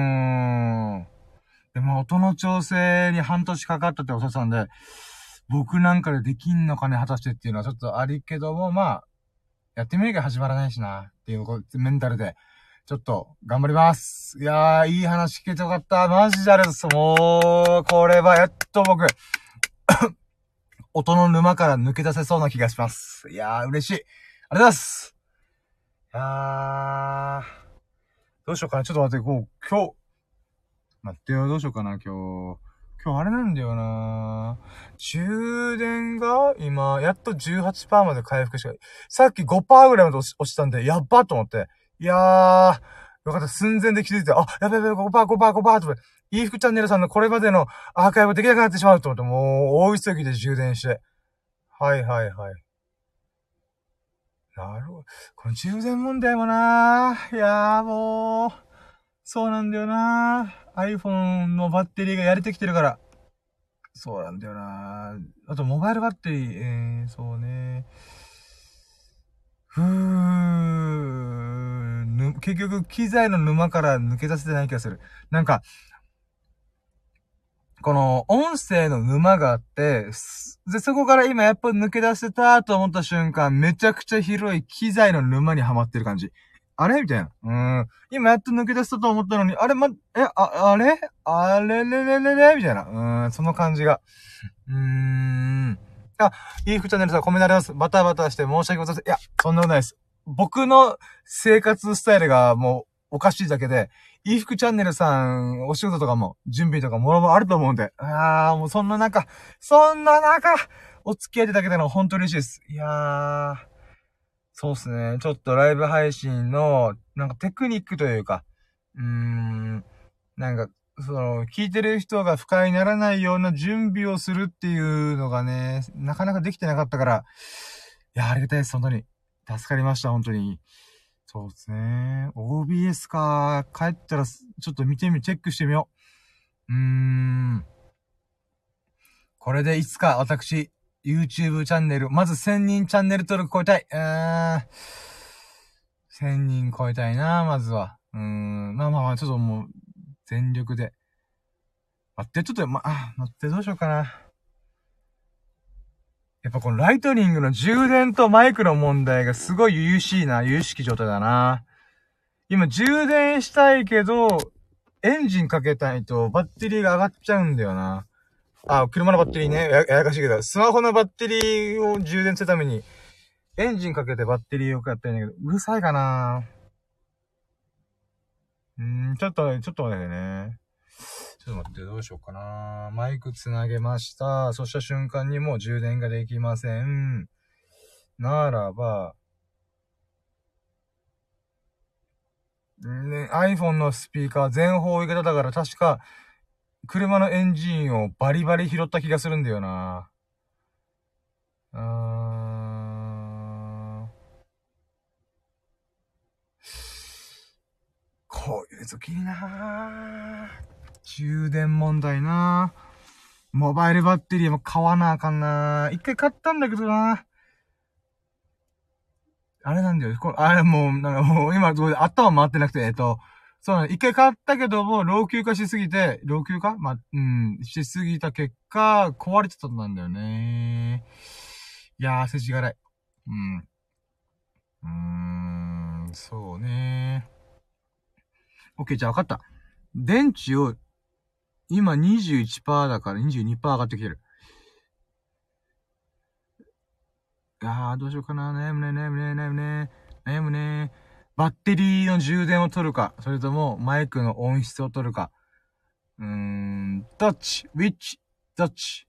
でも音の調整に半年かかったっておっしゃってたんで、僕なんかでできんのかね、果たしてっていうのはちょっとありけども、まあ、やってみなきゃ始まらないしな、っていうメンタルで、ちょっと、頑張ります。いやー、いい話聞けてよかった。マジでありがとうございます。もう、これはやっと僕、音の沼から抜け出せそうな気がします。いやー、嬉しい。ありがとうございます。いやー、どうしようかな。ちょっと待って、待ってよ、どうしようかな、今日あれなんだよな充電が今、やっと 18% まで回復して、さっき 5% ぐらいまで落ちたんで、やっばと思って。いやー、よかった、寸前で気づいて、やべやべ、5%と、いい服チャンネルさんのこれまでのアーカイブできなくなってしまうと思って、もう、大急ぎで充電して。はいはいはい。なるほど。この充電問題もいやーもう、そうなんだよiPhone のバッテリーがやれてきてるから。そうなんだよあと、モバイルバッテリー、そうね。結局、機材の沼から抜け出せてない気がする。なんか、この、音声の沼があって、で、そこから今やっぱ抜け出せたと思った瞬間、めちゃくちゃ広い機材の沼にはまってる感じ。あれみたいな。今やっと抜け出したと思ったのに、あれれみたいな。その感じが。いい服チャンネルさん、コメントあります。バタバタして申し訳ございません。いや、そんなことないです。僕の生活スタイルがもうおかしいだけで、いい服チャンネルさん、お仕事とかも、準備とかもろもろあると思うんで。もうそんな中、お付き合いいただけたのは本当に嬉しいです。いやー、そうっすね。ちょっとライブ配信の、なんかテクニックというか、なんか、聞いてる人が不快にならないような準備をするっていうのがね、なかなかできてなかったから、いや、ありがたいです、本当に。助かりました、本当に。 そうですね。OBS か。帰ったら、ちょっとチェックしてみよう。これでいつか私、YouTube チャンネル、まず1000人チャンネル登録超えたい。1000人超えたいな、まずは。まあ、ちょっともう、全力で。待って、ちょっと、待って、どうしようかな。やっぱこのライトニングの充電とマイクの問題がすごい有識状態だな。今充電したいけど、エンジンかけたいとバッテリーが上がっちゃうんだよな。車のバッテリーね。やらかしいけど、スマホのバッテリーを充電するために、エンジンかけてバッテリーをやったいんだけど、うるさいかな。ちょっと待ってね。ちょっと待って、どうしようかな。マイクつなげました。そした瞬間にもう充電ができません。ならば、ね、iPhone のスピーカー全方位型だから確か、車のエンジンをバリバリ拾った気がするんだよな。こういう時になぁ。充電問題なぁ。モバイルバッテリーも買わなあかんなぁ。一回買ったんだけどな。あれなんだよ。あれもう、今、頭回ってなくて、そうなの。一回買ったけども、老朽化しすぎて、老朽化しすぎた結果、壊れてたんだよね。いやー、世知辛い。そうね。OK、じゃあ分かった。電池を、今21%だから22%上がってきてる。どうしようかな。悩むね。バッテリーの充電を取るか、それともマイクの音質を取るか。どっちどっち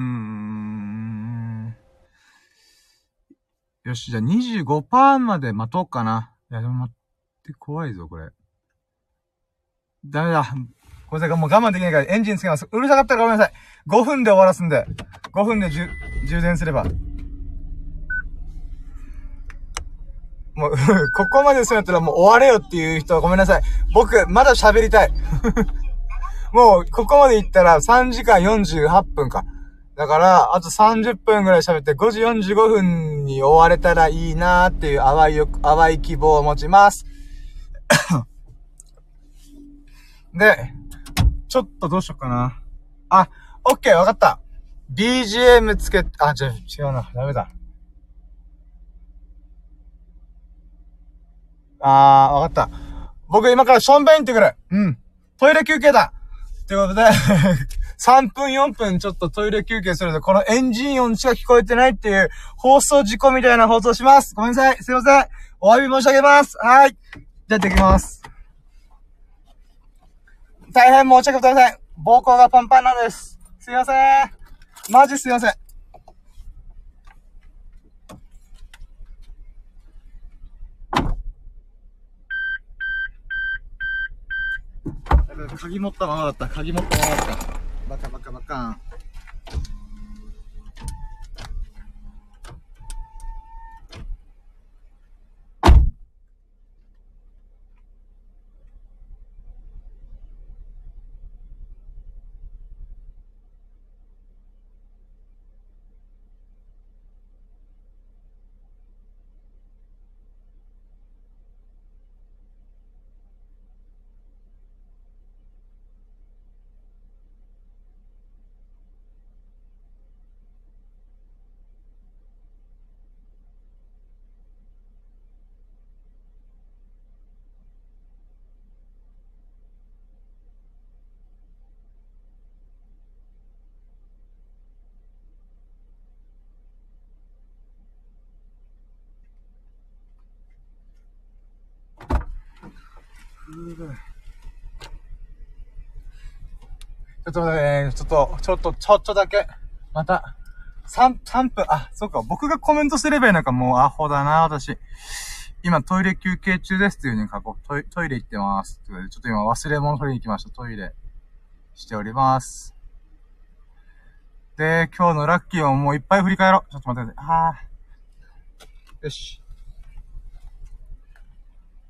よし、じゃあ25%まで待とうかな。いや、でも待って、怖いぞ、これ。ダメだ。これもう我慢できないからエンジンつけます。うるさかったらごめんなさい。5分で終わらすんで。5分で充電すれば。もう、ここまでそうやったらもう終われよっていう人はごめんなさい。僕、まだ喋りたい。もう、ここまで行ったら3時間48分か。だから、あと30分ぐらい喋って5時45分に終われたらいいなーっていう淡い希望を持ちます。で、ちょっとどうしようかな。オッケー、わかった。BGM つけ、違うな。ダメだ。わかった。僕今からションベン行ってくる。トイレ休憩だ。ということで、3分4分ちょっとトイレ休憩すると、このエンジン音しか聞こえてないっていう放送事故みたいな放送します。ごめんなさい。すいません。お詫び申し上げます。はい。じゃあ、できます。大変申し訳ございません。膀胱がパンパンなんです。すいません。マジすいません。鍵持ったままだった。バカ。ちょっとね、ちょっとだけ。また、3分、そうか、僕がコメントすればいいのか、もうアホだな、私。今トイレ休憩中ですっていう風に書こう。トイレ行ってます。ちょっと今忘れ物取りに行きました。トイレしております。で、今日のラッキーをもういっぱい振り返ろう。ちょっと待ってください。よし。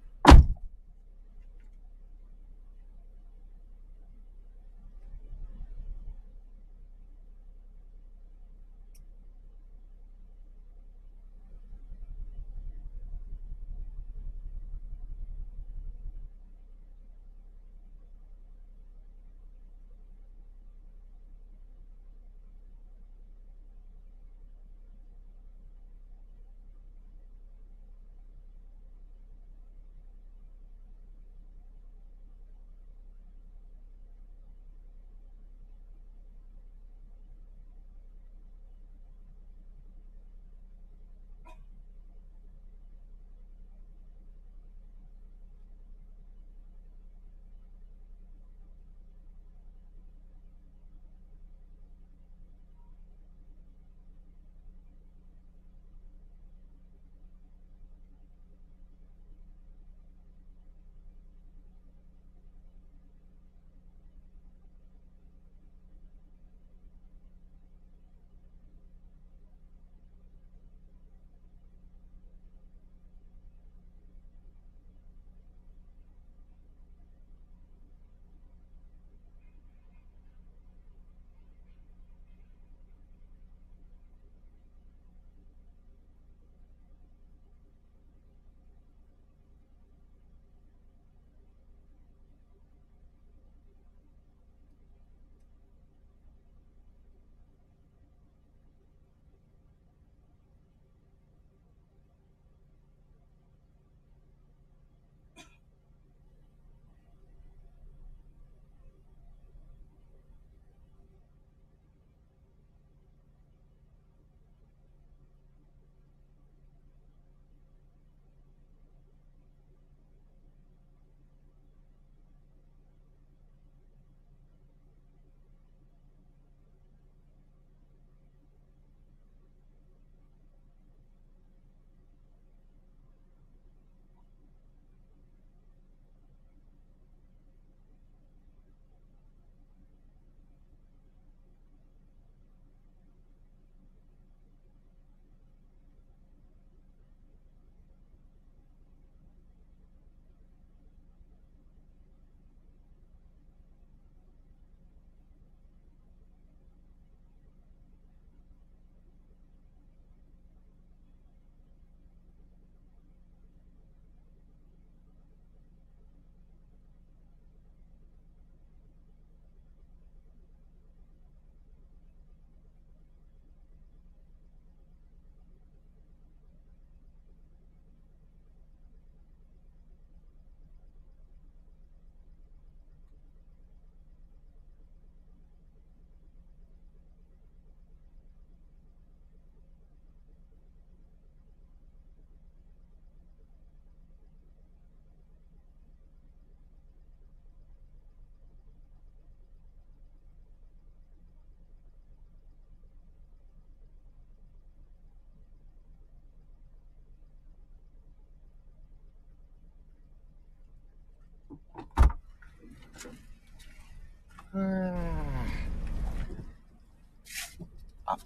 あ、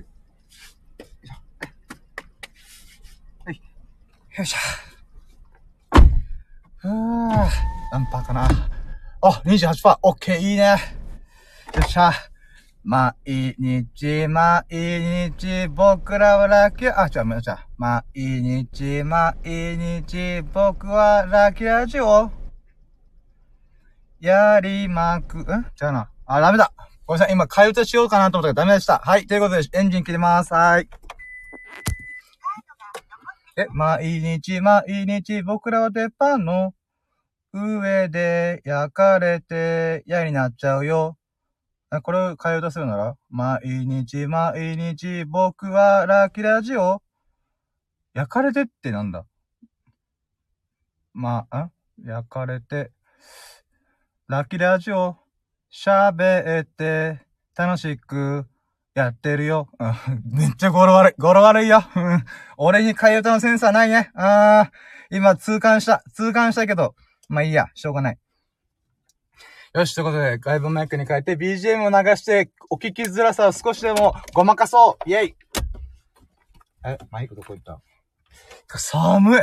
はい。よいしょ。何パーかな。あ、28%。オッケー、いいね。よっしゃ。毎日、僕らはラッキー、違う、めっちゃ。毎日、僕はラッキーラジオ。やりまく、じゃあな。ダメだ。ごめんなさい。今、替え歌しようかなと思ったけどダメでした。はい。ということで、エンジン切ります。はい。毎日、僕らは鉄板の上で焼かれて嫌になっちゃうよ。これを替え歌するなら毎日、僕はラッキーラジオ。焼かれてってなんだ？焼かれて。ラッキーラジオ。喋って、楽しく、やってるよ。めっちゃ語呂悪いよ。俺に替え歌のセンスはないね。今痛感したけど、まあいいや、しょうがない。よし、ということで、外部マイクに変えて BGM を流して、お聞きづらさを少しでもごまかそう。イェイ。マイクどこ行った？寒い。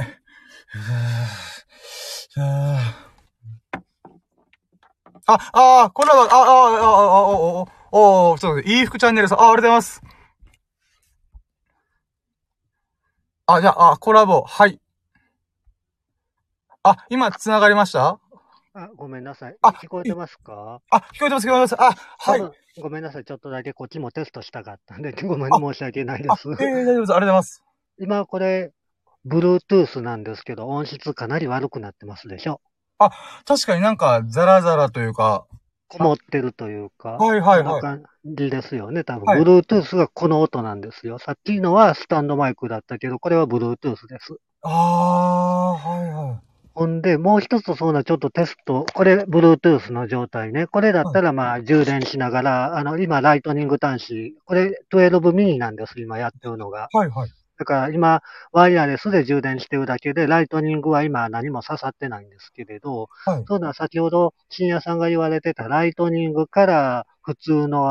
これは、そうです。いい服チャンネルさん、ありがとうございます。じゃあ、コラボ、はい。今、繋がりました？ ごめんなさい。聞こえてますか？ 聞こえてます、聞こえてます。はい。 ごめんなさい。ちょっとだけこっちもテストしたかったんで、申し訳ないです。 大丈夫です。ありがとうございます。 今これ、Bluetooth なんですけど、音質かなり悪くなってますでしょ？ 確かになんか、ザラザラというか、 こもってるというか、 はい。 こんな感じですよね。多分、 はい、 Bluetooth がこの音なんですよ。さっきのはスタンドマイクだったけど、これは Bluetooth です。 はい。 ほんで、もう一つそうなちょっとテスト、これ、Bluetooth の状態ね。これだったら充電しながら、今、ライトニング端子、これ12ミニなんです、今やってるのが。 はい。 だから今、ワイヤレスで充電してるだけで、ライトニングは今何も刺さってないんですけれど、そうだ、先ほど、深夜さんが言われてたライトニングから普通の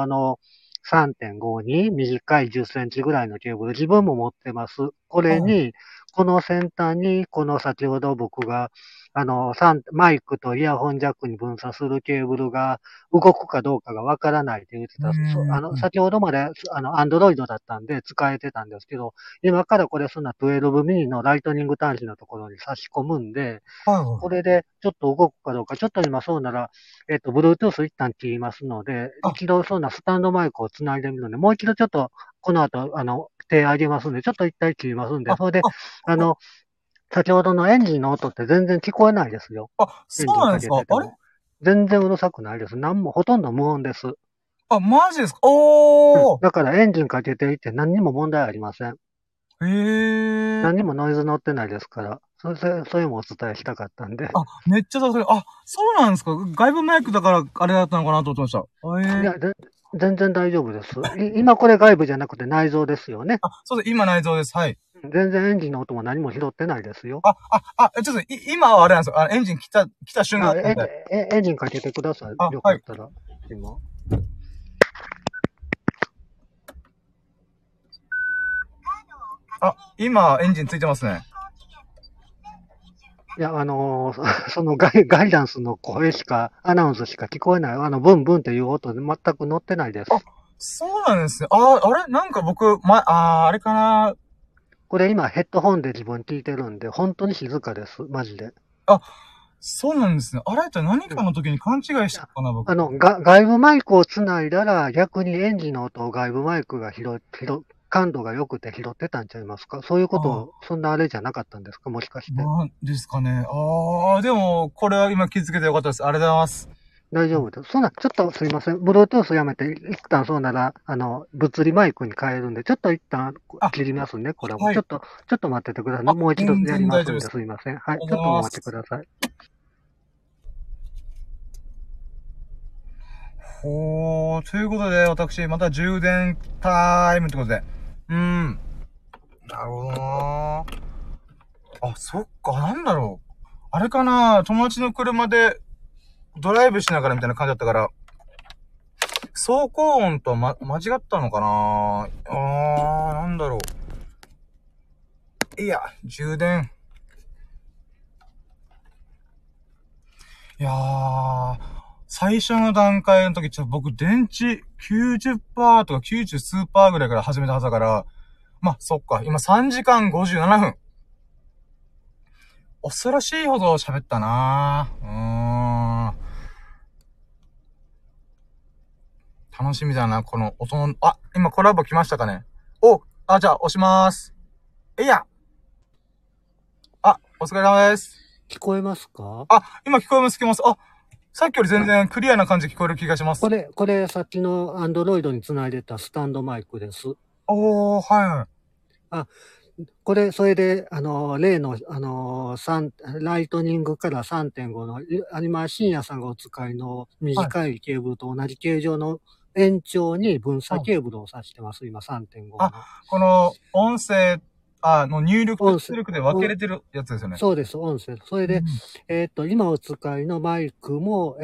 3.5 に短い10センチぐらいのケーブル、自分も持ってます。これに、この先端に、この先ほど僕が、マイクとイヤホンジャックに分差するケーブルが動くかどうかがわからないって言ってた。先ほどまで、アンドロイドだったんで使えてたんですけど、今からこれそんな12ミニのライトニング端子のところに差し込むんで、これでちょっと動くかどうか、ちょっと今そうなら、Bluetooth 一旦切りますので、一度そうなスタンドマイクをつないでみるので、もう一度ちょっと、この後、手上げますんで、ちょっと一回切りますんで、それで、先ほどのエンジンの音って全然聞こえないですよ。 そうなんですか？あれ？ 全然うるさくないです。ほとんど無音です。 マジですか？ だからエンジンかけていて何にも問題ありません。何にもノイズ乗ってないですから。そういうのもお伝えしたかったんで。 めっちゃ助かる。そうなんですか？外部マイクだからあれだったのかなと思ってました。 いや、全然大丈夫です。今これ外部じゃなくて内蔵ですよね。 そうです。今内蔵です。はい。 全然エンジンの音も何も拾ってないですよ。 ちょっと今はあれなんですよ。エンジン来た瞬間だったんで。エンジンかけてください。よかったら。 今、エンジンついてますね。 いや、そのガイダンスの声しか、アナウンスしか聞こえない。ブンブンっていう音で全く乗ってないです。 そうなんですね。あれなんか僕、あれかな。 これ今ヘッドホンで自分聞いてるんで、本当に静かです。マジで。 そうなんですね。あれって何かの時に勘違いしたかな、僕。 外部マイクをつないだら、逆にエンジンの音を外部マイクが感度が良くて拾ってたんちゃいますか？そういうことを、そんなあれじゃなかったんですか？もしかして。 なんですかね。でも、これは今気づけてよかったです。ありがとうございます。 大丈夫です。ちょっとすいません。Bluetooth やめて、一旦そうなら、物理マイクに変えるんで、ちょっと一旦切りますね、これも。ちょっと待っててください。もう一度やりますんで、すいません。はい。ちょっと待ってください。 ということで、私、また充電タイムってことで。なるほどなそっか、なんだろう。あれかな、友達の車でドライブしながらみたいな感じだったから、 走行音と間違ったのかな。なんだろう。いや、充電。いやー、最初の段階の時、僕電池90%とか90数パーぐらいから始めたはずだから、まあ、そっか、今3時間57分。恐ろしいほど喋ったな楽しみだな、この音の、今コラボ来ましたかね。じゃあ押しまーす。お疲れ様です。 聞こえますか？ 今聞こえます。さっきより全然クリアな感じで聞こえる気がします。 これさっきのアンドロイドにつないでたスタンドマイクです。 はい。 これ、それで、例の、ライトニングから3.5の、今、深夜さんがお使いの短いケーブルと同じ形状の延長に分差ケーブルを挿してます、今、3.5の。 この、音声、の入力と出力で分けれてるやつですよね。 そうです、音声。それで、今お使いのマイクも、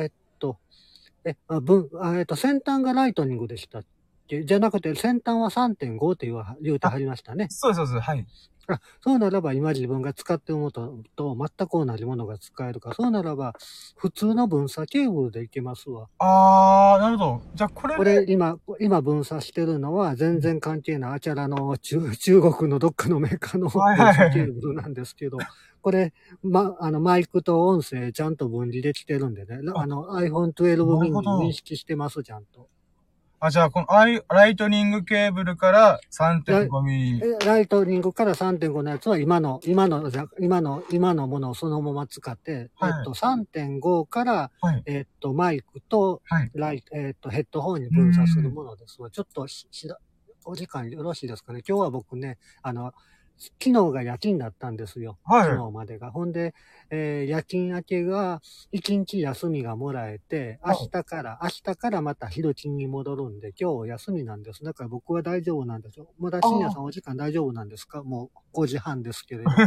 先端がライトニングでしたっけ？じゃなくて、先端は 3.5 って言うてはりましたね。 そうです、はい。 そうならば、今自分が使っているものと全く同じものが使えるか。そうならば、普通の分差ケーブルでいけますわ。 なるほど。じゃあこれ今分差してるのは全然関係ないあちらの中国のどっかのメーカーの分差ケーブルなんですけど、これ、マイクと音声ちゃんと分離できてるんでね。iPhone 12 mini 認識してます、ちゃんと。 じゃあ、このライトニングケーブルから 3.5 ミリ。 ライトニングから 3.5 のやつは今のものをそのまま使って、3.5 から、マイクと、ヘッドホンに分差するものですわ。ちょっとお時間よろしいですかね。今日は僕ね、昨日が夜勤だったんですよ。昨日までが。ほんで、夜勤明けが1日休みがもらえて、明日からまた昼勤に戻るんで、今日お休みなんです。だから僕は大丈夫なんですよ。まだ深夜さんお時間大丈夫なんですか？もう5時半ですけれど。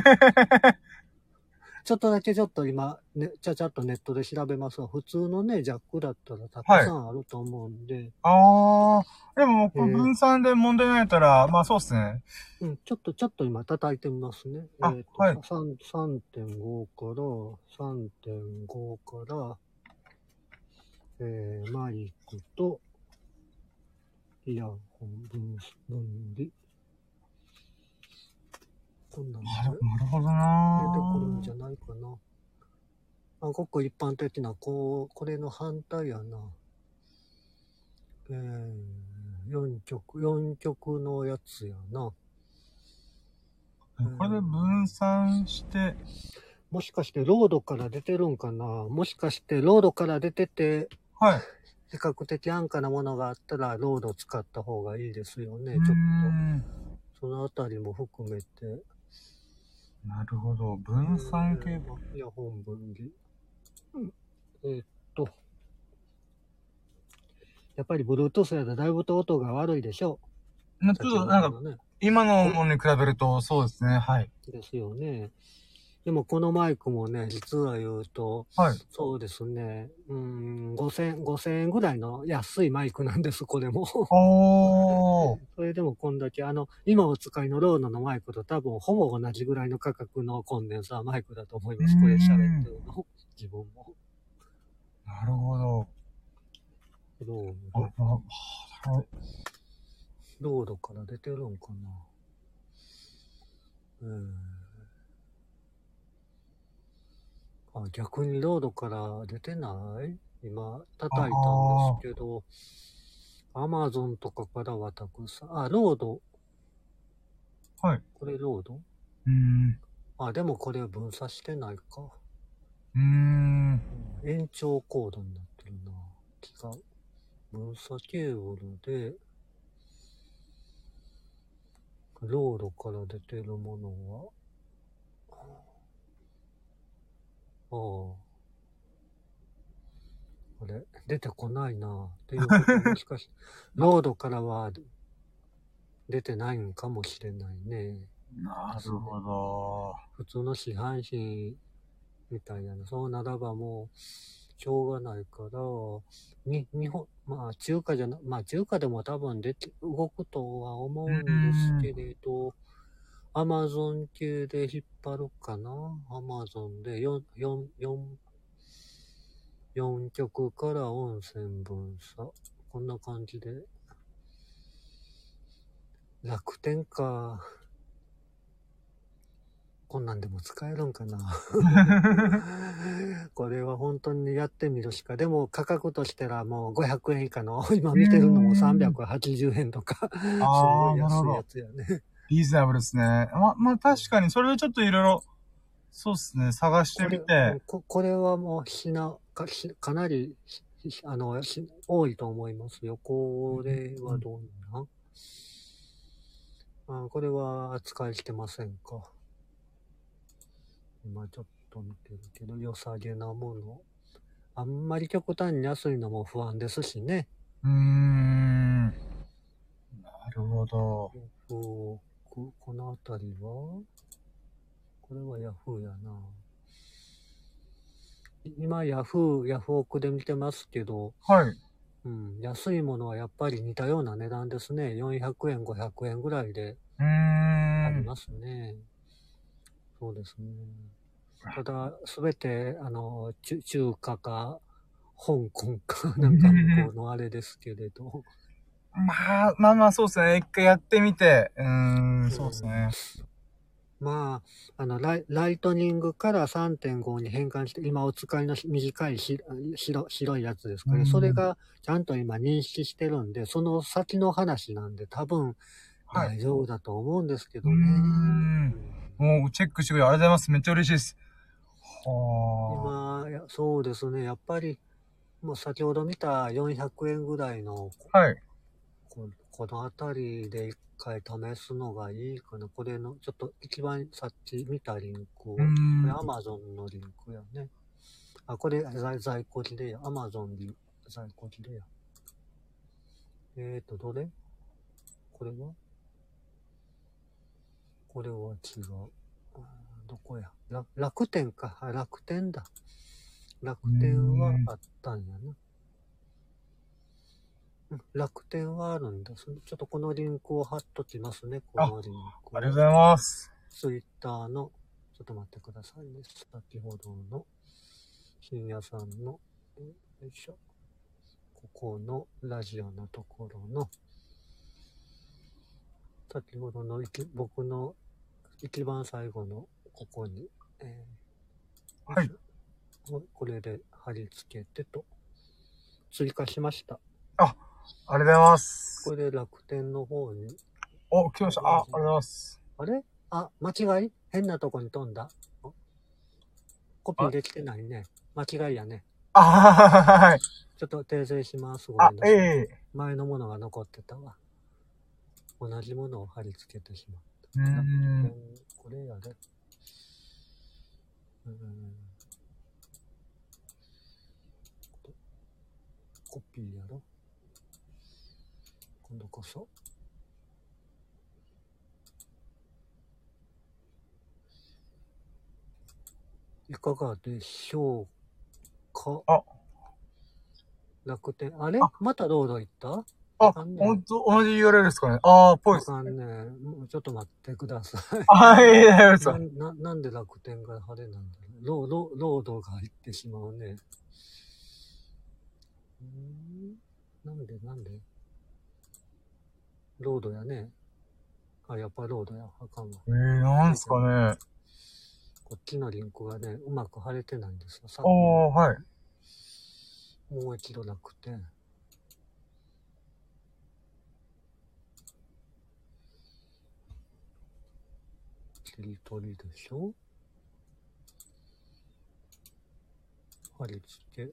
ちょっと今、ね、ちゃっとネットで調べますが、普通のね、ジャックだったらたくさんあると思うんで。 でも僕分散で問題ないったら、まあそうっすね。 ちょっと今叩いてみますね。3.5 から、マイクと、イヤホン分離。こんなんで。 なるほどな出てくるんじゃないかな。ごく一般的な、これの反対やな。4曲のやつやな。 これで分散して。 もしかしてロードから出てるんかな？もしかしてロードから出てて、比較的安価なものがあったらロードを使った方がいいですよね。ちょっと。そのあたりも含めて。 なるほど。分散ケーブル。 イヤホン分離。やっぱり Bluetooth やとだいぶと音が悪いでしょう。 ちょっとなんか、今のものに比べるとそうですね。はい。 ですよね。でもこのマイクもね、実は言うと、そうですね、5000円ぐらいの安いマイクなんです、これも。それでもこんだけ、今お使いのロードのマイクと多分ほぼ同じぐらいの価格のコンデンサーマイクだと思います、これ喋ってるの。自分も。 なるほど。 ロードから出てるんかな。逆にロードから出てない今叩いたんですけど、アマゾンとかからはたくさん、ロード。 はい。 これロード？でもこれ分差してないか。延長コードになってるな。違う。分差ケーブルで、ロードから出てるものは、これ、出てこないなっていうこともしかして、ロードからは出てないんかもしれないね。 なるほど。 普通の市販品みたいなの。そうならばもしょうがないから、日本、中華じゃな、中華でも多分動くとは思うんですけれど、アマゾン系で引っ張るかな。アマゾンで4曲から音声分差。こんな感じで。楽天か。こんなんでも使えるんかな。これは本当にやってみるしか。でも価格としてはもう500円以下の、今見てるのも380円とか、すごい安いやつやね。 リーズナブルですね。確かに、それでちょっといろいろ、そうですね、探してみて。 これはもうかなり、多いと思いますよ。これはどんな、これは扱いしてませんか。今ちょっと見てるけど、良さげなもの。あんまり極端に安いのも不安ですしね。 なるほど。 このあたりはこれはヤフーやな。今ヤフオクで見てますけど、 はい。 安いものはやっぱり似たような値段ですね。400円、500円ぐらいでありますね。そうですね。ただ、すべて、中華か、香港か、なんか向こうのあれですけれど。 そうですね。一回やってみて。そうですね。 ライトニングから 3.5 に変換して、今お使いの短い白いやつですかね。それがちゃんと今認識してるんで、その先の話なんで多分大丈夫だと思うんですけどね。 もうチェックしてくれ。ありがとうございます。めっちゃ嬉しいです。 今、そうですね。やっぱり、もう先ほど見た400円ぐらいの、このあたりで一回試すのがいいかな。これの、ちょっと一番さっき見たリンクを、これ Amazon のリンクやね。これ在庫切れや。Amazon で在庫切れや。どれこれは違う。どこや。楽天か。楽天だ。楽天はあったんやな。楽天はあるんです。ちょっとこのリンクを貼っときますね。このリンク。 ありがとうございます。 ツイッターの、ちょっと待ってくださいね。先ほどの、深夜さんの、よいしょ。ここのラジオのところの、先ほどの僕の一番最後のここに、 はい。 これで貼り付けてと、追加しました。 ありがとうございます。 これで楽天の方に。 来ました。ありがとうございます。 あれ間違い変なとこに飛んだ。コピーできてないね。間違いやね。 はい。 ちょっと訂正します。ごめんなさい。前のものが残ってたわ。同じものを貼り付けてしまった。これやで。コピーやろ。今度こそ。いかがでしょうか。楽天、あれまたロード行った？ ほんと、同じ URL ですかね。ぽいです。 もうちょっと待ってください。なんで楽天が晴れなんだろう。ロードが入ってしまうね。なんでロードやね。やっぱロードや。あかんわ。 なんすかね。 こっちのリンクがね、うまく貼れてないんですよ。 はい。 もう一度楽天。切り取りでしょ。貼り付け。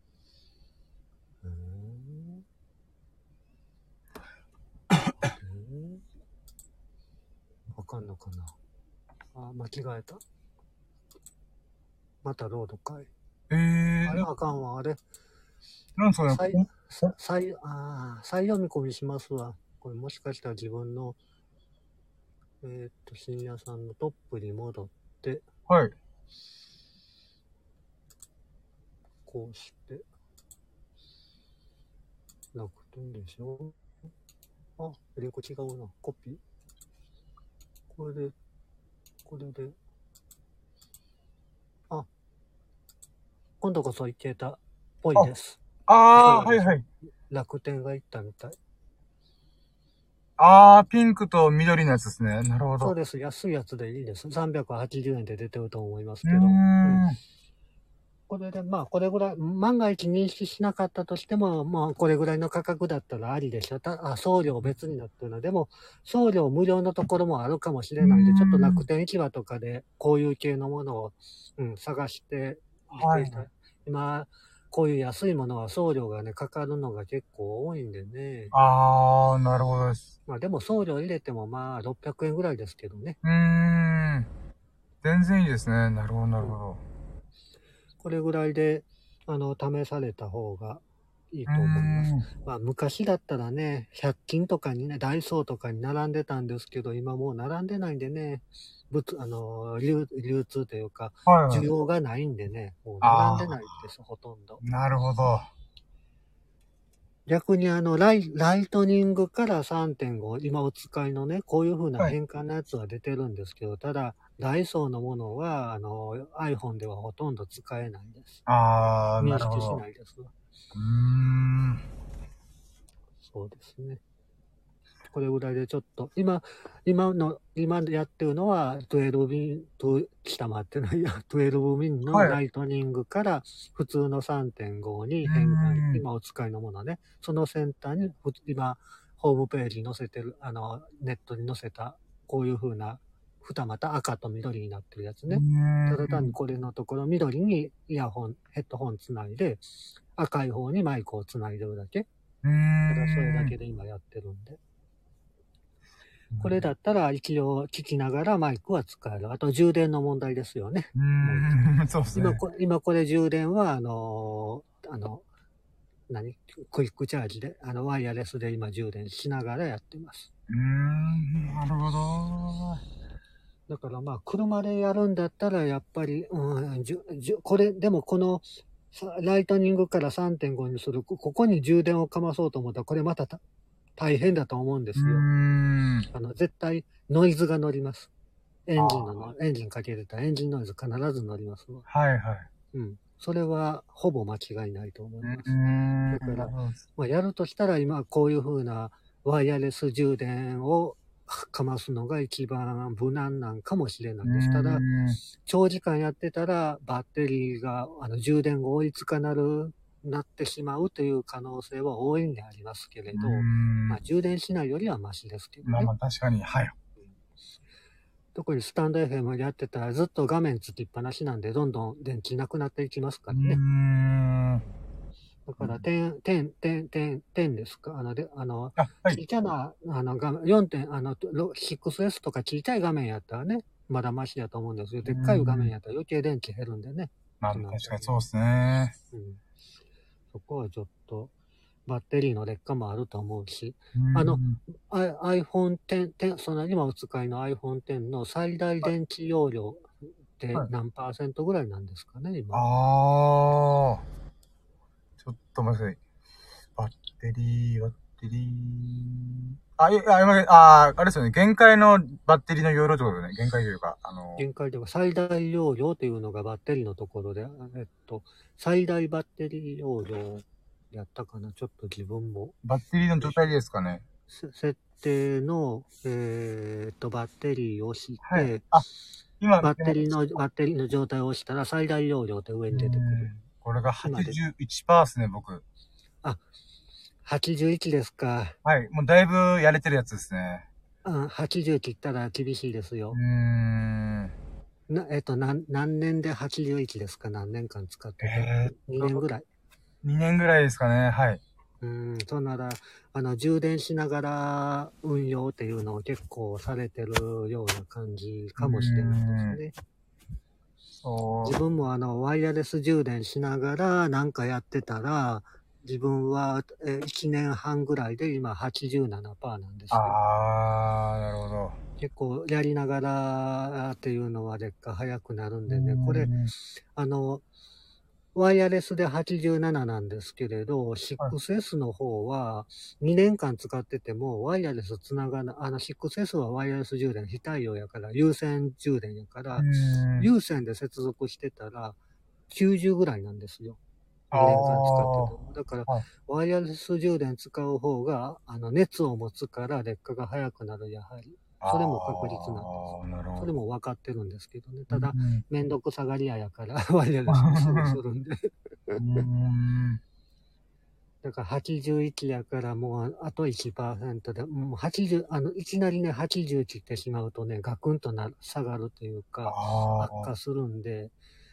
わかんのかな。間違えた。またロードかい。あれあかんわ、あれ。 なんすかね。 再読み込みしますわ。これもしかしたら自分の、深夜さんのトップに戻って、 はい。 ここうして、楽天でしょ。あ、リンク違うな。コピー。これで、あ、今度こそいけたっぽいです。 はいはい。 楽天がいったみたい。 ピンクと緑のやつですね。なるほど。 そうです。安いやつでいいです。380円で出てると思いますけど。これで、まあ、これぐらい、万が一認識しなかったとしても、まあ、これぐらいの価格だったらありでしょ。送料別になってるのでも、送料無料のところもあるかもしれないんで、ちょっと楽天市場とかで、こういう系のものを、探してみていた。今、こういう安いものは送料がね、かかるのが結構多いんでね。 なるほどです。 まあ、でも送料入れても、まあ、600円ぐらいですけどね。 全然いいですね。なるほど、なるほど。 これぐらいで、試された方がいいと思います。まあ、昔だったらね、100均とかにね、ダイソーとかに並んでたんですけど、今もう並んでないんでね、流通というか、需要がないんでね、もう並んでないです、ほとんど。 なるほど。 逆にライトニングから3.5、今お使いのね、こういう風な変換のやつは出てるんですけど、ただ、ダイソーのものは、iPhone ではほとんど使えないです。認識しないです。そうですね。これぐらいでちょっと、今やってるのは、12ミン、下回ってないや、12ミンのライトニングから普通の 3.5 に変換、今お使いのものね、その先端に、今、ホームページに載せてる、ネットに載せた、こういう風な、二股赤と緑になってるやつね。ただ単にこれのところ、緑にヘッドホンつないで、赤い方にマイクをつないでるだけ。ただそれだけで今やってるんで。これだったら一応聞きながらマイクは使える。あと充電の問題ですよね。 そうですね。 今これ充電は、クイックチャージで、ワイヤレスで今充電しながらやってます。 なるほど。 だからまあ、車でやるんだったら、やっぱり、これ、でもこの、ライトニングから 3.5 にする、ここに充電をかまそうと思ったら、これまた大変だと思うんですよ。絶対ノイズが乗ります。エンジンかけてたらエンジンノイズ必ず乗ります。それはほぼ間違いないと思います。だから、まあ、やるとしたら今こういう風なワイヤレス充電をかますのが一番無難なんかもしれないです。ただ、長時間やってたらバッテリーが充電が追いつかなってしまうという可能性は大いにありますけれど、まあ、充電しないよりはマシですけどね。 まあ確かに、はい。 特にスタンド FM でやってたらずっと画面つきっぱなしなんで、どんどん電池なくなっていきますからね。だから、点ですか小さな、4点、6S とか小さい画面やったらね、まだマシだと思うんですよ。でっかい画面やったら余計電池減るんでね。 まあ確かにそうですね。 そこはちょっと、バッテリーの劣化もあると思うし、iPhone X、今お使いの iPhone X の最大電池容量って何%ぐらいなんですかね、今。 ちょっと待ってください。バッテリー。あれですよね。限界のバッテリーの容量ってことですね。限界というか、 限界というか、最大容量というのがバッテリーのところで、最大バッテリー容量やったかな、ちょっと自分も。 バッテリーの状態ですかね。 設定の、バッテリーを押して、 今、 バッテリーの状態を押したら最大容量って上に出てくる。 これが 81% ですね、僕。 81ですか。 はい。もうだいぶやれてるやつですね。 80切ったら厳しいですよ。何年で81ですか？何年間使ってた？2年ぐらい。 2年ぐらいですかね、はい。 そうなら、充電しながら運用っていうのを結構されてるような感じかもしれないですね。自分もワイヤレス充電しながらなんかやってたら、自分は1年半ぐらいで今 87% なんですよ。 なるほど。 結構やりながらっていうのは劣化早くなるんでね、これ、 ワイヤレスで87なんですけれど、6S の方は2年間使っててもワイヤレスつながない、6S はワイヤレス充電非対応やから、有線充電やから、有線で接続してたら90ぐらいなんですよ。2年間使ってて。だから、ワイヤレス充電使う方が、熱を持つから劣化が早くなる、やはり。それも確実なんです。それも分かってるんですけどね。ただ、めんどくさがり屋やから、ワイヤレスにすぐするんで。だから81やからもうあと 1% で、もう80、いきなりね、80切ってしまうとね、ガクンと下がるというか、悪化するんで、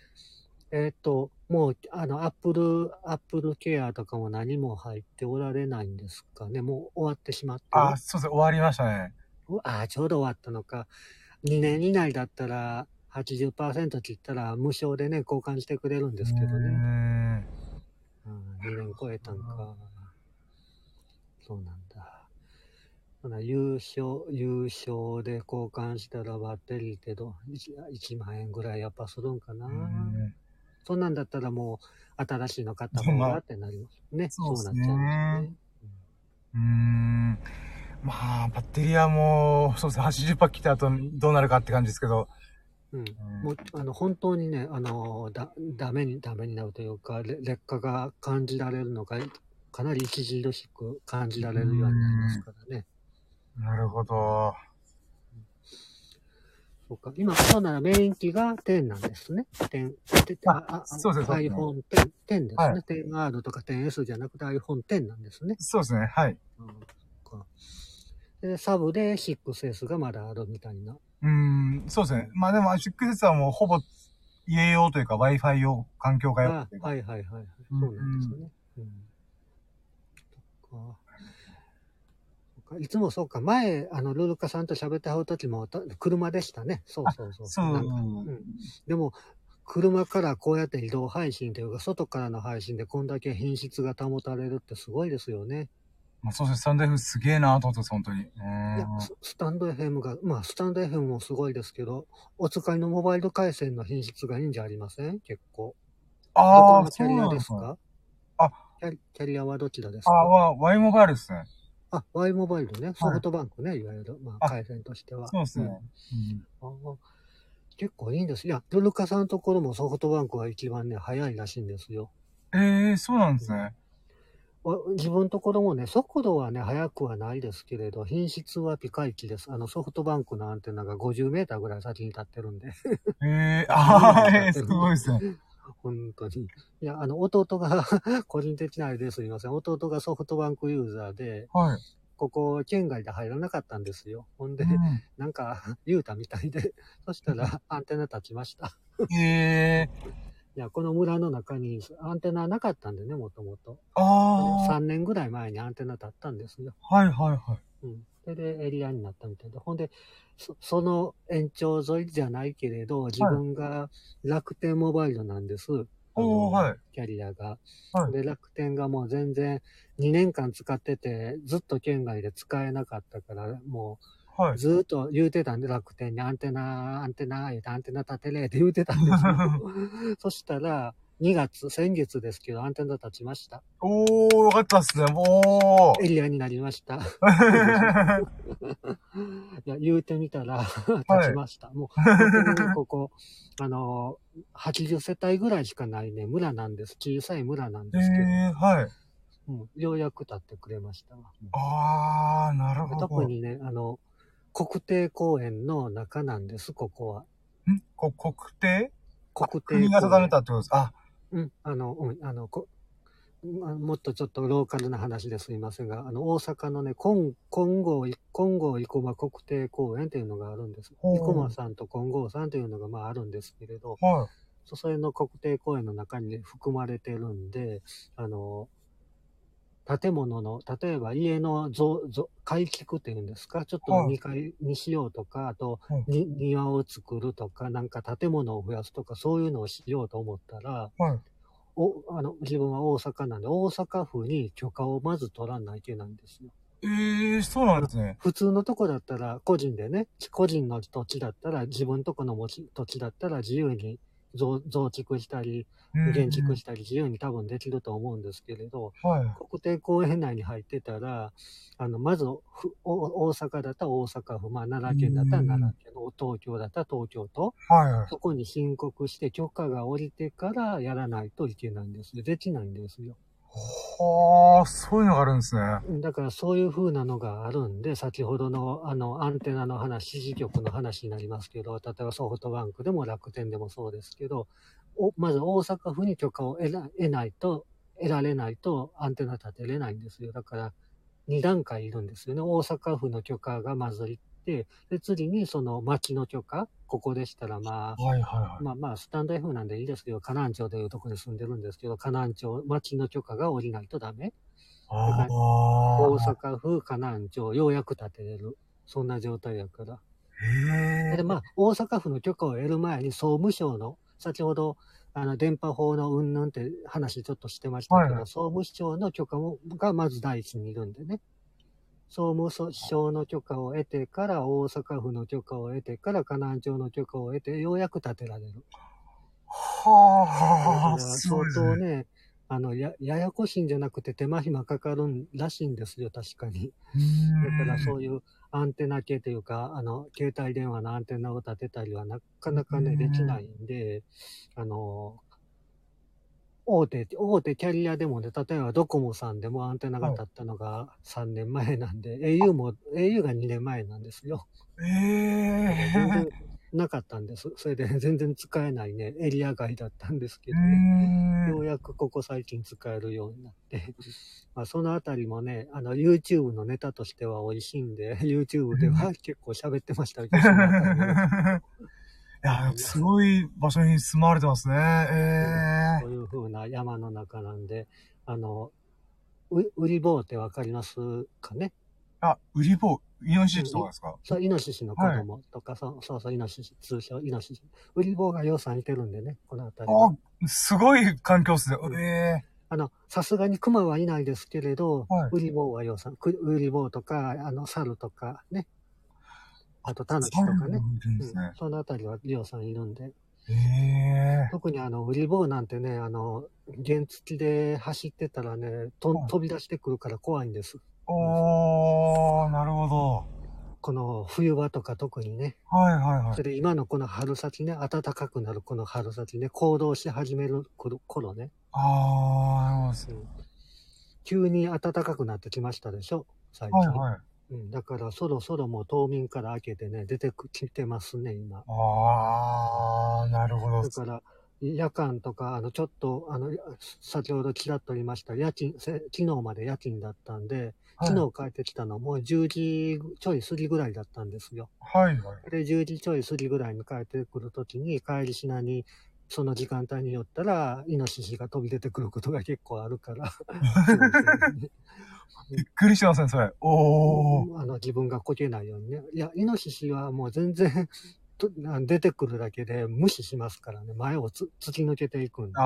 もう、アップルケアとかも何も入っておられないんですかね。もう終わってしまってる。 そうです。終わりましたね。 ちょうど終わったのか。2年以内だったら、80% 切ったら無償でね、交換してくれるんですけどね。2年超えたんか。そうなんだ。優勝で交換したらバッテリーって1万円ぐらいやっぱするんかな。そんなんだったらもう新しいの買った方がってなりますね。そうなっちゃうんですね。 まあ、バッテリーはもう、そうですね、80%来た後どうなるかって感じですけど。 もう、本当にね、ダメになるというか、劣化が感じられるのが、かなり著しく感じられるようになりますからね。 なるほど。 そうか。今、そうならメイン機が10なんですね。10。 そうですね。 iPhone 10ですね。10R とか 10S じゃなくて iPhone 10なんですね。 そうですね。はい。 で、サブで 6S がまだあるみたいな。 そうですね。まあでも 6S はもうほぼ家用というか Wi-Fi 用、環境がよくて。 はい。そうなんですよね。いつもそうか、前、ルルカさんと喋ってはうときも、車でしたね。そう。でも、車からこうやって移動配信というか、外からの配信でこんだけ品質が保たれるってすごいですよね。 そうですね、スタンド FM すげえなと思ってます、本当に。いや、スタンド FM が、スタンド FM もすごいですけど、お使いのモバイル回線の品質がいいんじゃありません？結構。どこのキャリアですか？キャリアはどちらですか ？Y モバイルですね。 Y モバイルね。ソフトバンクね、いわゆる、回線としては。 そうですね。 結構いいんです。いや、ルルカさんのところもソフトバンクは一番ね、早いらしいんですよ。 そうなんですね。 自分のところもね、速度はね、速くはないですけれど、品質はピカイチです。ソフトバンクのアンテナが50メーターぐらい先に立ってるんで。 すごいですね。 本当に。いや、弟が個人的なあれですいません。弟がソフトバンクユーザーで、ここ、県外で入らなかったんですよ。ほんで、なんか、言うたみたいで、そしたらアンテナ立ちました。いや、この村の中にアンテナなかったんでね、もともと。3年ぐらい前にアンテナ立ったんですよ。それでエリアになったみたいで。ほんで、その延長沿いじゃないけれど、自分が楽天モバイルなんです。キャリアが。で、楽天がもう全然2年間使ってて、ずっと県外で使えなかったから、もう、ずっと言うてたんで、楽天にアンテナ立てれって言うてたんですよ。そしたら、先月ですけど、アンテナ立ちました。 よかったっすね、もう。エリアになりました。いや、言うてみたら、立ちました。もう、本当にここ、80世帯ぐらいしかないね、村なんです。小さい村なんですけど。ようやく立ってくれましたわ。 なるほど。 特にね、国定公園の中なんです、ここは。 国定国が定めたってことですか？ もっとちょっとローカルな話ですいませんが、大阪のね、金剛生駒国定公園というのがあるんです。生駒さんと金剛さんというのがあるんですけれど、それの国定公園の中に、ね、含まれてるんで、建物の、例えば家の改築っていうんですか、ちょっと2階にしようとか、あと、庭を作るとか、なんか建物を増やすとか、そういうのをしようと思ったら、自分は大阪なんで、大阪府に許可をまず取らないといけないんですよ。 そうなんですね。 普通のとこだったら、個人でね、個人の土地だったら、自分とこの土地だったら自由に増築したり、減築したり自由に多分できると思うんですけれど、国定公園内に入ってたら、まず大阪だったら大阪府、奈良県だったら奈良県、東京だったら東京都、そこに申告して許可が下りてからやらないといけないんですよ。できないんですよ。 はあ、そういうのがあるんですね。 だからそういう風なのがあるんで、先ほどのアンテナの話、指示局の話になりますけど、例えばソフトバンクでも楽天でもそうですけど、まず大阪府に許可を得られないとアンテナ立てれないんですよ。だから2段階いるんですよね。大阪府の許可がまずいって、で、次にその町の許可、ここでしたらスタンド F なんでいいですけど、河南町というところに住んでるんですけど、河南町、町の許可が下りないとダメ。大阪府河南町、ようやく建てれる。そんな状態やから。で、大阪府の許可を得る前に総務省の、先ほど、電波法の云々って話ちょっとしてましたけど、総務省の許可がまず第一にいるんでね。総務省の許可を得てから、大阪府の許可を得てから、河南町の許可を得て、ようやく建てられる。相当ね、ややこしいんじゃなくて手間暇かかるらしいんですよ、確かに。だからそういうアンテナ系というか、携帯電話のアンテナを立てたりはなかなかね、できないんで、大手キャリアでもね、例えばドコモさんでもアンテナが立ったのが3年前なんで、au が2年前なんですよ。全然なかったんです。それで全然使えないね、エリア外だったんですけどね。ようやくここ最近使えるようになって。そのあたりもね、YouTube のネタとしては美味しいんで、YouTube では結構喋ってました。いや、すごい場所に住まわれてますね。 そういう風な山の中なんで、ウリボウってわかりますかね？ ウリボウ、イノシシとかですか？ そう、イノシシの子供とか、そう、イノシシ、通称イノシシ。ウリボウがようさんいてるんでね、この辺りは。 すごい環境っすね。 さすがにクマはいないですけれど、ウリボウはようさん、ウリボウとか、猿とかね、あとタヌキとかね、その辺りはようさんいるんで。特にウリボウなんてね、原付で走ってたらね、飛び出してくるから怖いんです。 なるほど。 この冬場とか特にね。それで今のこの春先ね、暖かくなるこの春先ね、行動し始める頃ね。急に暖かくなってきましたでしょ、最近。だからそろそろもう冬眠から明けてね、出てきてますね、今。 なるほど。 だから、夜間とか、ちょっと、先ほどちらっと言いました、昨日まで夜勤だったんで、昨日帰ってきたのも10時ちょい過ぎぐらいだったんですよ。で、10時ちょい過ぎぐらいに帰ってくるときに、帰りしなに、その時間帯によったら、イノシシが飛び出てくることが結構あるから。 びっくりしますね、それ。 自分がこけないようにね。いや、イノシシはもう全然出てくるだけで無視しますからね。前を突き抜けていくんで。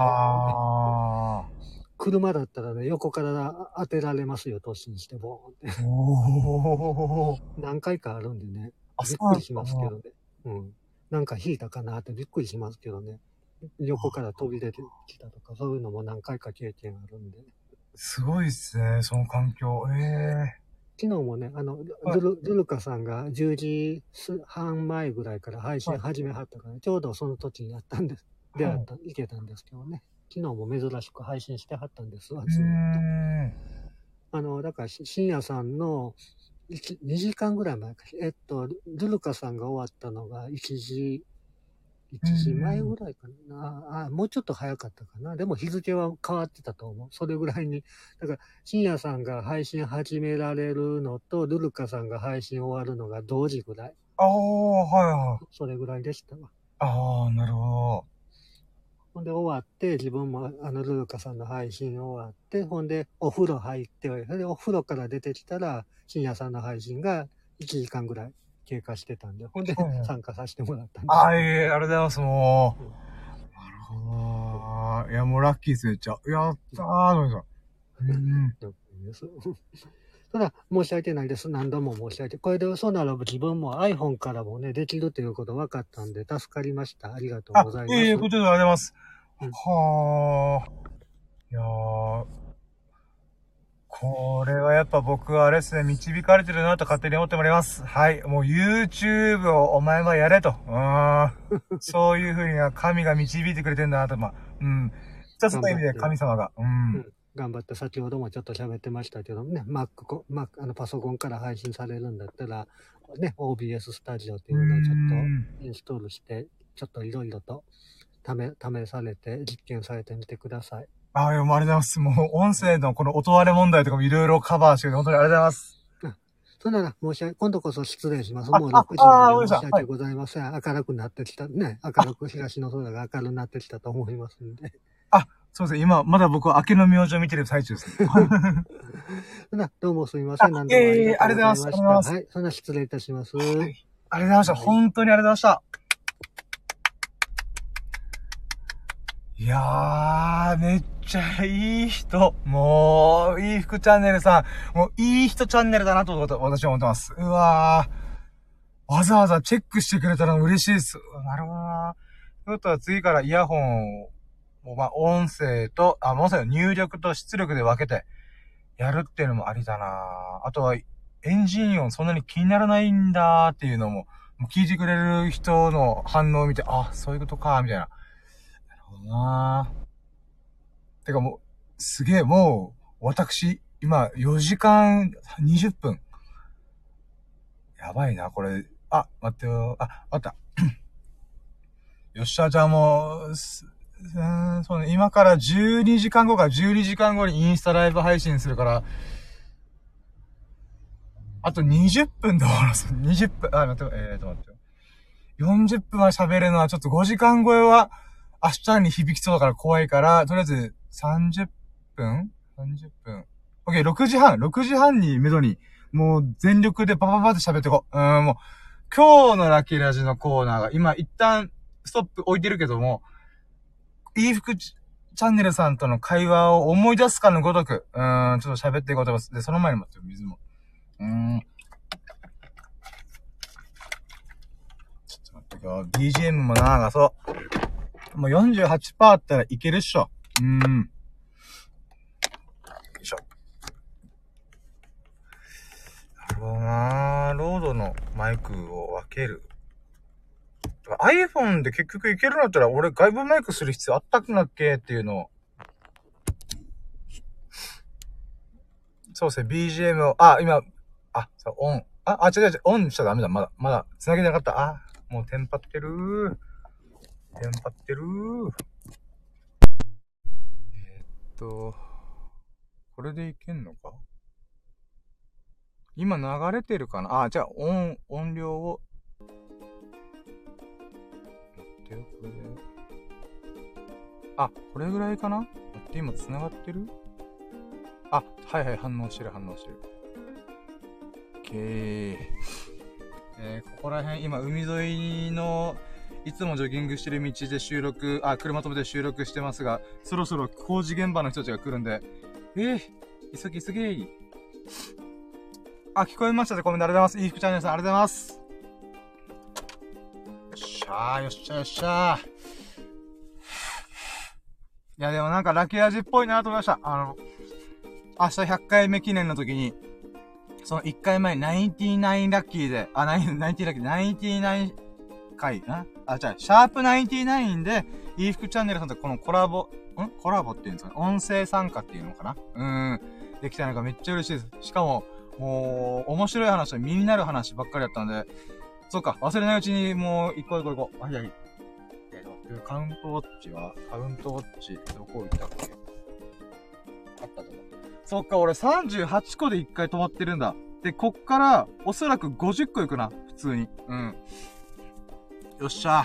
車だったらね、横から当てられますよ、突進してボーンって。何回かあるんでね。びっくりしますけどね。なんか引いたかなってびっくりしますけどね。横から飛び出てきたとか、そういうのも何回か経験あるんで。 すごいっすね、その環境。 昨日もね、ルルカさんが10時半前ぐらいから配信始めはったから、ちょうどその時にやったんです。いけたんですけどね。昨日も珍しく配信してはったんですわ、ずっと。だから深夜さんの2時間ぐらい前か。ルルカさんが終わったのが1時前ぐらいかな。もうちょっと早かったかな。でも日付は変わってたと思う。それぐらいに。だから、深夜さんが配信始められるのと、ルルカさんが配信終わるのが同時ぐらい。それぐらいでしたわ。 なるほど。 ほんで終わって、自分もルルカさんの配信終わって、ほんでお風呂入って、それでお風呂から出てきたら、深夜さんの配信が1時間ぐらい経過してたんで、ほんで参加させてもらったんです。 ありがとうございます、もう。なるほど。いや、もうラッキーですね、やったー、どうでしょう。 ただ、申し訳ないです。何度も申し訳ない。これで嘘なら自分も iPhone からもね、できるということ分かったんで、助かりました。ありがとうございます。 こちらでありがとうございます。はあ。いやー。これはやっぱ僕はあれですね、導かれてるなと勝手に思っております。はい。もう YouTube をお前はやれと。そういう風には神が導いてくれてんだなと、まあ、うん。一つの意味で神様が。 頑張って、先ほどもちょっと喋ってましたけどね、パソコンから配信されるんだったら、ね、OBS スタジオっていうのをちょっとインストールして、ちょっといろいろと試されて、実験されてみてください。 もうありがとうございます。もう音声のこの音割れ問題とかもいろいろカバーしてくれて本当にありがとうございます。 それなら今度こそ失礼します。もう6時で申し訳ございません。明るくなってきた。ね、明るく東の空が明るくなってきたと思いますんで。 そうですね。今、まだ僕は明けの明星を見てる最中ですね。 どうもすみません。何度もありがとうございました。はい。そんな失礼いたします。 ありがとうございました。本当にありがとうございました。いやー、めっちゃいい人。もう、いい服チャンネルさん。もう、いい人チャンネルだなと私は思ってます。うわー。わざわざチェックしてくれたら嬉しいです。なるほどな。ということは次からイヤホンを、音声の入力と出力で分けてやるっていうのもありだな。あとは、エンジン音そんなに気にならないんだっていうのも、聞いてくれる人の反応を見て、そういうことか、みたいな。なるほどな。てかもう、すげえ、もう、私、今、4時間20分。やばいな、これ。待ってよ。あった。よっしゃ、じゃあもう、そうね、今から12時間後か12時間後にインスタライブ配信するから、あと20分で終わらす。20分、待ってよ。40分は喋るのはちょっと5時間超えは明日に響きそうだから怖いから、とりあえず30分 ?30 分。OK、6時半にめどに、もう全力でパパパって喋ってこう。もう、今日のラッキーラジのコーナーが今一旦ストップ置いてるけども、いい服チャンネルさんとの会話を思い出すかのごとく、ちょっと喋っていこうと思います。で、その前に待ってよ、水も。ちょっと待ってよ、BGM も流そう。もう 48% あったらいけるっしょ。よいしょ。なるほどなぁ。ロードのマイクを分ける。iPhone で結局いけるんだったら俺外部マイクする必要あったっけっていうのを。そうですね、BGM を、今、オン。違う、オンしちゃダメだ。まだ、繋げてなかった。もうテンパってる。これでいけんのか？今流れてるかな？じゃあ音量を、これぐらいかな？待って、今繋がってる？はい、反応してる。OK。ここら辺、今、海沿いの、いつもジョギングしてる道で車止めて収録してますが、そろそろ工事現場の人たちが来るんで、急ぎ。聞こえましたね。コメントありがとうございます。いい服チャンネルさん、ありがとうございます。よっしゃ。いや、でもなんかラッキー味っぽいなと思いました。明日100回目記念の時に、その1回前、99ラッキーで、99回なシャープ99で、いい服チャンネルさんとこのコラボっていうんですかね、音声参加っていうのかなできたのがめっちゃ嬉しいです。しかも、もう、面白い話、身になる話ばっかりだったんで、そうか、忘れないうちにもう、行こう。はい。カウントウォッチ、どこ置いたっけ？あったと思う。そっか、俺38個で1回止まってるんだ。で、こっから、おそらく50個行くな、普通に。よっしゃ。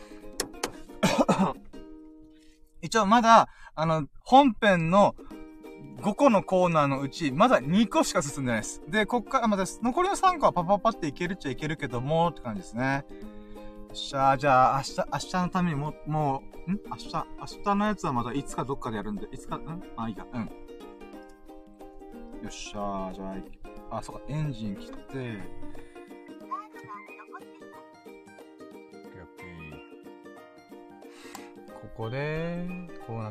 一応まだ、本編の5個のコーナーのうち、まだ2個しか進んでないです。で、こっから、残りの3個はパパっていけるっちゃいけるけども、って感じですね。よっしゃー、じゃあ、明日のために明日のやつはまだいつかどっかでやるんで、いいか、 よっしゃー、じゃあ、そうか、エンジン切って、ここで、こうなって、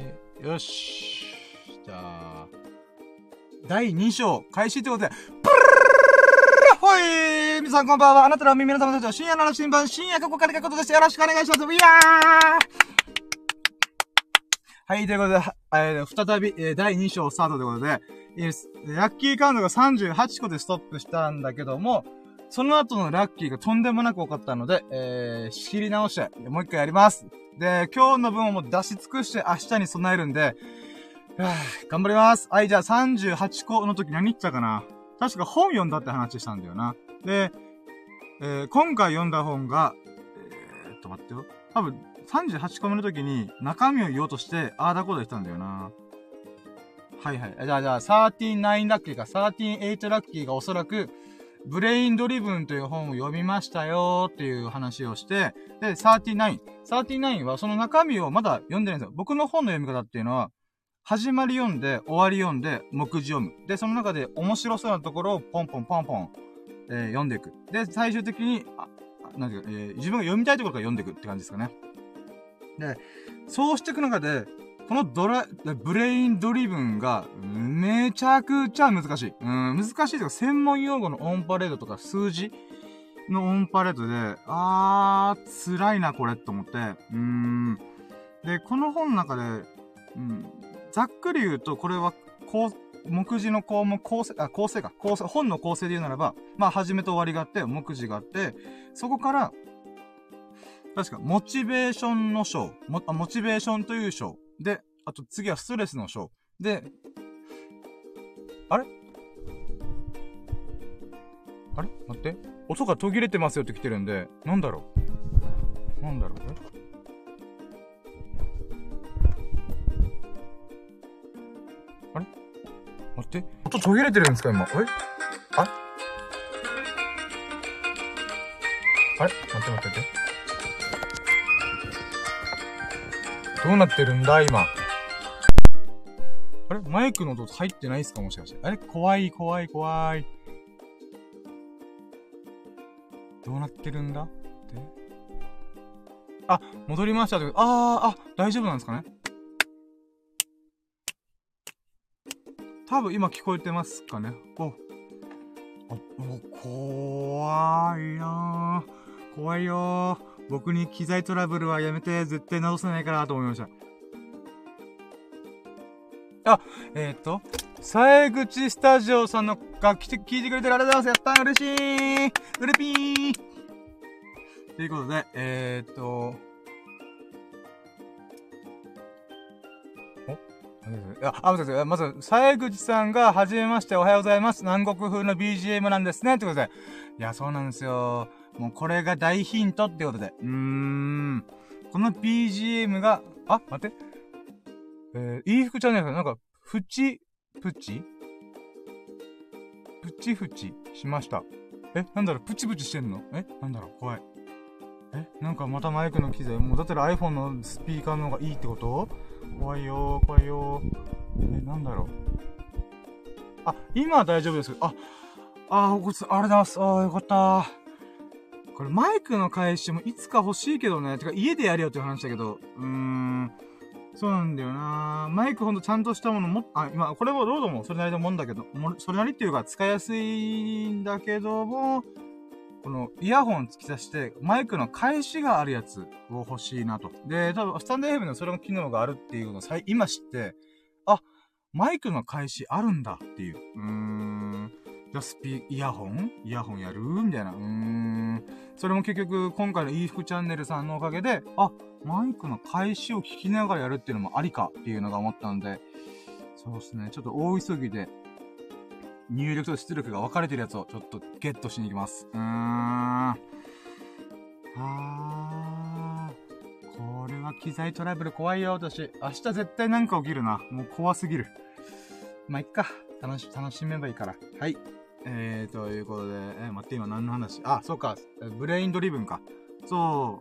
よし。じゃあ、第2章、開始ということで、プルルほい皆さんこんばんは。あなたの耳の友達は深夜の新聞、深夜ここから書くことです。よろしくお願いします。いやーはい、ということで、再び、第2章スタートということで、ラッキーカウントが38個でストップしたんだけども、その後のラッキーがとんでもなく多かったので、仕切り直して、もう一回やります。で、今日の分をもう出し尽くして明日に備えるんで、頑張ります。はい、じゃあ38個の時何言ってたかな？確か本読んだって話したんだよな。で、今回読んだ本が、待ってよ。多分、38個目の時に中身を言おうとして、あーだこーだ言ったんだよな。はいはい。じゃあ、39ラッキーか、38ラッキーがおそらく、ブレインドリブンという本を読みましたよーっていう話をして、で、39はその中身をまだ読んでないんですよ。僕の本の読み方っていうのは、始まり読んで、終わり読んで、目次読む。で、その中で面白そうなところをポンポンポンポン、読んでいく。で、最終的に、なんていうか、自分が読みたいところから読んでいくって感じですかね。で、そうしていく中で、このブレインドリブンが、めちゃくちゃ難しい。難しいというか、専門用語のオンパレードとか数字のオンパレードで、辛いな、これ、と思って。で、この本の中で、ざっくり言うと、これは、目次の項目、本の構成で言うならば、まあ、始めと終わりがあって、目次があって、そこから、確か、モチベーションの章。モチベーションという章。で、あと次はストレスの章。で、あれ待って。音が途切れてますよって来てるんで、なんだろうあれ待って。音途切れてるんですか今。あれ待って。どうなってるんだ今。あれマイクの音入ってないっすかもしかして。あれ怖い。どうなってるんだって。戻りましたって。大丈夫なんですかね。多分今聞こえてますかね。怖いよー。僕に機材トラブルはやめて、絶対直せないからと思いました。さえぐちスタジオさんのが聞いてくれてるありがとうございます。やったー、嬉しいうれぴーということで、まず、さえぐちさんが、はじめまして、おはようございます。南国風の BGM なんですね。ということで。いや、そうなんですよ。もうこれが大ヒントってことで。この BGM が、待って。いい服チャンネルなんか、プチしました。なんだろう、プチプチしてんの？なんだろう、怖い。なんかまたマイクの機材、もうだったら iPhone のスピーカーの方がいいってこと？怖いよー。なんだろう。今は大丈夫です。ありがとうございます。よかった。これマイクの返しもいつか欲しいけどね。てか家でやれよっていう話だけど。そうなんだよな。マイクほんとちゃんとしたもの今、これはロードもそれなりのもんだけど、それなりっていうか使いやすいんだけども、このイヤホン突き刺して、マイクの返しがあるやつを欲しいなと。で、多分、スタンド FM のそれの機能があるっていうのを今知って、マイクの返しあるんだっていう。じゃイヤホンやるみたいな。それも結局、今回のいい服チャンネルさんのおかげで、マイクの返しを聞きながらやるっていうのもありかっていうのが思ったんで、そうですね、ちょっと大急ぎで、入力と出力が分かれてるやつをちょっとゲットしに行きます。これは機材トラブル怖いよ、私。明日絶対なんか起きるな。もう怖すぎる。まあ、いっか。楽しめばいいから。はい。ということで、待って、今何の話？そうか。ブレインドリブンか。そう。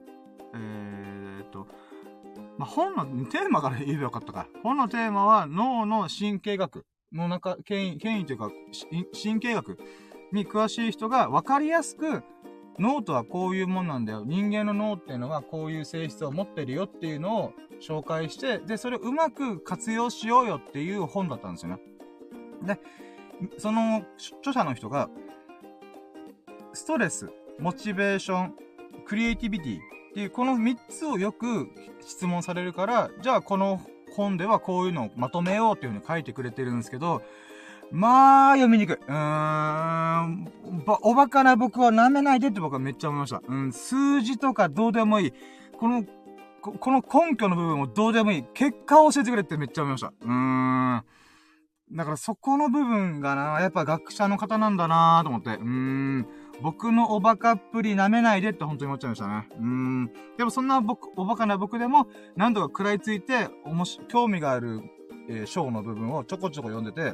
本のテーマから言えばよかったか。本のテーマは脳の神経学。 の中、権威というか、神経学に詳しい人が分かりやすく、脳とはこういうもんなんだよ。人間の脳っていうのはこういう性質を持ってるよっていうのを紹介して、で、それをうまく活用しようよっていう本だったんですよね。で、その著者の人が、ストレス、モチベーション、クリエイティビティっていうこの3つをよく質問されるから、じゃあこの本ではこういうのをまとめようっていう風に書いてくれてるんですけど、まあ、読みにくい。おバカな僕は舐めないでって僕はめっちゃ思いました。数字とかどうでもいい。この根拠の部分もどうでもいい。結果を教えてくれってめっちゃ思いました。だからそこの部分がな、やっぱ学者の方なんだなと思って。僕のおバカっぷり舐めないでって本当に思っちゃいましたね。でもそんなおバカな僕でも、何度か食らいついて、興味がある、章の部分をちょこちょこ読んでて、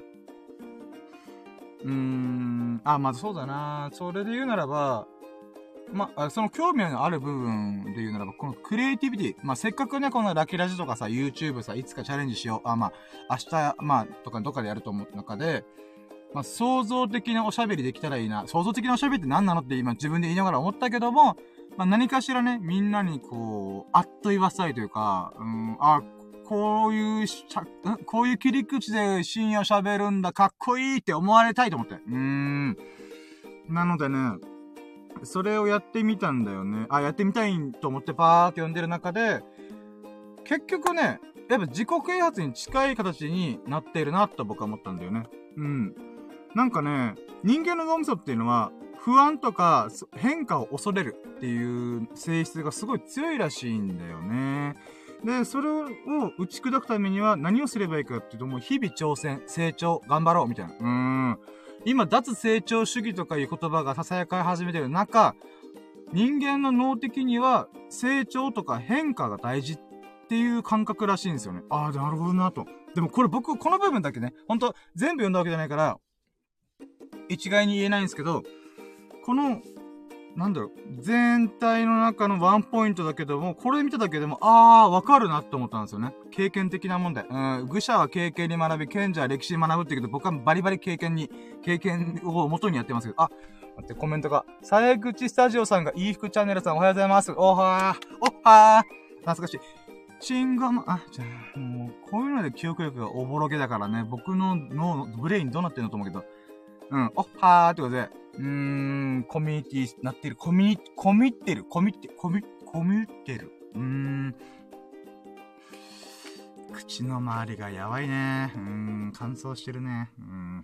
まずそうだな。それで言うならば、その興味のある部分で言うならば、このクリエイティビティ。せっかくね、このラキラジとかさ、YouTube さ、いつかチャレンジしよう。明日、とかどっかでやると思う中で、創造的なおしゃべりできたらいいな。創造的なおしゃべりって何なのって今自分で言いながら思ったけども、何かしらね、みんなにこう、あっと言わせたいというか、こういう切り口で深夜喋るんだ、かっこいいって思われたいと思って。なのでね、それをやってみたんだよね。やってみたいと思ってパーって読んでる中で、結局ね、やっぱ自己啓発に近い形になっているなと僕は思ったんだよね。なんかね、人間の脳みそっていうのは、不安とか変化を恐れるっていう性質がすごい強いらしいんだよね。で、それを打ち砕くためには何をすればいいかっていうと、もう日々挑戦、成長、頑張ろうみたいな。今、脱成長主義とかいう言葉が囁かれ始めてる中、人間の脳的には成長とか変化が大事っていう感覚らしいんですよね。なるほどなと。でもこれ僕、この部分だけね、ほんと全部読んだわけじゃないから、一概に言えないんですけど、この、全体の中のワンポイントだけども、これ見ただけでも、わかるなって思ったんですよね。経験的な問題。愚者は経験に学び、賢者は歴史に学ぶって言うけど、僕はバリバリ経験を元にやってますけど、待って、コメントが。さえぐちスタジオさんが、いい服チャンネルさんおはようございます。おはー。懐かしい。チンガム、じゃあ、もう、こういうので記憶力がおぼろげだからね、僕の脳のブレインどうなってんのと思うけど、おはーってことで、コミュニティなってる。コミってる。口の周りがやばいね。乾燥してるね。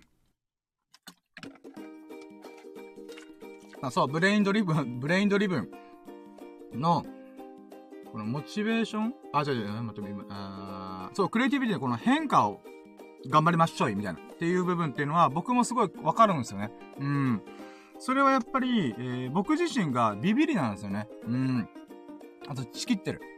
そう、ブレインドリブンの、このモチベーションそう、クリエイティビティのこの変化を頑張りましょうみたいなっていう部分っていうのは僕もすごいわかるんですよね。それはやっぱり、僕自身がビビりなんですよね。あと、チキってる。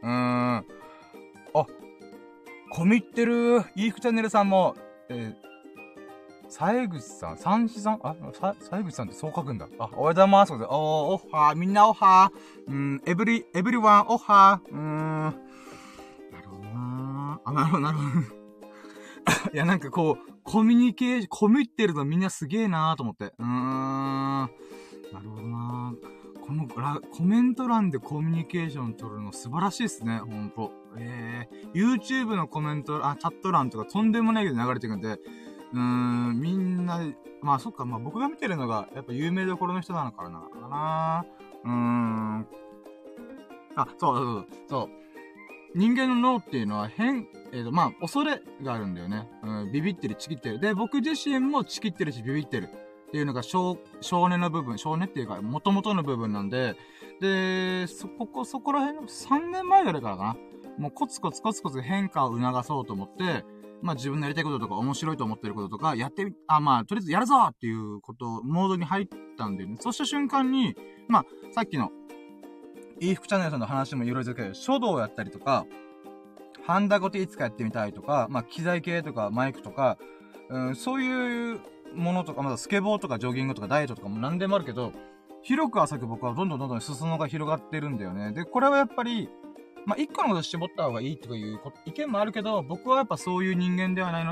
コミってる。いいふチャンネルさんも、さえぐちさん、さえぐちさんってそう書くんだ。おはようございます。おはー、みんなおはー。エブリワンおはー。なるほどなー。なるほど。いや、なんかこう、コミってるのみんなすげえなーと思って。なるほどなー。このコメント欄でコミュニケーション取るの素晴らしいですね、ほんと。YouTube のコメント、チャット欄とかとんでもないけど流れてくんで、みんな、そっか、僕が見てるのが、やっぱ有名どころの人なのかな。そう。人間の脳っていうのは恐れがあるんだよね。ビビってる、チキってる。で、僕自身もチキってるし、ビビってる。っていうのが少年の部分、少年っていうか、元々の部分なんで、で、そこら辺の3年前ぐらいからかな。もうコツコツ変化を促そうと思って、自分のやりたいこととか面白いと思ってることとか、とりあえずやるぞっていうモードに入ったんでね。そうした瞬間に、さっきの、いい服チャンネルさんの話もいろいろけど、書道をやったりとか、ハンダゴテいつかやってみたいとか、機材系とかマイクとか、そういうものとか、まだスケボーとかジョギングとかダイエットとかも何でもあるけど、広く浅く僕はどんどん裾野が広がってるんだよね。で、これはやっぱり、一個のこと絞った方がいいとかいう意見もあるけど、僕はやっぱそういう人間ではないので、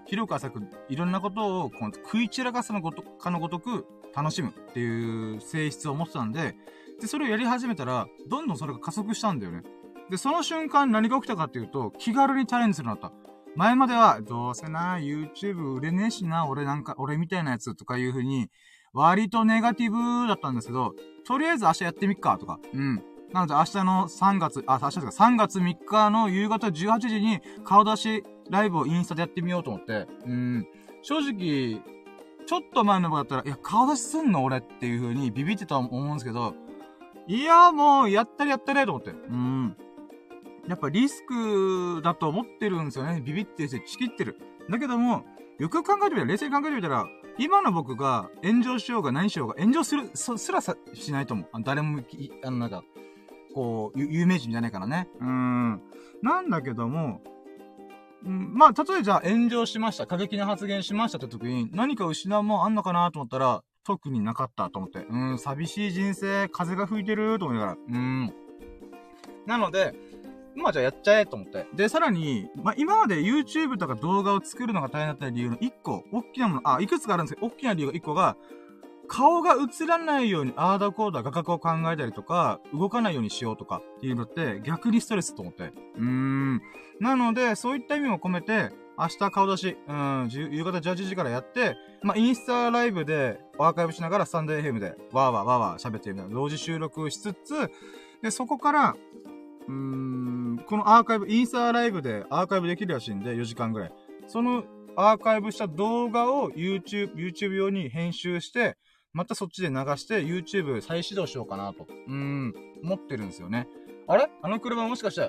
広く浅く、いろんなことをこう食い散らかすのごとく楽しむっていう性質を持ってたんで、で、それをやり始めたら、どんどんそれが加速したんだよね。で、その瞬間何が起きたかっていうと、気軽にチャレンジするようになった。前までは、どうせな、YouTube 売れねえしな、俺みたいなやつとかいう風に、割とネガティブだったんですけど、とりあえず明日やってみっか、とか。うん。なので明日の3月3日の夕方18時に顔出しライブをインスタでやってみようと思って。正直、ちょっと前の僕だったら、いや、顔出しすんの俺っていう風にビビってたと思うんですけど、いや、もう、やったれと思って。やっぱリスクだと思ってるんですよね。ビビってるし、チキってる。だけども、よく考えてみたら、冷静に考えてみたら、今の僕が炎上しようが何しようが、炎上すらしないと思う。誰も、なんか、こう、有名人じゃないからね。なんだけども、まあ、例えじゃあ炎上しました。過激な発言しましたって時に、何か失うもんあんのかなと思ったら、特になかったと思って。寂しい人生、風が吹いてると思いながら。なので、まあじゃあやっちゃえと思って。で、さらに、まあ今まで YouTube とか動画を作るのが大変だった理由の1個、大きなもの、いくつかあるんですけど、大きな理由が1個が、顔が映らないようにアーダーコーダー画角を考えたりとか、動かないようにしようとかっていうのって逆にストレスと思って。なので、そういった意味も込めて、明日顔出し、夕方18時からやって、まあ、インスタライブでアーカイブしながらスタンド FM でわーわー喋ってるみたいな同時収録しつつ、で、そこから、このアーカイブ、インスタライブでアーカイブできるらしいんで、4時間ぐらい。そのアーカイブした動画を YouTube 用に編集して、またそっちで流して YouTube 再始動しようかなと。思ってるんですよね。あれあの車もしかして。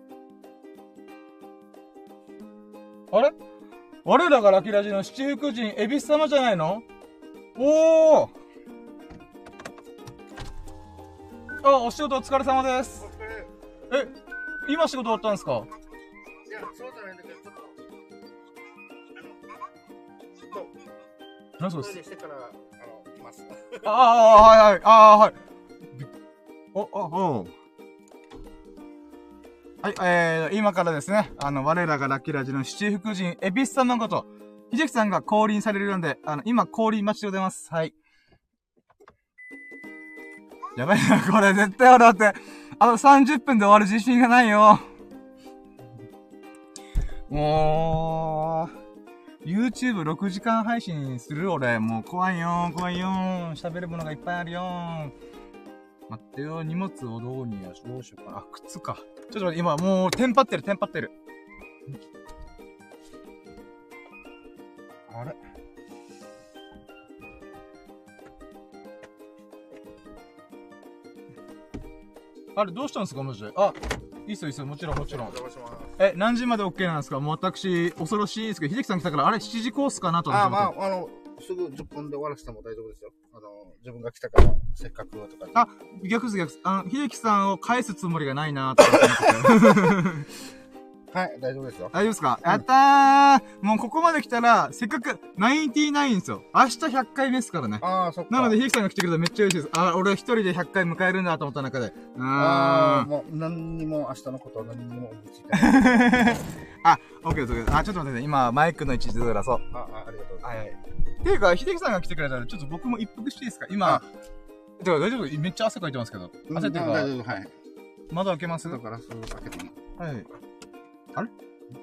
あれ我らがラキラジの七福神、エビス様じゃないの？おー！お仕事お疲れ様です。今仕事終わったんですか？ いや、そうじゃないんだけど、ちょっと、 何そうです。 してから、来ます。 はい。はい、今からですね、我らがラッキーラジの七福神、エビス様こと、秀樹さんが降臨されるので、今降臨待ちでございます。はい。やばいな、これ絶対俺だって、あと30分で終わる自信がないよ。もう、YouTube6 時間配信する俺。もう怖いよ。喋るものがいっぱいあるよ。待ってよ、荷物をどうしようかな。靴か。ちょっと待って、今もう、テンパってる。あれあれ、どうしたんですかマジで。いいっすよ。もちろん。何時まで OK なんですか？もう私、恐ろしいんですけど、秀樹さん来たから、あれ、7時コースかなと思って。 すぐ10分で終わらせても大丈夫ですよ。自分が来たから、せっかくとか。 逆です。秀樹さんを返すつもりがないなと思って。 はい、大丈夫ですよ。 大丈夫ですか？やったー！もうここまで来たら、せっかく99ですよ。明日100回目ですからね。 そっか。 なので、秀樹さんが来てくれたらめっちゃ嬉しいです。俺一人で100回迎えるんだと思った中で。 もう、何にも明日のことは何にも思いついてない。 オッケーです。ちょっと待ってね。今、マイクの位置ずらそう。 ありがとうございます。はい。 っていうか、秀樹さんが来てくれたら、ちょっと僕も一服していいですか？今、てか大丈夫？めっちゃ汗かいてますけど。汗っていうか、 大丈夫、はい。 窓開けます？ だから、そう開けても。 はい。あれ？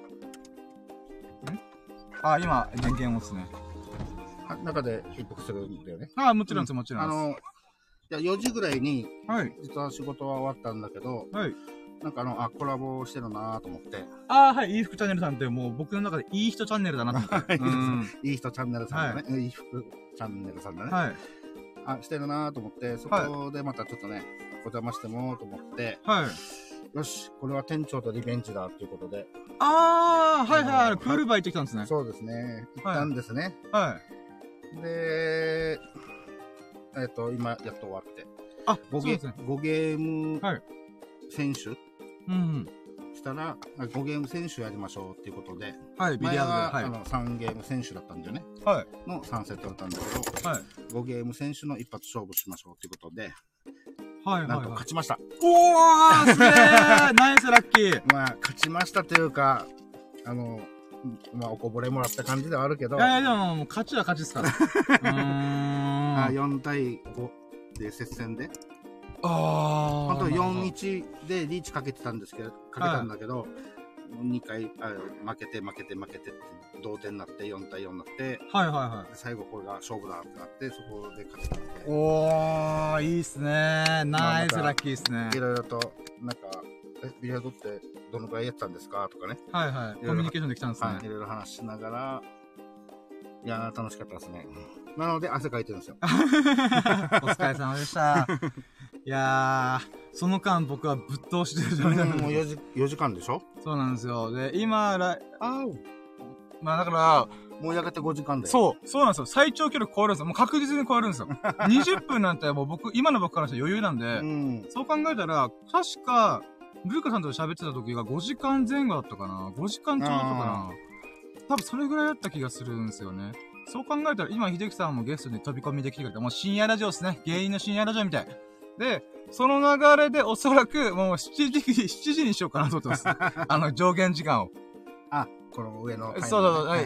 今、電源を押すね。 中で一服するんだよね。 もちろんです。 じゃあ4時ぐらいに、実は仕事は終わったんだけど、なんかコラボしてるなと思って。 はい、いい服チャンネルさんってもう僕の中でいい人チャンネルだなと思って。 いい人チャンネルさんだね。いい服チャンネルさんだね。 はい。 してるなと思って、そこでまたちょっとね、お邪魔してもと思って、よし、これは店長とリベンジだっていうことで。 プールバー行ってきたんですね。 そうですね。行ったんですね。で、今やっと終わって。5ゲーム選手したら、5ゲーム選手やりましょうっていうことで。ビリヤードで。3ゲーム選手だったんだよね。の3セットだったんだけど、5ゲーム選手の一発勝負しましょうっていうことで。なんと勝ちました。 おーすげーナイスラッキー。 勝ちましたというか、 まあ、おこぼれもらった感じではあるけど。 いやいや、でも、勝ちは勝ちですから。 4対5で接戦で。 本当4-1でリーチかけてたんですけど、かけたんだけど、2回負けてって同点になって4対4になって、最後これが勝負だってなって、そこで勝てたんで。 おー、いいっすね。ナイスラッキーっすね。 いろいろと、なんか、ビリヤードってどのくらいやってたんですかとかね。 コミュニケーションできたんですね。 いろいろ話しながら、いやー、楽しかったですね。なので、汗かいてるんですよ。 お疲れ様でした。いやー、その間僕はぶっ通してるじゃないですか。 もう4時間でしょ？ そうなんですよ。で、今、まあだから、 もうやがて5時間で。 そうなんですよ。最長距離超えるんですよ。もう確実に超えるんですよ。20分なんてもう今の僕からしたら余裕なんで、そう考えたら、確か、ルーカさんと喋ってた時が5時間前後だったかな。5時間ちょうどだったかな。多分それぐらいだった気がするんですよね。そう考えたら、今、秀樹さんもゲストに飛び込みできてくれて、もう深夜ラジオですね。芸人の深夜ラジオみたい。で、その流れでおそらく、もう7時にしようかなと思ってます。上限時間を。 この上の。 そう、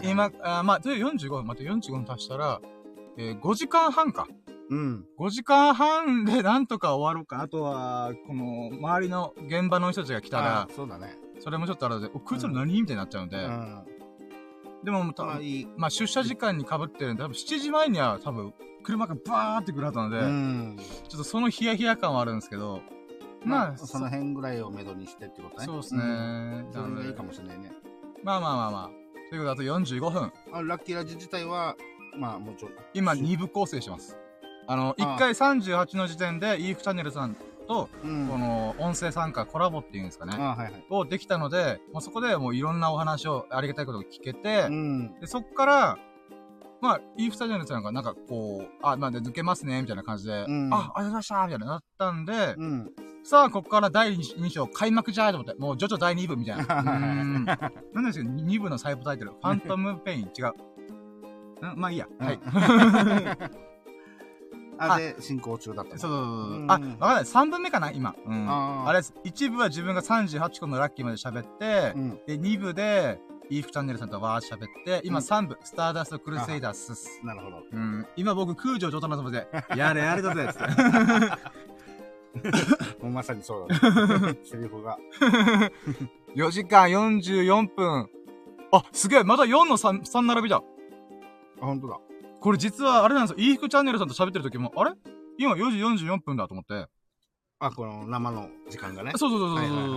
今、まあ、45分足したら、5時間半か。5時間半でなんとか終わろうか。あとは、この、周りの現場の人たちが来たら、 そうだね。 それもちょっとあれで、こいつら何みたいになっちゃうんで。でも、まあ、出社時間に被ってるんで、多分7時前には多分、車がバーって来るはずなので、ちょっとそのヒヤヒヤ感はあるんですけど、 まあ、その辺ぐらいをめどにしてってことね。 そうですね。 それがいいかもしれないね。 まあ。ということで、あと45分。 ラッキーラジ自体は、まあ、もうちょっと。 今、2部構成してます。1回38の時点で、イーフチャンネルさんと、この、音声参加、コラボっていうんですかね。をできたので、もうそこでもういろんなお話を、ありがたいことを聞けて、で、そっから、まあ、イーフチャンネルさんがなんかこう、まあ、抜けますね、みたいな感じで、ありがとうございましたみたいななったんで、さあ、ここから第2章開幕じゃーと思って、もうジョジョ第2部みたいな。なんですけど、2部のサイボタイトル、ファントムペイン、違う。まあいいや。はい。 で、進行中だった。 そう。わかんない。3分目かな今。あれです。1部は自分が38個のラッキーまで喋って、で、2部で、イーフチャンネルさんとわー喋って、今3部、スターダストクルセイダースス。 なるほど。 今僕空城上等なので、やれだぜ、つって。 もうまさにそうだね。セリフが。 4時間44分。すげえ、まだ4の 3並びだ。 本当だ。 これ実は、あれなんですよ。イーフチャンネルさんと喋ってる時も、あれ今4時44分だと思って。 この生の時間がね。 そう。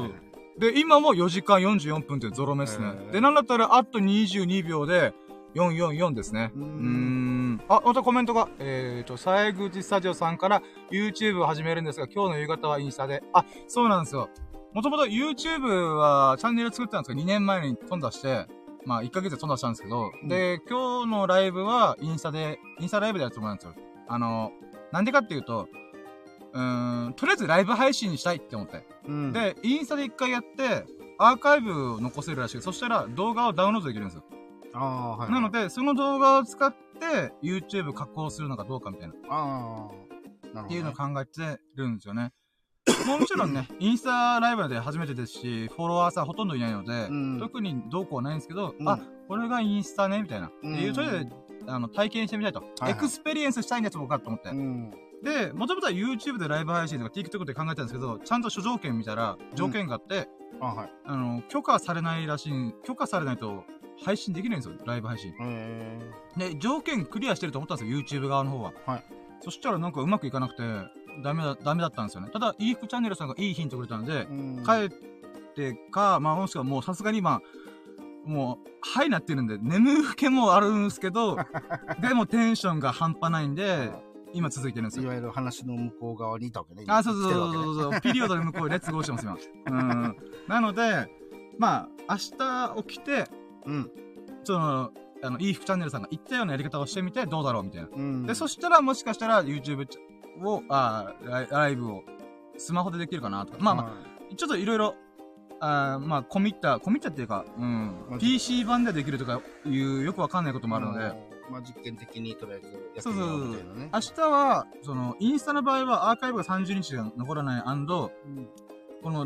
で、今も4時間44分ってゾロ目ですね。で、なんだったら、あと22秒で、444ですね。またコメントが、さえぐちスタジオさんから YouTube を始めるんですが、今日の夕方はインスタで。そうなんですよ。もともと YouTube はチャンネル作ったんですけど、2年前に飛んだして、まあ、1ヶ月で飛んだしたんですけど、で、今日のライブはインスタライブでやるつもりなんですよ。なんでかっていうと、とりあえずライブ配信したいって思って。で、インスタで1回やって、アーカイブを残せるらしい。そしたら動画をダウンロードできるんですよ。なので、その動画を使って、YouTube 加工するのかどうかみたいな。っていうのを考えてるんですよね。もちろんね、インスタライブで初めてですし、フォロワーさんほとんどいないので、特にどうこうはないんですけど、これがインスタね、みたいな。っていう、それで、体験してみたいと。エクスペリエンスしたいんです、僕はと思って。で、もともとは YouTube でライブ配信とか TikTok で考えたんですけど、ちゃんと諸条件見たら、条件があって、許可されないと配信できないんですよ、ライブ配信。で、条件クリアしてると思ったんですよ、YouTube 側の方は。そしたらなんかうまくいかなくて、ダメだったんですよね。ただ、イーフチャンネルさんがいいヒントくれたんで、帰ってか、まあもしくはもうさすがにもう、はいなってるんで、眠気もあるんですけど、でもテンションが半端ないんで、今続いてるんですよ。 いわゆる話の向こう側にいたわけね。 そう。ピリオドで向こうでレッツゴーしてます、今。なので、まあ、明日起きて、イーフチャンネルさんが言ったようなやり方をしてみて、どうだろうみたいな。で、そしたらもしかしたら YouTube を、ライブをスマホでできるかなとか。まあ、ちょっといろいろ、まあ、コミッタっていうか、PC 版でできるとかいうよくわかんないこともあるので、 まあ、実験的にとりあえずやってみようみたいなね。 明日は、インスタの場合はアーカイブが30日しか残らないこの、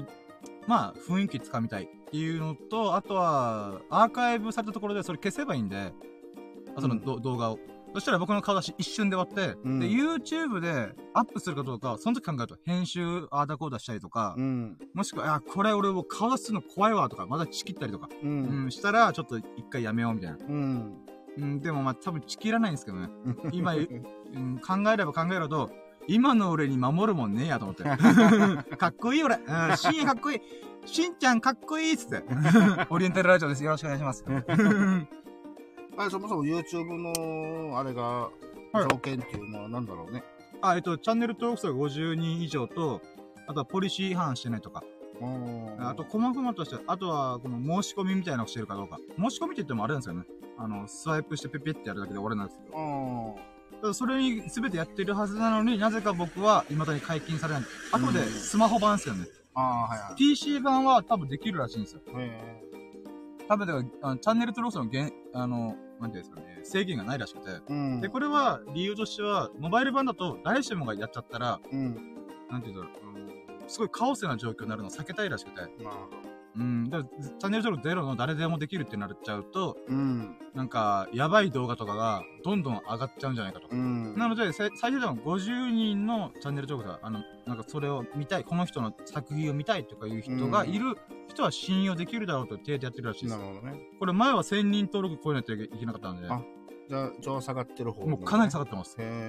まあ、雰囲気つかみたいっていうのと、あとは、アーカイブされたところでそれ消せばいいんで、その、動画を。そしたら僕の顔出し一瞬で終わって、で、YouTube でアップするかどうか、その時考えると、編集、あーだこーだしたりとか、もしくは、これ俺も顔出しするの怖いわとか、またチキったりとか、したら、ちょっと一回やめようみたいな。でもまあ多分チキらないんですけどね。今、考えれば考えるほど、今の俺に守るもんねえやと思って。かっこいい俺。しんやかっこいい。しんちゃんかっこいいっつって。オリエンタルラジオです。よろしくお願いします。 そもそも YouTube の、あれが、条件っていうのは何だろうね。 チャンネル登録者が50人以上と、あとはポリシー違反してないとか。あと、細々として、あとは、この申し込みみたいなのをしてるかどうか。申し込みって言ってもあれなんですよね。スワイプしてペペってやるだけで終わりなんですけど。それに全てやってるはずなのになぜか僕は未だに解禁されない。あとでスマホ版ですよね。PC 版は多分できるらしいんですよ。多分だからチャンネル登録者のなんていうんですかね、制限がないらしくて。で、これは理由としては、モバイル版だと誰しもがやっちゃったら、なんていうんだろう、すごいカオスな状況になるのを避けたいらしくて。だからチャンネル登録ゼロの誰でもできるってなっちゃうと、なんか、やばい動画とかがどんどん上がっちゃうんじゃないかと。なので、最低でも50人のチャンネル登録者、なんかそれを見たい、この人の作品を見たいとかいう人がいる人は信用できるだろうと手でやってるらしいです。 なるほどね。 これ前は1000人登録超えないといけなかったんで。 じゃあ、下がってる方もうかなり下がってます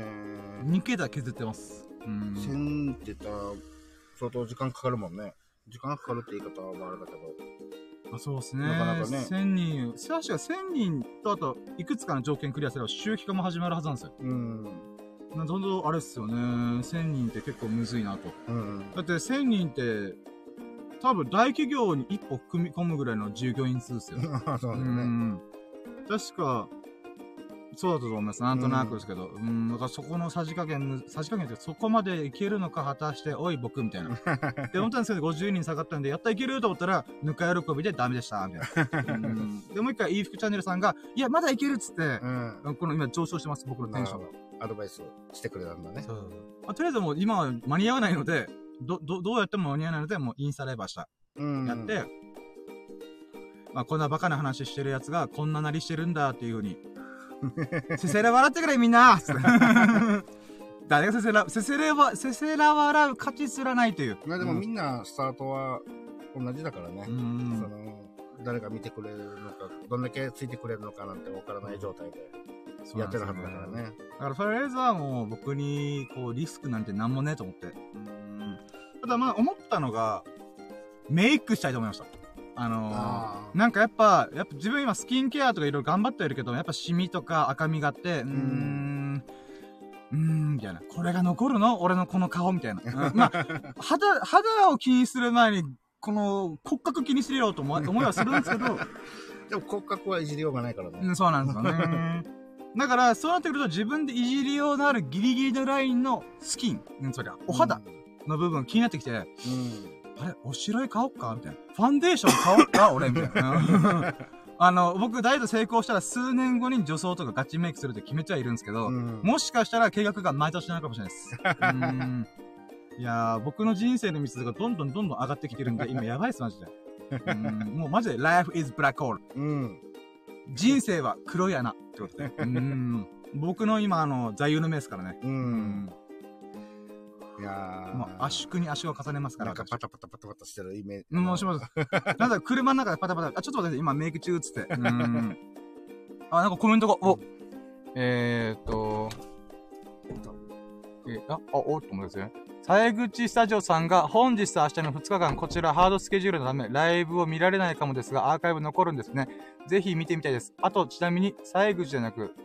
。2桁削ってます。 1000って言ったら、相当時間かかるもんね。時間かかるって言い方はあれだけど。 そうですね。 なかなかね。 1000人、確か1000人とあと、いくつかの条件クリアすれば収益化も始まるはずなんですよ。どんどんあれっすよね。1000人って結構むずいなと。だって1000人って、多分大企業に一歩組み込むぐらいの従業員数ですよ。 そうだね。 確か、そうだと思います。なんとなくですけど。だからそこのさじ加減ってそこまでいけるのか果たして、おい僕みたいな。で、思ったんですけど、50人下がったんで、やったらいけると思ったら、ぬか喜びでダメでした、みたいな。で、もう一回、いい服チャンネルさんが、いや、まだいけるっつって、この今上昇してます、僕のテンションが。 アドバイスをしてくれたんだね。 とりあえずもう今は間に合わないので、どうやっても間に合わないので、もうインスタライブ明日。やって、まあ、こんなバカな話してるやつが、こんななりしてるんだっていう風に、せせら笑ってくれみんな誰がせせら笑う価値すらないという。 でもみんなスタートは同じだからね。誰が見てくれるのか、どんだけついてくれるのかなんてわからない状態でやってるはずだからね。 だからとりあえずはもう僕にこうリスクなんてなんもねえと思って。ただまあ思ったのが、メイクしたいと思いました。なんかやっぱ自分今スキンケアとかいろいろ頑張ってるけど、やっぱシミとか赤みがあって、みたいな。これが残るの俺のこの顔みたいな。まあ、肌を気にする前に、この骨格気にしようと思いはするんですけど。 でも骨格はいじりようがないからね。 そうなんですよね。だから、そうなってくると自分でいじりようのあるギリギリのラインのスキン、そりゃ、お肌の部分気になってきて、あれ、お白い買おっかみたいな。ファンデーション買おっか俺みたいな。僕、ダイエット成功したら数年後に女装とかガチメイクするって決めてはいるんですけど、もしかしたら計画が毎年になるかもしれないです。いやー、僕の人生の密度がどんどん上がってきてるんで、今やばいっす、マジで。もうマジで、life is black hole。人生は黒い穴ってことで。僕の今、座右の銘ですからね。いやー。もう圧縮に足を重ねますから。 なんかパタパタしてるイメージ。 もうします。なんだ、車の中でパタパタ。ちょっと待って、今メイク中っつって。なんかコメントが、おっと思うんですよ。さえぐちスタジオさんが本日と明日の2日間こちらハードスケジュールのためライブを見られないかもですがアーカイブ残るんですね。ぜひ見てみたいです。あとちなみにさえぐちじゃなく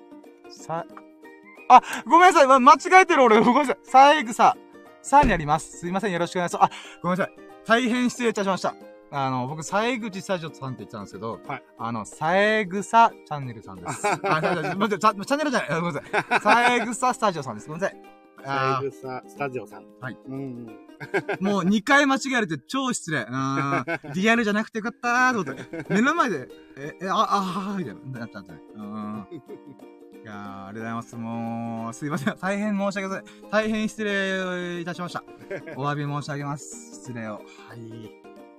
ごめんなさい、間違えてる俺。ごめんなさい。さえぐさになります。すいません、よろしくお願いします。ごめんなさい。大変失礼いたしました。僕、さえぐちスタジオさんって言ってたんですけど、さえぐさチャンネルさんです。チャンネルじゃない。ごめんなさい。さえぐさスタジオさんです。ごめんなさい。 さえぐさスタジオさん。 はい。もう2回間違えられて超失礼。リアルじゃなくてよかったーと思って。目の前で、みたいな。なっちゃったね。いやー、ありがとうございます。もう、すいません。大変申し訳ございません。大変失礼いたしました。お詫び申し上げます。失礼を。はい。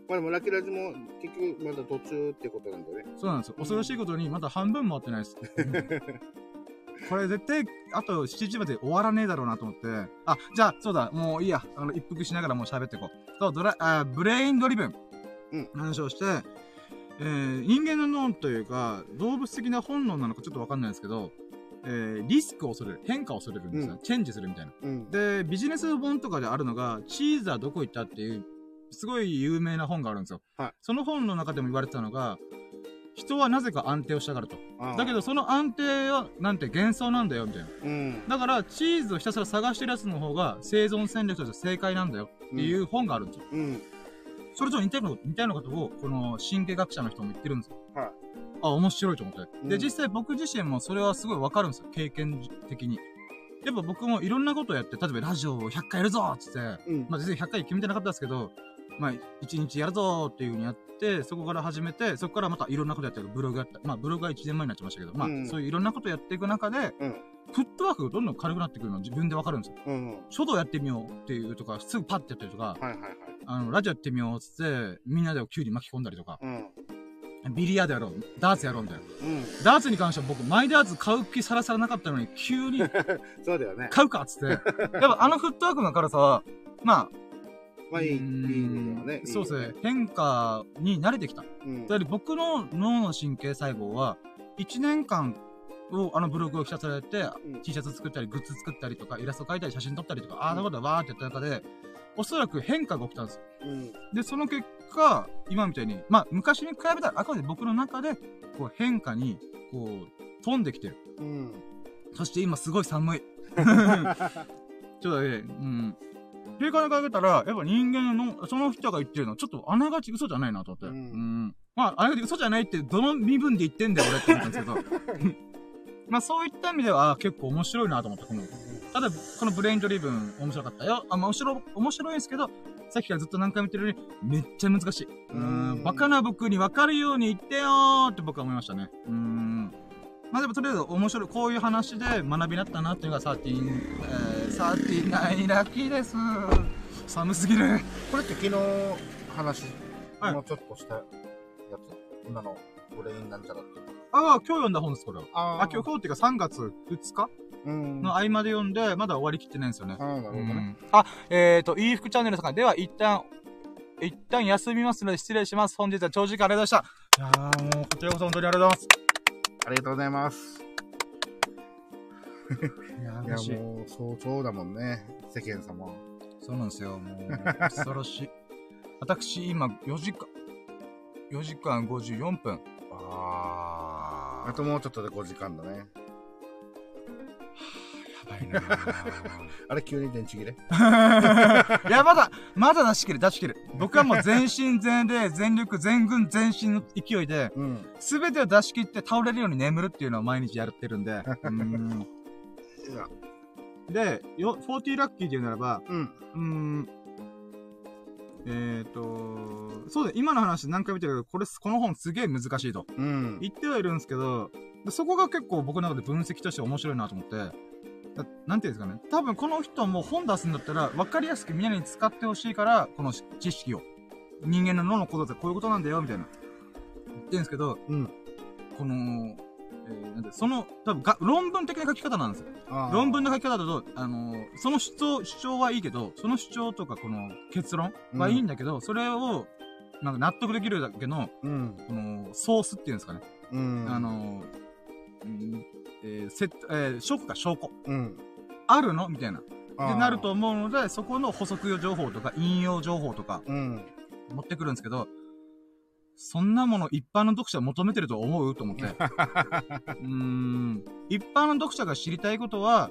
まあでもラキラジも結局まだ途中ってことなんだよね。 そうなんですよ。恐ろしいことにまだ半分も終わってないです。これ絶対、あと7時まで終わらねえだろうなと思って。あ、じゃあ、そうだ、もういいや。一服しながらもう喋っていこう。そう、ブレインドリブン。話をして、人間の脳というか、動物的な本能なのかちょっとわかんないですけど、リスクを恐れる。変化を恐れるんですよ。チェンジするみたいな。で、ビジネス本とかであるのが、チーズはどこ行ったっていう、すごい有名な本があるんですよ。はい、その本の中でも言われてたのが、人はなぜか安定をしたがると。だけどその安定はなんて幻想なんだよみたいな。だからチーズをひたすら探してるやつの方が生存戦略として正解なんだよっていう本があるんですよ。それと似たようなことをこの神経学者の人も言ってるんですよ。はい、あ、面白いと思って。で、実際僕自身もそれはすごいわかるんですよ。経験的に。やっぱ僕もいろんなことをやって、例えばラジオを100回やるぞっつって、まあ実際100回決めてなかったですけど、まあ、1日やるぞーっていう風にやって、そこから始めて、そこからまたいろんなことやってる。ブログやった。まあ、ブログは1年前になっちゃいましたけど、まあ、そういういろんなことやっていく中で、フットワークがどんどん軽くなってくるの自分でわかるんですよ。書道やってみようっていうとか、すぐパッてやったりとか、ラジオやってみようっつって、みんなでキュウリ巻き込んだりとか、ビリヤードやろう、ダーツやろうみたいな。ダーツに関しては僕、マイダーツ買う気さらさらなかったのに、急に、 そうだよね。 買うかっつって。やっぱフットワークの軽さは、まあ、 まあいいのね。 そうですね。変化に慣れてきた。だから僕の脳の神経細胞は、1年間をブログをひたすらやって、T シャツ作ったり、グッズ作ったりとか、イラスト描いたり、写真撮ったりとか、ああだことわーってやった中で、おそらく変化が起きたんですよ。で、その結果、今みたいに、まあ昔に比べたら、あくまで僕の中で、こう変化に、こう、飛んできてる。そして今すごい寒い。ちょっとね、正解をかけたら、やっぱ人間の、その人が言ってるのは、ちょっとあながち嘘じゃないなと思って。まあ、あながち嘘じゃないって、どの身分で言ってんだよ、俺って思ったんですけど。まあ、そういった意味では、結構面白いなと思った。ただ、このブレインドリブン、面白かったよ。まあ、面白いんですけど、さっきからずっと何回も言ってるように、めっちゃ難しい。バカな僕に分かるように言ってよーって僕は思いましたね。まあでもとりあえず面白い、こういう話で学びになったなっていうのが39ラッキーです。寒すぎる。 これって昨日話、もうちょっとしたやつ。今のブレインなんちゃらって。 ああ、今日読んだ本です、これは。今日っていうか3月2日の合間で読んで、まだ終わりきってないんですよね。 なるほどね。 いい服チャンネルさんでは一旦休みますので失礼します。本日は長時間ありがとうございました。いやーもう、こちらこそ本当にありがとうございます。 ありがとうございます。 いやもう、早朝だもんね、世間様。 そうなんですよ、もう、恐ろしい。私、今、4時間54分。 あともうちょっとで5時間だね。 やばいなあれ、急に電池切れいや、まだ出し切る。僕はもう全身全霊、全力、全軍、全身の勢いで、すべてを出し切って倒れるように眠るっていうのを毎日やってるんで。で、40ラッキーで言うならば、そうだ、今の話何回見てるけど、この本すげえ難しいと。言ってはいるんですけど、そこが結構僕の中で分析として面白いなと思って、なんていうんですかね。多分この人も本出すんだったら、分かりやすくみんなに使ってほしいから、この知識を。人間の脳のことってこういうことなんだよ、みたいな。言ってるんですけど、この、多分論文的な書き方なんですよ。論文の書き方だと、その主張はいいけど、その主張とかこの結論はいいんだけど、それを、なんか納得できるだけの、この、ソースっていうんですかね。証拠。あるのみたいな。で、なると思うので、そこの補足情報とか、引用情報とか、持ってくるんですけど、そんなもの一般の読者求めてると思うと思って。一般の読者が知りたいことは、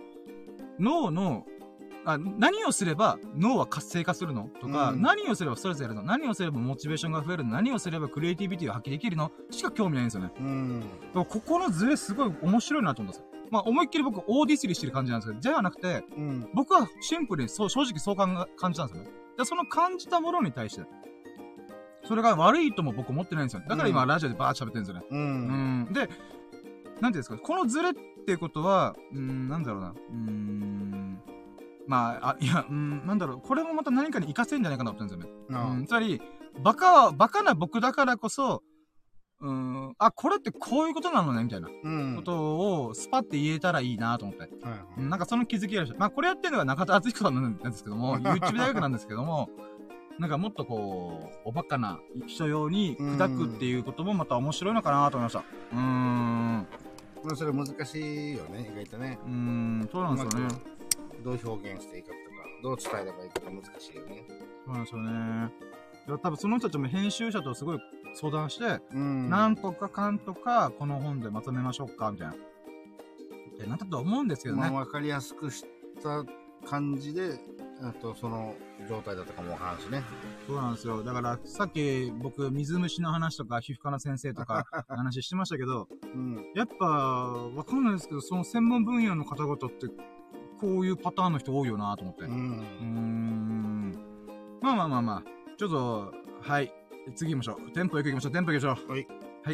何をすれば脳は活性化するのとか、何をすればストレスやるの、何をすればモチベーションが増えるの、何をすればクリエイティビティを発揮できるのしか興味ないんですよね。ここのズレすごい面白いなと思うんですよ。まあ思いっきり僕オーディスリーしてる感じなんですけど、じゃなくて、僕はシンプルに正直そう感じたんですよね。で、その感じたものに対して、それが悪いとも僕思ってないんですよ。だから今ラジオでバーッと喋ってるんですよね。で、なんていうんですか、このズレっていうことは、なんだろうな、まあ、なんだろう、これもまた何かに活かせるんじゃないかなと思ってるんですよね。つまり、 バカな僕だからこそ、これってこういうことなのねみたいなことをスパって言えたらいいなと思って。なんかその気づきがあるし、まあこれやってるのが中田敦彦さんなんですけども、YouTube 大学なんですけども、なんかもっとこう、おバカな人用に砕くっていうこともまた面白いのかなと思いました。 まあそれ難しいよね、意外とね。 そうなんですよね。 どう表現していいかとか、どう伝えればいいか難しいよね。 そうなんですよね。多分その人たちも編集者とすごい相談して、なんとかかんとかこの本でまとめましょうかみたいな。ってなったと思うんですけどね。 まあ分かりやすくした感じで、あとその状態だったかもわからんしね。 そうなんですよ。だからさっき僕水虫の話とか皮膚科の先生とか話してましたけど、やっぱわかんないですけど、その専門分野の方々ってこういうパターンの人多いよなと思って。まあ。ちょっと、はい。次行きましょう。テンポよく行きましょう。はい。はい、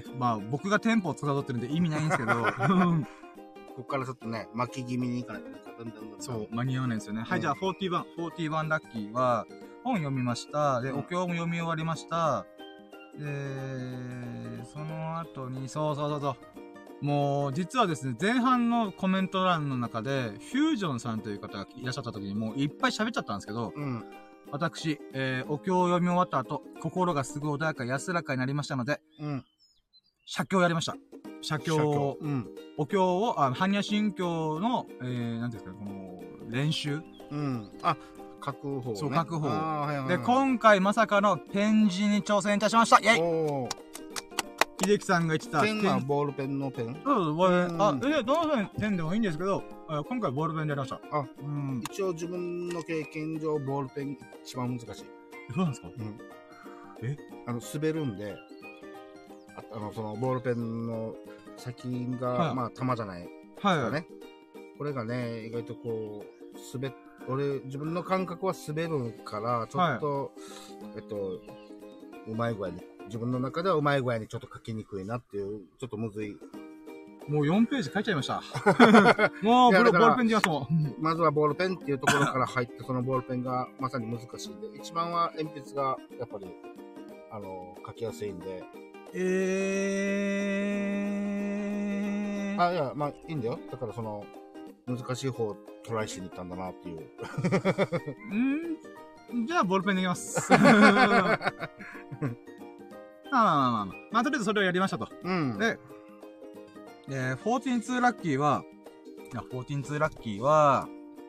まあ、僕がテンポを司ってるんで意味ないんですけど、ここからちょっとね、巻き気味にいかないとね、 そう、間に合わないんですよね。はい、じゃあ、41ラッキーは、本読みました。で、お経も読み終わりました。で、その後に、そう。もう、実はですね、前半のコメント欄の中で、フュージョンさんという方がいらっしゃった時にもういっぱい喋っちゃったんですけど、私、お経を読み終わった後、心がすごい穏やか安らかになりましたので、写経やりました。写経を、お経を、般若心経の、なんていうんですか、この、練習。 書く方ね。 そう、書く方。で、今回まさかのペン字に挑戦いたしました。イェイ秀樹さんが言ってた。 ペンはボールペンのペン？ そう、ボールペン。どのペンでもいいんですけど、今回ボールペンでやりました。 一応自分の経験上、ボールペン一番難しい。 そうなんですか？ 滑るんで、そのボールペンの先が、まあ、玉じゃないですかね。これがね、意外とこう、自分の感覚は滑るから、ちょっと、うまい具合に、自分の中ではうまい具合にちょっと書きにくいなっていう、ちょっとむずい。 もう4ページ書いちゃいました。もうボールペンでやそう。 まずはボールペンっていうところから入って、そのボールペンがまさに難しいんで、一番は鉛筆がやっぱり、書きやすいんで。いや、まあいいんだよ。だからその、難しい方をトライしに行ったんだなっていう。 じゃあボールペンでいきます。まあ、とりあえずそれをやりましたと。で、14ラッキーは、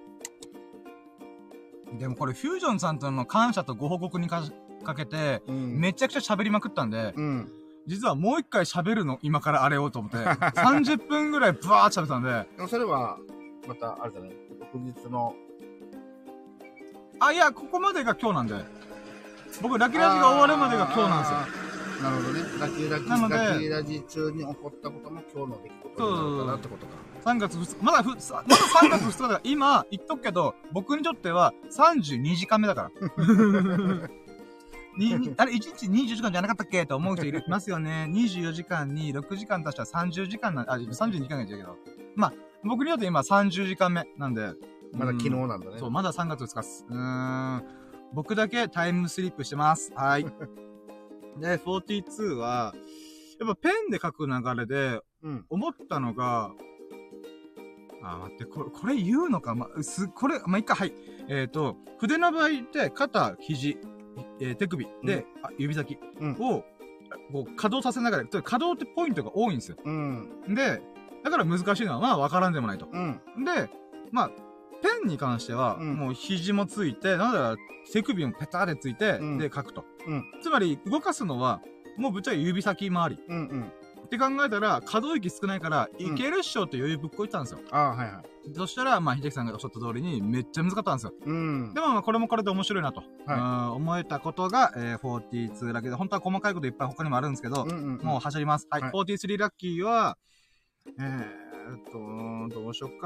でもこれフュージョンさんとの感謝とご報告にかけて、めちゃくちゃ喋りまくったんで、実はもう一回喋るの、今からあれをと思って、30分ぐらいブワーッと喋ったんで。 でもそれは、また、あれだね、翌日の。 いや、ここまでが今日なんで。僕、ラッキーラジが終わるまでが今日なんですよ。 なるほどね。ラッキーラジ中に起こったことも今日の出来事になるからってことか。 3月2日、まだ3月2日だから、今、言っとくけど、僕にとっては32時間目だから。あれ、1日20時間じゃなかったっけと思う人いますよね。24時間に6時間足したら30時間32時間がいっちゃうけど。まあ、僕にとって今30時間目なんで。 まだ昨日なんだね。 そう、まだ3月2日っす。僕だけタイムスリップしてます。はい。で、42は、やっぱペンで書く流れで、思ったのが、待って、これ言うのか、これ、いっか、はい。筆の場合って肩、肘、手首で、指先を、こう、稼働させながら、稼働ってポイントが多いんですよ。で、だから難しいのは、まあ、わからんでもないと。で、まあ、ペンに関しては、もう肘もついて、なんだろう、手首もペターでついて、で、書くと。つまり、動かすのは、もうぶっちゃけ指先周り。って考えたら、可動域少ないから、いけるっしょって余裕ぶっこいてたんですよ。そしたら、まあ、秀樹さんがおっしゃった通りに、めっちゃ難かったんですよ。でも、まあ、これもこれで面白いなと、思えたことが、42ラッキーで、本当は細かいこといっぱい他にもあるんですけど、もう走ります。はい。43ラッキーは、どうしよっか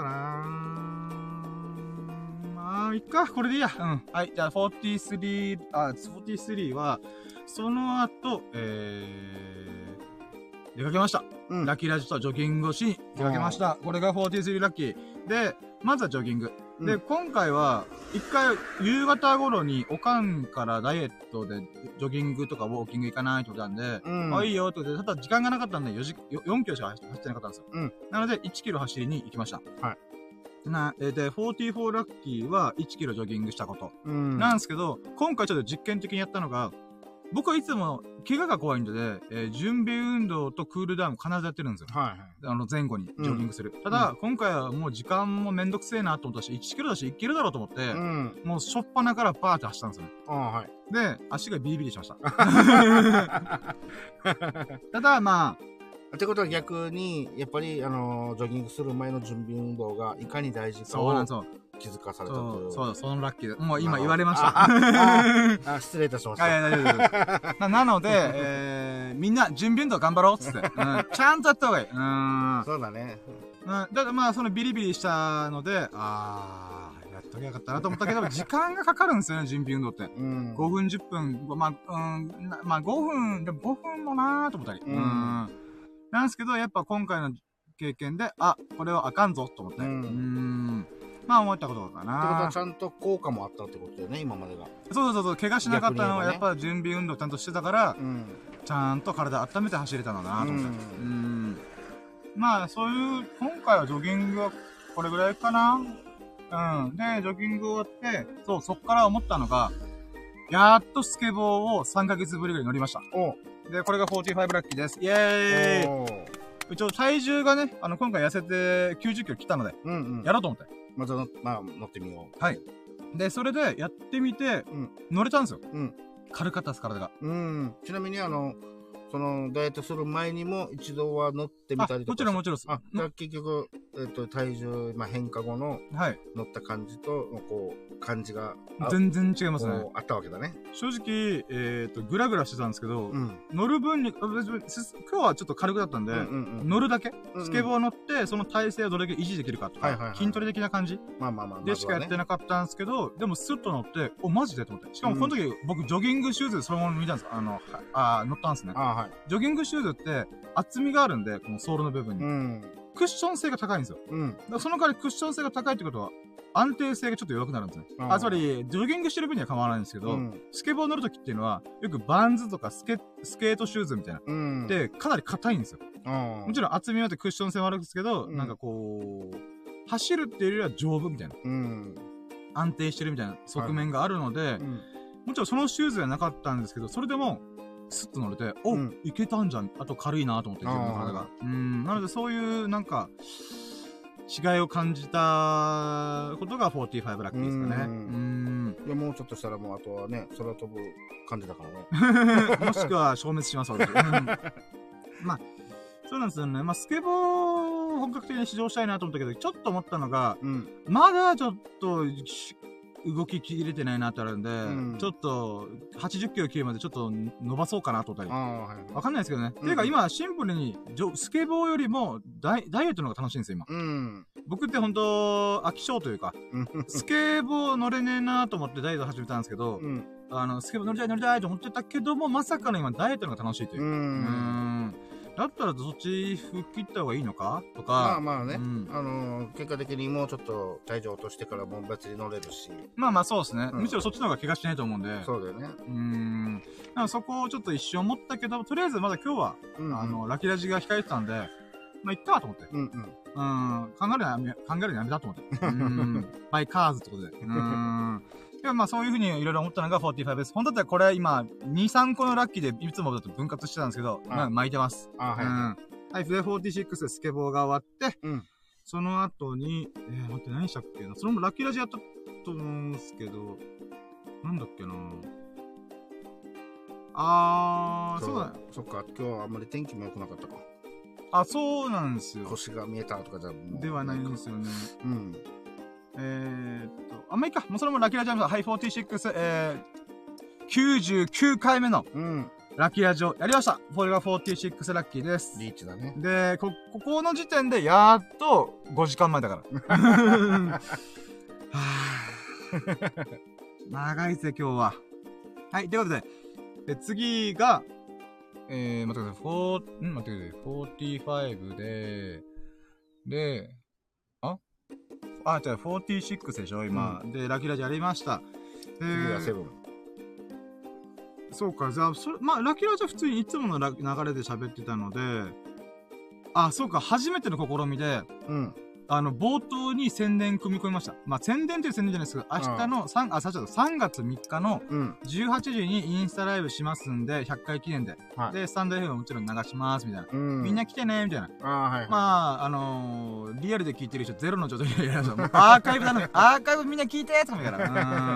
ないっか、これでいいや。はい。じゃあ、43は、その後、出かけました。ラッキーラジとジョギングをしに出かけました。これが43ラッキー。で、まずはジョギング。 で、今回は、一回、夕方頃に、おかんからダイエットで、ジョギングとかウォーキング行かないってことなんで、あ、いいよってことで、ただ時間がなかったんで、4キロしか走ってなかったんですよ。なので、1キロ走りに行きました。はい。で、44ラッキーは1キロジョギングしたこと。なんですけど、今回ちょっと実験的にやったのが、僕はいつも、怪我が怖いんで、準備運動とクールダウンを必ずやってるんですよ。はいはい。前後にジョギングする。ただ、今回はもう時間もめんどくせえなと思ったし、1キロだし、1キロだろうと思って、もうしょっぱなからバーって走ったんですよね。はい。で、足がビリビリしました。ただ、まあ、 ってことは逆に、やっぱり、ジョギングする前の準備運動がいかに大事かを気づかされたという。 そう、そのラッキーで。もう今言われました。 失礼いたしました。 大丈夫。なので、みんな準備運動頑張ろうっつって。ちゃんとやった方がいい。 そうだね。 だからまあ、そのビリビリしたので、やっときゃよかったなと思ったけど、時間がかかるんですよね、準備運動って。5分、10分、まあ、5分、でも5分もなーと思ったり。なんですけど、やっぱ今回の経験で、これはあかんぞと思って。まあ思ったことかな。 ってことはちゃんと効果もあったってことだよね、今までが。 そう、怪我しなかったのはやっぱ準備運動ちゃんとしてたから、ちゃんと体温めて走れたのかなと思って。まあそういう、今回はジョギングはこれぐらいかな。で、ジョギング終わって、そっから思ったのが、やっとスケボーを3ヶ月ぶりぐらい乗りました。で、これが45ラッキーです。イェーイ。一応体重がね、今回痩せて90キロ来たので、やろうと思って。 まずまあ、乗ってみよう。 はい。で、それでやってみて、乗れたんですよ。軽かったです、体が。 ちなみにその、ダイエットする前にも一度は乗ってみたりとか。 もちろんです。 結局、体重、変化後の、乗った感じと、感じが。 全然違いますね。 あったわけだね。 正直、グラグラしてたんですけど、乗る分に、今日はちょっと軽くだったんで、乗るだけ、スケボー乗って、その体勢をどれだけ維持できるかとか、筋トレ的な感じでしかやってなかったんですけど、でもスッと乗って、マジでと思って。しかもこの時、僕、ジョギングシューズでそのまま見たんですよ。乗ったんですね。ジョギングシューズって厚みがあるんで、このソールの部分に。クッション性が高いんですよ。その代わりクッション性が高いってことは、安定性がちょっと弱くなるんですね。つまり、ジョギングしてる分には構わないんですけど、スケボー乗るときっていうのは、よくバンズとかスケートシューズみたいな。で、かなり硬いんですよ。もちろん厚みはあってクッション性はあるんですけど、なんかこう、走るっていうよりは丈夫みたいな。安定してるみたいな側面があるので、もちろんそのシューズはなかったんですけど、それでも、スッと乗れて、いけたんじゃん。あと軽いなと思って、自分の体が。なのでそういう、なんか、違いを感じたことが45ラッキーですかね。 いや、もうちょっとしたらもうあとはね、空飛ぶ感じだからね。もしくは消滅します、私。まあ、そうなんですよね。まあ、スケボーを本格的に試乗したいなと思ったけど、ちょっと思ったのが、まだちょっと、動き切れてないなってあるんで、ちょっと、80キロ切るまでちょっと伸ばそうかなと思ったり。わかんないですけどね。ていうか今、シンプルに、スケボーよりもダイエットの方が楽しいんですよ、今。僕ってほんと、飽き性というか、スケボー乗れねえなと思ってダイエット始めたんですけど、スケボー乗りたいと思ってたけども、まさかの今、ダイエットの方が楽しいという。だったらそっち吹っ切った方がいいのかとか。 まあね。結果的にもうちょっと体重落としてからも別に乗れるし。 まあそうですね。むしろそっちの方が怪我しないと思うんで。 そうだよね。 だからそこをちょっと一瞬思ったけど、とりあえずまだ今日は、ラキラジが控えてたんで、まあ行ったわと思って。カンガルーやめたと思って。バイカーズってことで。でまあそういう風にいろいろ思ったのが45です。本当だったらこれ今、2、3個のラッキーでいつもだと分割してたんですけど、巻いてます。はい。で、46でスケボーが終わって、その後に、待って何したっけな。それもラッキーラジやったと思うんですけど、なんだっけな。そうだね。 そっか、今日はあんまり天気も良くなかったか。 そうなんですよ。 星が見えたとかじゃではないんですよね。まあいいか。もうそれもラッキーラジオ、はい、46、99回目の、ラッキーラジオやりました。これが46ラッキーです。 リーチだね。 で、ここの時点で、やっと5時間前だから。長いぜ、今日は。はい、ということで、次が、待ってください。45で、 あ、じゃあ46でしょ、今。で、ラッキーラジありました。 次は7。 そうか、じゃあ、まあ、ラッキーラジは普通にいつもの流れで喋ってたので、あ、そうか、初めての試みで、冒頭に宣伝組み込みました。まあ、宣伝という宣伝じゃないですけど、明日の3月3日の18時にインスタライブしますんで、100回記念で。で、スタンド FM ももちろん流します、みたいな。みんな来てね、みたいな。まあ、リアルで聞いてる人ゼロの状態でやると、アーカイブだね。アーカイブみんな聞いてとか言うから。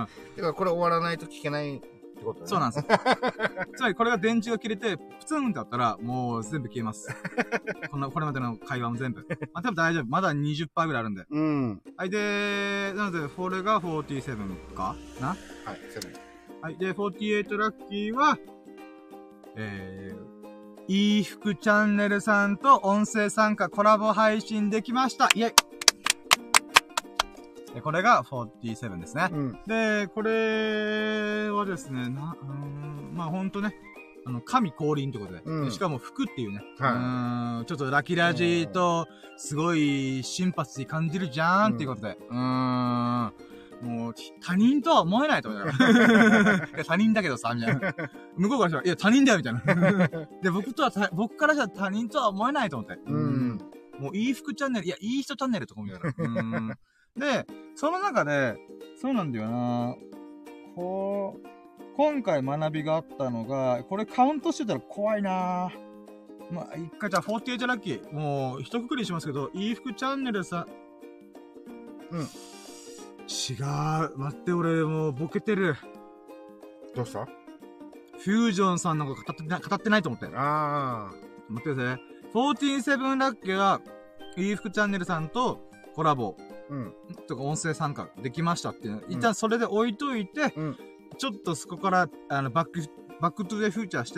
てか、これ終わらないと聞けない。ってことね、 そうなんですよ。つまりこれが電池が切れて、プツンってあったら、もう全部消えます。これまでの会話も全部。まあ、多分大丈夫。まだ 20% ぐらいあるんで。はい、で、なので、これが47かな？はい、7。はい、で、48ラッキーは、いい服チャンネルさんと音声参加コラボ配信できました。イェイ！これが47ですね。で、これはですね、まあほんとね、神降臨ってことで、しかも服っていうね、ちょっとラキラジと、すごいシンパシー感じるじゃんっていうことで、もう、他人とは思えないと思うよ。他人だけどさ、みたいな。向こうからしたら、いや、他人だよ、みたいな。で、僕からしたら他人とは思えないと思って。もう、いい服チャンネル、いや、いい人チャンネルとかみたいな。で、その中で、そうなんだよな。今回学びがあったのが、これカウントしてたら怖いな。まあ、一回じゃあ48ラッキー。もう、一括りにしますけど、いい服チャンネルさん。違う。待って、俺もうボケてる。 どうした？ フュージョンさんのこと語ってないと思って。待ってくださいね。47ラッキーが、いい服チャンネルさんとコラボ。とか音声参加できましたっていうの。一旦それで置いといて、ちょっとそこから、バックトゥザフューチャーして、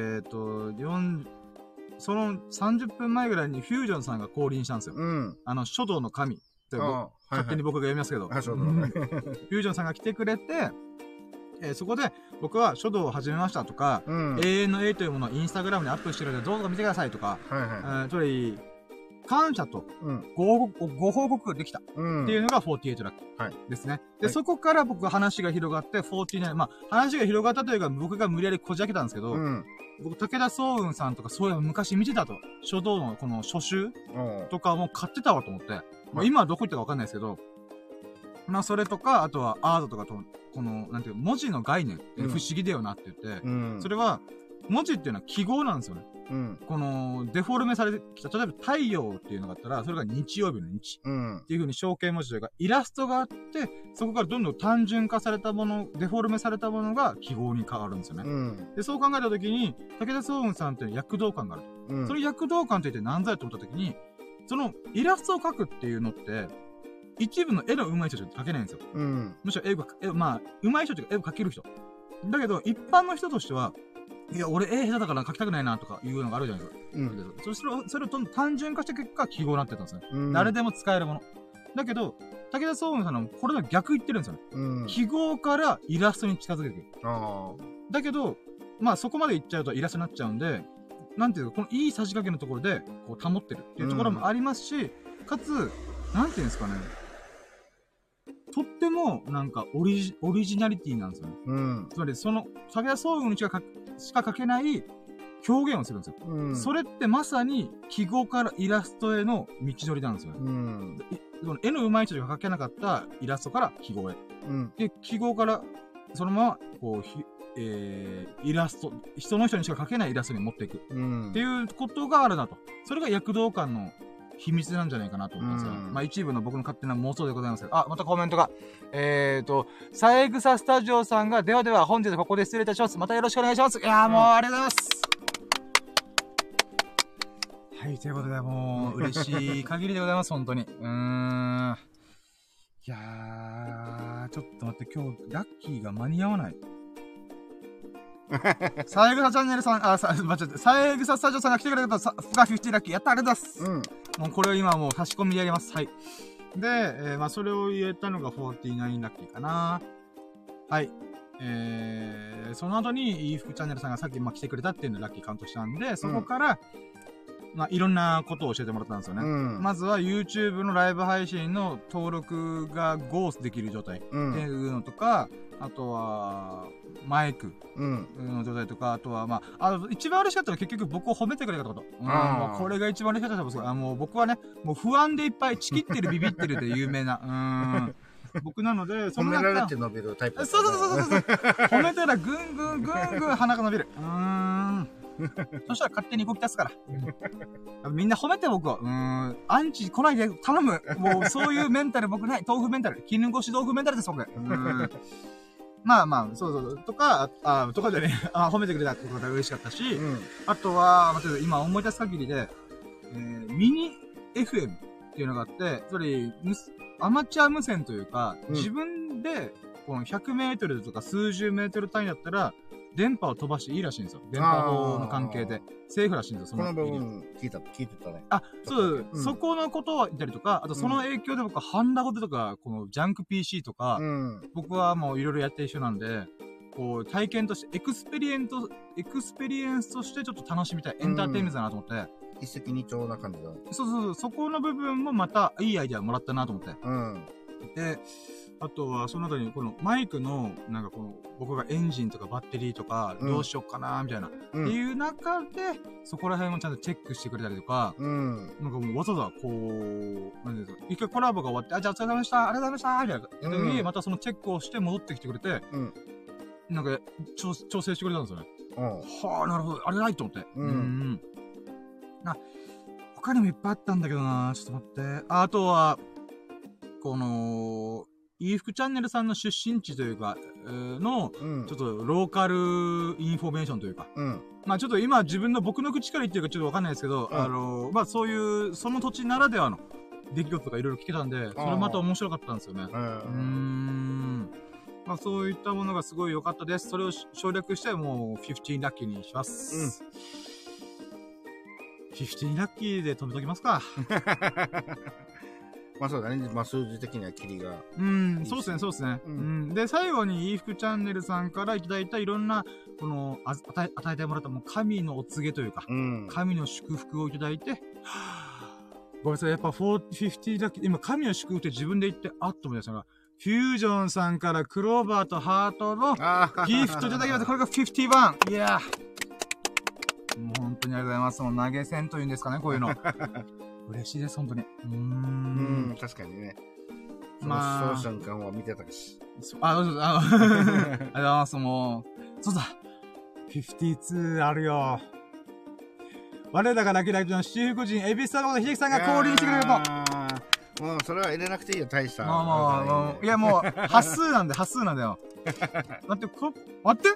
その30分前ぐらいにフュージョンさんが降臨したんですよ。書道の神。勝手に僕が読みますけど。フュージョンさんが来てくれて、そこで僕は書道を始めましたとか、永遠の A というものをインスタグラムにアップしてるので動画見てくださいとか、つまり、感謝とご報告できたっていうのが48ラッキーですね。で、そこから僕は話が広がって49、まあ話が広がったというか僕が無理やりこじ開けたんですけど、僕武田壮雲さんとかそういうの昔見てたと。書道のこの書集とかも買ってたわと思って、まあ、今はどこ行ったかわかんないですけど、まあそれとか、あとはアートとかと、この、なんていう文字の概念って不思議だよなって言って、それは文字っていうのは記号なんですよね。この、デフォルメされてきた、例えば太陽っていうのがあったら、それが日曜日の日。っていう風に象形文字というか、イラストがあって、そこからどんどん単純化されたもの、デフォルメされたものが記号に変わるんですよね。で、そう考えたときに、武田壮雲さんっていう躍動感があると。その躍動感といって何ぞやと思ったときに、そのイラストを描くっていうのって、一部の絵の上手い人しか描けないんですよ。むしろ上手い人というか絵を描ける人。だけど、一般の人としては、いや、俺絵下手だから描きたくないなとかいうのがあるじゃないですか。それを単純化した結果、記号になってたんですね。誰でも使えるもの。だけど、武田壮雲さんはこれの逆言ってるんですよね。記号からイラストに近づけてくる。だけど、まあそこまでいっちゃうとイラストになっちゃうんで、なんていうか、このいい差し掛けのところで、こう保ってるっていうところもありますし、かつ、なんていうんですかね。とっても、なんか、オリジナリティなんですよね。つまり、その、武田壮雲にしか書けない表現をするんですよ。それってまさに、記号からイラストへの道のりなんですよね。絵の上手い人しか描けなかったイラストから記号へ。で、記号から、そのまま、こう、イラスト、人の人にしか描けないイラストに持っていく。っていうことがあるなと。それが躍動感の秘密なんじゃないかなと思いますよ。まあ一部の僕の勝手な妄想でございますけど。あ、またコメントが。さえぐさスタジオさんが、ではでは本日ここで失礼いたします。またよろしくお願いします。いやーもうありがとうございます。はい、ということでもう嬉しい限りでございます、本当に。いやー、ちょっと待って、今日ラッキーが間に合わない。さえぐさチャンネルさん、間違って、さえぐさスタジオさんが来てくれたが50ラッキー。やった、ありがとうございます。もうこれを今もう差し込みでやります。はい。で、まあそれを言えたのが49ラッキーかな。はい。その後に、いい服チャンネルさんがさっき来てくれたっていうのをラッキーカウントしたんで、そこから、 まあ、いろんなことを教えてもらったんですよね。まずは YouTube のライブ配信の登録が5できる状態っていうのとか、あとは、マイクの状態とか、あとはまあ、一番嬉しかったのは結局僕を褒めてくれたこと。もうこれが一番嬉しかったんですよ。もう僕はね、もう不安でいっぱい、チキってるビビってるで有名な、僕なので、 褒められて伸びるタイプだ、ね。 そう。褒めたらぐんぐん鼻が伸びる。そしたら勝手に動き出すから。みんな褒めて僕を。アンチ来ないで頼む。もうそういうメンタル僕ない。豆腐メンタル。絹ごし豆腐メンタルです僕。まあ、そう。とかじゃねえ。褒めてくれたことが嬉しかったし、あとは、今思い出す限りで、ミニ FM っていうのがあって、それ、アマチュア無線というか、自分で、この100メートルとか数十メートル単位だったら、電波を飛ばしていいらしいんですよ。電波法の関係で。セーフらしいんですよ、 その部分聞いてたね。 そう、そこのことを言ったりとか、あとその影響で僕はハンダゴテとか、このジャンク PC とか、僕はもういろいろやってる人なんで、こう、体験として、エクスペリエンスとしてちょっと楽しみたい。エンターテインメントだなと思って。 一石二鳥な感じだ。 そう、そこの部分もまたいいアイデアもらったなと思って。で、あとは、その後に、このマイクの、なんかこの、僕がエンジンとかバッテリーとか、どうしようかな、みたいな。っていう中で、そこら辺もちゃんとチェックしてくれたりとか、なんかもうわざわざ、こう、なんですか、一回コラボが終わって、じゃあお疲れ様でした、ありがとうございました、みたいな。またそのチェックをして戻ってきてくれて、なんか、調整してくれたんですよね。はあ、なるほど、あれないと思って。他にもいっぱいあったんだけどな、ちょっと待って。あとは、この、いい服チャンネルさんの出身地というか、の、ちょっとローカルインフォメーションというか。まあちょっと今僕の口から言ってるかちょっとわかんないですけど、まあそういう、その土地ならではの出来事とかいろいろ聞けたんで、それまた面白かったんですよね。まあそういったものがすごい良かったです。それを省略してもう15ラッキーにします。15ラッキーで止めときますか。 まあそうだね。まあ数字的にはキリが。 そうですね。で、最後にいい服チャンネルさんからいただいたいろんな、この、与えてもらったもう神のお告げというか、神の祝福をいただいて、ごめんなさい、やっぱ50ラッキー、今神の祝福って自分で言って、あっと思い出したのが、フュージョンさんからクローバーとハートのギフトいただきました。これが51。いやー。もう本当にありがとうございます。もう投げ銭というんですかね、こういうの。嬉しいです、本当に。 確かにね。まあ、その瞬間は見てたし。 ありがとうございます、もう。そうだ。52あるよ。我らがラッキーライトの七福神、エビスタのこと秀樹さんが降臨してくれると。 もう、それは入れなくていいよ、大した。 いや、もう、端数なんだよ。待って。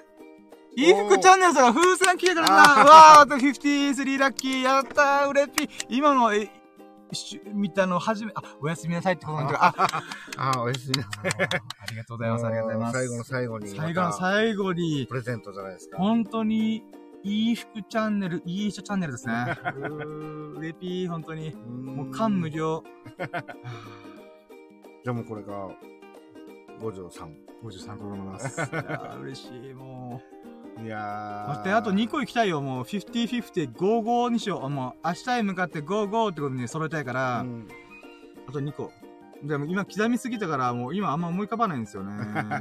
いい服チャンネルさんが風船消えてるんだ。わー、あと53ラッキー。やったー、うれぴ。今の、見たのおやすみなさいってことなんだけど、 おやすみなさい。 ありがとうございます、ありがとうございます。 最後の最後に。 プレゼントじゃないですか。 本当に、いい服チャンネル、いい人チャンネルですね。うれぴー、本当に。もう感無量。 じゃあもうこれが、53個でございます。いや嬉しい、もう。いやー。 待って、あと2個行きたいよ、もう、50-50、55にしよう。もう、明日へ向かって55ってことに揃えたいから、あと2個。でも今刻みすぎたから、もう今あんま思い浮かばないんですよね。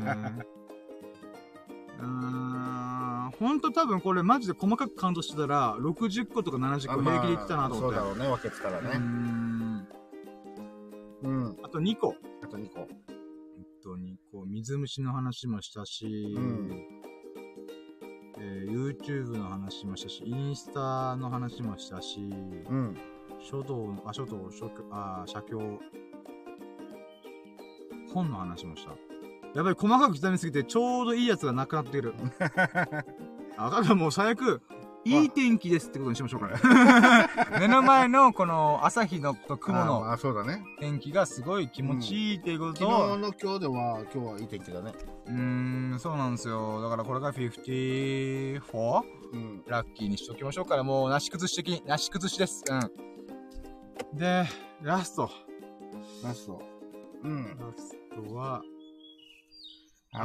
ほんと多分これマジで細かくカウントしてたら、60個とか70個平気でいってたなと思って。 そうだろうね、分けてたらね。 あと2個。 2個、 水虫の話もしたし、YouTube の話もしたし、インスタの話もしたし、写経、本の話もした。やっぱり細かく刻みすぎてちょうどいいやつがなくなっている。だからもう最悪、いい天気ですってことにしましょうかね。目の前のこの朝日の雲の天気がすごい気持ちいいっていうことと、 昨日の今日はいい天気だね。 そうなんですよ。だからこれが54、ラッキーにしときましょうから、もうなし崩しです。で、ラストは、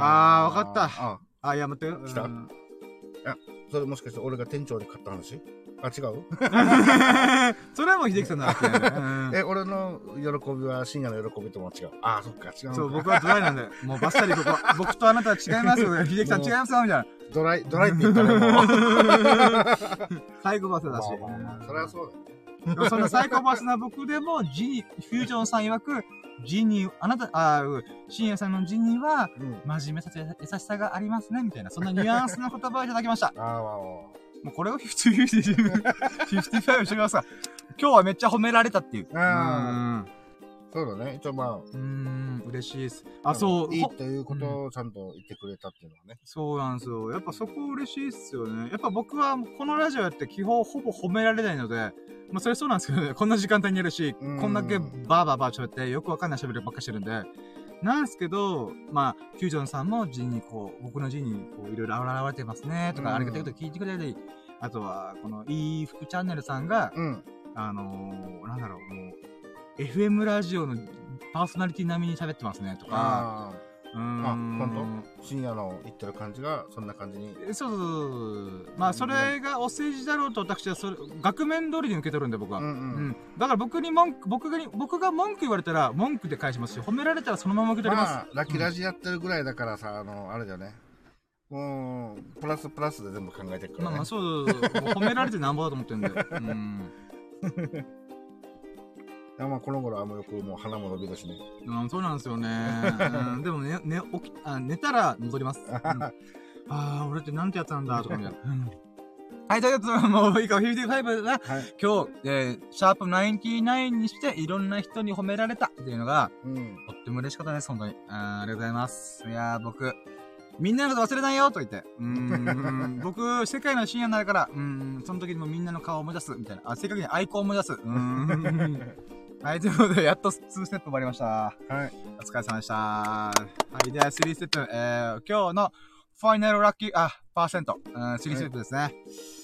わかった。いや、待って。 来た？それもしかして俺が店長に買った話？ あ、違うそれはもう秀樹さんのラッキーね。 俺の喜びは深夜の喜びとも違う。あ、そっか、違う。 そう、僕はドライなんで、もうバッサリここ、僕とあなたは違いますよ。秀樹さん違いますよ、みたいな。 ドライって言ったらもう。 サイコパスだし。 それはそうだよね。 そんなサイコパスな僕でも、フュージョンさん曰く、ジニー、深夜さんのジニーは、真面目さと優しさがありますね、みたいな、そんなニュアンスの言葉をいただきました。もうこれを55してみますか。今日はめっちゃ褒められたっていう。 そうだね。一応まあ。 嬉しいです。あ、そう。 いいっていうことをちゃんと言ってくれたっていうのはね。 そうなんですよ。やっぱそこ嬉しいっすよね。やっぱ僕はこのラジオやって基本ほぼ褒められないので、まあそれそうなんですけどね、こんな時間帯にやるし、こんだけバーバーバーちょってよくわかんない喋りばっかしてるんで、なんですけど、まあ、フュージョンさんもGに僕のGにいろいろ現れてますね、とか、ありがたいこと聞いてくれたり、あとは、このいい服チャンネルさんが、なんだろう、もう、FM ラジオのパーソナリティ並みに喋ってますね、とか、 本当深夜の言ってる感じが、そんな感じに。 そう。まあ、それがお世辞だろうと私は額面通りに受け取るんで、僕は。だから僕が文句言われたら文句で返しますし、褒められたらそのまま受け取ります。 ラキラジやってるぐらいだからさ、あれだよね。もう、プラスで全部考えてるから、ね。 まあ、そう。褒められてなんぼだと思ってるんで。 まあこの頃よくもう鼻も伸びるしね。 そうなんですよね。でもね、寝たら戻ります。俺ってなんてやつなんだとかみたいな。はい、ということで、もういいか、55が、今日、シャープ99にして、いろんな人に褒められたっていうのが、とっても嬉しかったです、本当に。ありがとうございます。いやー、僕、みんなのこと忘れないよと言って。僕、世界の深夜になるから、その時にもみんなの顔を思い出す、みたいな。正確にアイコンを思い出す。はい、ということで、やっと2ステップ終わりました。はい。お疲れ様でした。はい、では3ステップ、今日のファイナルラッキー、パーセント、3ステップですね。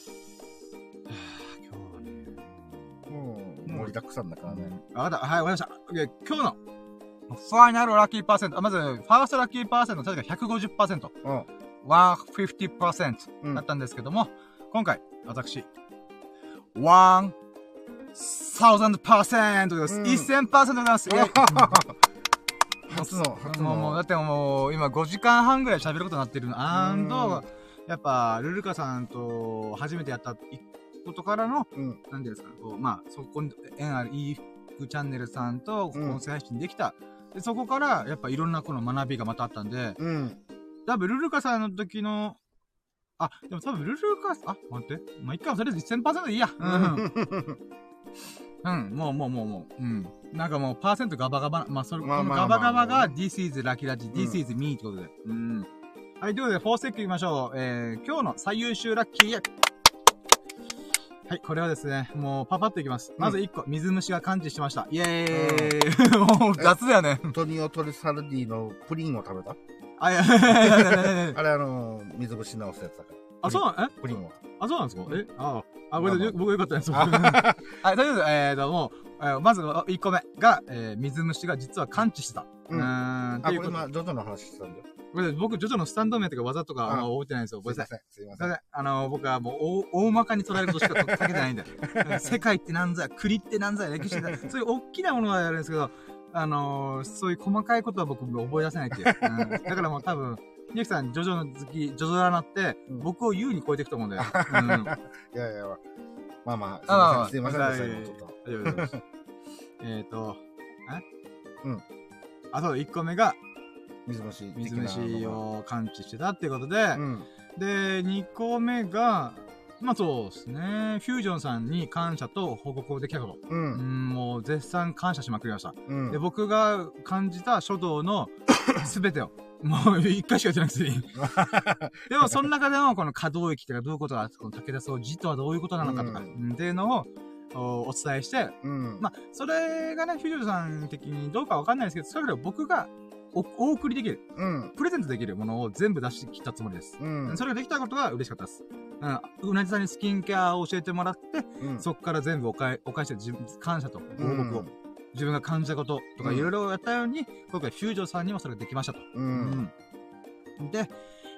今日はね、 盛りだくさんだからね。 わかった。はい、わかりました。今日のファイナルラッキーパーセント。まず、ファーストラッキーパーセント、確か 150%。150% だったんですけども、今回、私、1000% です。1000% でございます。 初の。 もう、だってもう、今5時間半ぐらい喋ることになってるの。やっぱ、ルルカさんと初めてやったことからの、なんですか、まあ、そこに、縁あるいい服チャンネルさんと音声配信できた。で、そこから、やっぱいろんなこの学びがまたあったんで、多分ルルカさんの時の、でも多分ルルカさん、待って。まあ、一回はとりあえず 1000% でいいや。もう。なんかもう、パーセントガバガバ、まあ、このガバガバが、This is ラキラジ、This is me ってことで。はい、ということで、4ステップいきましょう。今日の最優秀ラッキーへ。はい、これはですね、もうパパッといきます。まず1個、水虫が感知してました。イェーイもう雑だよね。 トニオトリサルディのプリンを食べた？ あれ水虫直すやつだから。 そうなんプリンは。 そうなんですか？これ僕よかったです。はい、とりあえず、もう、まず1個目が、水虫が実は感知してた。 これ今、ジョジョの話してたんだよ。 僕、ジョジョのスタンド名とか技とか覚えてないんですよ。 すいません。 僕はもう、大まかに捉えることしかかけてないんだよ。世界って何ぞや、国って何ぞや、歴史ってそういう大きなものはやるんですけど、そういう細かいことは僕覚え出せないっていう。だからもう多分、ニュキさん、ジョジョの好き、ジョジョラーなって、僕を優に超えていくと思うんだよ。 いや、まあ、すいません。 そう、1個目が、 水虫を感知してたっていうことで、で、2個目が、まあそうですね、フュージョンさんに感謝と報告をできたこと。もう絶賛感謝しまくりました。で、僕が感じた書道のすべてを、もう1回しかやってなくていい。でも、その中でも、この可動域とかどういうことだ、この武田総字とはどういうことなのかとか、っていうのをお伝えして、まあ、それがね、フュージョンさん的にどうかわかんないですけど、それを僕がお送りできる、プレゼントできるものを全部出してきたつもりです。それができたことが嬉しかったです。うなじさんにスキンケアを教えてもらって、そこから全部お返して感謝と報告を、自分が感じたこととかいろいろやったように、今回フュージョンさんにもそれができましたと。で、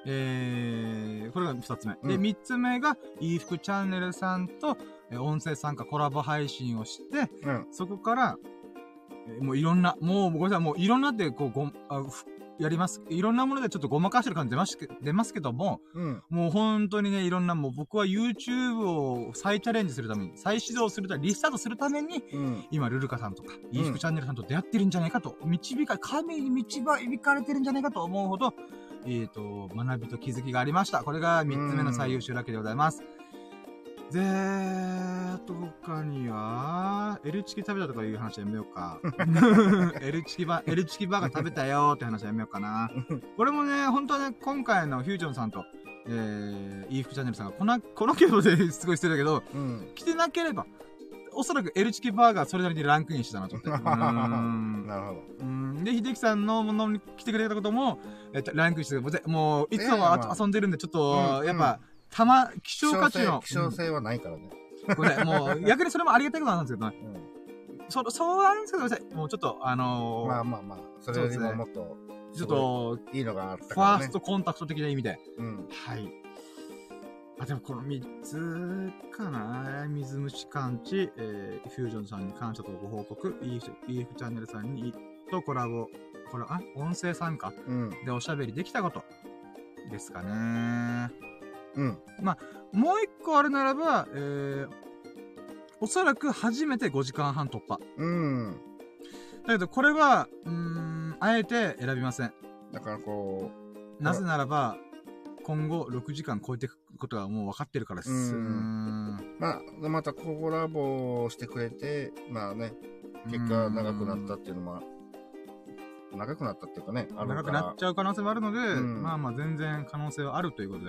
これが2つ目。で、3つ目が、いい服チャンネルさんと、音声参加コラボ配信をして、そこから、もういろんな、もうごめんなさい、もういろんなで、やります。いろんなものでちょっとごまかしてる感じ出ますけども、もう本当にね、いろんな、もう僕は YouTube を再チャレンジするために、再始動するために、リスタートするために、今、ルルカさんとか、いい服チャンネルさんと出会ってるんじゃないかと、神に導かれてるんじゃないかと思うほど、学びと気づきがありました。これが3つ目の最優秀ラッキーでございます。で、他には、L チキ食べたとかいう話やめようか。L チキバーガー食べたよーって話やめようかな。これもね、本当はね、今回のフュージョンさんと、いい服チャンネルさんがこの規模ですごいしてたけど、来てなければ、おそらく L チキバーガーそれなりにランクインしたなと思って。 なるほど。 で、秀樹さんのものに来てくれたことも、ランクインしてくれて、もう、いつも遊んでるんで、ちょっと、やっぱ、希少価値の。 希少性はないからね。 これ、もう、逆にそれもありがたいことなんですけどね。そうなんですけど、もうちょっと、 まあ。それよりももっと、 ちょっと、 いいのがあったからね。 ファーストコンタクト的な意味で。はい。でもこの3つかな。水虫感知、フュージョンさんに感謝とご報告、EF チャンネルさんにとコラボ、音声参加でおしゃべりできたことですかね。まあ、もう一個あるならば、おそらく初めて5時間半突破。だけど、これは、あえて選びません。 だからなぜならば、今後6時間超えていくことはもう分かってるからです。 またコラボしてくれて、まあね、結果長くなったっていうのも、長くなったっていうかね、 長くなっちゃう可能性もあるので、全然可能性はあるということで。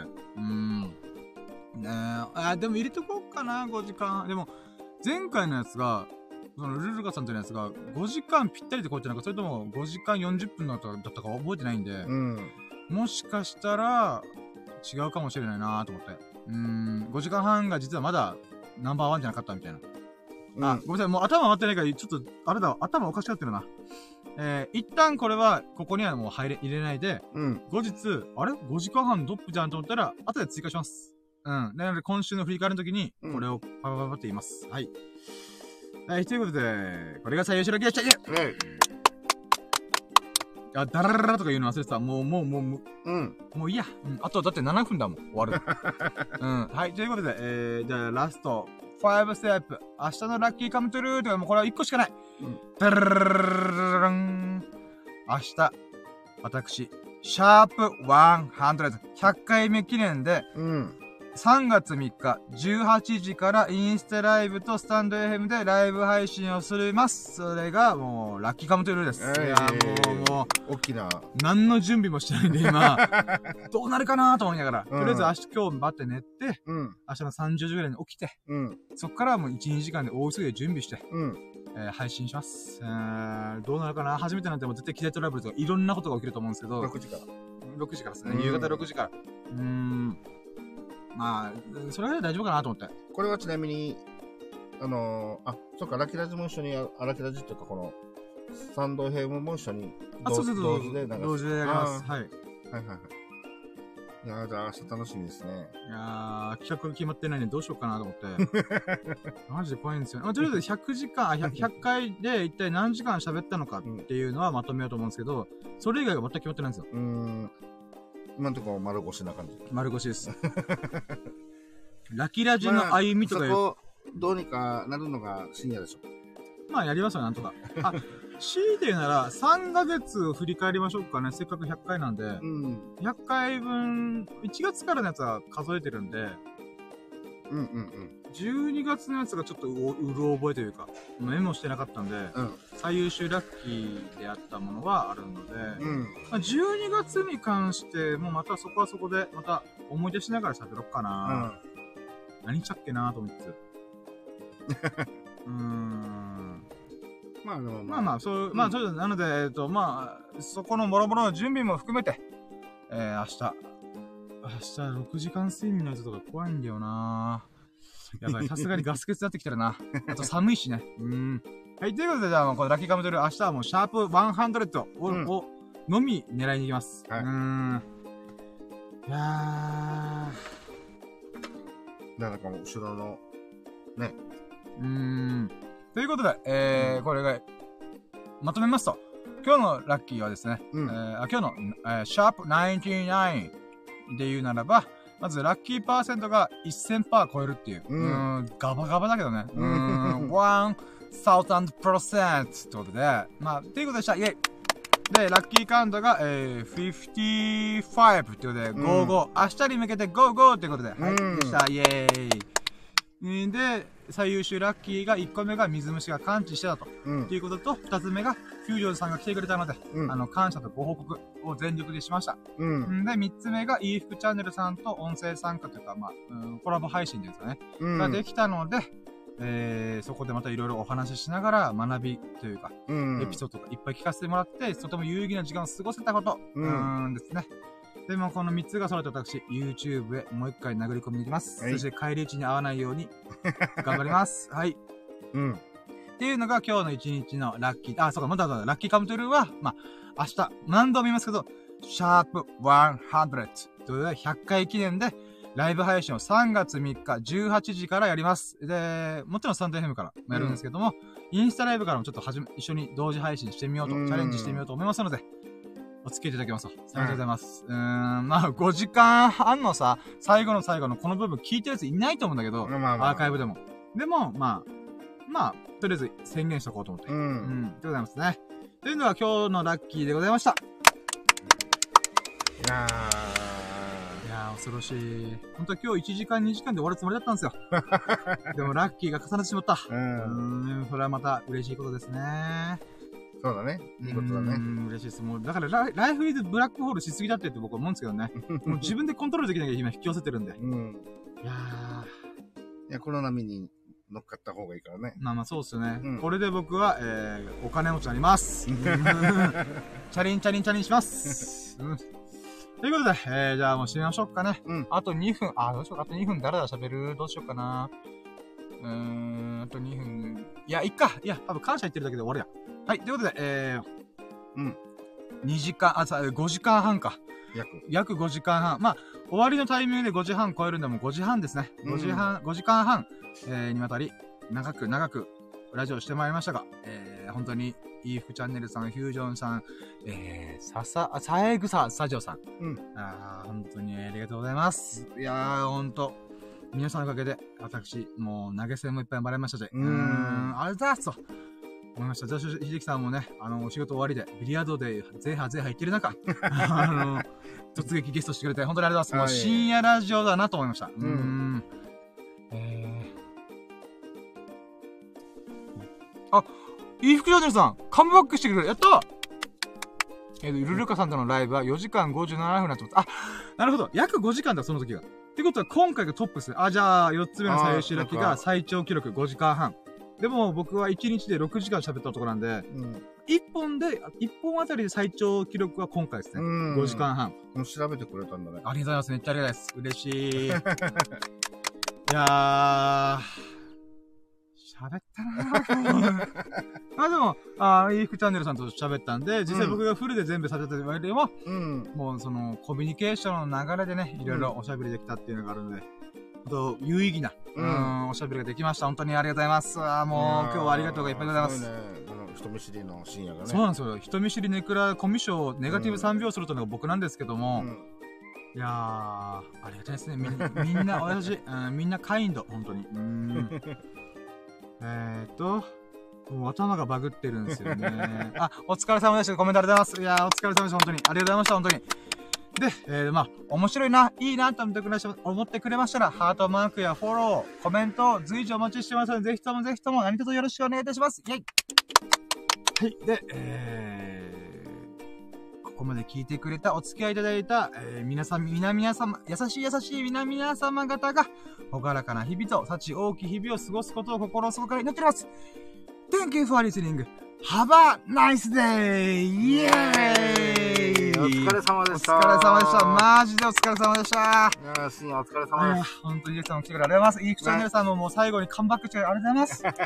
でも入れとこうかな、5時間。でも、前回のやつが、ルルカさんとのやつが、5時間ぴったりで超えてなんか、それとも5時間40分だったか覚えてないんで、もしかしたら、違うかもしれないなと思って。5時間半が実はまだナンバーワンじゃなかったみたいな。ごめんなさい、もう頭回ってないから、ちょっと、あれだ、頭おかしくなってるな。一旦これは、ここにはもう入れないで、後日、あれ ?5 時間半トップじゃんと思ったら、後で追加します。なので、今週の振り返りの時に、これをパパパパって言います。はい。はい、ということで、これが最優秀ラッキーでした。ダラララとか言うの忘れてた。もういいや。あと、だって7分だもん。終わる。はい、ということで、じゃあ、ラスト、5ステップ。明日のラッキーカムトゥルーとか、もうこれは1個しかない。ダラララララン。明日、私、シャープ100、100回目記念で、3月3日、18時からインスタライブとスタンド FM でライブ配信をするます。それがもう、ラッキーカムトゥルーです。いや、もう、 大きな。 何の準備もしてないんで、今、どうなるかなと思いながら、とりあえず今日バって寝て、明日の30時ぐらいに起きて、そっからもう1、2時間で大急ぎで準備して、配信します。どうなるかな初めてなんてもう絶対機材トラブルとかいろんなことが起きると思うんですけど、 6時から。 6時からですね。夕方6時から。まあ、それぐらい大丈夫かなと思って。 これはちなみに、そっか、ラキラジも一緒に、ラキラジっていうか、この、スタンドヘムも一緒に、 同時で同時でやります。はい。 はい。いやー、じゃあ明日楽しみですね。 いやー、企画が決まってないんでどうしようかなと思って。マジで怖いんですよね。とりあえず100回で一体何時間喋ったのかっていうのはまとめようと思うんですけど、それ以外が全く決まってないんですよ。 今のところ丸腰な感じ。 丸腰です。ラキラジの歩みとかそこ、どうにかなるのが深夜でしょ。 まあやりますよ、なんとか。強いて言うなら、3ヶ月振り返りましょうかね。せっかく100回なんで。100回分、1月からのやつは数えてるんで。12月のやつがちょっとうろ覚えというか、メモしてなかったんで、最優秀ラッキーであったものはあるので、12月に関してもまたそこはそこで、また思い出しながら喋ろっかな。何したっけなと思いつつ。そうなので、そこのもろもろの準備も含めて、明日6時間睡眠のやつとか怖いんだよな。やばい、さすがにガス欠になってきてるな。あと寒いしね。はい、ということで、じゃあ、このラッキーカムトゥルー、明日はもうシャープ100をのみ狙いに行きます。 いやー。なんかもう後ろの、ね。 ということで、これが、まとめますと、今日のラッキーはですね、今日の、シャープ99で言うならば、まずラッキーパーセントが 1000% 超えるっていう。ガバガバだけどね。1000% ってことで、まあ、っていうことでした。イェイ。で、ラッキーカウントが、55ってことで、55。明日に向けて55ってことで、はい。でした。イェイ。で、最優秀ラッキーが1個目が水虫が感知してたと。っていうことと、2つ目がフュージョンさんが来てくれたので、感謝とご報告を全力でしました。で、3つ目が e 服チャンネルさんと音声参加というか、まあ、コラボ配信ですかね。ができたので、そこでまたいろいろお話ししながら学びというか、エピソードとかいっぱい聞かせてもらって、とても有意義な時間を過ごせたこと、ですね。でもこの3つが揃って私、YouTube へもう一回殴り込みに行きます。そして帰り道に合わないように頑張ります。はい。っていうのが今日の一日のラッキー、そうか、まだラッキーカムトゥルーは、まあ、明日、何度も言いますけど、シャープ100ということで、100回記念で、ライブ配信を3月3日18時からやります。で、もちろんスタンド FM からもやるんですけども、インスタライブからもちょっと一緒に同時配信してみようと、チャレンジしてみようと思いますので、お付き合いいただきますと。ありがとうございます。まあ、5時間半のさ、最後のこの部分聞いてるやついないと思うんだけど、アーカイブでも。でも、まあ、とりあえず宣言しとこうと思って。でございますね。というのが今日のラッキーでございました。いやー、恐ろしい。本当は今日1時間2時間で終わるつもりだったんですよ。でもラッキーが重なってしまった。それはまた嬉しいことですね。 そうだね。いいことだね。 嬉しいです。もう、だからライフイズブラックホールしすぎだって僕は思うんですけどね。もう自分でコントロールできないから今引き寄せてるんで。 いや、この波に乗っかった方がいいからね。 まあそうっすよね。これで僕は、お金持ちになります。チャリンします。ということで、じゃあもう締めましょうかね。あと2分。どうしようか。あと2分誰だ喋る？どうしようかな。あと2分。いや、いっか。いや、多分感謝言ってるだけで終わるや。はい。ということで、2時間、5時間半か。約5時間半。まあ、終わりのタイミングで5時半超えるんでも5時半ですね。5時間半、にわたり、長く、ラジオしてまいりましたが、本当に、いい服チャンネルさん、フュージョンさん、さえぐさスタジオさん。本当にありがとうございます。いやー、ほんと。皆さんのおかげで、私、もう投げ銭もいっぱい生まれましたし、ありがとうございますと。思いました。じゃあ、秀樹さんもね、お仕事終わりで、ビリヤードで、ゼーハー言ってる中、突撃ゲストしてくれて、本当にありがとうございます。もう深夜ラジオだなと思いました。いい服チャンネルさん、カムバックしてくれる。やったルルカさんとのライブは4時間57分になってます。なるほど。約5時間だ、その時が。ってことは、今回がトップですね。じゃあ、4つ目の最終ラッキーが最長記録5時間半。でも、僕は1日で6時間喋ったところなんで、1本あたりで最長記録は今回ですね。5時間半。 調べてくれたんだね。 ありがとうございます。めっちゃありがたいです。嬉しい。いや喋ったなぁ。でも、いい服チャンネルさんと喋ったんで、実際僕がフルで全部させてもらえれば、もうその、コミュニケーションの流れでね、いろいろおしゃべりできたっていうのがあるので、有意義な、おしゃべりができました。本当にありがとうございます。もう、今日はありがとうがいっぱいございます。 人見知りの深夜がね。 そうなんですよ。人見知りネクラコミュ障ネガティブ3秒するというのが僕なんですけども、いやー、ありがたいですね。みんなお優しい。みんなカインド、本当に。もう頭がバグってるんですよね。お疲れ様でした。コメントありがとうございます。いやー、お疲れ様でした。本当に。ありがとうございました。本当に。で、面白いな、いいなと思ってくれましたら、ハートマークやフォロー、コメント、随時お待ちしてますので、ぜひとも何卒よろしくお願いいたします。イェイ。はい。で、ここまで聞いてくれた、お付き合いいただいた、皆様、優しい皆様方が、ほがらかな日々と、幸多き日々を過ごすことを心底から祈っております。Thank you for listening.Have a nice day! イエーイ！ お疲れ様でした。 お疲れ様でした。マジでお疲れ様でした。 深夜お疲れ様です。 本当に、イエスさんも来てくれありがとうございます。いいくチャンネルさんも最後にカムバックしてありがとうございます。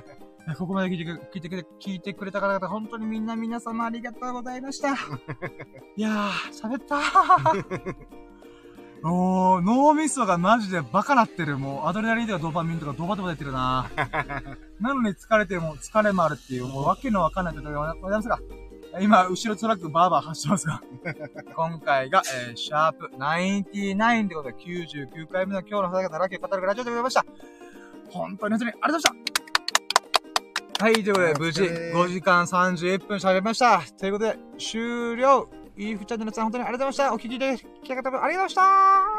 ここまで聞いてくれた方々、本当に皆様ありがとうございました。いやー、喋ったー。 脳みそがマジでバカなってる。もう、アドレナリンとかドーパミンとかドバドバ出てるななのに疲れても疲れもあるっていう、もうわけのわかんないところでございますが、今、後ろトラックバーバー走ってますが、今回が、シャープ99ってことで99回目の今日の話がラッキーを語るラジオでございました。本当にありがとうございました。はい、ということで、無事、5時間31分喋りました。ということで、終了。イーフチャンネルさん、本当にありがとうございました。お聞きで、聞き方ありがとうございました。